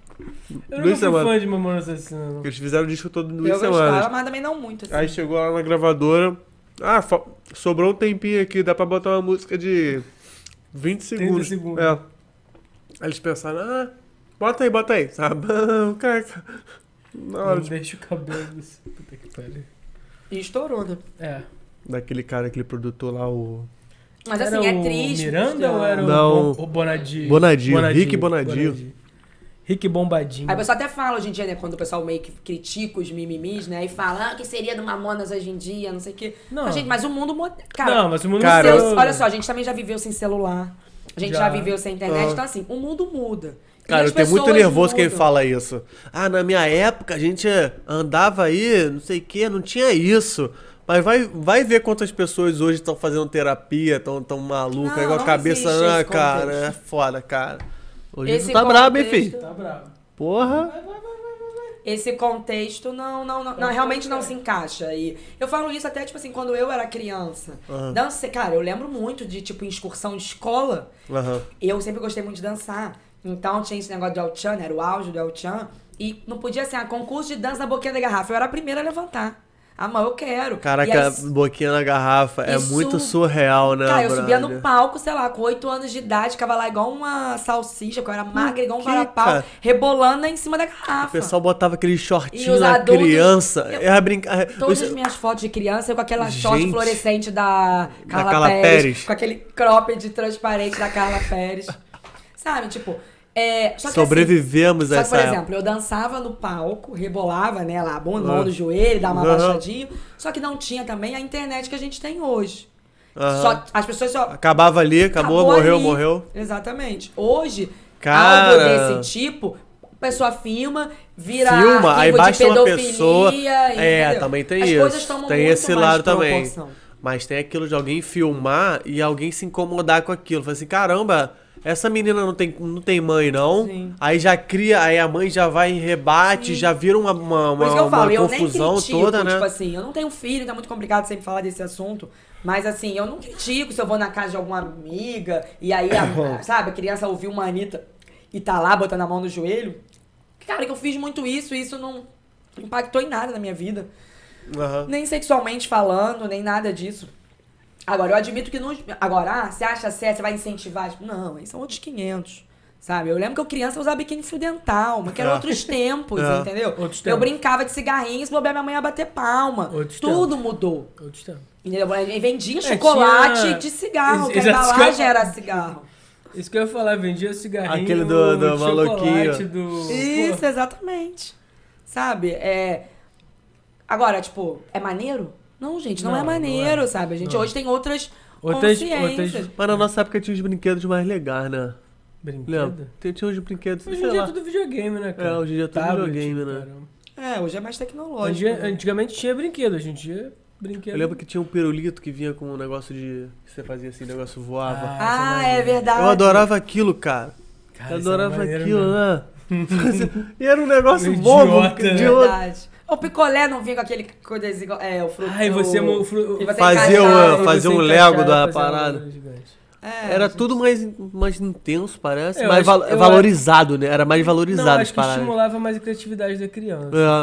[SPEAKER 3] Eu
[SPEAKER 2] Duas
[SPEAKER 3] não fui
[SPEAKER 2] semanas.
[SPEAKER 3] fã de Mamonas Assassinas, não.
[SPEAKER 2] Eles fizeram o disco todo em duas
[SPEAKER 4] Eu
[SPEAKER 2] semanas.
[SPEAKER 4] gostava, mas também não muito, assim.
[SPEAKER 2] Aí chegou lá na gravadora. Ah, fa- sobrou um tempinho aqui, dá pra botar uma música de vinte segundos.
[SPEAKER 3] segundos.
[SPEAKER 2] É. Aí eles pensaram, ah, bota aí, bota aí. Sabão, cara. Na hora
[SPEAKER 3] Não
[SPEAKER 2] de...
[SPEAKER 3] deixa o cabelo desse... Puta que pariu.
[SPEAKER 4] E estourou, né?
[SPEAKER 3] É.
[SPEAKER 2] Daquele cara, aquele produtor lá, o.
[SPEAKER 4] Mas
[SPEAKER 3] Era
[SPEAKER 4] assim, é
[SPEAKER 3] o
[SPEAKER 4] triste.
[SPEAKER 3] Miranda ou era o,
[SPEAKER 2] Não.
[SPEAKER 3] Bon- o Bonadio?
[SPEAKER 2] Bonadio, Rick Bonadio.
[SPEAKER 3] Rick Bombadinho.
[SPEAKER 4] Aí o pessoal até fala hoje em dia, né? Quando o pessoal meio que critica os mimimis, né? E fala, ah, o que seria do Mamonas hoje em dia, não sei o quê.
[SPEAKER 3] Não.
[SPEAKER 4] Mas, gente, mas o mundo... mo- Cara,
[SPEAKER 3] Não, mas o mundo
[SPEAKER 2] Cara,
[SPEAKER 3] mudou.
[SPEAKER 4] olha só, a gente também já viveu sem celular. A gente já,
[SPEAKER 3] Já.
[SPEAKER 4] viveu sem internet.
[SPEAKER 2] Ah.
[SPEAKER 4] Então, assim, o mundo muda. E
[SPEAKER 2] Cara,
[SPEAKER 4] as
[SPEAKER 2] eu tenho muito
[SPEAKER 4] pessoas
[SPEAKER 2] nervoso quem
[SPEAKER 4] mudam.
[SPEAKER 2] fala isso. Ah, na minha época a gente andava aí, não sei o que, não tinha isso. Mas vai, vai ver quantas pessoas hoje estão fazendo terapia, estão tão malucas,
[SPEAKER 4] Não,
[SPEAKER 2] igual a
[SPEAKER 4] não
[SPEAKER 2] cabeça,
[SPEAKER 4] existe
[SPEAKER 2] né,
[SPEAKER 4] esse
[SPEAKER 2] cara?
[SPEAKER 4] contexto.
[SPEAKER 2] É foda, cara. Hoje
[SPEAKER 4] Esse
[SPEAKER 2] tu tá brabo, hein,
[SPEAKER 4] contexto-
[SPEAKER 2] filho?
[SPEAKER 3] Tá bravo.
[SPEAKER 2] Porra.
[SPEAKER 4] Esse contexto não, não, não, não, realmente não se encaixa. E eu falo isso até, tipo assim, quando eu era criança.
[SPEAKER 2] Aham.
[SPEAKER 4] Dança, cara, eu lembro muito de, tipo, em excursão de escola.
[SPEAKER 2] Aham.
[SPEAKER 4] Eu sempre gostei muito de dançar. Então tinha esse negócio do El Chan, né? Era o auge do El Chan. E não podia ser, ah, concurso de dança na boquinha da garrafa. Eu era a primeira a levantar. Ah, mas eu quero. E
[SPEAKER 2] Caraca,
[SPEAKER 4] aí,
[SPEAKER 2] boquinha na garrafa. É
[SPEAKER 4] Isso-
[SPEAKER 2] muito surreal, né,
[SPEAKER 4] cara, eu subia
[SPEAKER 2] brother?
[SPEAKER 4] no palco, sei lá, com oito anos de idade, ficava lá igual uma salsicha, que eu era magra, igual um
[SPEAKER 2] que,
[SPEAKER 4] varapau,
[SPEAKER 2] cara?
[SPEAKER 4] rebolando em cima da
[SPEAKER 2] O
[SPEAKER 4] garrafa.
[SPEAKER 2] pessoal botava aquele
[SPEAKER 4] E
[SPEAKER 2] shortinho
[SPEAKER 4] os
[SPEAKER 2] na
[SPEAKER 4] adultos-
[SPEAKER 2] criança.
[SPEAKER 4] eu-
[SPEAKER 2] Era brincar.
[SPEAKER 4] Todas as minhas fotos de criança, eu com aquela short
[SPEAKER 2] Gente.
[SPEAKER 4] fluorescente da Carla,
[SPEAKER 2] Carla
[SPEAKER 4] Pérez,
[SPEAKER 2] Pérez.
[SPEAKER 4] com aquele cropped transparente da Carla Pérez. Sabe, tipo... É, só que
[SPEAKER 2] Sobrevivemos
[SPEAKER 4] assim,
[SPEAKER 2] a
[SPEAKER 4] só que,
[SPEAKER 2] essa
[SPEAKER 4] por exemplo, eu dançava no palco, rebolava, né, lá, bom,
[SPEAKER 2] Ah.
[SPEAKER 4] mão no joelho, dava uma
[SPEAKER 2] Aham.
[SPEAKER 4] abaixadinha. Só que não tinha também a internet que a gente tem hoje.
[SPEAKER 2] Aham.
[SPEAKER 4] Só, as pessoas só...
[SPEAKER 2] Acabava ali, acabou,
[SPEAKER 4] acabou
[SPEAKER 2] morreu,
[SPEAKER 4] ali.
[SPEAKER 2] morreu.
[SPEAKER 4] Exatamente. Hoje,
[SPEAKER 2] Cara.
[SPEAKER 4] algo desse tipo, a pessoa filma, vira
[SPEAKER 2] Filma,
[SPEAKER 4] arquivo
[SPEAKER 2] aí
[SPEAKER 4] de
[SPEAKER 2] baixa uma
[SPEAKER 4] pedofilia,
[SPEAKER 2] pessoa. É,
[SPEAKER 4] entendeu?
[SPEAKER 2] também tem
[SPEAKER 4] As
[SPEAKER 2] isso.
[SPEAKER 4] coisas tomam
[SPEAKER 2] Tem
[SPEAKER 4] muito
[SPEAKER 2] esse
[SPEAKER 4] mais
[SPEAKER 2] lado também.
[SPEAKER 4] proporção.
[SPEAKER 2] Mas tem aquilo de alguém filmar e alguém se incomodar com aquilo. Fala assim, caramba, essa menina não tem, não tem mãe, não.
[SPEAKER 4] Sim.
[SPEAKER 2] Aí já cria, aí a mãe já vai em rebate,
[SPEAKER 4] Sim.
[SPEAKER 2] já vira uma, uma,
[SPEAKER 4] Por isso
[SPEAKER 2] uma,
[SPEAKER 4] que eu falo,
[SPEAKER 2] uma
[SPEAKER 4] eu nem
[SPEAKER 2] confusão
[SPEAKER 4] critico,
[SPEAKER 2] toda, né?
[SPEAKER 4] tipo assim, eu não tenho filho, então é muito complicado sempre falar desse assunto. Mas assim, eu não critico se eu vou na casa de alguma amiga e aí, a, sabe, a criança ouviu uma Anitta e tá lá botando a mão no joelho. Cara, que eu fiz muito isso e isso não impactou em nada na minha vida.
[SPEAKER 2] Aham.
[SPEAKER 4] Nem sexualmente falando, nem nada disso. Agora, eu admito que não... Agora, ah, você acha certo, você vai incentivar? Tipo, não, aí são outros quinhentos, sabe? Eu lembro que eu criança usava biquíni fio dental, mas que eram
[SPEAKER 2] É.
[SPEAKER 4] outros tempos,
[SPEAKER 2] É.
[SPEAKER 4] entendeu?
[SPEAKER 3] Outros
[SPEAKER 4] Eu
[SPEAKER 3] tempos.
[SPEAKER 4] brincava de cigarrinho, se bobear minha mãe ia bater palma.
[SPEAKER 3] Outros
[SPEAKER 4] Tudo mudou.
[SPEAKER 3] Outros tempos.
[SPEAKER 4] Entendeu? E vendia
[SPEAKER 3] É,
[SPEAKER 4] chocolate
[SPEAKER 3] tinha-
[SPEAKER 4] de cigarro, que a
[SPEAKER 3] Ex- exato,
[SPEAKER 4] embalagem
[SPEAKER 3] isso que eu-
[SPEAKER 4] era cigarro.
[SPEAKER 3] Isso que eu ia falar, vendia cigarrinho
[SPEAKER 2] Aquele do- do
[SPEAKER 3] de
[SPEAKER 2] maluquinho.
[SPEAKER 3] chocolate, do...
[SPEAKER 4] Isso,
[SPEAKER 3] Pô,
[SPEAKER 4] exatamente. Sabe? É... Agora, tipo, é maneiro? Não, gente, não,
[SPEAKER 3] Não,
[SPEAKER 4] é
[SPEAKER 3] não
[SPEAKER 4] maneiro,
[SPEAKER 3] é.
[SPEAKER 4] sabe? A gente
[SPEAKER 3] Não.
[SPEAKER 4] hoje tem outras,
[SPEAKER 3] Outras-
[SPEAKER 4] consciências.
[SPEAKER 3] outras-
[SPEAKER 2] Mas na nossa época tinha os brinquedos mais legais, né?
[SPEAKER 3] Brinquedo.
[SPEAKER 2] Lembra? Tinha, tinha uns brinquedos,
[SPEAKER 3] Hoje
[SPEAKER 2] sei
[SPEAKER 3] em dia
[SPEAKER 2] lá.
[SPEAKER 3] é tudo videogame, né, cara?
[SPEAKER 2] É, hoje em dia é tudo
[SPEAKER 3] Tablet,
[SPEAKER 2] videogame, né?
[SPEAKER 3] caramba.
[SPEAKER 4] É, hoje é mais tecnológico.
[SPEAKER 3] Hoje-
[SPEAKER 4] né?
[SPEAKER 3] Antigamente tinha brinquedo, hoje em dia brinquedo.
[SPEAKER 2] Eu lembro que tinha um pirulito que vinha com um negócio de... que você fazia assim, o negócio voava.
[SPEAKER 3] Ah,
[SPEAKER 4] Ah,
[SPEAKER 3] essa
[SPEAKER 4] é verdade.
[SPEAKER 2] Eu adorava aquilo, cara.
[SPEAKER 3] Cara,
[SPEAKER 2] eu
[SPEAKER 3] isso era
[SPEAKER 2] adorava
[SPEAKER 3] maneiro
[SPEAKER 2] aquilo,
[SPEAKER 3] mesmo.
[SPEAKER 2] né? E era um negócio
[SPEAKER 3] Meio
[SPEAKER 2] bobo.
[SPEAKER 3] idiota, né?
[SPEAKER 2] idiota.
[SPEAKER 4] Verdade. O picolé não vinha com aquele coisa igual. É, o fruto.
[SPEAKER 3] Ai, você...
[SPEAKER 4] o-
[SPEAKER 3] mo- fru-
[SPEAKER 4] e você
[SPEAKER 2] Fazia
[SPEAKER 4] encaixava.
[SPEAKER 2] o- fazia
[SPEAKER 3] você
[SPEAKER 2] um
[SPEAKER 3] encaixava,
[SPEAKER 2] Lego da
[SPEAKER 3] fazia um
[SPEAKER 2] parada.
[SPEAKER 3] Lego gigante.
[SPEAKER 4] É,
[SPEAKER 2] Era
[SPEAKER 4] gente.
[SPEAKER 2] tudo mais, mais intenso, parece.
[SPEAKER 3] Eu
[SPEAKER 2] mais
[SPEAKER 3] acho-
[SPEAKER 2] val-
[SPEAKER 3] eu
[SPEAKER 2] valorizado, né? Era mais
[SPEAKER 3] Não,
[SPEAKER 2] valorizado as
[SPEAKER 3] acho que
[SPEAKER 2] paradas.
[SPEAKER 3] estimulava mais a criatividade da criança.
[SPEAKER 2] É.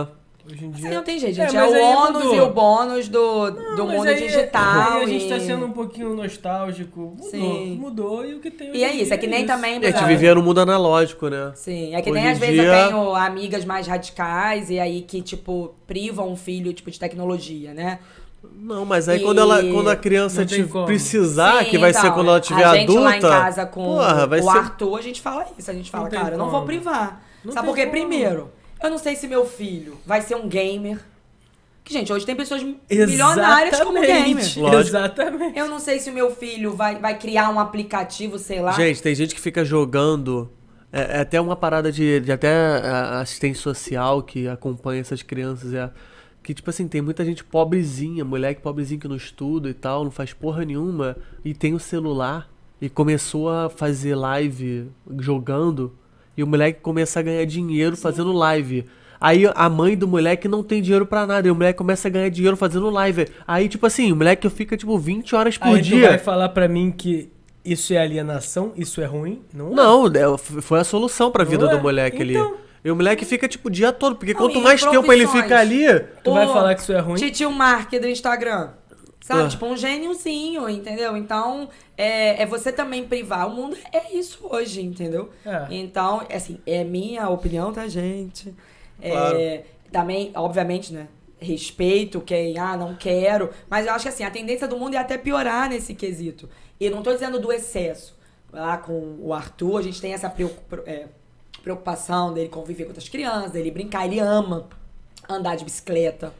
[SPEAKER 3] Hoje em
[SPEAKER 4] Isso
[SPEAKER 3] dia...
[SPEAKER 4] aí não tem jeito,
[SPEAKER 3] É,
[SPEAKER 4] gente. É,
[SPEAKER 3] mas
[SPEAKER 4] o
[SPEAKER 3] aí
[SPEAKER 4] ônus
[SPEAKER 3] mudou.
[SPEAKER 4] e o bônus do,
[SPEAKER 3] Não,
[SPEAKER 4] do
[SPEAKER 3] mas
[SPEAKER 4] mundo
[SPEAKER 3] aí-
[SPEAKER 4] digital.
[SPEAKER 3] Aí a gente
[SPEAKER 4] e...
[SPEAKER 3] tá sendo um pouquinho nostálgico. Mudou,
[SPEAKER 4] Sim.
[SPEAKER 3] mudou e o que tem hoje
[SPEAKER 4] E é
[SPEAKER 3] em
[SPEAKER 4] isso, é que
[SPEAKER 3] dia
[SPEAKER 4] nem
[SPEAKER 3] isso.
[SPEAKER 4] também...
[SPEAKER 2] E a gente
[SPEAKER 4] Ah,
[SPEAKER 2] vivia no mundo analógico, né?
[SPEAKER 4] Sim, é que
[SPEAKER 2] Hoje
[SPEAKER 4] nem
[SPEAKER 2] em
[SPEAKER 4] às vezes
[SPEAKER 2] dia-
[SPEAKER 4] eu tenho amigas mais radicais e aí que, tipo, privam o filho, tipo, de tecnologia, né?
[SPEAKER 2] Não, mas aí
[SPEAKER 4] E-
[SPEAKER 2] quando, ela, quando a criança
[SPEAKER 3] Não tem
[SPEAKER 2] te
[SPEAKER 3] como.
[SPEAKER 2] precisar,
[SPEAKER 4] Sim,
[SPEAKER 2] que vai
[SPEAKER 4] então,
[SPEAKER 2] ser quando ela tiver
[SPEAKER 4] a gente
[SPEAKER 2] adulta...
[SPEAKER 4] lá em casa com
[SPEAKER 2] porra, vai
[SPEAKER 4] o
[SPEAKER 2] ser...
[SPEAKER 4] Arthur, a gente fala isso. A gente fala,
[SPEAKER 3] Não tem
[SPEAKER 4] cara, eu não
[SPEAKER 3] como.
[SPEAKER 4] vou privar.
[SPEAKER 3] Não
[SPEAKER 4] Sabe
[SPEAKER 3] tem
[SPEAKER 4] por quê?
[SPEAKER 3] como.
[SPEAKER 4] Primeiro, eu não sei se meu filho vai ser um gamer. Que, gente, hoje tem pessoas milionárias como gamer.
[SPEAKER 2] Lógico.
[SPEAKER 3] Exatamente.
[SPEAKER 4] Eu não sei se o meu filho vai, vai criar um aplicativo, sei lá.
[SPEAKER 2] Gente, tem gente que fica jogando... É, é até uma parada de, de até a- assistência social que acompanha essas crianças. É, que, tipo assim, tem muita gente pobrezinha, moleque pobrezinho que não estuda e tal, não faz porra nenhuma, e tem o celular, e começou a fazer live jogando, e o moleque começa a ganhar dinheiro fazendo live. Aí a mãe do moleque não tem dinheiro pra nada, e o moleque começa a ganhar dinheiro fazendo live. Aí, tipo assim, o moleque fica, tipo, vinte horas por
[SPEAKER 3] Aí tu
[SPEAKER 2] dia.
[SPEAKER 3] vai falar pra mim que isso é alienação, isso é ruim? Não é.
[SPEAKER 2] Não, é, foi a solução pra vida
[SPEAKER 3] Não é?
[SPEAKER 2] do moleque
[SPEAKER 3] Então.
[SPEAKER 2] ali. E o moleque fica, tipo, o dia todo, porque
[SPEAKER 4] Não,
[SPEAKER 2] quanto
[SPEAKER 4] e
[SPEAKER 2] mais tempo ele
[SPEAKER 4] profissões?
[SPEAKER 2] fica ali...
[SPEAKER 3] Tu vai
[SPEAKER 4] O
[SPEAKER 3] falar que isso é ruim?
[SPEAKER 4] Titio Mark do Instagram. Sabe?
[SPEAKER 2] Ah.
[SPEAKER 4] Tipo, um gêniozinho, entendeu? Então, é, é você também privar. O mundo é isso hoje, entendeu?
[SPEAKER 3] É.
[SPEAKER 4] Então, assim, é minha opinião, tá, gente? É,
[SPEAKER 2] Claro.
[SPEAKER 4] Também, obviamente, né? Respeito quem, ah, não quero. Mas eu acho que, assim, a tendência do mundo é até piorar nesse quesito. E não tô dizendo do excesso. Lá com o Arthur, a gente tem essa preocupa- é, preocupação dele conviver com outras crianças, dele brincar. Ele ama andar de bicicleta.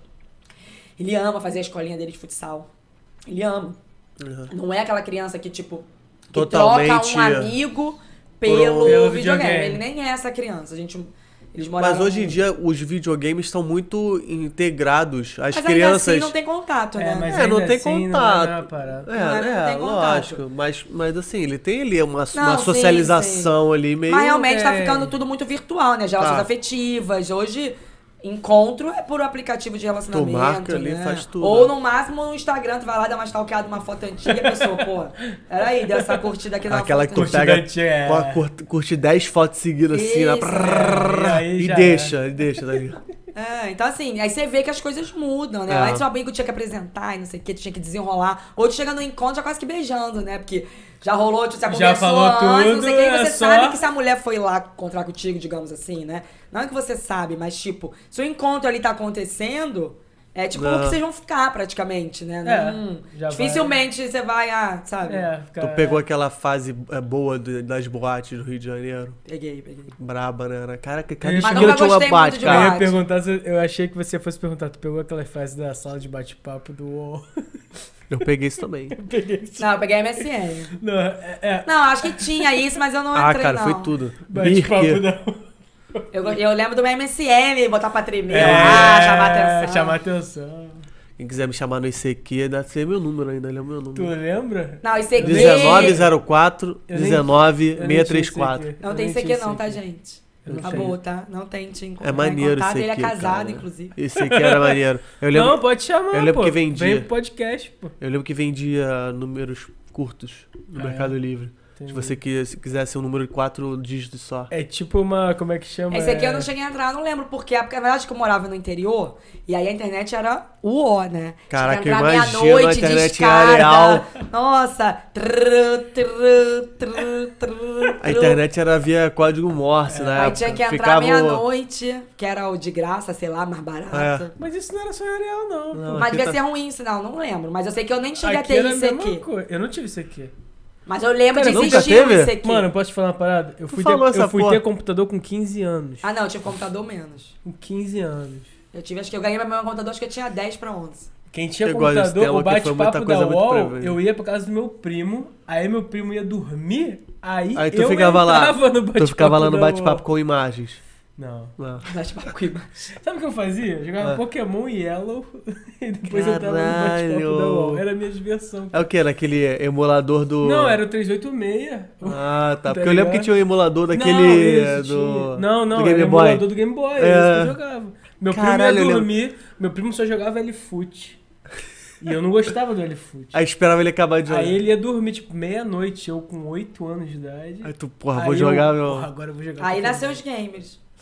[SPEAKER 4] Ele ama fazer a escolinha dele de futsal. Ele ama.
[SPEAKER 2] Uhum.
[SPEAKER 4] Não é aquela criança que, tipo, que
[SPEAKER 2] Totalmente
[SPEAKER 4] troca um amigo pelo,
[SPEAKER 3] Pelo
[SPEAKER 4] videogame.
[SPEAKER 3] videogame.
[SPEAKER 4] Ele nem é essa criança. A gente, eles moravam...
[SPEAKER 2] Mas hoje em dia os videogames estão muito integrados. As
[SPEAKER 4] Mas
[SPEAKER 2] crianças...
[SPEAKER 4] ainda assim não tem contato, né?
[SPEAKER 3] É, mas
[SPEAKER 2] É, não
[SPEAKER 3] ainda
[SPEAKER 2] tem
[SPEAKER 3] assim,
[SPEAKER 2] contato.
[SPEAKER 3] Não é uma parada.
[SPEAKER 2] É,
[SPEAKER 4] Não é- não
[SPEAKER 2] é,
[SPEAKER 4] tem contato.
[SPEAKER 2] lógico. Mas, mas assim, ele tem ali uma,
[SPEAKER 4] Não,
[SPEAKER 2] uma
[SPEAKER 4] sim,
[SPEAKER 2] socialização ali meio...
[SPEAKER 4] Mas realmente tá
[SPEAKER 3] É.
[SPEAKER 4] ficando tudo muito virtual, né? As relações
[SPEAKER 2] Tá.
[SPEAKER 4] afetivas. Hoje, encontro é por aplicativo de relacionamento.
[SPEAKER 2] Tu marca ali,
[SPEAKER 4] né?
[SPEAKER 2] faz tudo.
[SPEAKER 4] Ou no máximo no Instagram, tu vai lá dar uma stalkeada, uma foto antiga, a pessoa, pô, peraí, deu essa curtida aqui na
[SPEAKER 2] Aquela
[SPEAKER 4] foto
[SPEAKER 2] que tu
[SPEAKER 3] Curtida
[SPEAKER 2] pega,
[SPEAKER 3] antiga, é.
[SPEAKER 2] co- curte, curte dez fotos seguidas assim, né?
[SPEAKER 4] Isso,
[SPEAKER 2] Prrrr,
[SPEAKER 3] é. Aí
[SPEAKER 2] e
[SPEAKER 3] já
[SPEAKER 2] deixa, e deixa daí.
[SPEAKER 4] É, então assim, aí você vê que as coisas mudam, né?
[SPEAKER 2] É.
[SPEAKER 4] Antes o amigo tinha que apresentar e não sei o que, tinha que desenrolar. Hoje chega no encontro já quase que beijando, né? Porque já rolou, tipo, você
[SPEAKER 3] Já
[SPEAKER 4] conversou
[SPEAKER 3] falou
[SPEAKER 4] antes, não
[SPEAKER 3] tudo,
[SPEAKER 4] sei o que, e
[SPEAKER 3] é
[SPEAKER 4] você
[SPEAKER 3] só-
[SPEAKER 4] sabe que se a mulher foi lá encontrar contigo, digamos assim, né? Não é que você sabe, mas tipo, se o encontro ali tá acontecendo, é tipo
[SPEAKER 2] Não.
[SPEAKER 4] o que vocês vão ficar praticamente, né?
[SPEAKER 3] É,
[SPEAKER 4] Não-
[SPEAKER 3] já
[SPEAKER 4] dificilmente você vai, ah, sabe?
[SPEAKER 3] É, fica...
[SPEAKER 2] Tu pegou aquela fase é, boa de- das boates do Rio de Janeiro?
[SPEAKER 4] Peguei, peguei.
[SPEAKER 2] Braba, né? Era- Cara, que cada
[SPEAKER 3] Mas
[SPEAKER 2] esquina
[SPEAKER 4] nunca
[SPEAKER 2] tinha uma
[SPEAKER 4] gostei
[SPEAKER 2] boate,
[SPEAKER 4] muito de
[SPEAKER 3] Eu
[SPEAKER 2] cara.
[SPEAKER 3] ia
[SPEAKER 4] boate.
[SPEAKER 3] perguntar, se- eu achei que você fosse perguntar, tu pegou aquela fase da sala de bate-papo do UOL?
[SPEAKER 2] Eu peguei isso também.
[SPEAKER 3] Peguei isso.
[SPEAKER 4] Não, eu peguei M S N.
[SPEAKER 3] Não, é, é
[SPEAKER 4] Não, acho que tinha isso, mas eu não
[SPEAKER 2] Ah,
[SPEAKER 4] entrei,
[SPEAKER 2] cara,
[SPEAKER 4] não.
[SPEAKER 2] foi tudo.
[SPEAKER 3] bate-papo
[SPEAKER 2] Birk,
[SPEAKER 3] não.
[SPEAKER 4] Eu, eu lembro do M S N, botar pra tremer
[SPEAKER 3] É,
[SPEAKER 4] lá, chamar atenção.
[SPEAKER 3] Chamar atenção.
[SPEAKER 2] Quem quiser me chamar no I C Q, dá ser meu número ainda, ele é o meu
[SPEAKER 3] Tu
[SPEAKER 2] número.
[SPEAKER 3] lembra?
[SPEAKER 4] Não, isso aqui...
[SPEAKER 2] dezenove zero quatro
[SPEAKER 3] Eu nem-
[SPEAKER 2] dezenove
[SPEAKER 3] Eu nem
[SPEAKER 2] seiscentos e trinta e
[SPEAKER 3] tinha
[SPEAKER 2] quatro.
[SPEAKER 3] isso aqui.
[SPEAKER 4] Não
[SPEAKER 3] Eu
[SPEAKER 4] tem
[SPEAKER 3] nem
[SPEAKER 4] isso aqui
[SPEAKER 3] tinha
[SPEAKER 4] não,
[SPEAKER 3] isso
[SPEAKER 4] tá,
[SPEAKER 3] aqui.
[SPEAKER 4] gente?
[SPEAKER 3] Eu não
[SPEAKER 4] Acabou,
[SPEAKER 3] tenho.
[SPEAKER 4] tá? Não tente encontrar
[SPEAKER 2] É maneiro
[SPEAKER 4] contato.
[SPEAKER 2] esse
[SPEAKER 4] Ele é
[SPEAKER 2] aqui,
[SPEAKER 4] casado,
[SPEAKER 2] cara.
[SPEAKER 4] inclusive.
[SPEAKER 2] Esse aqui era maneiro. Eu lembro,
[SPEAKER 3] Não, pode chamar,
[SPEAKER 2] eu lembro
[SPEAKER 3] pô.
[SPEAKER 2] que vendia.
[SPEAKER 3] Vem pro podcast, pô.
[SPEAKER 2] eu lembro que vendia números curtos no
[SPEAKER 3] Ah, é?
[SPEAKER 2] Mercado Livre.
[SPEAKER 3] Entendi.
[SPEAKER 2] Se você que- se quisesse um número de quatro dígitos só.
[SPEAKER 3] É tipo uma, como é que chama?
[SPEAKER 4] Esse aqui eu
[SPEAKER 3] É-
[SPEAKER 4] não cheguei a entrar, eu não lembro porquê. Porque, na verdade, que eu morava no interior, e aí a internet era o ó, né?
[SPEAKER 2] Caraca,
[SPEAKER 4] Tinha que entrar
[SPEAKER 2] imagina
[SPEAKER 4] meia-noite,
[SPEAKER 2] a internet
[SPEAKER 4] discada.
[SPEAKER 2] areal.
[SPEAKER 4] Nossa. Tru, tru, tru, tru,
[SPEAKER 2] A internet era via código Morse, né?
[SPEAKER 4] Aí tinha que entrar
[SPEAKER 2] Ficava o-
[SPEAKER 4] meia-noite, que era o de graça, sei lá, mais barato.
[SPEAKER 2] É.
[SPEAKER 3] Mas isso não era só real, não.
[SPEAKER 2] Não,
[SPEAKER 3] pô.
[SPEAKER 4] Mas
[SPEAKER 2] aqui
[SPEAKER 4] devia
[SPEAKER 2] tá-
[SPEAKER 4] ser ruim isso, não, não lembro. Mas eu sei que eu nem cheguei
[SPEAKER 3] Aqui
[SPEAKER 4] a ter
[SPEAKER 3] era a
[SPEAKER 4] isso
[SPEAKER 3] mesma
[SPEAKER 4] aqui.
[SPEAKER 3] coisa. Eu não tive isso aqui.
[SPEAKER 4] Mas eu lembro
[SPEAKER 3] Cara,
[SPEAKER 4] de
[SPEAKER 2] nunca
[SPEAKER 4] existir
[SPEAKER 2] teve?
[SPEAKER 4] isso aqui.
[SPEAKER 3] Mano, eu posso te falar uma parada? Eu
[SPEAKER 2] Tu
[SPEAKER 3] fui, ter,
[SPEAKER 2] falou essa
[SPEAKER 3] eu fui
[SPEAKER 2] porra.
[SPEAKER 3] ter computador com quinze anos.
[SPEAKER 4] Ah, não, eu tive computador menos.
[SPEAKER 3] Com quinze anos.
[SPEAKER 4] Eu tive, acho que eu ganhei meu primeiro computador, acho que eu tinha dez pra onze.
[SPEAKER 3] Quem tinha
[SPEAKER 2] Eu gosto desse
[SPEAKER 3] computador,
[SPEAKER 2] tema
[SPEAKER 3] o
[SPEAKER 2] que foi muita
[SPEAKER 3] bate-papo da
[SPEAKER 2] coisa muito
[SPEAKER 3] U O L,
[SPEAKER 2] prevalente.
[SPEAKER 3] eu ia pra casa do meu primo, aí meu primo ia dormir, aí,
[SPEAKER 2] Aí tu
[SPEAKER 3] eu
[SPEAKER 2] ficava lá.
[SPEAKER 3] entrava no bate-papo
[SPEAKER 2] Tu ficava lá no
[SPEAKER 3] da
[SPEAKER 2] bate-papo
[SPEAKER 3] U O L.
[SPEAKER 2] com imagens.
[SPEAKER 3] Não.
[SPEAKER 2] Não.
[SPEAKER 4] Bate-papo com imagem.
[SPEAKER 3] Sabe o que eu fazia? Eu jogava
[SPEAKER 2] Ah.
[SPEAKER 3] Pokémon Yellow e depois eu entrava no bate-papo
[SPEAKER 2] Caralho.
[SPEAKER 3] da U O L. Era a minha diversão.
[SPEAKER 2] É o que? Era aquele emulador do.
[SPEAKER 3] Não, era o trezentos e oitenta e seis.
[SPEAKER 2] Ah, tá.
[SPEAKER 3] Tá
[SPEAKER 2] Porque eu lembro que
[SPEAKER 3] ligado?
[SPEAKER 2] tinha um emulador daquele.
[SPEAKER 3] Não, isso,
[SPEAKER 2] do.
[SPEAKER 3] tinha. Não, não,
[SPEAKER 2] do Game
[SPEAKER 3] era o
[SPEAKER 2] Boy.
[SPEAKER 3] emulador do Game Boy,
[SPEAKER 2] É.
[SPEAKER 3] é isso que eu jogava. Meu
[SPEAKER 2] Caralho, eu
[SPEAKER 3] primo ia
[SPEAKER 2] lembro.
[SPEAKER 3] dormir, meu primo só jogava L-Foot. E eu não gostava do L-Foot.
[SPEAKER 2] Aí esperava ele acabar de jogar.
[SPEAKER 3] Aí ele ia dormir, tipo, meia-noite, eu com oito anos de idade.
[SPEAKER 2] Aí tu, porra,
[SPEAKER 3] Aí
[SPEAKER 2] vou
[SPEAKER 3] eu,
[SPEAKER 2] jogar, meu.
[SPEAKER 3] Porra, agora eu vou jogar.
[SPEAKER 4] Aí
[SPEAKER 3] Pokémon.
[SPEAKER 4] nasceu os gamers.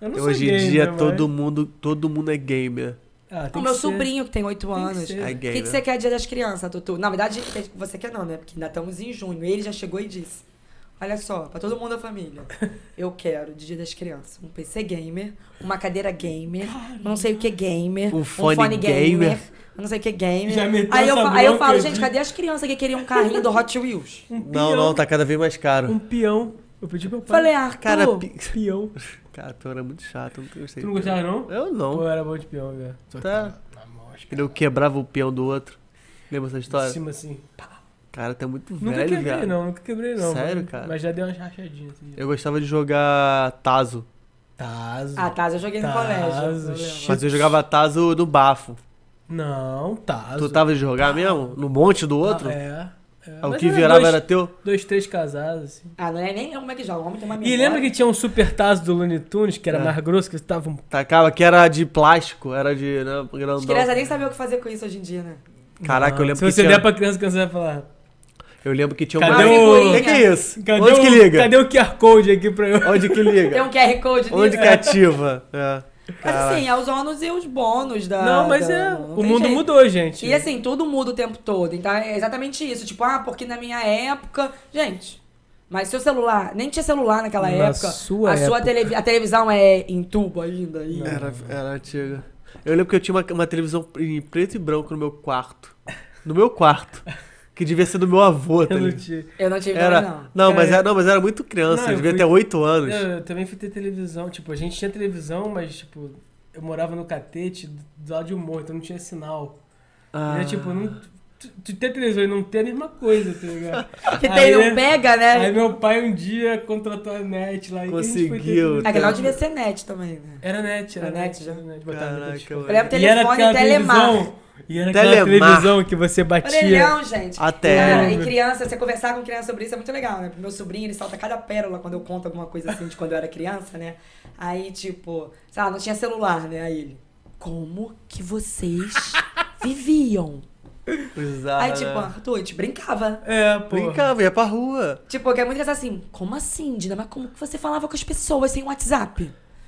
[SPEAKER 3] Eu não sou
[SPEAKER 2] Hoje em
[SPEAKER 3] gamer,
[SPEAKER 2] dia
[SPEAKER 3] mas-
[SPEAKER 2] todo mundo, todo mundo é gamer.
[SPEAKER 3] Ah, tem
[SPEAKER 4] O
[SPEAKER 3] que
[SPEAKER 4] meu
[SPEAKER 3] ser.
[SPEAKER 4] sobrinho, que tem oito
[SPEAKER 3] Tem que
[SPEAKER 4] anos.
[SPEAKER 3] ser.
[SPEAKER 2] É
[SPEAKER 4] O
[SPEAKER 2] gamer.
[SPEAKER 4] que, que você quer dia das crianças, Tutu? Na verdade, você quer não, né? Porque ainda estamos em junho. Ele já chegou e disse: olha só, pra todo mundo da família, eu quero, de dia das crianças, um P C gamer, uma cadeira gamer, não sei o que gamer,
[SPEAKER 2] Um fone gamer.
[SPEAKER 4] gamer, não sei o que gamer.
[SPEAKER 3] Já meteu
[SPEAKER 4] Aí eu,
[SPEAKER 3] essa
[SPEAKER 4] fa- aí eu
[SPEAKER 3] bronca
[SPEAKER 4] falo,
[SPEAKER 3] de-
[SPEAKER 4] gente, cadê as crianças que queriam um carrinho do Hot Wheels?
[SPEAKER 3] Um
[SPEAKER 2] Não,
[SPEAKER 3] peão,
[SPEAKER 2] não, tá cada vez mais caro.
[SPEAKER 3] Um peão. Eu pedi pro meu pai.
[SPEAKER 4] Falei, Arthur,
[SPEAKER 2] Cara, pi-
[SPEAKER 3] Peão.
[SPEAKER 2] Cara, pior era muito chato, eu não gostei.
[SPEAKER 3] Tu não gostava, não?
[SPEAKER 2] Eu
[SPEAKER 3] Pô,
[SPEAKER 2] não.
[SPEAKER 3] eu era bom de peão, velho. Só que
[SPEAKER 2] Tá.
[SPEAKER 3] na mosca.
[SPEAKER 2] Eu quebrava o peão do outro. Lembra essa
[SPEAKER 3] Em
[SPEAKER 2] história?
[SPEAKER 3] cima, assim.
[SPEAKER 2] Cara, tá muito
[SPEAKER 3] Nunca
[SPEAKER 2] velho,
[SPEAKER 3] quebrei,
[SPEAKER 2] viado.
[SPEAKER 3] não. Nunca quebrei, não.
[SPEAKER 2] Sério,
[SPEAKER 3] mas,
[SPEAKER 2] cara?
[SPEAKER 3] Mas já deu umas rachadinhas. Assim.
[SPEAKER 2] Eu gostava de jogar Tazo.
[SPEAKER 3] Tazo.
[SPEAKER 4] Ah, tá, eu joguei no
[SPEAKER 3] Tazo,
[SPEAKER 4] colégio. eu lembro.
[SPEAKER 3] shit.
[SPEAKER 2] Mas eu jogava Tazo no bafo.
[SPEAKER 3] Não, Tazo.
[SPEAKER 2] Tu tava de jogar mesmo? No monte do outro?
[SPEAKER 3] Ah, é. é.
[SPEAKER 2] Ah, o
[SPEAKER 3] Mas
[SPEAKER 2] que
[SPEAKER 3] era
[SPEAKER 2] virava
[SPEAKER 3] dois,
[SPEAKER 2] era teu?
[SPEAKER 3] Dois, três casados, assim.
[SPEAKER 4] Ah, não é nem lembro como é que joga. O homem tem uma memória.
[SPEAKER 3] E lembra que tinha um super Tazo do Looney Tunes, que era
[SPEAKER 2] É.
[SPEAKER 3] mais grosso, que tava um...
[SPEAKER 2] Tacava que era de plástico, era de, né,
[SPEAKER 4] As
[SPEAKER 2] grandão.
[SPEAKER 4] crianças nem sabiam o que fazer com isso hoje em dia, né?
[SPEAKER 2] Caraca, eu
[SPEAKER 3] Não,
[SPEAKER 2] lembro
[SPEAKER 3] Se
[SPEAKER 2] que
[SPEAKER 3] você
[SPEAKER 2] tinha...
[SPEAKER 3] der pra criança, a criança vai falar...
[SPEAKER 2] Eu lembro que tinha um...
[SPEAKER 3] Cadê
[SPEAKER 4] Uma
[SPEAKER 3] o...
[SPEAKER 4] figurinha.
[SPEAKER 2] O que, que é isso?
[SPEAKER 3] Cadê
[SPEAKER 2] Onde
[SPEAKER 3] o...
[SPEAKER 2] que liga?
[SPEAKER 3] Cadê o Q R Code aqui pra eu...
[SPEAKER 2] Onde que liga?
[SPEAKER 4] Tem um Q R Code nisso.
[SPEAKER 2] Onde que ativa? É.
[SPEAKER 4] Mas
[SPEAKER 2] Caraca.
[SPEAKER 4] assim, é os ônus e os bônus da...
[SPEAKER 3] Não, mas
[SPEAKER 4] da-
[SPEAKER 3] é...
[SPEAKER 4] não
[SPEAKER 3] O
[SPEAKER 4] tem
[SPEAKER 3] mundo
[SPEAKER 4] jeito.
[SPEAKER 3] mudou, gente.
[SPEAKER 4] E assim, tudo muda o tempo todo. Então é exatamente isso. Tipo, ah, porque na minha época... Gente, mas seu celular... Nem tinha celular naquela
[SPEAKER 3] Na
[SPEAKER 4] época.
[SPEAKER 3] sua
[SPEAKER 4] a sua
[SPEAKER 3] época.
[SPEAKER 4] televi- a televisão é em tubo ainda. aí.
[SPEAKER 2] Era, era antiga. Eu lembro que eu tinha uma, uma televisão em preto e branco no meu quarto. No meu quarto. Que devia ser do meu avô, tá
[SPEAKER 3] Eu não
[SPEAKER 2] ligado?
[SPEAKER 3] tinha...
[SPEAKER 4] Eu não tive
[SPEAKER 2] Era,
[SPEAKER 4] também, não.
[SPEAKER 2] não, mas
[SPEAKER 3] É.
[SPEAKER 2] era, não, mas era muito criança,
[SPEAKER 3] Não,
[SPEAKER 2] eu
[SPEAKER 3] eu
[SPEAKER 2] devia
[SPEAKER 3] fui-
[SPEAKER 2] ter oito anos.
[SPEAKER 3] Eu, eu também fui ter televisão. Tipo, a gente tinha televisão, mas, tipo... Eu morava no Catete, do do lado de um morro, então não tinha sinal.
[SPEAKER 2] Ah.
[SPEAKER 3] E é tipo, não... Tu, tu ter televisão e não ter a mesma coisa, tá ligado?
[SPEAKER 4] Que
[SPEAKER 3] Aí,
[SPEAKER 4] tem, não
[SPEAKER 3] né?
[SPEAKER 4] pega, né?
[SPEAKER 3] Aí meu pai um dia contratou a net lá e que a gente foi ter
[SPEAKER 2] Conseguiu.
[SPEAKER 3] televisão.
[SPEAKER 4] Aquele devia ser net também, né?
[SPEAKER 3] Era net, era,
[SPEAKER 4] Era
[SPEAKER 3] net,
[SPEAKER 4] net já?
[SPEAKER 3] era net, botava
[SPEAKER 2] Caraca,
[SPEAKER 3] net.
[SPEAKER 2] mano.
[SPEAKER 4] Eu lembro
[SPEAKER 3] E era
[SPEAKER 4] telefone
[SPEAKER 3] aquela
[SPEAKER 4] e telemar.
[SPEAKER 3] televisão, e era aquela
[SPEAKER 2] Telemar.
[SPEAKER 3] televisão que você batia.
[SPEAKER 4] Orelhão, gente.
[SPEAKER 2] Até.
[SPEAKER 4] Cara, e criança, você conversar com criança sobre isso é muito legal, né? Meu sobrinho, ele salta cada pérola quando eu conto alguma coisa assim de quando eu era criança, né? Aí, tipo, sei lá, não tinha celular, né? Aí ele, como que vocês viviam?
[SPEAKER 2] Exato.
[SPEAKER 4] Aí, tipo, Arthur, a gente brincava.
[SPEAKER 3] É, pô.
[SPEAKER 2] Brincava, ia pra rua.
[SPEAKER 4] Tipo, que é muito engraçado assim, como assim, Dina? Mas como que você falava com as pessoas sem WhatsApp?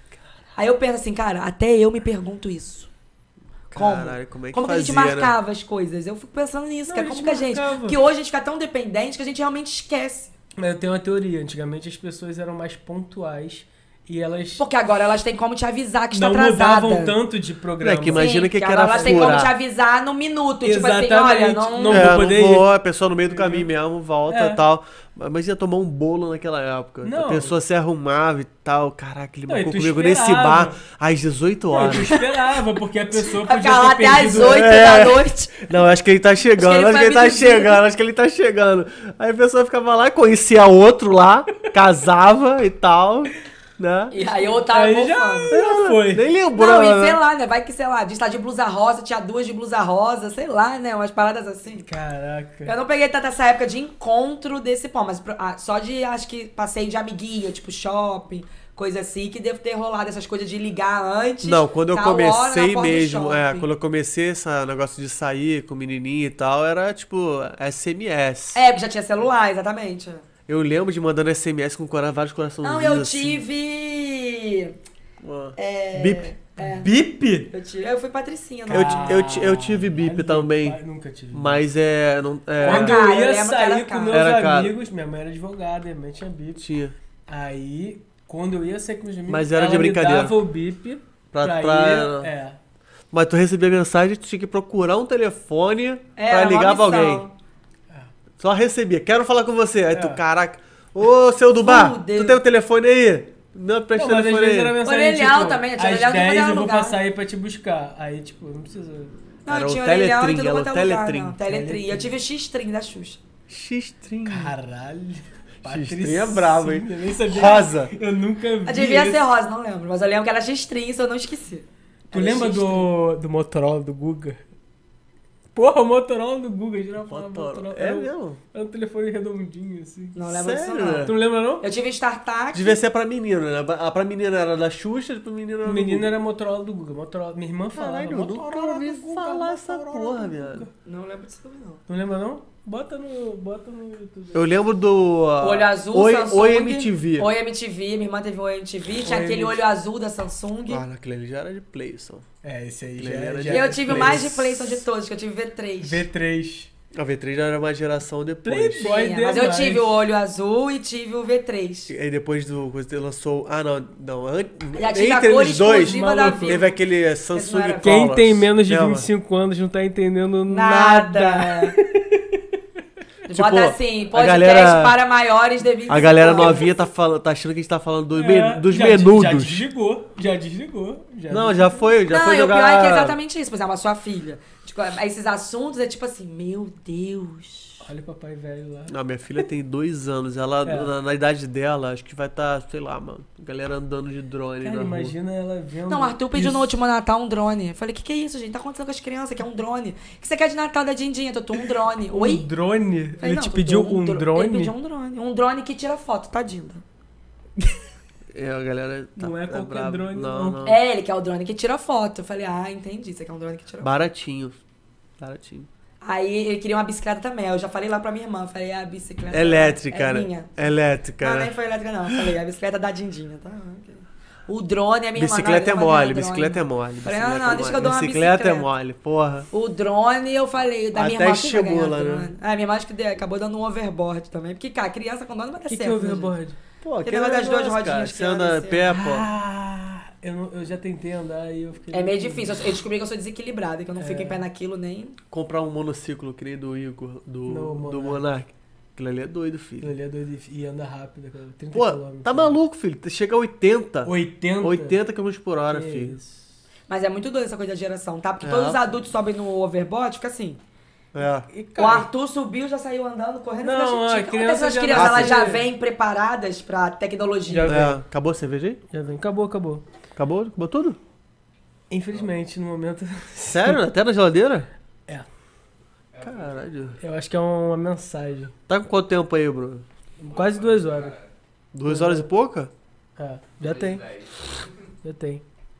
[SPEAKER 4] Aí eu penso assim, cara, até eu me pergunto isso. Como?
[SPEAKER 2] Caralho, como é que
[SPEAKER 4] Como que a gente
[SPEAKER 2] fazia, né?
[SPEAKER 4] marcava as coisas? Eu fico pensando nisso,
[SPEAKER 3] Não,
[SPEAKER 4] cara.
[SPEAKER 3] a
[SPEAKER 4] Como
[SPEAKER 3] gente
[SPEAKER 4] que a gente...
[SPEAKER 3] marcava.
[SPEAKER 4] Porque hoje a gente fica tão dependente que a gente realmente esquece.
[SPEAKER 3] Mas eu tenho uma teoria. Antigamente as pessoas eram mais pontuais e elas
[SPEAKER 4] Porque agora elas têm como te avisar que está
[SPEAKER 3] não
[SPEAKER 4] atrasada.
[SPEAKER 3] mudavam tanto de programa.
[SPEAKER 2] É que imagina
[SPEAKER 4] Sim,
[SPEAKER 2] que, que
[SPEAKER 4] agora
[SPEAKER 2] era
[SPEAKER 4] elas têm como te
[SPEAKER 2] furar.
[SPEAKER 4] avisar no minuto. Tipo assim,
[SPEAKER 3] Exatamente.
[SPEAKER 4] olha, não...
[SPEAKER 3] Não
[SPEAKER 2] é,
[SPEAKER 3] vou poder
[SPEAKER 2] não
[SPEAKER 3] ir.
[SPEAKER 2] vou, a pessoa no meio do caminho mesmo, volta
[SPEAKER 3] É.
[SPEAKER 2] e tal. Mas ia tomar um bolo naquela época.
[SPEAKER 3] Não.
[SPEAKER 2] A pessoa se arrumava e tal. Caraca, ele
[SPEAKER 3] Não, e
[SPEAKER 2] marcou
[SPEAKER 3] tu
[SPEAKER 2] comigo
[SPEAKER 3] esperava.
[SPEAKER 2] nesse bar às dezoito
[SPEAKER 3] Não,
[SPEAKER 2] horas.
[SPEAKER 3] eu esperava, porque a pessoa
[SPEAKER 4] Vai
[SPEAKER 3] podia
[SPEAKER 4] ficar lá
[SPEAKER 3] ter
[SPEAKER 4] até às
[SPEAKER 3] perdido...
[SPEAKER 4] oito
[SPEAKER 2] É.
[SPEAKER 4] da noite.
[SPEAKER 2] Não, acho que ele tá chegando,
[SPEAKER 4] Acho
[SPEAKER 2] acho
[SPEAKER 4] que
[SPEAKER 2] que
[SPEAKER 4] ele
[SPEAKER 2] ele
[SPEAKER 4] foi
[SPEAKER 2] tá
[SPEAKER 4] abduzido.
[SPEAKER 2] chegando, acho que ele tá chegando. Aí a pessoa ficava lá, conhecia outro lá, casava e tal, né?
[SPEAKER 4] E aí eu tava
[SPEAKER 3] Aí já,
[SPEAKER 4] mofando.
[SPEAKER 3] já foi.
[SPEAKER 2] Nem lembrou,
[SPEAKER 4] Não, e
[SPEAKER 2] né?
[SPEAKER 4] sei lá, né? Vai que, sei lá, a gente tá de blusa rosa, tinha duas de blusa rosa, sei lá, né? Umas paradas assim.
[SPEAKER 3] Caraca.
[SPEAKER 4] Eu não peguei tanta essa época de encontro desse pó, mas pro- ah, só de, acho que, passeio de amiguinha, tipo shopping, coisa assim, que deve ter rolado essas coisas de ligar antes.
[SPEAKER 2] Não, quando eu
[SPEAKER 4] tal hora na
[SPEAKER 2] comecei
[SPEAKER 4] porta do
[SPEAKER 2] mesmo, é,
[SPEAKER 4] shopping.
[SPEAKER 2] quando eu comecei esse negócio de sair com menininha e tal, era tipo S M S.
[SPEAKER 4] É, porque já tinha celular, exatamente.
[SPEAKER 2] Eu lembro de mandando S M S com cora- vários coraçãozinhos
[SPEAKER 4] Não, eu
[SPEAKER 2] assim.
[SPEAKER 4] tive...
[SPEAKER 2] Ó.
[SPEAKER 4] É,
[SPEAKER 2] Bip.
[SPEAKER 4] É,
[SPEAKER 3] Bip?
[SPEAKER 4] eu tive. Eu fui patricinha, não.
[SPEAKER 2] Eu, ti- eu, ti- eu tive bip
[SPEAKER 3] Caralho,
[SPEAKER 2] também,
[SPEAKER 3] pai, nunca tive.
[SPEAKER 2] mas é... Não, é
[SPEAKER 3] Quando
[SPEAKER 4] Cara,
[SPEAKER 3] eu
[SPEAKER 4] eu
[SPEAKER 3] ia
[SPEAKER 4] lembro que era
[SPEAKER 3] sair com
[SPEAKER 4] caro.
[SPEAKER 3] meus
[SPEAKER 2] Era caro.
[SPEAKER 3] amigos, minha mãe era advogada, minha mãe tinha bip.
[SPEAKER 2] tinha.
[SPEAKER 3] Aí, quando eu ia sair com meus amigos,
[SPEAKER 2] Mas era
[SPEAKER 3] ela
[SPEAKER 2] de brincadeira.
[SPEAKER 3] me dava o bip
[SPEAKER 2] Pra-
[SPEAKER 3] pra,
[SPEAKER 2] pra-
[SPEAKER 3] ir... É.
[SPEAKER 2] Mas tu recebia mensagem, tu tinha que procurar um telefone
[SPEAKER 4] É,
[SPEAKER 2] pra
[SPEAKER 4] era uma
[SPEAKER 2] ligar pra
[SPEAKER 4] missão.
[SPEAKER 2] alguém. Só recebia, quero falar com você. Aí tu,
[SPEAKER 3] É.
[SPEAKER 2] caraca, ô seu do bar,
[SPEAKER 4] Fudeu.
[SPEAKER 2] tu tem o telefone aí? Não, presta o
[SPEAKER 3] Não, mas às
[SPEAKER 2] telefone
[SPEAKER 3] vezes era
[SPEAKER 2] aí.
[SPEAKER 3] mensagem,
[SPEAKER 4] Orelhão
[SPEAKER 3] tipo,
[SPEAKER 4] também, tinha
[SPEAKER 3] às
[SPEAKER 4] orelhão de
[SPEAKER 3] dez
[SPEAKER 4] qualquer
[SPEAKER 3] eu vou
[SPEAKER 4] lugar.
[SPEAKER 3] passar aí pra te buscar. Aí, tipo, não precisa...
[SPEAKER 4] Não,
[SPEAKER 2] Era o
[SPEAKER 4] tinha orelhão em
[SPEAKER 2] Teletrim,
[SPEAKER 4] tudo
[SPEAKER 2] era o
[SPEAKER 4] quanto é lugar,
[SPEAKER 2] Teletrim.
[SPEAKER 4] não. Teletrim.
[SPEAKER 3] Teletrim.
[SPEAKER 4] Eu tive o X-Trim da Xuxa.
[SPEAKER 2] X-Trim.
[SPEAKER 3] Caralho.
[SPEAKER 2] X-Trim é bravo, hein?
[SPEAKER 3] Eu nem sabia.
[SPEAKER 2] Rosa.
[SPEAKER 3] Eu nunca vi.
[SPEAKER 4] Ah, devia
[SPEAKER 3] esse.
[SPEAKER 4] ser rosa, não lembro. Mas eu lembro que era X-Trim, isso eu não esqueci.
[SPEAKER 3] Tu
[SPEAKER 4] Era
[SPEAKER 3] lembra
[SPEAKER 4] X-Trim.
[SPEAKER 3] do, do Motorola do Guga? Porra, o Motorola do Guga, geral falava Motorola.
[SPEAKER 2] É
[SPEAKER 3] Era um-
[SPEAKER 2] mesmo?
[SPEAKER 3] Era um telefone redondinho, assim.
[SPEAKER 4] Não lembro disso,
[SPEAKER 2] Sério?
[SPEAKER 4] não.
[SPEAKER 3] Tu não lembra, não?
[SPEAKER 4] Eu tive StarTAC.
[SPEAKER 2] Devia ser pra menino, né? A pra menina era da Xuxa, pra menino era
[SPEAKER 3] O
[SPEAKER 2] do
[SPEAKER 3] menino
[SPEAKER 2] Guga.
[SPEAKER 3] era Motorola do Guga. Motorola. Minha irmã falava.
[SPEAKER 2] Caralho, eu nunca
[SPEAKER 3] Motorola
[SPEAKER 2] ouvi
[SPEAKER 3] do Guga,
[SPEAKER 2] falar essa
[SPEAKER 3] Motorola
[SPEAKER 2] porra,
[SPEAKER 3] do
[SPEAKER 2] viado.
[SPEAKER 3] Guga.
[SPEAKER 4] Não lembro disso também, não.
[SPEAKER 3] Não lembra, não? Bota no, bota no YouTube.
[SPEAKER 2] Eu lembro do... uh,
[SPEAKER 4] Olho azul,
[SPEAKER 2] Oi,
[SPEAKER 4] Samsung.
[SPEAKER 2] Oi M T V.
[SPEAKER 4] Oi M T V, minha irmã teve Oi M T V. Tinha
[SPEAKER 3] Oi
[SPEAKER 4] aquele
[SPEAKER 3] M T V.
[SPEAKER 4] olho azul da Samsung.
[SPEAKER 2] Ah, naquele ali já era de Playson.
[SPEAKER 3] É, esse aí
[SPEAKER 2] Ele
[SPEAKER 3] já,
[SPEAKER 2] era
[SPEAKER 3] já
[SPEAKER 2] de-
[SPEAKER 4] eu tive
[SPEAKER 2] Play.
[SPEAKER 4] mais de Playson de todos, que eu tive V três.
[SPEAKER 3] V três.
[SPEAKER 2] A V três já era uma geração depois.
[SPEAKER 3] Playboy
[SPEAKER 4] Tinha, mas eu
[SPEAKER 3] demais.
[SPEAKER 4] tive o olho azul e tive o V três.
[SPEAKER 2] E aí depois do... Você lançou... Ah, não. não an-
[SPEAKER 4] Já tive a
[SPEAKER 2] entre
[SPEAKER 4] cor
[SPEAKER 2] eles dois,
[SPEAKER 4] exclusiva da
[SPEAKER 3] maluco,
[SPEAKER 4] Vivo.
[SPEAKER 2] teve aquele
[SPEAKER 4] Esse não
[SPEAKER 2] Samsung
[SPEAKER 4] era-
[SPEAKER 3] Quem
[SPEAKER 2] Colors.
[SPEAKER 3] tem menos de
[SPEAKER 2] Lembra?
[SPEAKER 3] vinte e cinco anos não tá entendendo nada.
[SPEAKER 4] Nada. Bota
[SPEAKER 2] Tipo,
[SPEAKER 4] assim,
[SPEAKER 2] a
[SPEAKER 4] podcast
[SPEAKER 2] galera-
[SPEAKER 4] para maiores de vinte e cinco
[SPEAKER 2] A galera
[SPEAKER 4] anos.
[SPEAKER 2] novinha tá, falando, tá achando que a gente tá falando do
[SPEAKER 3] É,
[SPEAKER 2] men- dos
[SPEAKER 3] já, Já
[SPEAKER 2] menudos.
[SPEAKER 3] desligou, já desligou. Já
[SPEAKER 2] Não, já foi, já
[SPEAKER 4] Não,
[SPEAKER 2] foi
[SPEAKER 4] e o
[SPEAKER 2] jogar...
[SPEAKER 4] pior é que é exatamente isso. Por exemplo, a sua filha. Tipo, esses assuntos é tipo assim, meu Deus.
[SPEAKER 3] Olha o papai velho lá.
[SPEAKER 2] Não, minha filha tem dois anos. Ela,
[SPEAKER 3] É.
[SPEAKER 2] na, na idade dela, acho que vai estar, sei lá, mano. Galera andando de drone
[SPEAKER 3] Cara,
[SPEAKER 2] na rua.
[SPEAKER 3] imagina ela vendo.
[SPEAKER 4] Não, o Arthur pediu
[SPEAKER 3] isso.
[SPEAKER 4] no último Natal um drone. Eu falei, o que, que é isso, gente? Tá acontecendo com as crianças, que é um drone. O que você quer de Natal da Dindinha? Eu tô um drone.
[SPEAKER 3] Um
[SPEAKER 4] Oi?
[SPEAKER 3] drone?
[SPEAKER 4] Eu falei,
[SPEAKER 3] Ele
[SPEAKER 4] não,
[SPEAKER 3] te
[SPEAKER 4] Tutu,
[SPEAKER 3] pediu um
[SPEAKER 4] dro-
[SPEAKER 3] drone?
[SPEAKER 4] Ele pediu um drone. Um drone que tira foto, tadinho.
[SPEAKER 2] É, a galera tá,
[SPEAKER 3] Não é
[SPEAKER 2] tá
[SPEAKER 3] qualquer
[SPEAKER 2] brava.
[SPEAKER 3] drone,
[SPEAKER 2] não.
[SPEAKER 3] não.
[SPEAKER 2] não.
[SPEAKER 4] É, ele quer o drone que tira foto. Eu falei, ah, entendi. Você quer um drone que tira foto.
[SPEAKER 2] Baratinho. Baratinho.
[SPEAKER 4] Aí ele queria uma bicicleta também. Eu já falei lá pra minha irmã. Eu falei, a bicicleta
[SPEAKER 2] Elétrica,
[SPEAKER 4] é
[SPEAKER 2] né?
[SPEAKER 4] minha.
[SPEAKER 2] Elétrica,
[SPEAKER 4] Não,
[SPEAKER 2] né?
[SPEAKER 4] nem foi elétrica, não. Eu falei, a bicicleta da Dindinha, tá? Ok. O drone é minha irmã.
[SPEAKER 2] Bicicleta é
[SPEAKER 4] não, eu
[SPEAKER 2] mole,
[SPEAKER 4] falei, drone.
[SPEAKER 2] bicicleta é mole.
[SPEAKER 4] Falei,
[SPEAKER 2] bicicleta
[SPEAKER 4] não, não,
[SPEAKER 2] é
[SPEAKER 4] deixa
[SPEAKER 2] mole.
[SPEAKER 4] que eu dou uma
[SPEAKER 2] Bicicleta é
[SPEAKER 4] bicicleta.
[SPEAKER 2] mole, porra.
[SPEAKER 4] O drone, eu falei, da minha
[SPEAKER 2] Até
[SPEAKER 4] irmã que vai ganhar
[SPEAKER 2] estimula, né?
[SPEAKER 4] drone. Ah, minha irmã acho que de- acabou dando um overboard também. Porque, cara, criança com drone não vai
[SPEAKER 3] O
[SPEAKER 4] dar
[SPEAKER 3] que, que
[SPEAKER 4] certo.
[SPEAKER 3] é
[SPEAKER 4] né, gente?
[SPEAKER 3] overboard?
[SPEAKER 2] Pô,
[SPEAKER 4] Aquele negócio das duas rodinhas
[SPEAKER 2] cara.
[SPEAKER 4] que
[SPEAKER 2] Você
[SPEAKER 4] anda
[SPEAKER 2] anda a
[SPEAKER 4] assim,
[SPEAKER 2] pé,
[SPEAKER 4] ó.
[SPEAKER 2] pô.
[SPEAKER 3] Ah, eu, não- eu já tentei andar e eu fiquei.
[SPEAKER 4] É meio difícil. Eu descobri que eu sou desequilibrada, que eu não fico
[SPEAKER 3] É.
[SPEAKER 4] em pé naquilo nem.
[SPEAKER 2] Comprar um monociclo, que nem do Igor, do,
[SPEAKER 3] Não,
[SPEAKER 2] do
[SPEAKER 3] Monark.
[SPEAKER 2] Monark. Aquilo ali é doido,
[SPEAKER 3] Aquilo
[SPEAKER 2] filho.
[SPEAKER 3] ali é doido e e anda rápido, cara. trinta
[SPEAKER 2] Pô,
[SPEAKER 3] quilômetros.
[SPEAKER 2] tá maluco, filho. Chega a oitenta.
[SPEAKER 3] oitenta?
[SPEAKER 2] oitenta quilômetros por hora,
[SPEAKER 3] Que
[SPEAKER 2] filho.
[SPEAKER 3] isso.
[SPEAKER 4] Mas é muito doido essa coisa da geração, tá? Porque
[SPEAKER 2] É.
[SPEAKER 4] todos os adultos sobem no overboard, fica assim.
[SPEAKER 2] É.
[SPEAKER 3] E,
[SPEAKER 4] O
[SPEAKER 3] cara,
[SPEAKER 4] Arthur subiu, já saiu andando, correndo.
[SPEAKER 3] Não,
[SPEAKER 4] fica,
[SPEAKER 3] a
[SPEAKER 4] gente, o que
[SPEAKER 3] criança
[SPEAKER 4] acontece com as
[SPEAKER 3] já
[SPEAKER 4] crianças? Elas já
[SPEAKER 3] nasce-
[SPEAKER 4] vêm preparadas pra tecnologia.
[SPEAKER 3] Já vem.
[SPEAKER 2] É. Acabou a cerveja aí?
[SPEAKER 3] Já vem. Acabou, acabou.
[SPEAKER 2] Acabou? Acabou tudo?
[SPEAKER 3] Infelizmente, no momento.
[SPEAKER 2] Sério? Até na geladeira?
[SPEAKER 3] É.
[SPEAKER 2] Caralho.
[SPEAKER 3] Eu acho que é uma mensagem.
[SPEAKER 2] Tá com quanto tempo aí, Bruno?
[SPEAKER 3] Quase duas horas.
[SPEAKER 2] Duas horas e pouca?
[SPEAKER 3] É, já tem. Já tem.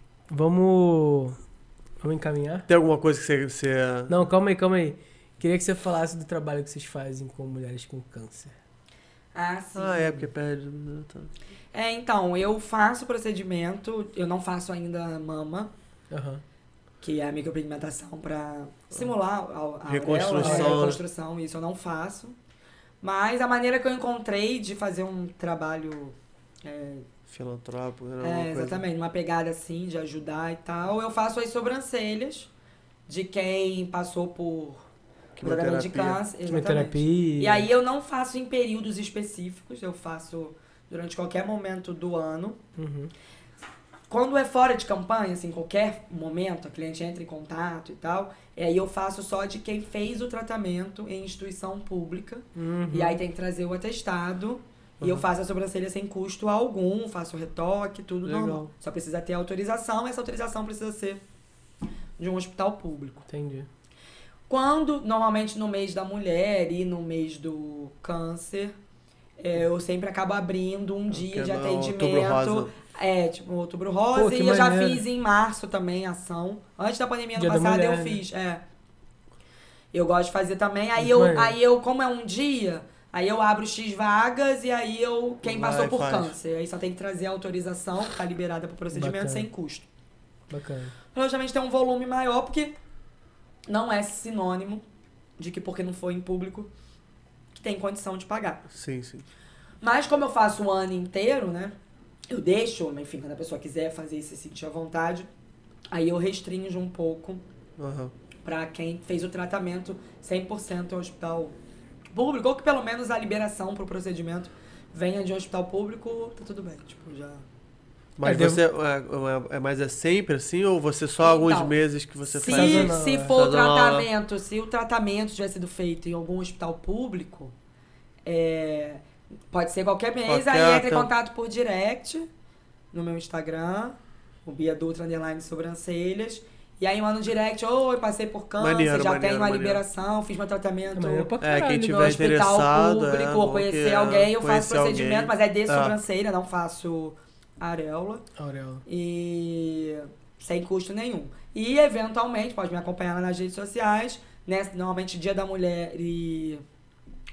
[SPEAKER 3] Vamos. Vamos encaminhar?
[SPEAKER 2] Tem alguma coisa que você... você...
[SPEAKER 3] Não, calma aí, calma aí. Queria que você falasse do trabalho que vocês fazem com mulheres com câncer.
[SPEAKER 4] Ah, sim.
[SPEAKER 2] Ah, é, porque perde... Tá.
[SPEAKER 4] É, então, eu faço procedimento, eu não faço ainda mama,
[SPEAKER 3] Aham.
[SPEAKER 4] que é a micropigmentação pra simular a, a
[SPEAKER 2] Reconstrução,
[SPEAKER 4] auréola,
[SPEAKER 2] né?
[SPEAKER 4] a reconstrução, isso eu não faço. Mas a maneira que eu encontrei de fazer um trabalho, é,
[SPEAKER 2] Filantrópico, né?
[SPEAKER 4] é,
[SPEAKER 2] Alguma coisa.
[SPEAKER 4] exatamente, uma pegada assim, de ajudar e tal, eu faço as sobrancelhas de quem passou por tratamento de
[SPEAKER 2] Quimioterapia.
[SPEAKER 4] câncer. exatamente.
[SPEAKER 3] Quimioterapia.
[SPEAKER 4] E aí eu não faço em períodos específicos, eu faço durante qualquer momento do ano.
[SPEAKER 3] Uhum.
[SPEAKER 4] Quando é fora de campanha, assim, qualquer momento, a cliente entra em contato e tal, e aí eu faço só de quem fez o tratamento em instituição pública.
[SPEAKER 3] Uhum.
[SPEAKER 4] E aí tem que trazer o atestado. E eu faço a sobrancelha sem custo algum, faço o retoque, tudo
[SPEAKER 2] Legal.
[SPEAKER 4] normal. Só precisa ter autorização, e essa autorização precisa ser de um hospital público.
[SPEAKER 3] Entendi.
[SPEAKER 4] Quando, normalmente no mês da mulher e no mês do câncer, é, eu sempre acabo abrindo um dia de
[SPEAKER 2] é no Outubro
[SPEAKER 4] atendimento.
[SPEAKER 2] Rosa.
[SPEAKER 4] É, tipo, outubro rosa.
[SPEAKER 3] Pô, que
[SPEAKER 4] e eu já
[SPEAKER 3] maneiro.
[SPEAKER 4] fiz em março também ação. Antes da pandemia, ano
[SPEAKER 3] Dia da
[SPEAKER 4] passado,
[SPEAKER 3] mulher,
[SPEAKER 4] eu
[SPEAKER 3] né?
[SPEAKER 4] fiz. É. Eu gosto de fazer também. Aí
[SPEAKER 3] Muito
[SPEAKER 4] eu,
[SPEAKER 3] maneiro.
[SPEAKER 4] aí eu, como é um dia, aí eu abro X vagas e aí eu. Quem
[SPEAKER 2] Vai,
[SPEAKER 4] passou por
[SPEAKER 2] faz.
[SPEAKER 4] câncer. Aí só tem que trazer a autorização, que tá liberada pro procedimento
[SPEAKER 3] Bacana.
[SPEAKER 4] sem custo.
[SPEAKER 3] Bacana.
[SPEAKER 4] Pra justamente ter um volume maior, porque não é sinônimo de que porque não foi em público que tem condição de pagar.
[SPEAKER 2] Sim, sim.
[SPEAKER 4] Mas como eu faço o ano inteiro, né? Eu deixo, enfim, quando a pessoa quiser fazer e se sentir à vontade, aí eu restringo um pouco
[SPEAKER 2] Aham.
[SPEAKER 4] pra quem fez o tratamento cem por cento em hospital público, ou que pelo menos a liberação pro procedimento venha de um hospital público, tá tudo bem. Tipo, já.
[SPEAKER 2] Mas
[SPEAKER 3] É,
[SPEAKER 2] você... É, é, é- mas é sempre assim? Ou você só alguns
[SPEAKER 4] Então,
[SPEAKER 2] meses que você
[SPEAKER 4] Se,
[SPEAKER 2] faz?
[SPEAKER 3] Sazonal,
[SPEAKER 4] se
[SPEAKER 3] é.
[SPEAKER 4] for o
[SPEAKER 2] Sazonal,
[SPEAKER 4] tratamento, se o tratamento tiver sido feito em algum hospital público, é, pode ser qualquer mês,
[SPEAKER 2] Qualquer
[SPEAKER 4] aí entra em
[SPEAKER 2] tempo.
[SPEAKER 4] contato por direct no meu Instagram, o Bia Dutra underline sobrancelhas. E aí manda um direct, oi, passei por câncer,
[SPEAKER 2] Maneiro,
[SPEAKER 4] já
[SPEAKER 2] maneiro,
[SPEAKER 4] tenho uma
[SPEAKER 2] maneiro.
[SPEAKER 4] liberação, fiz meu tratamento
[SPEAKER 3] Maneiro pra
[SPEAKER 2] É,
[SPEAKER 3] caralho.
[SPEAKER 2] quem
[SPEAKER 4] no
[SPEAKER 2] tiver
[SPEAKER 4] hospital
[SPEAKER 2] interessado,
[SPEAKER 4] público,
[SPEAKER 2] é,
[SPEAKER 4] ou
[SPEAKER 2] bom
[SPEAKER 4] conhecer
[SPEAKER 2] que,
[SPEAKER 4] alguém, eu faço
[SPEAKER 2] conhecer
[SPEAKER 4] procedimento,
[SPEAKER 2] alguém.
[SPEAKER 4] mas é de
[SPEAKER 2] É.
[SPEAKER 4] sobrancelha, não faço areola.
[SPEAKER 3] Auréola.
[SPEAKER 4] E sem custo nenhum. E, eventualmente, pode me acompanhar nas redes sociais, né? Normalmente Dia da Mulher e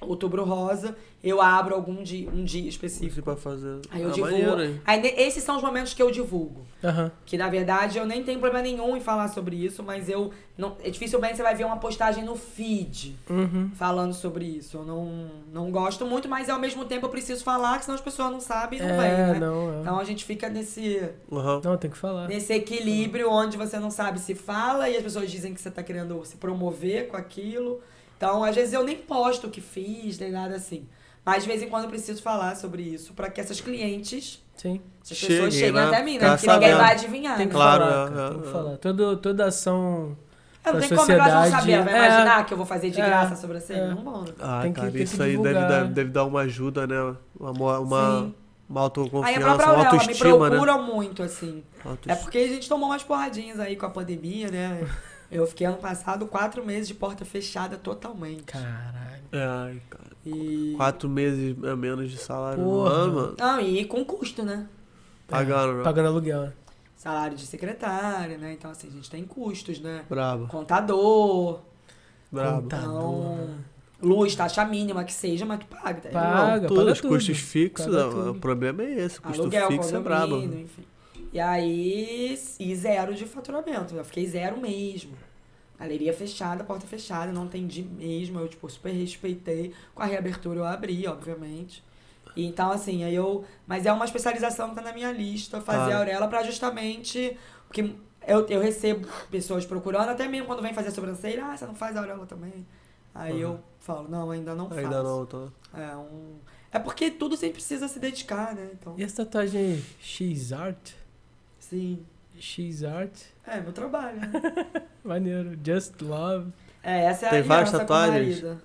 [SPEAKER 4] Outubro Rosa, eu abro algum dia, um dia específico.
[SPEAKER 2] Isso pra fazer.
[SPEAKER 4] Aí eu
[SPEAKER 2] Ah,
[SPEAKER 4] divulgo.
[SPEAKER 2] maneiro, hein?
[SPEAKER 4] Aí ne- esses são os momentos que eu divulgo.
[SPEAKER 3] Aham.
[SPEAKER 4] Que na verdade eu nem tenho problema nenhum em falar sobre isso, mas eu. Não, é dificilmente você vai ver uma postagem no feed
[SPEAKER 3] Uhum.
[SPEAKER 4] falando sobre isso. Eu não, não gosto muito, mas ao mesmo tempo eu preciso falar, que senão as pessoas não sabem e não
[SPEAKER 3] É,
[SPEAKER 4] vêm, né?
[SPEAKER 3] não, é.
[SPEAKER 4] Então a gente fica nesse,
[SPEAKER 2] Aham.
[SPEAKER 3] Não, tem que falar.
[SPEAKER 4] nesse equilíbrio onde você não sabe se fala e as pessoas dizem que você tá querendo se promover com aquilo. Então, às vezes eu nem posto o que fiz, nem nada assim. Mas de vez em quando eu preciso falar sobre isso pra que essas clientes,
[SPEAKER 3] Sim.
[SPEAKER 4] essas pessoas
[SPEAKER 2] Cheguem,
[SPEAKER 4] cheguem
[SPEAKER 2] né?
[SPEAKER 4] até mim, né?
[SPEAKER 2] Ficar
[SPEAKER 4] Porque ninguém
[SPEAKER 2] sabendo.
[SPEAKER 4] vai adivinhar.
[SPEAKER 3] Tem
[SPEAKER 4] né?
[SPEAKER 3] que
[SPEAKER 2] Claro,
[SPEAKER 3] falar,
[SPEAKER 2] é,
[SPEAKER 3] cara,
[SPEAKER 2] é,
[SPEAKER 3] tem que
[SPEAKER 2] é.
[SPEAKER 3] falar. Todo, toda ação
[SPEAKER 4] Eu não
[SPEAKER 3] da
[SPEAKER 4] tem como elas não
[SPEAKER 3] sociedade,
[SPEAKER 4] saber. Ela vai
[SPEAKER 3] é.
[SPEAKER 4] imaginar que eu vou fazer de
[SPEAKER 3] É,
[SPEAKER 4] graça sobre a cena?
[SPEAKER 3] é.
[SPEAKER 4] Não vão, né?
[SPEAKER 2] Ah,
[SPEAKER 3] Tem que-
[SPEAKER 2] cara,
[SPEAKER 3] tem que
[SPEAKER 2] isso aí deve,
[SPEAKER 3] divulgar.
[SPEAKER 2] deve, deve dar uma ajuda, né? Uma, uma,
[SPEAKER 4] Sim.
[SPEAKER 2] uma autoconfiança,
[SPEAKER 4] Aí a própria
[SPEAKER 2] uma
[SPEAKER 4] Aurélia me
[SPEAKER 2] autoestima, né?
[SPEAKER 4] procura muito, assim. É
[SPEAKER 2] Autoestima.
[SPEAKER 4] porque a gente tomou umas porradinhas aí com a pandemia, né? Eu fiquei ano passado quatro meses de porta fechada totalmente.
[SPEAKER 3] Caralho.
[SPEAKER 2] É, ai, cara.
[SPEAKER 4] E...
[SPEAKER 2] Quatro meses a menos de salário no
[SPEAKER 3] Porra.
[SPEAKER 2] ano, mano.
[SPEAKER 4] Não, e com custo, né?
[SPEAKER 2] Pagando, né?
[SPEAKER 3] Pagando aluguel, né?
[SPEAKER 4] Salário de secretária, né? Então, assim, a gente tem custos, né?
[SPEAKER 2] Brabo,
[SPEAKER 4] Contador.
[SPEAKER 2] brabo.
[SPEAKER 3] Contador.
[SPEAKER 4] Então, luz, taxa mínima que seja, mas que pague. Tá?
[SPEAKER 3] Paga,
[SPEAKER 2] Não, tudo,
[SPEAKER 3] paga
[SPEAKER 2] os
[SPEAKER 3] tudo.
[SPEAKER 2] custos fixos,
[SPEAKER 3] Paga
[SPEAKER 2] o-
[SPEAKER 3] tudo.
[SPEAKER 2] o problema é esse. O custo
[SPEAKER 4] Aluguel,
[SPEAKER 2] fixo é brabo.
[SPEAKER 4] condomínio, enfim. E aí, e zero de faturamento. Eu fiquei zero mesmo. Galeria fechada, porta fechada, não atendi mesmo. Eu, tipo, super respeitei. Com a reabertura eu abri, obviamente. E então, assim, aí eu... Mas é uma especialização que tá na minha lista, fazer
[SPEAKER 2] Claro.
[SPEAKER 4] a Aurélia pra justamente... Porque eu, eu recebo pessoas procurando, até mesmo quando vem fazer a sobrancelha. Ah, você não faz a Aurélia também? Aí
[SPEAKER 2] Uhum.
[SPEAKER 4] eu falo, não, ainda não faço.
[SPEAKER 2] Ainda não, tá?
[SPEAKER 4] É, um... é porque tudo sempre precisa se dedicar, né? Então,
[SPEAKER 3] E essa tatuagem aí? X-Art?
[SPEAKER 4] sim.
[SPEAKER 3] X-Art?
[SPEAKER 4] É, meu trabalho, né?
[SPEAKER 3] Maneiro. Just Love.
[SPEAKER 4] É, essa é
[SPEAKER 2] Tem
[SPEAKER 4] a
[SPEAKER 2] várias
[SPEAKER 4] aliança com o
[SPEAKER 2] tatuagens?
[SPEAKER 4] marido. Essa é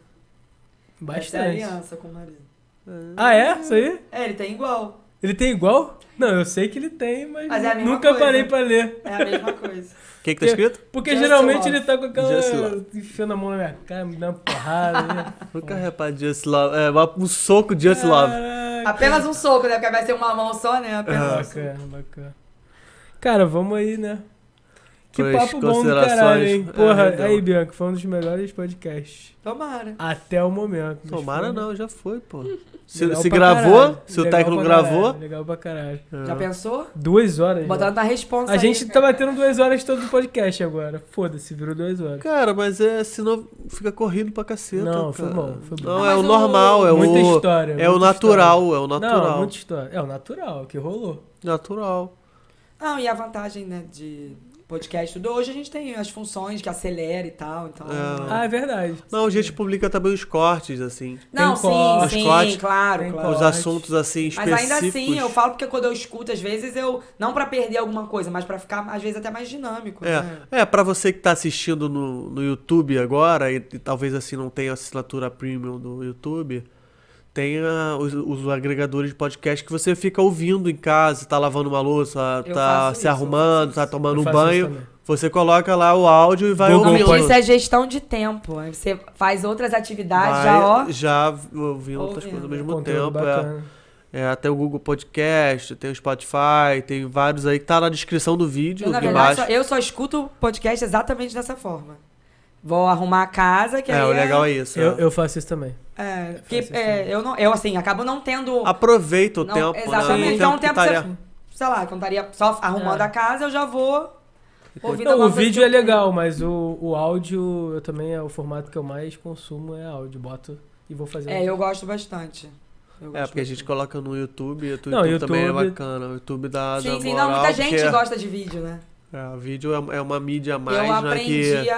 [SPEAKER 4] a
[SPEAKER 3] Bastante.
[SPEAKER 4] aliança com o marido.
[SPEAKER 3] Ah, é? Isso aí?
[SPEAKER 4] É, ele tem igual.
[SPEAKER 3] Ele tem igual? Não, eu sei que ele tem, mas,
[SPEAKER 4] Mas é a mesma
[SPEAKER 3] nunca
[SPEAKER 4] coisa.
[SPEAKER 3] parei pra ler.
[SPEAKER 4] É a mesma coisa.
[SPEAKER 2] O que que tá escrito?
[SPEAKER 3] Porque
[SPEAKER 4] Just
[SPEAKER 3] geralmente
[SPEAKER 4] Love.
[SPEAKER 3] ele tá com aquela...
[SPEAKER 2] Just Love.
[SPEAKER 3] enfiando a mão na minha cara, me dando uma porrada. né?
[SPEAKER 2] Nunca reparei Just Love. É, um soco Just Love.
[SPEAKER 3] Caraca.
[SPEAKER 4] Apenas um soco, né? Porque vai ser uma mão só, né? Apenas um soco.
[SPEAKER 3] Bacana, bacana. Cara, vamos aí, né? Que
[SPEAKER 2] Pois,
[SPEAKER 3] papo bom do
[SPEAKER 2] considerações.
[SPEAKER 3] caralho, hein?
[SPEAKER 2] É,
[SPEAKER 3] Porra,
[SPEAKER 2] deu.
[SPEAKER 3] aí, Bianca, foi um dos melhores podcasts.
[SPEAKER 4] Tomara.
[SPEAKER 3] Até o momento. mas
[SPEAKER 2] Tomara
[SPEAKER 3] foi
[SPEAKER 2] não, já foi, pô. Se,
[SPEAKER 3] legal
[SPEAKER 2] se
[SPEAKER 3] pra
[SPEAKER 2] gravou,
[SPEAKER 3] caralho.
[SPEAKER 2] se o
[SPEAKER 3] Legal
[SPEAKER 2] técnico
[SPEAKER 3] pra
[SPEAKER 2] gravou.
[SPEAKER 3] caralho, Legal pra caralho.
[SPEAKER 2] é.
[SPEAKER 4] Já pensou?
[SPEAKER 3] Duas horas. já.
[SPEAKER 4] Botando na responsa
[SPEAKER 3] A
[SPEAKER 4] aí.
[SPEAKER 3] gente tá batendo duas horas todo o podcast agora. Foda-se, virou duas horas.
[SPEAKER 2] Cara, mas é, senão fica corrido pra caceta.
[SPEAKER 3] Não, foi
[SPEAKER 2] cara.
[SPEAKER 3] bom, foi bom.
[SPEAKER 2] Não,
[SPEAKER 4] Ah,
[SPEAKER 2] é o
[SPEAKER 4] mas o-
[SPEAKER 2] normal, é
[SPEAKER 3] muita
[SPEAKER 2] o.
[SPEAKER 3] história.
[SPEAKER 2] É o
[SPEAKER 3] muita
[SPEAKER 2] natural,
[SPEAKER 3] história.
[SPEAKER 2] é o natural.
[SPEAKER 3] Não, muita história. É o natural, o que rolou.
[SPEAKER 2] Natural.
[SPEAKER 4] Não, e a vantagem, né, de podcast tudo. Hoje a gente tem as funções que acelera e tal, então...
[SPEAKER 2] É.
[SPEAKER 3] Ah, é verdade.
[SPEAKER 2] Não, a gente publica também os cortes, assim.
[SPEAKER 4] Não,
[SPEAKER 3] Tem
[SPEAKER 4] sim,
[SPEAKER 3] corte.
[SPEAKER 4] sim,
[SPEAKER 2] Os cortes,
[SPEAKER 4] claro,
[SPEAKER 3] tem
[SPEAKER 4] claro.
[SPEAKER 2] Os
[SPEAKER 3] Corte.
[SPEAKER 2] assuntos, assim,
[SPEAKER 4] Mas
[SPEAKER 2] específicos.
[SPEAKER 4] ainda assim, eu falo porque quando eu escuto, às vezes eu... Não pra perder alguma coisa, mas pra ficar, às vezes, até mais dinâmico, né?
[SPEAKER 2] É, é, pra você que tá assistindo no, no YouTube agora, e, e talvez assim não tenha assinatura premium do YouTube, tem a- os, os agregadores de podcast que você fica ouvindo em casa, tá lavando uma louça,
[SPEAKER 4] Eu
[SPEAKER 2] tá
[SPEAKER 4] faço
[SPEAKER 2] se
[SPEAKER 4] isso, eu
[SPEAKER 2] arrumando,
[SPEAKER 4] faço
[SPEAKER 2] tá
[SPEAKER 4] isso.
[SPEAKER 2] tomando
[SPEAKER 3] Eu
[SPEAKER 2] um
[SPEAKER 3] faço isso
[SPEAKER 2] banho,
[SPEAKER 3] também.
[SPEAKER 2] você coloca lá o áudio e vai
[SPEAKER 3] Google
[SPEAKER 2] ouvindo.
[SPEAKER 3] Podcast.
[SPEAKER 4] Isso é gestão de tempo. Aí você faz outras atividades
[SPEAKER 2] Vai,
[SPEAKER 4] já, ó.
[SPEAKER 2] já ouvindo outras
[SPEAKER 4] Ouvindo.
[SPEAKER 2] coisas ao mesmo
[SPEAKER 3] Conteúdo
[SPEAKER 2] tempo. É,
[SPEAKER 3] bacana.
[SPEAKER 2] é, até o Google Podcast, tem o Spotify, tem vários aí que tá na descrição do vídeo,
[SPEAKER 4] Eu, na
[SPEAKER 2] aqui
[SPEAKER 4] verdade,
[SPEAKER 2] embaixo.
[SPEAKER 4] só, eu só escuto podcast exatamente dessa forma. Vou arrumar a casa, que
[SPEAKER 2] É,
[SPEAKER 4] aí
[SPEAKER 2] o legal é isso.
[SPEAKER 3] Eu,
[SPEAKER 2] é.
[SPEAKER 3] eu faço isso também.
[SPEAKER 4] É, porque
[SPEAKER 3] faço isso
[SPEAKER 4] é, eu, não, eu, assim, acabo não tendo...
[SPEAKER 2] Aproveita o
[SPEAKER 4] Não,
[SPEAKER 2] tempo,
[SPEAKER 4] exatamente.
[SPEAKER 2] né?
[SPEAKER 4] Então,
[SPEAKER 2] O
[SPEAKER 4] o tempo
[SPEAKER 2] que
[SPEAKER 4] que
[SPEAKER 2] estaria-
[SPEAKER 4] você, sei lá, quando estaria só arrumando
[SPEAKER 3] É.
[SPEAKER 4] a casa, eu já vou ouvindo
[SPEAKER 3] Não,
[SPEAKER 4] alguma
[SPEAKER 3] o
[SPEAKER 4] coisa
[SPEAKER 3] vídeo
[SPEAKER 4] que
[SPEAKER 3] é
[SPEAKER 4] eu quero.
[SPEAKER 3] legal, mas o, o áudio, eu também é o formato que eu mais consumo, é áudio. Boto e vou fazer.
[SPEAKER 4] É, eu gosto bastante. Eu
[SPEAKER 2] É,
[SPEAKER 4] gosto
[SPEAKER 2] porque a gente
[SPEAKER 4] bastante.
[SPEAKER 2] coloca no YouTube, e o
[SPEAKER 3] Não,
[SPEAKER 2] YouTube, também é
[SPEAKER 3] YouTube-
[SPEAKER 2] bacana. O YouTube dá,
[SPEAKER 4] Sim,
[SPEAKER 2] dá
[SPEAKER 4] sim,
[SPEAKER 2] moral,
[SPEAKER 4] não, muita gente
[SPEAKER 2] porque,
[SPEAKER 4] gosta de vídeo, né?
[SPEAKER 2] É, o vídeo é, é uma mídia a mais,
[SPEAKER 4] eu
[SPEAKER 2] né,
[SPEAKER 4] aprendi
[SPEAKER 2] que...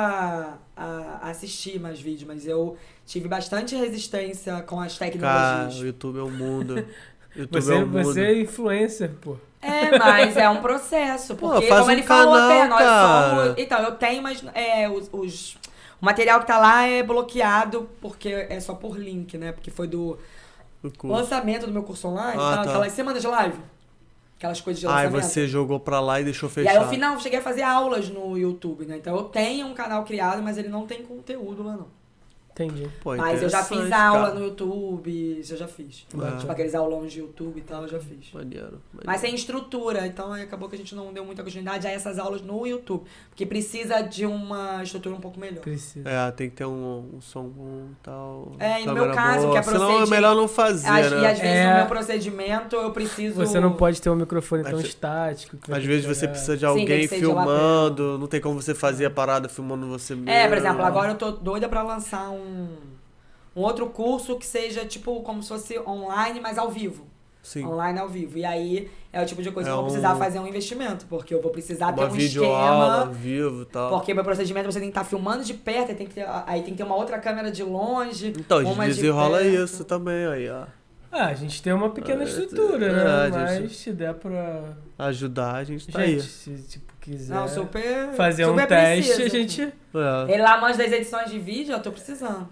[SPEAKER 4] a, a assistir mais vídeos, mas eu tive bastante resistência com as
[SPEAKER 2] Cara,
[SPEAKER 4] tecnologias.
[SPEAKER 2] o YouTube é um mundo. O YouTube
[SPEAKER 3] Você,
[SPEAKER 2] é um mundo.
[SPEAKER 3] você é influencer, pô.
[SPEAKER 4] É, mas é um processo,
[SPEAKER 2] Pô,
[SPEAKER 4] porque
[SPEAKER 2] faz
[SPEAKER 4] como
[SPEAKER 2] um
[SPEAKER 4] ele falou
[SPEAKER 2] canal,
[SPEAKER 4] até, nós
[SPEAKER 2] cara.
[SPEAKER 4] somos... Então, eu tenho, mas é, os, os- o material que tá lá é bloqueado, porque é só por link, né? Porque foi do
[SPEAKER 2] O cu.
[SPEAKER 4] lançamento do meu curso online,
[SPEAKER 2] Ah,
[SPEAKER 4] tá?
[SPEAKER 2] tá.
[SPEAKER 4] Aquelas semanas de live. Aquelas coisas de
[SPEAKER 2] Ai,
[SPEAKER 4] lançamento.
[SPEAKER 2] você jogou pra lá e deixou
[SPEAKER 4] E
[SPEAKER 2] fechado.
[SPEAKER 4] aí, ao final, eu cheguei a fazer aulas no YouTube, né? Então, eu tenho um canal criado, mas ele não tem conteúdo lá, não.
[SPEAKER 3] Entendi.
[SPEAKER 2] Pô,
[SPEAKER 4] Mas eu já fiz
[SPEAKER 2] interessante,
[SPEAKER 4] aula
[SPEAKER 2] cara.
[SPEAKER 4] no YouTube, isso eu já fiz.
[SPEAKER 2] É.
[SPEAKER 4] Tipo, aqueles aulões de YouTube e tal, eu já fiz.
[SPEAKER 2] Maneiro, maneiro.
[SPEAKER 4] Mas sem estrutura, então aí acabou que a gente não deu muita continuidade a essas aulas no YouTube. Porque precisa de uma estrutura um pouco melhor.
[SPEAKER 3] Precisa.
[SPEAKER 2] É, tem que ter um, um som bom e tal.
[SPEAKER 4] É, e no
[SPEAKER 2] câmera
[SPEAKER 4] meu caso,
[SPEAKER 2] boa.
[SPEAKER 4] que é
[SPEAKER 2] Senão é
[SPEAKER 4] procedi-
[SPEAKER 2] melhor não fazer,
[SPEAKER 4] As-
[SPEAKER 2] né?
[SPEAKER 4] E às vezes
[SPEAKER 3] É.
[SPEAKER 4] no meu procedimento eu preciso...
[SPEAKER 3] Você não pode ter um microfone tão
[SPEAKER 2] Às-
[SPEAKER 3] estático. que vai
[SPEAKER 2] Às
[SPEAKER 3] ter
[SPEAKER 2] vezes
[SPEAKER 3] que
[SPEAKER 2] você
[SPEAKER 3] pegar-
[SPEAKER 2] precisa de
[SPEAKER 4] Sim, tem
[SPEAKER 2] alguém
[SPEAKER 4] que ser de lapela.
[SPEAKER 2] filmando, não tem como você fazer a parada filmando você mesmo.
[SPEAKER 4] É, por exemplo, agora eu tô doida pra lançar um, um outro curso que seja tipo como se fosse online, mas ao vivo.
[SPEAKER 2] Sim.
[SPEAKER 4] Online ao vivo. E aí é o tipo de coisa
[SPEAKER 2] É
[SPEAKER 4] que eu vou
[SPEAKER 2] um-
[SPEAKER 4] precisar fazer um investimento, porque eu vou precisar ter
[SPEAKER 2] Uma
[SPEAKER 4] um
[SPEAKER 2] videoaula ao
[SPEAKER 4] esquema.
[SPEAKER 2] vivo e tal.
[SPEAKER 4] Porque meu procedimento você tem que estar filmando de perto, aí tem que ter, aí tem que ter uma outra câmera de longe.
[SPEAKER 2] Então, a
[SPEAKER 4] uma
[SPEAKER 2] gente
[SPEAKER 4] de
[SPEAKER 2] desenrola
[SPEAKER 4] perto.
[SPEAKER 2] isso também aí, ó.
[SPEAKER 3] Ah, a gente tem uma pequena
[SPEAKER 2] É,
[SPEAKER 3] estrutura,
[SPEAKER 2] é,
[SPEAKER 3] né?
[SPEAKER 2] a
[SPEAKER 3] Mas
[SPEAKER 2] gente-
[SPEAKER 3] se der pra...
[SPEAKER 2] Ajudar, a gente tá
[SPEAKER 3] gente,
[SPEAKER 2] aí.
[SPEAKER 3] se tipo, quiser
[SPEAKER 4] Não, super.
[SPEAKER 3] fazer um
[SPEAKER 4] super
[SPEAKER 3] teste,
[SPEAKER 4] preciso.
[SPEAKER 3] a gente...
[SPEAKER 2] É.
[SPEAKER 4] Ele lá manja das edições de vídeo, eu tô precisando.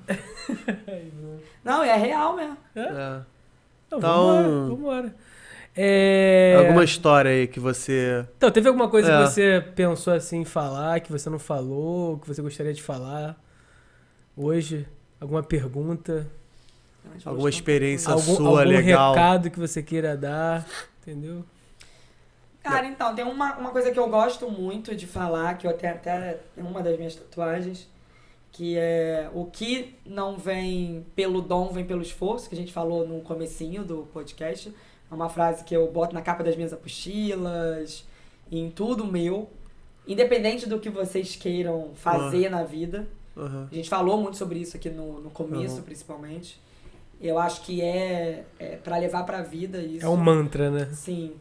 [SPEAKER 4] Não, é real mesmo.
[SPEAKER 2] É.
[SPEAKER 3] Não,
[SPEAKER 2] Então-
[SPEAKER 3] vambora, vambora. É...
[SPEAKER 2] Alguma história aí que você...
[SPEAKER 3] Então, teve alguma coisa
[SPEAKER 2] É.
[SPEAKER 3] que você pensou assim em falar, que você não falou, que você gostaria de falar hoje? Alguma pergunta?
[SPEAKER 2] Alguma experiência
[SPEAKER 3] Algum,
[SPEAKER 2] sua
[SPEAKER 3] algum
[SPEAKER 2] legal?
[SPEAKER 3] recado que você queira dar? Entendeu?
[SPEAKER 4] Cara, então, tem uma, uma coisa que eu gosto muito de falar, que eu tenho até em uma das minhas tatuagens, que é o que não vem pelo dom, vem pelo esforço, que a gente falou no comecinho do podcast. É uma frase que eu boto na capa das minhas apostilas, em tudo meu, independente do que vocês queiram fazer na vida.
[SPEAKER 2] Uhum.
[SPEAKER 4] A gente falou muito sobre isso aqui no, no começo,
[SPEAKER 2] Uhum.
[SPEAKER 4] principalmente. Eu acho que é, é para levar pra vida isso.
[SPEAKER 3] É um mantra, né?
[SPEAKER 4] Sim.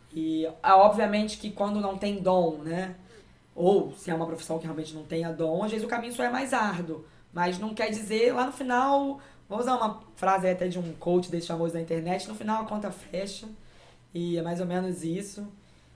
[SPEAKER 4] E é, obviamente que quando não tem dom, né? Ou se é uma profissão que realmente não tenha dom, às vezes o caminho só é mais árduo. Mas não quer dizer, lá no final, vou usar uma frase até de um coach desse famoso da internet, no final a conta fecha. E é mais ou menos isso.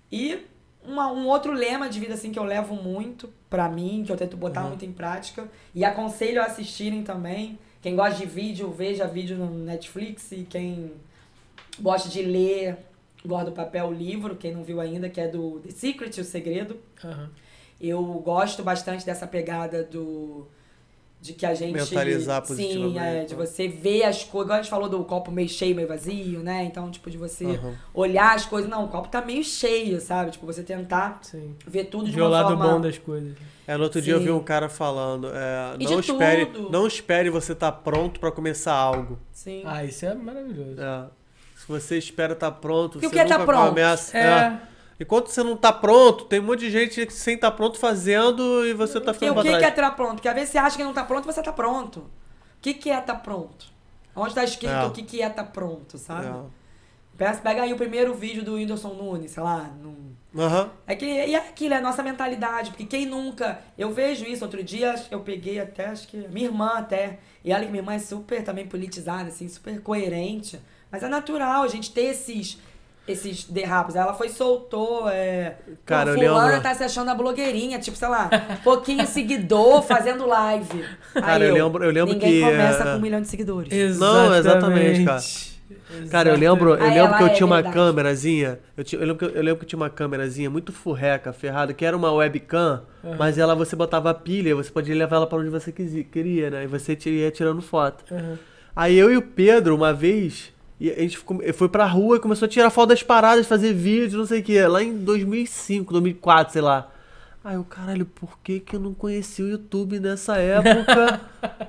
[SPEAKER 4] E uma, um outro lema de vida assim que eu levo muito pra mim, que eu tento botar
[SPEAKER 2] Uhum.
[SPEAKER 4] muito em prática. E aconselho a assistirem também. Quem gosta de vídeo, veja vídeo no Netflix. E quem gosta de ler, gosta do papel, o livro, quem não viu ainda, que é do The Secret, O Segredo.
[SPEAKER 3] Aham.
[SPEAKER 4] Eu gosto bastante dessa pegada do... De que a gente...
[SPEAKER 2] Mentalizar
[SPEAKER 4] Sim,
[SPEAKER 2] positivamente,
[SPEAKER 4] é, de
[SPEAKER 2] né?
[SPEAKER 4] você ver as coisas. Igual a gente falou do copo meio cheio, meio vazio, né? Então, tipo, de você
[SPEAKER 2] Uhum.
[SPEAKER 4] olhar as coisas. Não, o copo tá meio cheio, sabe? Tipo, você tentar
[SPEAKER 3] Sim.
[SPEAKER 4] ver tudo de
[SPEAKER 3] Ver o
[SPEAKER 4] uma
[SPEAKER 3] lado
[SPEAKER 4] forma...
[SPEAKER 3] bom das coisas.
[SPEAKER 2] É, no outro dia eu
[SPEAKER 4] Sim.
[SPEAKER 2] vi um cara falando, é,
[SPEAKER 4] E
[SPEAKER 2] não
[SPEAKER 4] de
[SPEAKER 2] espere,
[SPEAKER 4] tudo.
[SPEAKER 2] não espere você estar pronto pra começar algo.
[SPEAKER 4] Sim.
[SPEAKER 3] Ah, isso é maravilhoso.
[SPEAKER 2] É. Se você espera estar pronto,
[SPEAKER 4] E o
[SPEAKER 2] você
[SPEAKER 4] que é
[SPEAKER 2] nunca
[SPEAKER 4] tá pronto?
[SPEAKER 2] começa.
[SPEAKER 3] É.
[SPEAKER 2] É. Enquanto você não tá pronto, tem um monte de gente sem estar pronto fazendo e você tá
[SPEAKER 4] E
[SPEAKER 2] ficando
[SPEAKER 4] o
[SPEAKER 2] pra
[SPEAKER 4] que, que é
[SPEAKER 2] trás.
[SPEAKER 4] estar pronto? Porque às vezes você acha que não tá pronto, você tá pronto. O que, que é estar pronto? Onde tá escrito
[SPEAKER 2] É.
[SPEAKER 4] o que, que é estar pronto, sabe?
[SPEAKER 2] É.
[SPEAKER 4] Pega, pega aí o primeiro vídeo do Whindersson Nunes, sei lá. Num...
[SPEAKER 2] Aham.
[SPEAKER 4] É que, e é aquilo, é a nossa mentalidade. Porque quem nunca... Eu vejo isso. Outro dia eu peguei até, acho que... Minha irmã até. E olha que minha irmã é super também politizada, assim, super coerente. Mas é natural a gente ter esses... Esses derrapos. Ela foi e soltou, é...
[SPEAKER 2] Cara,
[SPEAKER 4] Pô,
[SPEAKER 2] eu
[SPEAKER 4] fulana
[SPEAKER 2] lembro-
[SPEAKER 4] tá se achando a blogueirinha, tipo, sei lá, pouquinho seguidor fazendo live.
[SPEAKER 2] Cara,
[SPEAKER 4] Aí
[SPEAKER 2] eu lembro- eu lembro
[SPEAKER 4] ninguém
[SPEAKER 2] que,
[SPEAKER 4] começa
[SPEAKER 2] é,
[SPEAKER 4] com um milhão de seguidores.
[SPEAKER 2] Não, exatamente, cara. Cara, eu lembro, eu
[SPEAKER 4] Aí
[SPEAKER 2] lembro
[SPEAKER 4] ela
[SPEAKER 2] que eu
[SPEAKER 4] é
[SPEAKER 2] tinha uma
[SPEAKER 4] verdade.
[SPEAKER 2] câmerazinha. Eu, tinha, eu, lembro que eu, eu lembro que tinha uma câmerazinha muito furreca, ferrada, que era uma webcam, mas ela você botava a pilha, você podia levar ela pra onde você quisi- queria, né? E você ia tirando foto.
[SPEAKER 3] Uhum.
[SPEAKER 2] Aí eu e o Pedro, uma vez, e a gente ficou- foi pra rua e começou a tirar foto das paradas, fazer vídeo, não sei o que, lá em dois mil e cinco, dois mil e quatro, sei lá. Aí eu, caralho, por que que eu não conheci o YouTube nessa época?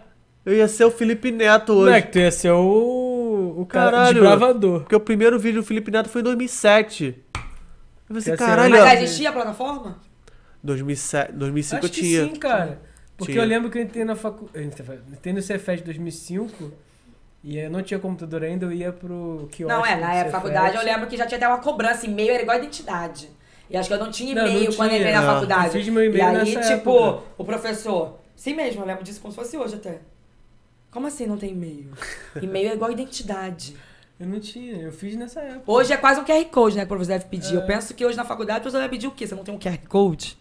[SPEAKER 2] Eu ia ser o Felipe Neto
[SPEAKER 3] Não
[SPEAKER 2] hoje.
[SPEAKER 3] é que tu ia ser o, o cara
[SPEAKER 2] Caralho.
[SPEAKER 3] desbravador.
[SPEAKER 2] Porque o primeiro vídeo do Felipe Neto foi em dois mil e sete. Eu falei assim,
[SPEAKER 3] Quer ser-
[SPEAKER 2] caralho,
[SPEAKER 4] Mas
[SPEAKER 2] ó,
[SPEAKER 4] já existia a plataforma?
[SPEAKER 2] dois mil e sete, dois mil e cinco
[SPEAKER 3] Acho
[SPEAKER 2] eu
[SPEAKER 3] que
[SPEAKER 2] tinha.
[SPEAKER 3] sim, cara. Porque
[SPEAKER 2] Tinha.
[SPEAKER 3] eu lembro que eu entrei na faculdade. Entrei no Cefet em dois mil e cinco e eu não tinha computador ainda, eu ia pro quiosque.
[SPEAKER 4] Não, é,
[SPEAKER 3] do
[SPEAKER 4] na
[SPEAKER 3] Cefet.
[SPEAKER 4] faculdade eu lembro que já tinha até uma cobrança, e-mail era igual a identidade. E acho que eu não tinha
[SPEAKER 3] Não, não
[SPEAKER 4] e-mail quando
[SPEAKER 3] tinha.
[SPEAKER 4] entrei na
[SPEAKER 2] É.
[SPEAKER 4] faculdade.
[SPEAKER 3] Eu fiz meu e-mail
[SPEAKER 4] E aí,
[SPEAKER 3] nessa
[SPEAKER 4] tipo,
[SPEAKER 3] época.
[SPEAKER 4] o professor... Sim mesmo, eu lembro disso como se fosse hoje até. Como assim não tem e-mail? E-mail é igual a identidade.
[SPEAKER 3] Eu não tinha, eu fiz nessa época.
[SPEAKER 4] Hoje é quase um Q R Code, né, que o professor deve pedir.
[SPEAKER 3] É.
[SPEAKER 4] Eu penso que hoje na faculdade o professor vai pedir o quê? Você não tem um Q R Code?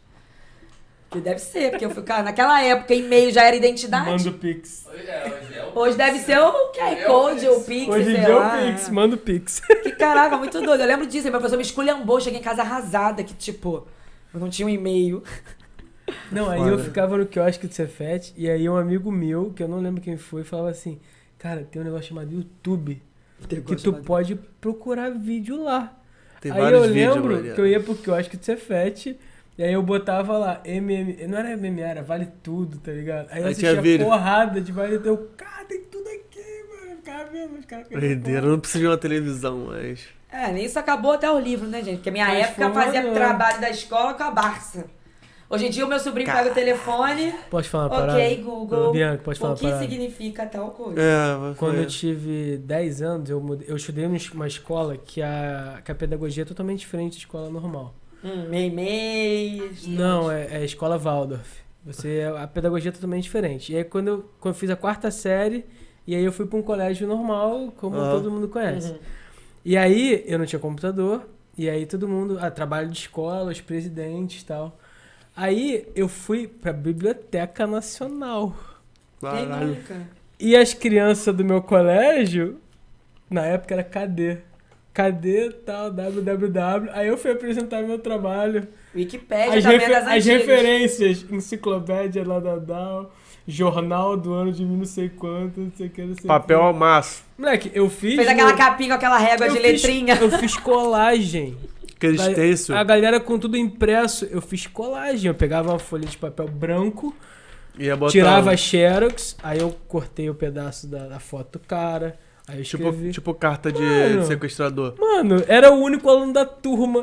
[SPEAKER 4] Que deve ser, porque eu fui, cara, naquela época e-mail já era identidade.
[SPEAKER 3] Manda o Pix.
[SPEAKER 5] Hoje, é, hoje, é o
[SPEAKER 4] Hoje deve ser o Q R Code, o Pix,
[SPEAKER 3] Hoje em
[SPEAKER 4] sei
[SPEAKER 3] dia é
[SPEAKER 4] lá.
[SPEAKER 3] o Pix, manda o Pix.
[SPEAKER 4] Que caraca, muito doido. Eu lembro disso, meu professor me esculhambou, cheguei em casa arrasada, que tipo, eu não tinha um e-mail.
[SPEAKER 3] Não, aí
[SPEAKER 2] Foda.
[SPEAKER 3] eu ficava no quiosque do Cefete, e aí um amigo meu, que eu não lembro quem foi, falava assim, cara, tem um negócio chamado YouTube, que tu pode procurar vídeo lá.
[SPEAKER 2] Tem
[SPEAKER 3] Aí
[SPEAKER 2] vários
[SPEAKER 3] eu
[SPEAKER 2] vídeos,
[SPEAKER 3] lembro
[SPEAKER 2] Maria.
[SPEAKER 3] que eu ia pro quiosque do Cefete, e aí eu botava lá, M M, não era M M A, era Vale Tudo, tá ligado? Aí eu
[SPEAKER 2] Aí tinha
[SPEAKER 3] assistia
[SPEAKER 2] vídeo.
[SPEAKER 3] porrada de Vale Tudo, eu, cara, tem tudo aqui, mano, eu ficava vendo, os caras querendo
[SPEAKER 2] Doideira,
[SPEAKER 3] porra.
[SPEAKER 2] não precisa de uma televisão, mas...
[SPEAKER 4] É, nisso acabou até o livro, né, gente? Porque minha
[SPEAKER 3] Mas
[SPEAKER 4] época
[SPEAKER 3] foi,
[SPEAKER 4] fazia
[SPEAKER 3] né?
[SPEAKER 4] trabalho da escola com a Barça. Hoje em dia o meu sobrinho pega o telefone,
[SPEAKER 3] Posso falar uma parada?
[SPEAKER 4] ok, Google,
[SPEAKER 3] Ô, Bianca, pode falar
[SPEAKER 4] o
[SPEAKER 3] uma
[SPEAKER 4] que
[SPEAKER 3] parada?
[SPEAKER 4] significa tal coisa.
[SPEAKER 2] É,
[SPEAKER 3] Quando
[SPEAKER 2] foi.
[SPEAKER 3] eu tive dez anos, eu, mudei, eu estudei numa escola que a, que a pedagogia é totalmente diferente da escola normal.
[SPEAKER 4] Hum, mei-mei...
[SPEAKER 3] Não, é, é a escola Waldorf. Você, a pedagogia é totalmente diferente. E aí quando eu, quando eu fiz a quarta série, e aí eu fui para um colégio normal, como
[SPEAKER 2] Aham.
[SPEAKER 3] todo mundo conhece.
[SPEAKER 4] Uhum.
[SPEAKER 3] E aí eu não tinha computador, e aí todo mundo, ah, trabalho de escola, os presidentes e tal. Aí eu fui pra Biblioteca Nacional.
[SPEAKER 4] Quem
[SPEAKER 2] Caralho.
[SPEAKER 4] nunca?
[SPEAKER 3] E as crianças do meu colégio, na época era K D. K D tal, www. Aí eu fui apresentar meu trabalho.
[SPEAKER 4] Wikipédia
[SPEAKER 3] As,
[SPEAKER 4] também
[SPEAKER 3] refer-
[SPEAKER 4] é das
[SPEAKER 3] as
[SPEAKER 4] antigas.
[SPEAKER 3] referências, enciclopédia lá da D A O, jornal do ano de mil não sei quanto, não sei o que, não sei o
[SPEAKER 2] Papel
[SPEAKER 3] que.
[SPEAKER 2] ao maço.
[SPEAKER 3] Moleque, eu fiz...
[SPEAKER 4] Fez
[SPEAKER 3] no-
[SPEAKER 4] aquela capinha com aquela régua
[SPEAKER 3] eu
[SPEAKER 4] de
[SPEAKER 3] fiz-
[SPEAKER 4] letrinha.
[SPEAKER 3] Eu fiz colagem.
[SPEAKER 2] Aquele stencil.
[SPEAKER 3] A galera com tudo impresso, eu fiz colagem. Eu pegava uma folha de papel branco,
[SPEAKER 2] Ia botar
[SPEAKER 3] tirava
[SPEAKER 2] um-
[SPEAKER 3] a xerox, aí eu cortei o pedaço da, da foto do cara, aí eu
[SPEAKER 2] Tipo,
[SPEAKER 3] escrevi.
[SPEAKER 2] tipo carta de
[SPEAKER 3] Mano.
[SPEAKER 2] sequestrador.
[SPEAKER 3] Mano, era o único aluno da turma.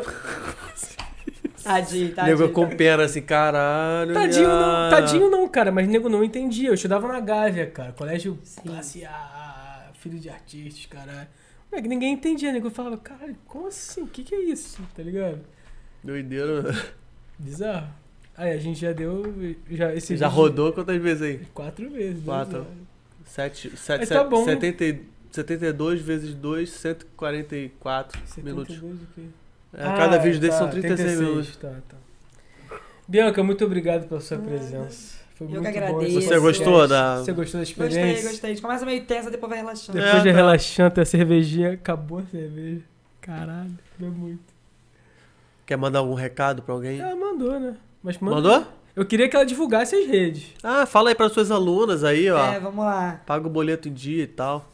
[SPEAKER 4] Tadinho, tadinho.
[SPEAKER 2] Nego com pena assim, caralho.
[SPEAKER 3] Tadinho não,
[SPEAKER 2] ah.
[SPEAKER 3] tadinho não, cara, mas nego não entendia. Eu estudava na Gávea, cara, colégio classe A, filho de artistas, caralho. É que ninguém entendia, nego falava, caralho, como assim? O que que é isso? Tá ligado?
[SPEAKER 2] Doideira.
[SPEAKER 3] Bizarro. Aí a gente já deu, já esse
[SPEAKER 2] Já
[SPEAKER 3] vídeo-
[SPEAKER 2] rodou quantas vezes aí?
[SPEAKER 3] Quatro vezes.
[SPEAKER 2] Quatro.
[SPEAKER 3] né?
[SPEAKER 2] Sete, sete,
[SPEAKER 3] Mas
[SPEAKER 2] sete,
[SPEAKER 3] tá bom.
[SPEAKER 2] setenta, e- setenta e dois vezes dois, cento e quarenta e quatro minutos.
[SPEAKER 3] setenta e dois o quê?
[SPEAKER 2] É, cada
[SPEAKER 3] Ah,
[SPEAKER 2] vídeo desse
[SPEAKER 3] tá,
[SPEAKER 2] são trinta e seis
[SPEAKER 3] trinta e
[SPEAKER 2] minutos.
[SPEAKER 3] Tá, tá. Bianca, muito obrigado pela sua presença. Foi
[SPEAKER 4] Eu
[SPEAKER 3] muito
[SPEAKER 4] que
[SPEAKER 3] bom
[SPEAKER 4] agradeço.
[SPEAKER 3] esse
[SPEAKER 2] Você gostou
[SPEAKER 3] podcast.
[SPEAKER 2] da...
[SPEAKER 3] Você gostou da experiência?
[SPEAKER 4] Gostei, gostei. A gente começa meio tensa, depois vai relaxando.
[SPEAKER 3] Depois
[SPEAKER 2] É,
[SPEAKER 3] de
[SPEAKER 2] tá.
[SPEAKER 3] relaxante, a cervejinha, acabou a cerveja. Caralho, deu muito.
[SPEAKER 2] Quer mandar algum recado pra alguém?
[SPEAKER 3] Ela mandou, né? Mas manda-
[SPEAKER 2] Mandou?
[SPEAKER 3] Eu queria que ela divulgasse as redes.
[SPEAKER 2] Ah, fala aí pras suas alunas aí, ó.
[SPEAKER 4] É, vamos lá.
[SPEAKER 2] Paga o boleto em dia e tal.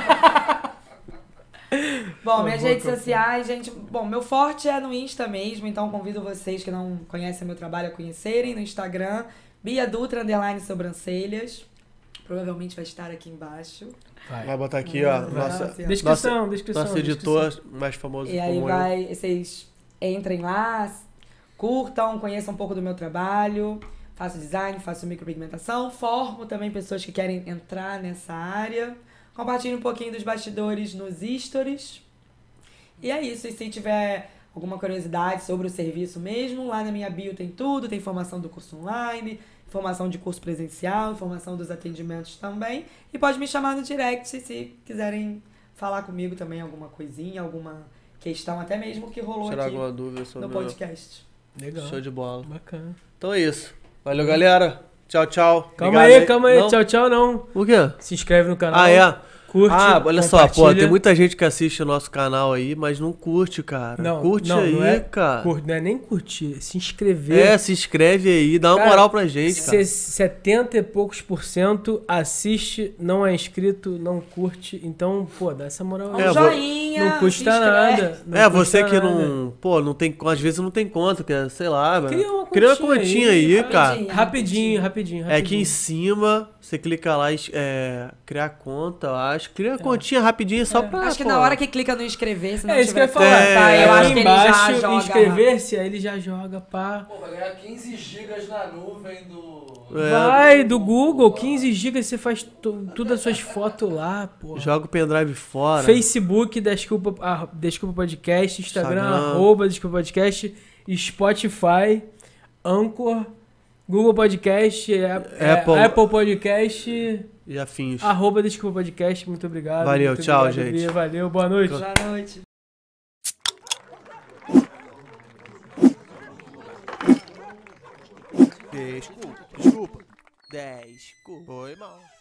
[SPEAKER 4] Bom,
[SPEAKER 3] Tá
[SPEAKER 4] minhas
[SPEAKER 3] bom,
[SPEAKER 4] redes
[SPEAKER 3] tá bom.
[SPEAKER 4] sociais, gente. Bom, meu forte é no Insta mesmo, então convido vocês que não conhecem meu trabalho a conhecerem no Instagram. Bia Dutra, underline sobrancelhas. Provavelmente vai estar aqui embaixo.
[SPEAKER 2] Vai botar aqui, ó.
[SPEAKER 4] Vai,
[SPEAKER 2] Nossa,
[SPEAKER 4] assim, ó.
[SPEAKER 3] Descrição, descrição.
[SPEAKER 2] nosso
[SPEAKER 3] descrição.
[SPEAKER 2] editor mais famoso
[SPEAKER 4] E aí
[SPEAKER 2] como eu.
[SPEAKER 4] vai, vocês entrem lá, curtam, conheçam um pouco do meu trabalho. Faço design, faço micropigmentação, formo também pessoas que querem entrar nessa área. Compartilho um pouquinho dos bastidores nos stories. E é isso, e se tiver alguma curiosidade sobre o serviço mesmo, lá na minha bio tem tudo, tem informação do curso online, informação de curso presencial, informação dos atendimentos também. E pode me chamar no direct se quiserem falar comigo também alguma coisinha, alguma questão, até mesmo que rolou
[SPEAKER 2] Tirar
[SPEAKER 4] aqui
[SPEAKER 2] alguma dúvida sobre
[SPEAKER 4] no
[SPEAKER 2] o meu...
[SPEAKER 4] podcast.
[SPEAKER 3] Legal.
[SPEAKER 2] Show de bola.
[SPEAKER 3] Bacana.
[SPEAKER 2] Então é isso. Valeu, galera. Tchau, tchau.
[SPEAKER 3] Calma
[SPEAKER 2] Obrigado
[SPEAKER 3] aí, calma aí.
[SPEAKER 2] Não?
[SPEAKER 3] Tchau, tchau, não.
[SPEAKER 2] O quê?
[SPEAKER 3] Se inscreve no canal.
[SPEAKER 2] Ah, é?
[SPEAKER 3] Curte.
[SPEAKER 2] Ah, olha só, pô,
[SPEAKER 3] compartilha.
[SPEAKER 2] tem muita gente que assiste o nosso canal aí, mas não curte, cara.
[SPEAKER 3] Não,
[SPEAKER 2] curte
[SPEAKER 3] não,
[SPEAKER 2] aí,
[SPEAKER 3] não é
[SPEAKER 2] cara.
[SPEAKER 3] Curte, não é nem curtir, é se inscrever.
[SPEAKER 2] É, se inscreve aí, dá uma
[SPEAKER 3] Cara,
[SPEAKER 2] moral pra gente, cara.
[SPEAKER 3] Se setenta e poucos por cento assiste, não é inscrito, não curte. Então, pô, dá essa moral
[SPEAKER 4] Um
[SPEAKER 3] aí.
[SPEAKER 2] É, vou-
[SPEAKER 4] joinha,
[SPEAKER 3] Não
[SPEAKER 4] se
[SPEAKER 3] custa
[SPEAKER 4] inscreve.
[SPEAKER 3] nada. não
[SPEAKER 2] É,
[SPEAKER 3] custa
[SPEAKER 2] você que
[SPEAKER 3] nada.
[SPEAKER 2] não, pô, não tem, às vezes não tem conta, que é, sei lá, velho.
[SPEAKER 3] Cria uma
[SPEAKER 2] Cria uma
[SPEAKER 3] continha
[SPEAKER 2] continha
[SPEAKER 3] aí,
[SPEAKER 2] aí, cara.
[SPEAKER 4] rapidinho.
[SPEAKER 3] Rapidinho, rapidinho,
[SPEAKER 2] É aqui
[SPEAKER 3] rapidinho.
[SPEAKER 2] em cima, você clica lá e é, criar conta, eu acho. Cria uma continha rapidinho só pra,
[SPEAKER 4] Acho que
[SPEAKER 2] pô,
[SPEAKER 4] na hora que clica no inscrever, se não
[SPEAKER 3] É isso que eu
[SPEAKER 4] tiver
[SPEAKER 3] ia falar.
[SPEAKER 2] É,
[SPEAKER 3] tá,
[SPEAKER 4] eu
[SPEAKER 3] aqui
[SPEAKER 4] acho que ele já
[SPEAKER 3] embaixo,
[SPEAKER 4] joga.
[SPEAKER 3] inscrever-se, aí ele já joga, pá.
[SPEAKER 5] Pô, vai ganhar quinze gigas na nuvem do...
[SPEAKER 2] É.
[SPEAKER 3] Vai, do Google, quinze gigas, você faz tu, tudo as suas fotos lá, pô.
[SPEAKER 2] joga o pendrive fora.
[SPEAKER 3] Facebook, Desculpa, ah, Desculpa Podcast, Instagram,
[SPEAKER 2] Instagram.
[SPEAKER 3] arroba Desculpa Podcast, Spotify, Anchor, Google Podcast, é, é,
[SPEAKER 2] Apple.
[SPEAKER 3] Apple Podcast,
[SPEAKER 2] E afins.
[SPEAKER 3] arroba Desculpa Podcast. Muito obrigado.
[SPEAKER 2] Valeu,
[SPEAKER 3] muito
[SPEAKER 2] tchau,
[SPEAKER 3] obrigado,
[SPEAKER 2] gente.
[SPEAKER 3] Bia, valeu, boa noite.
[SPEAKER 4] Boa noite.
[SPEAKER 1] Desculpa, desculpa. Desculpa. Foi mal.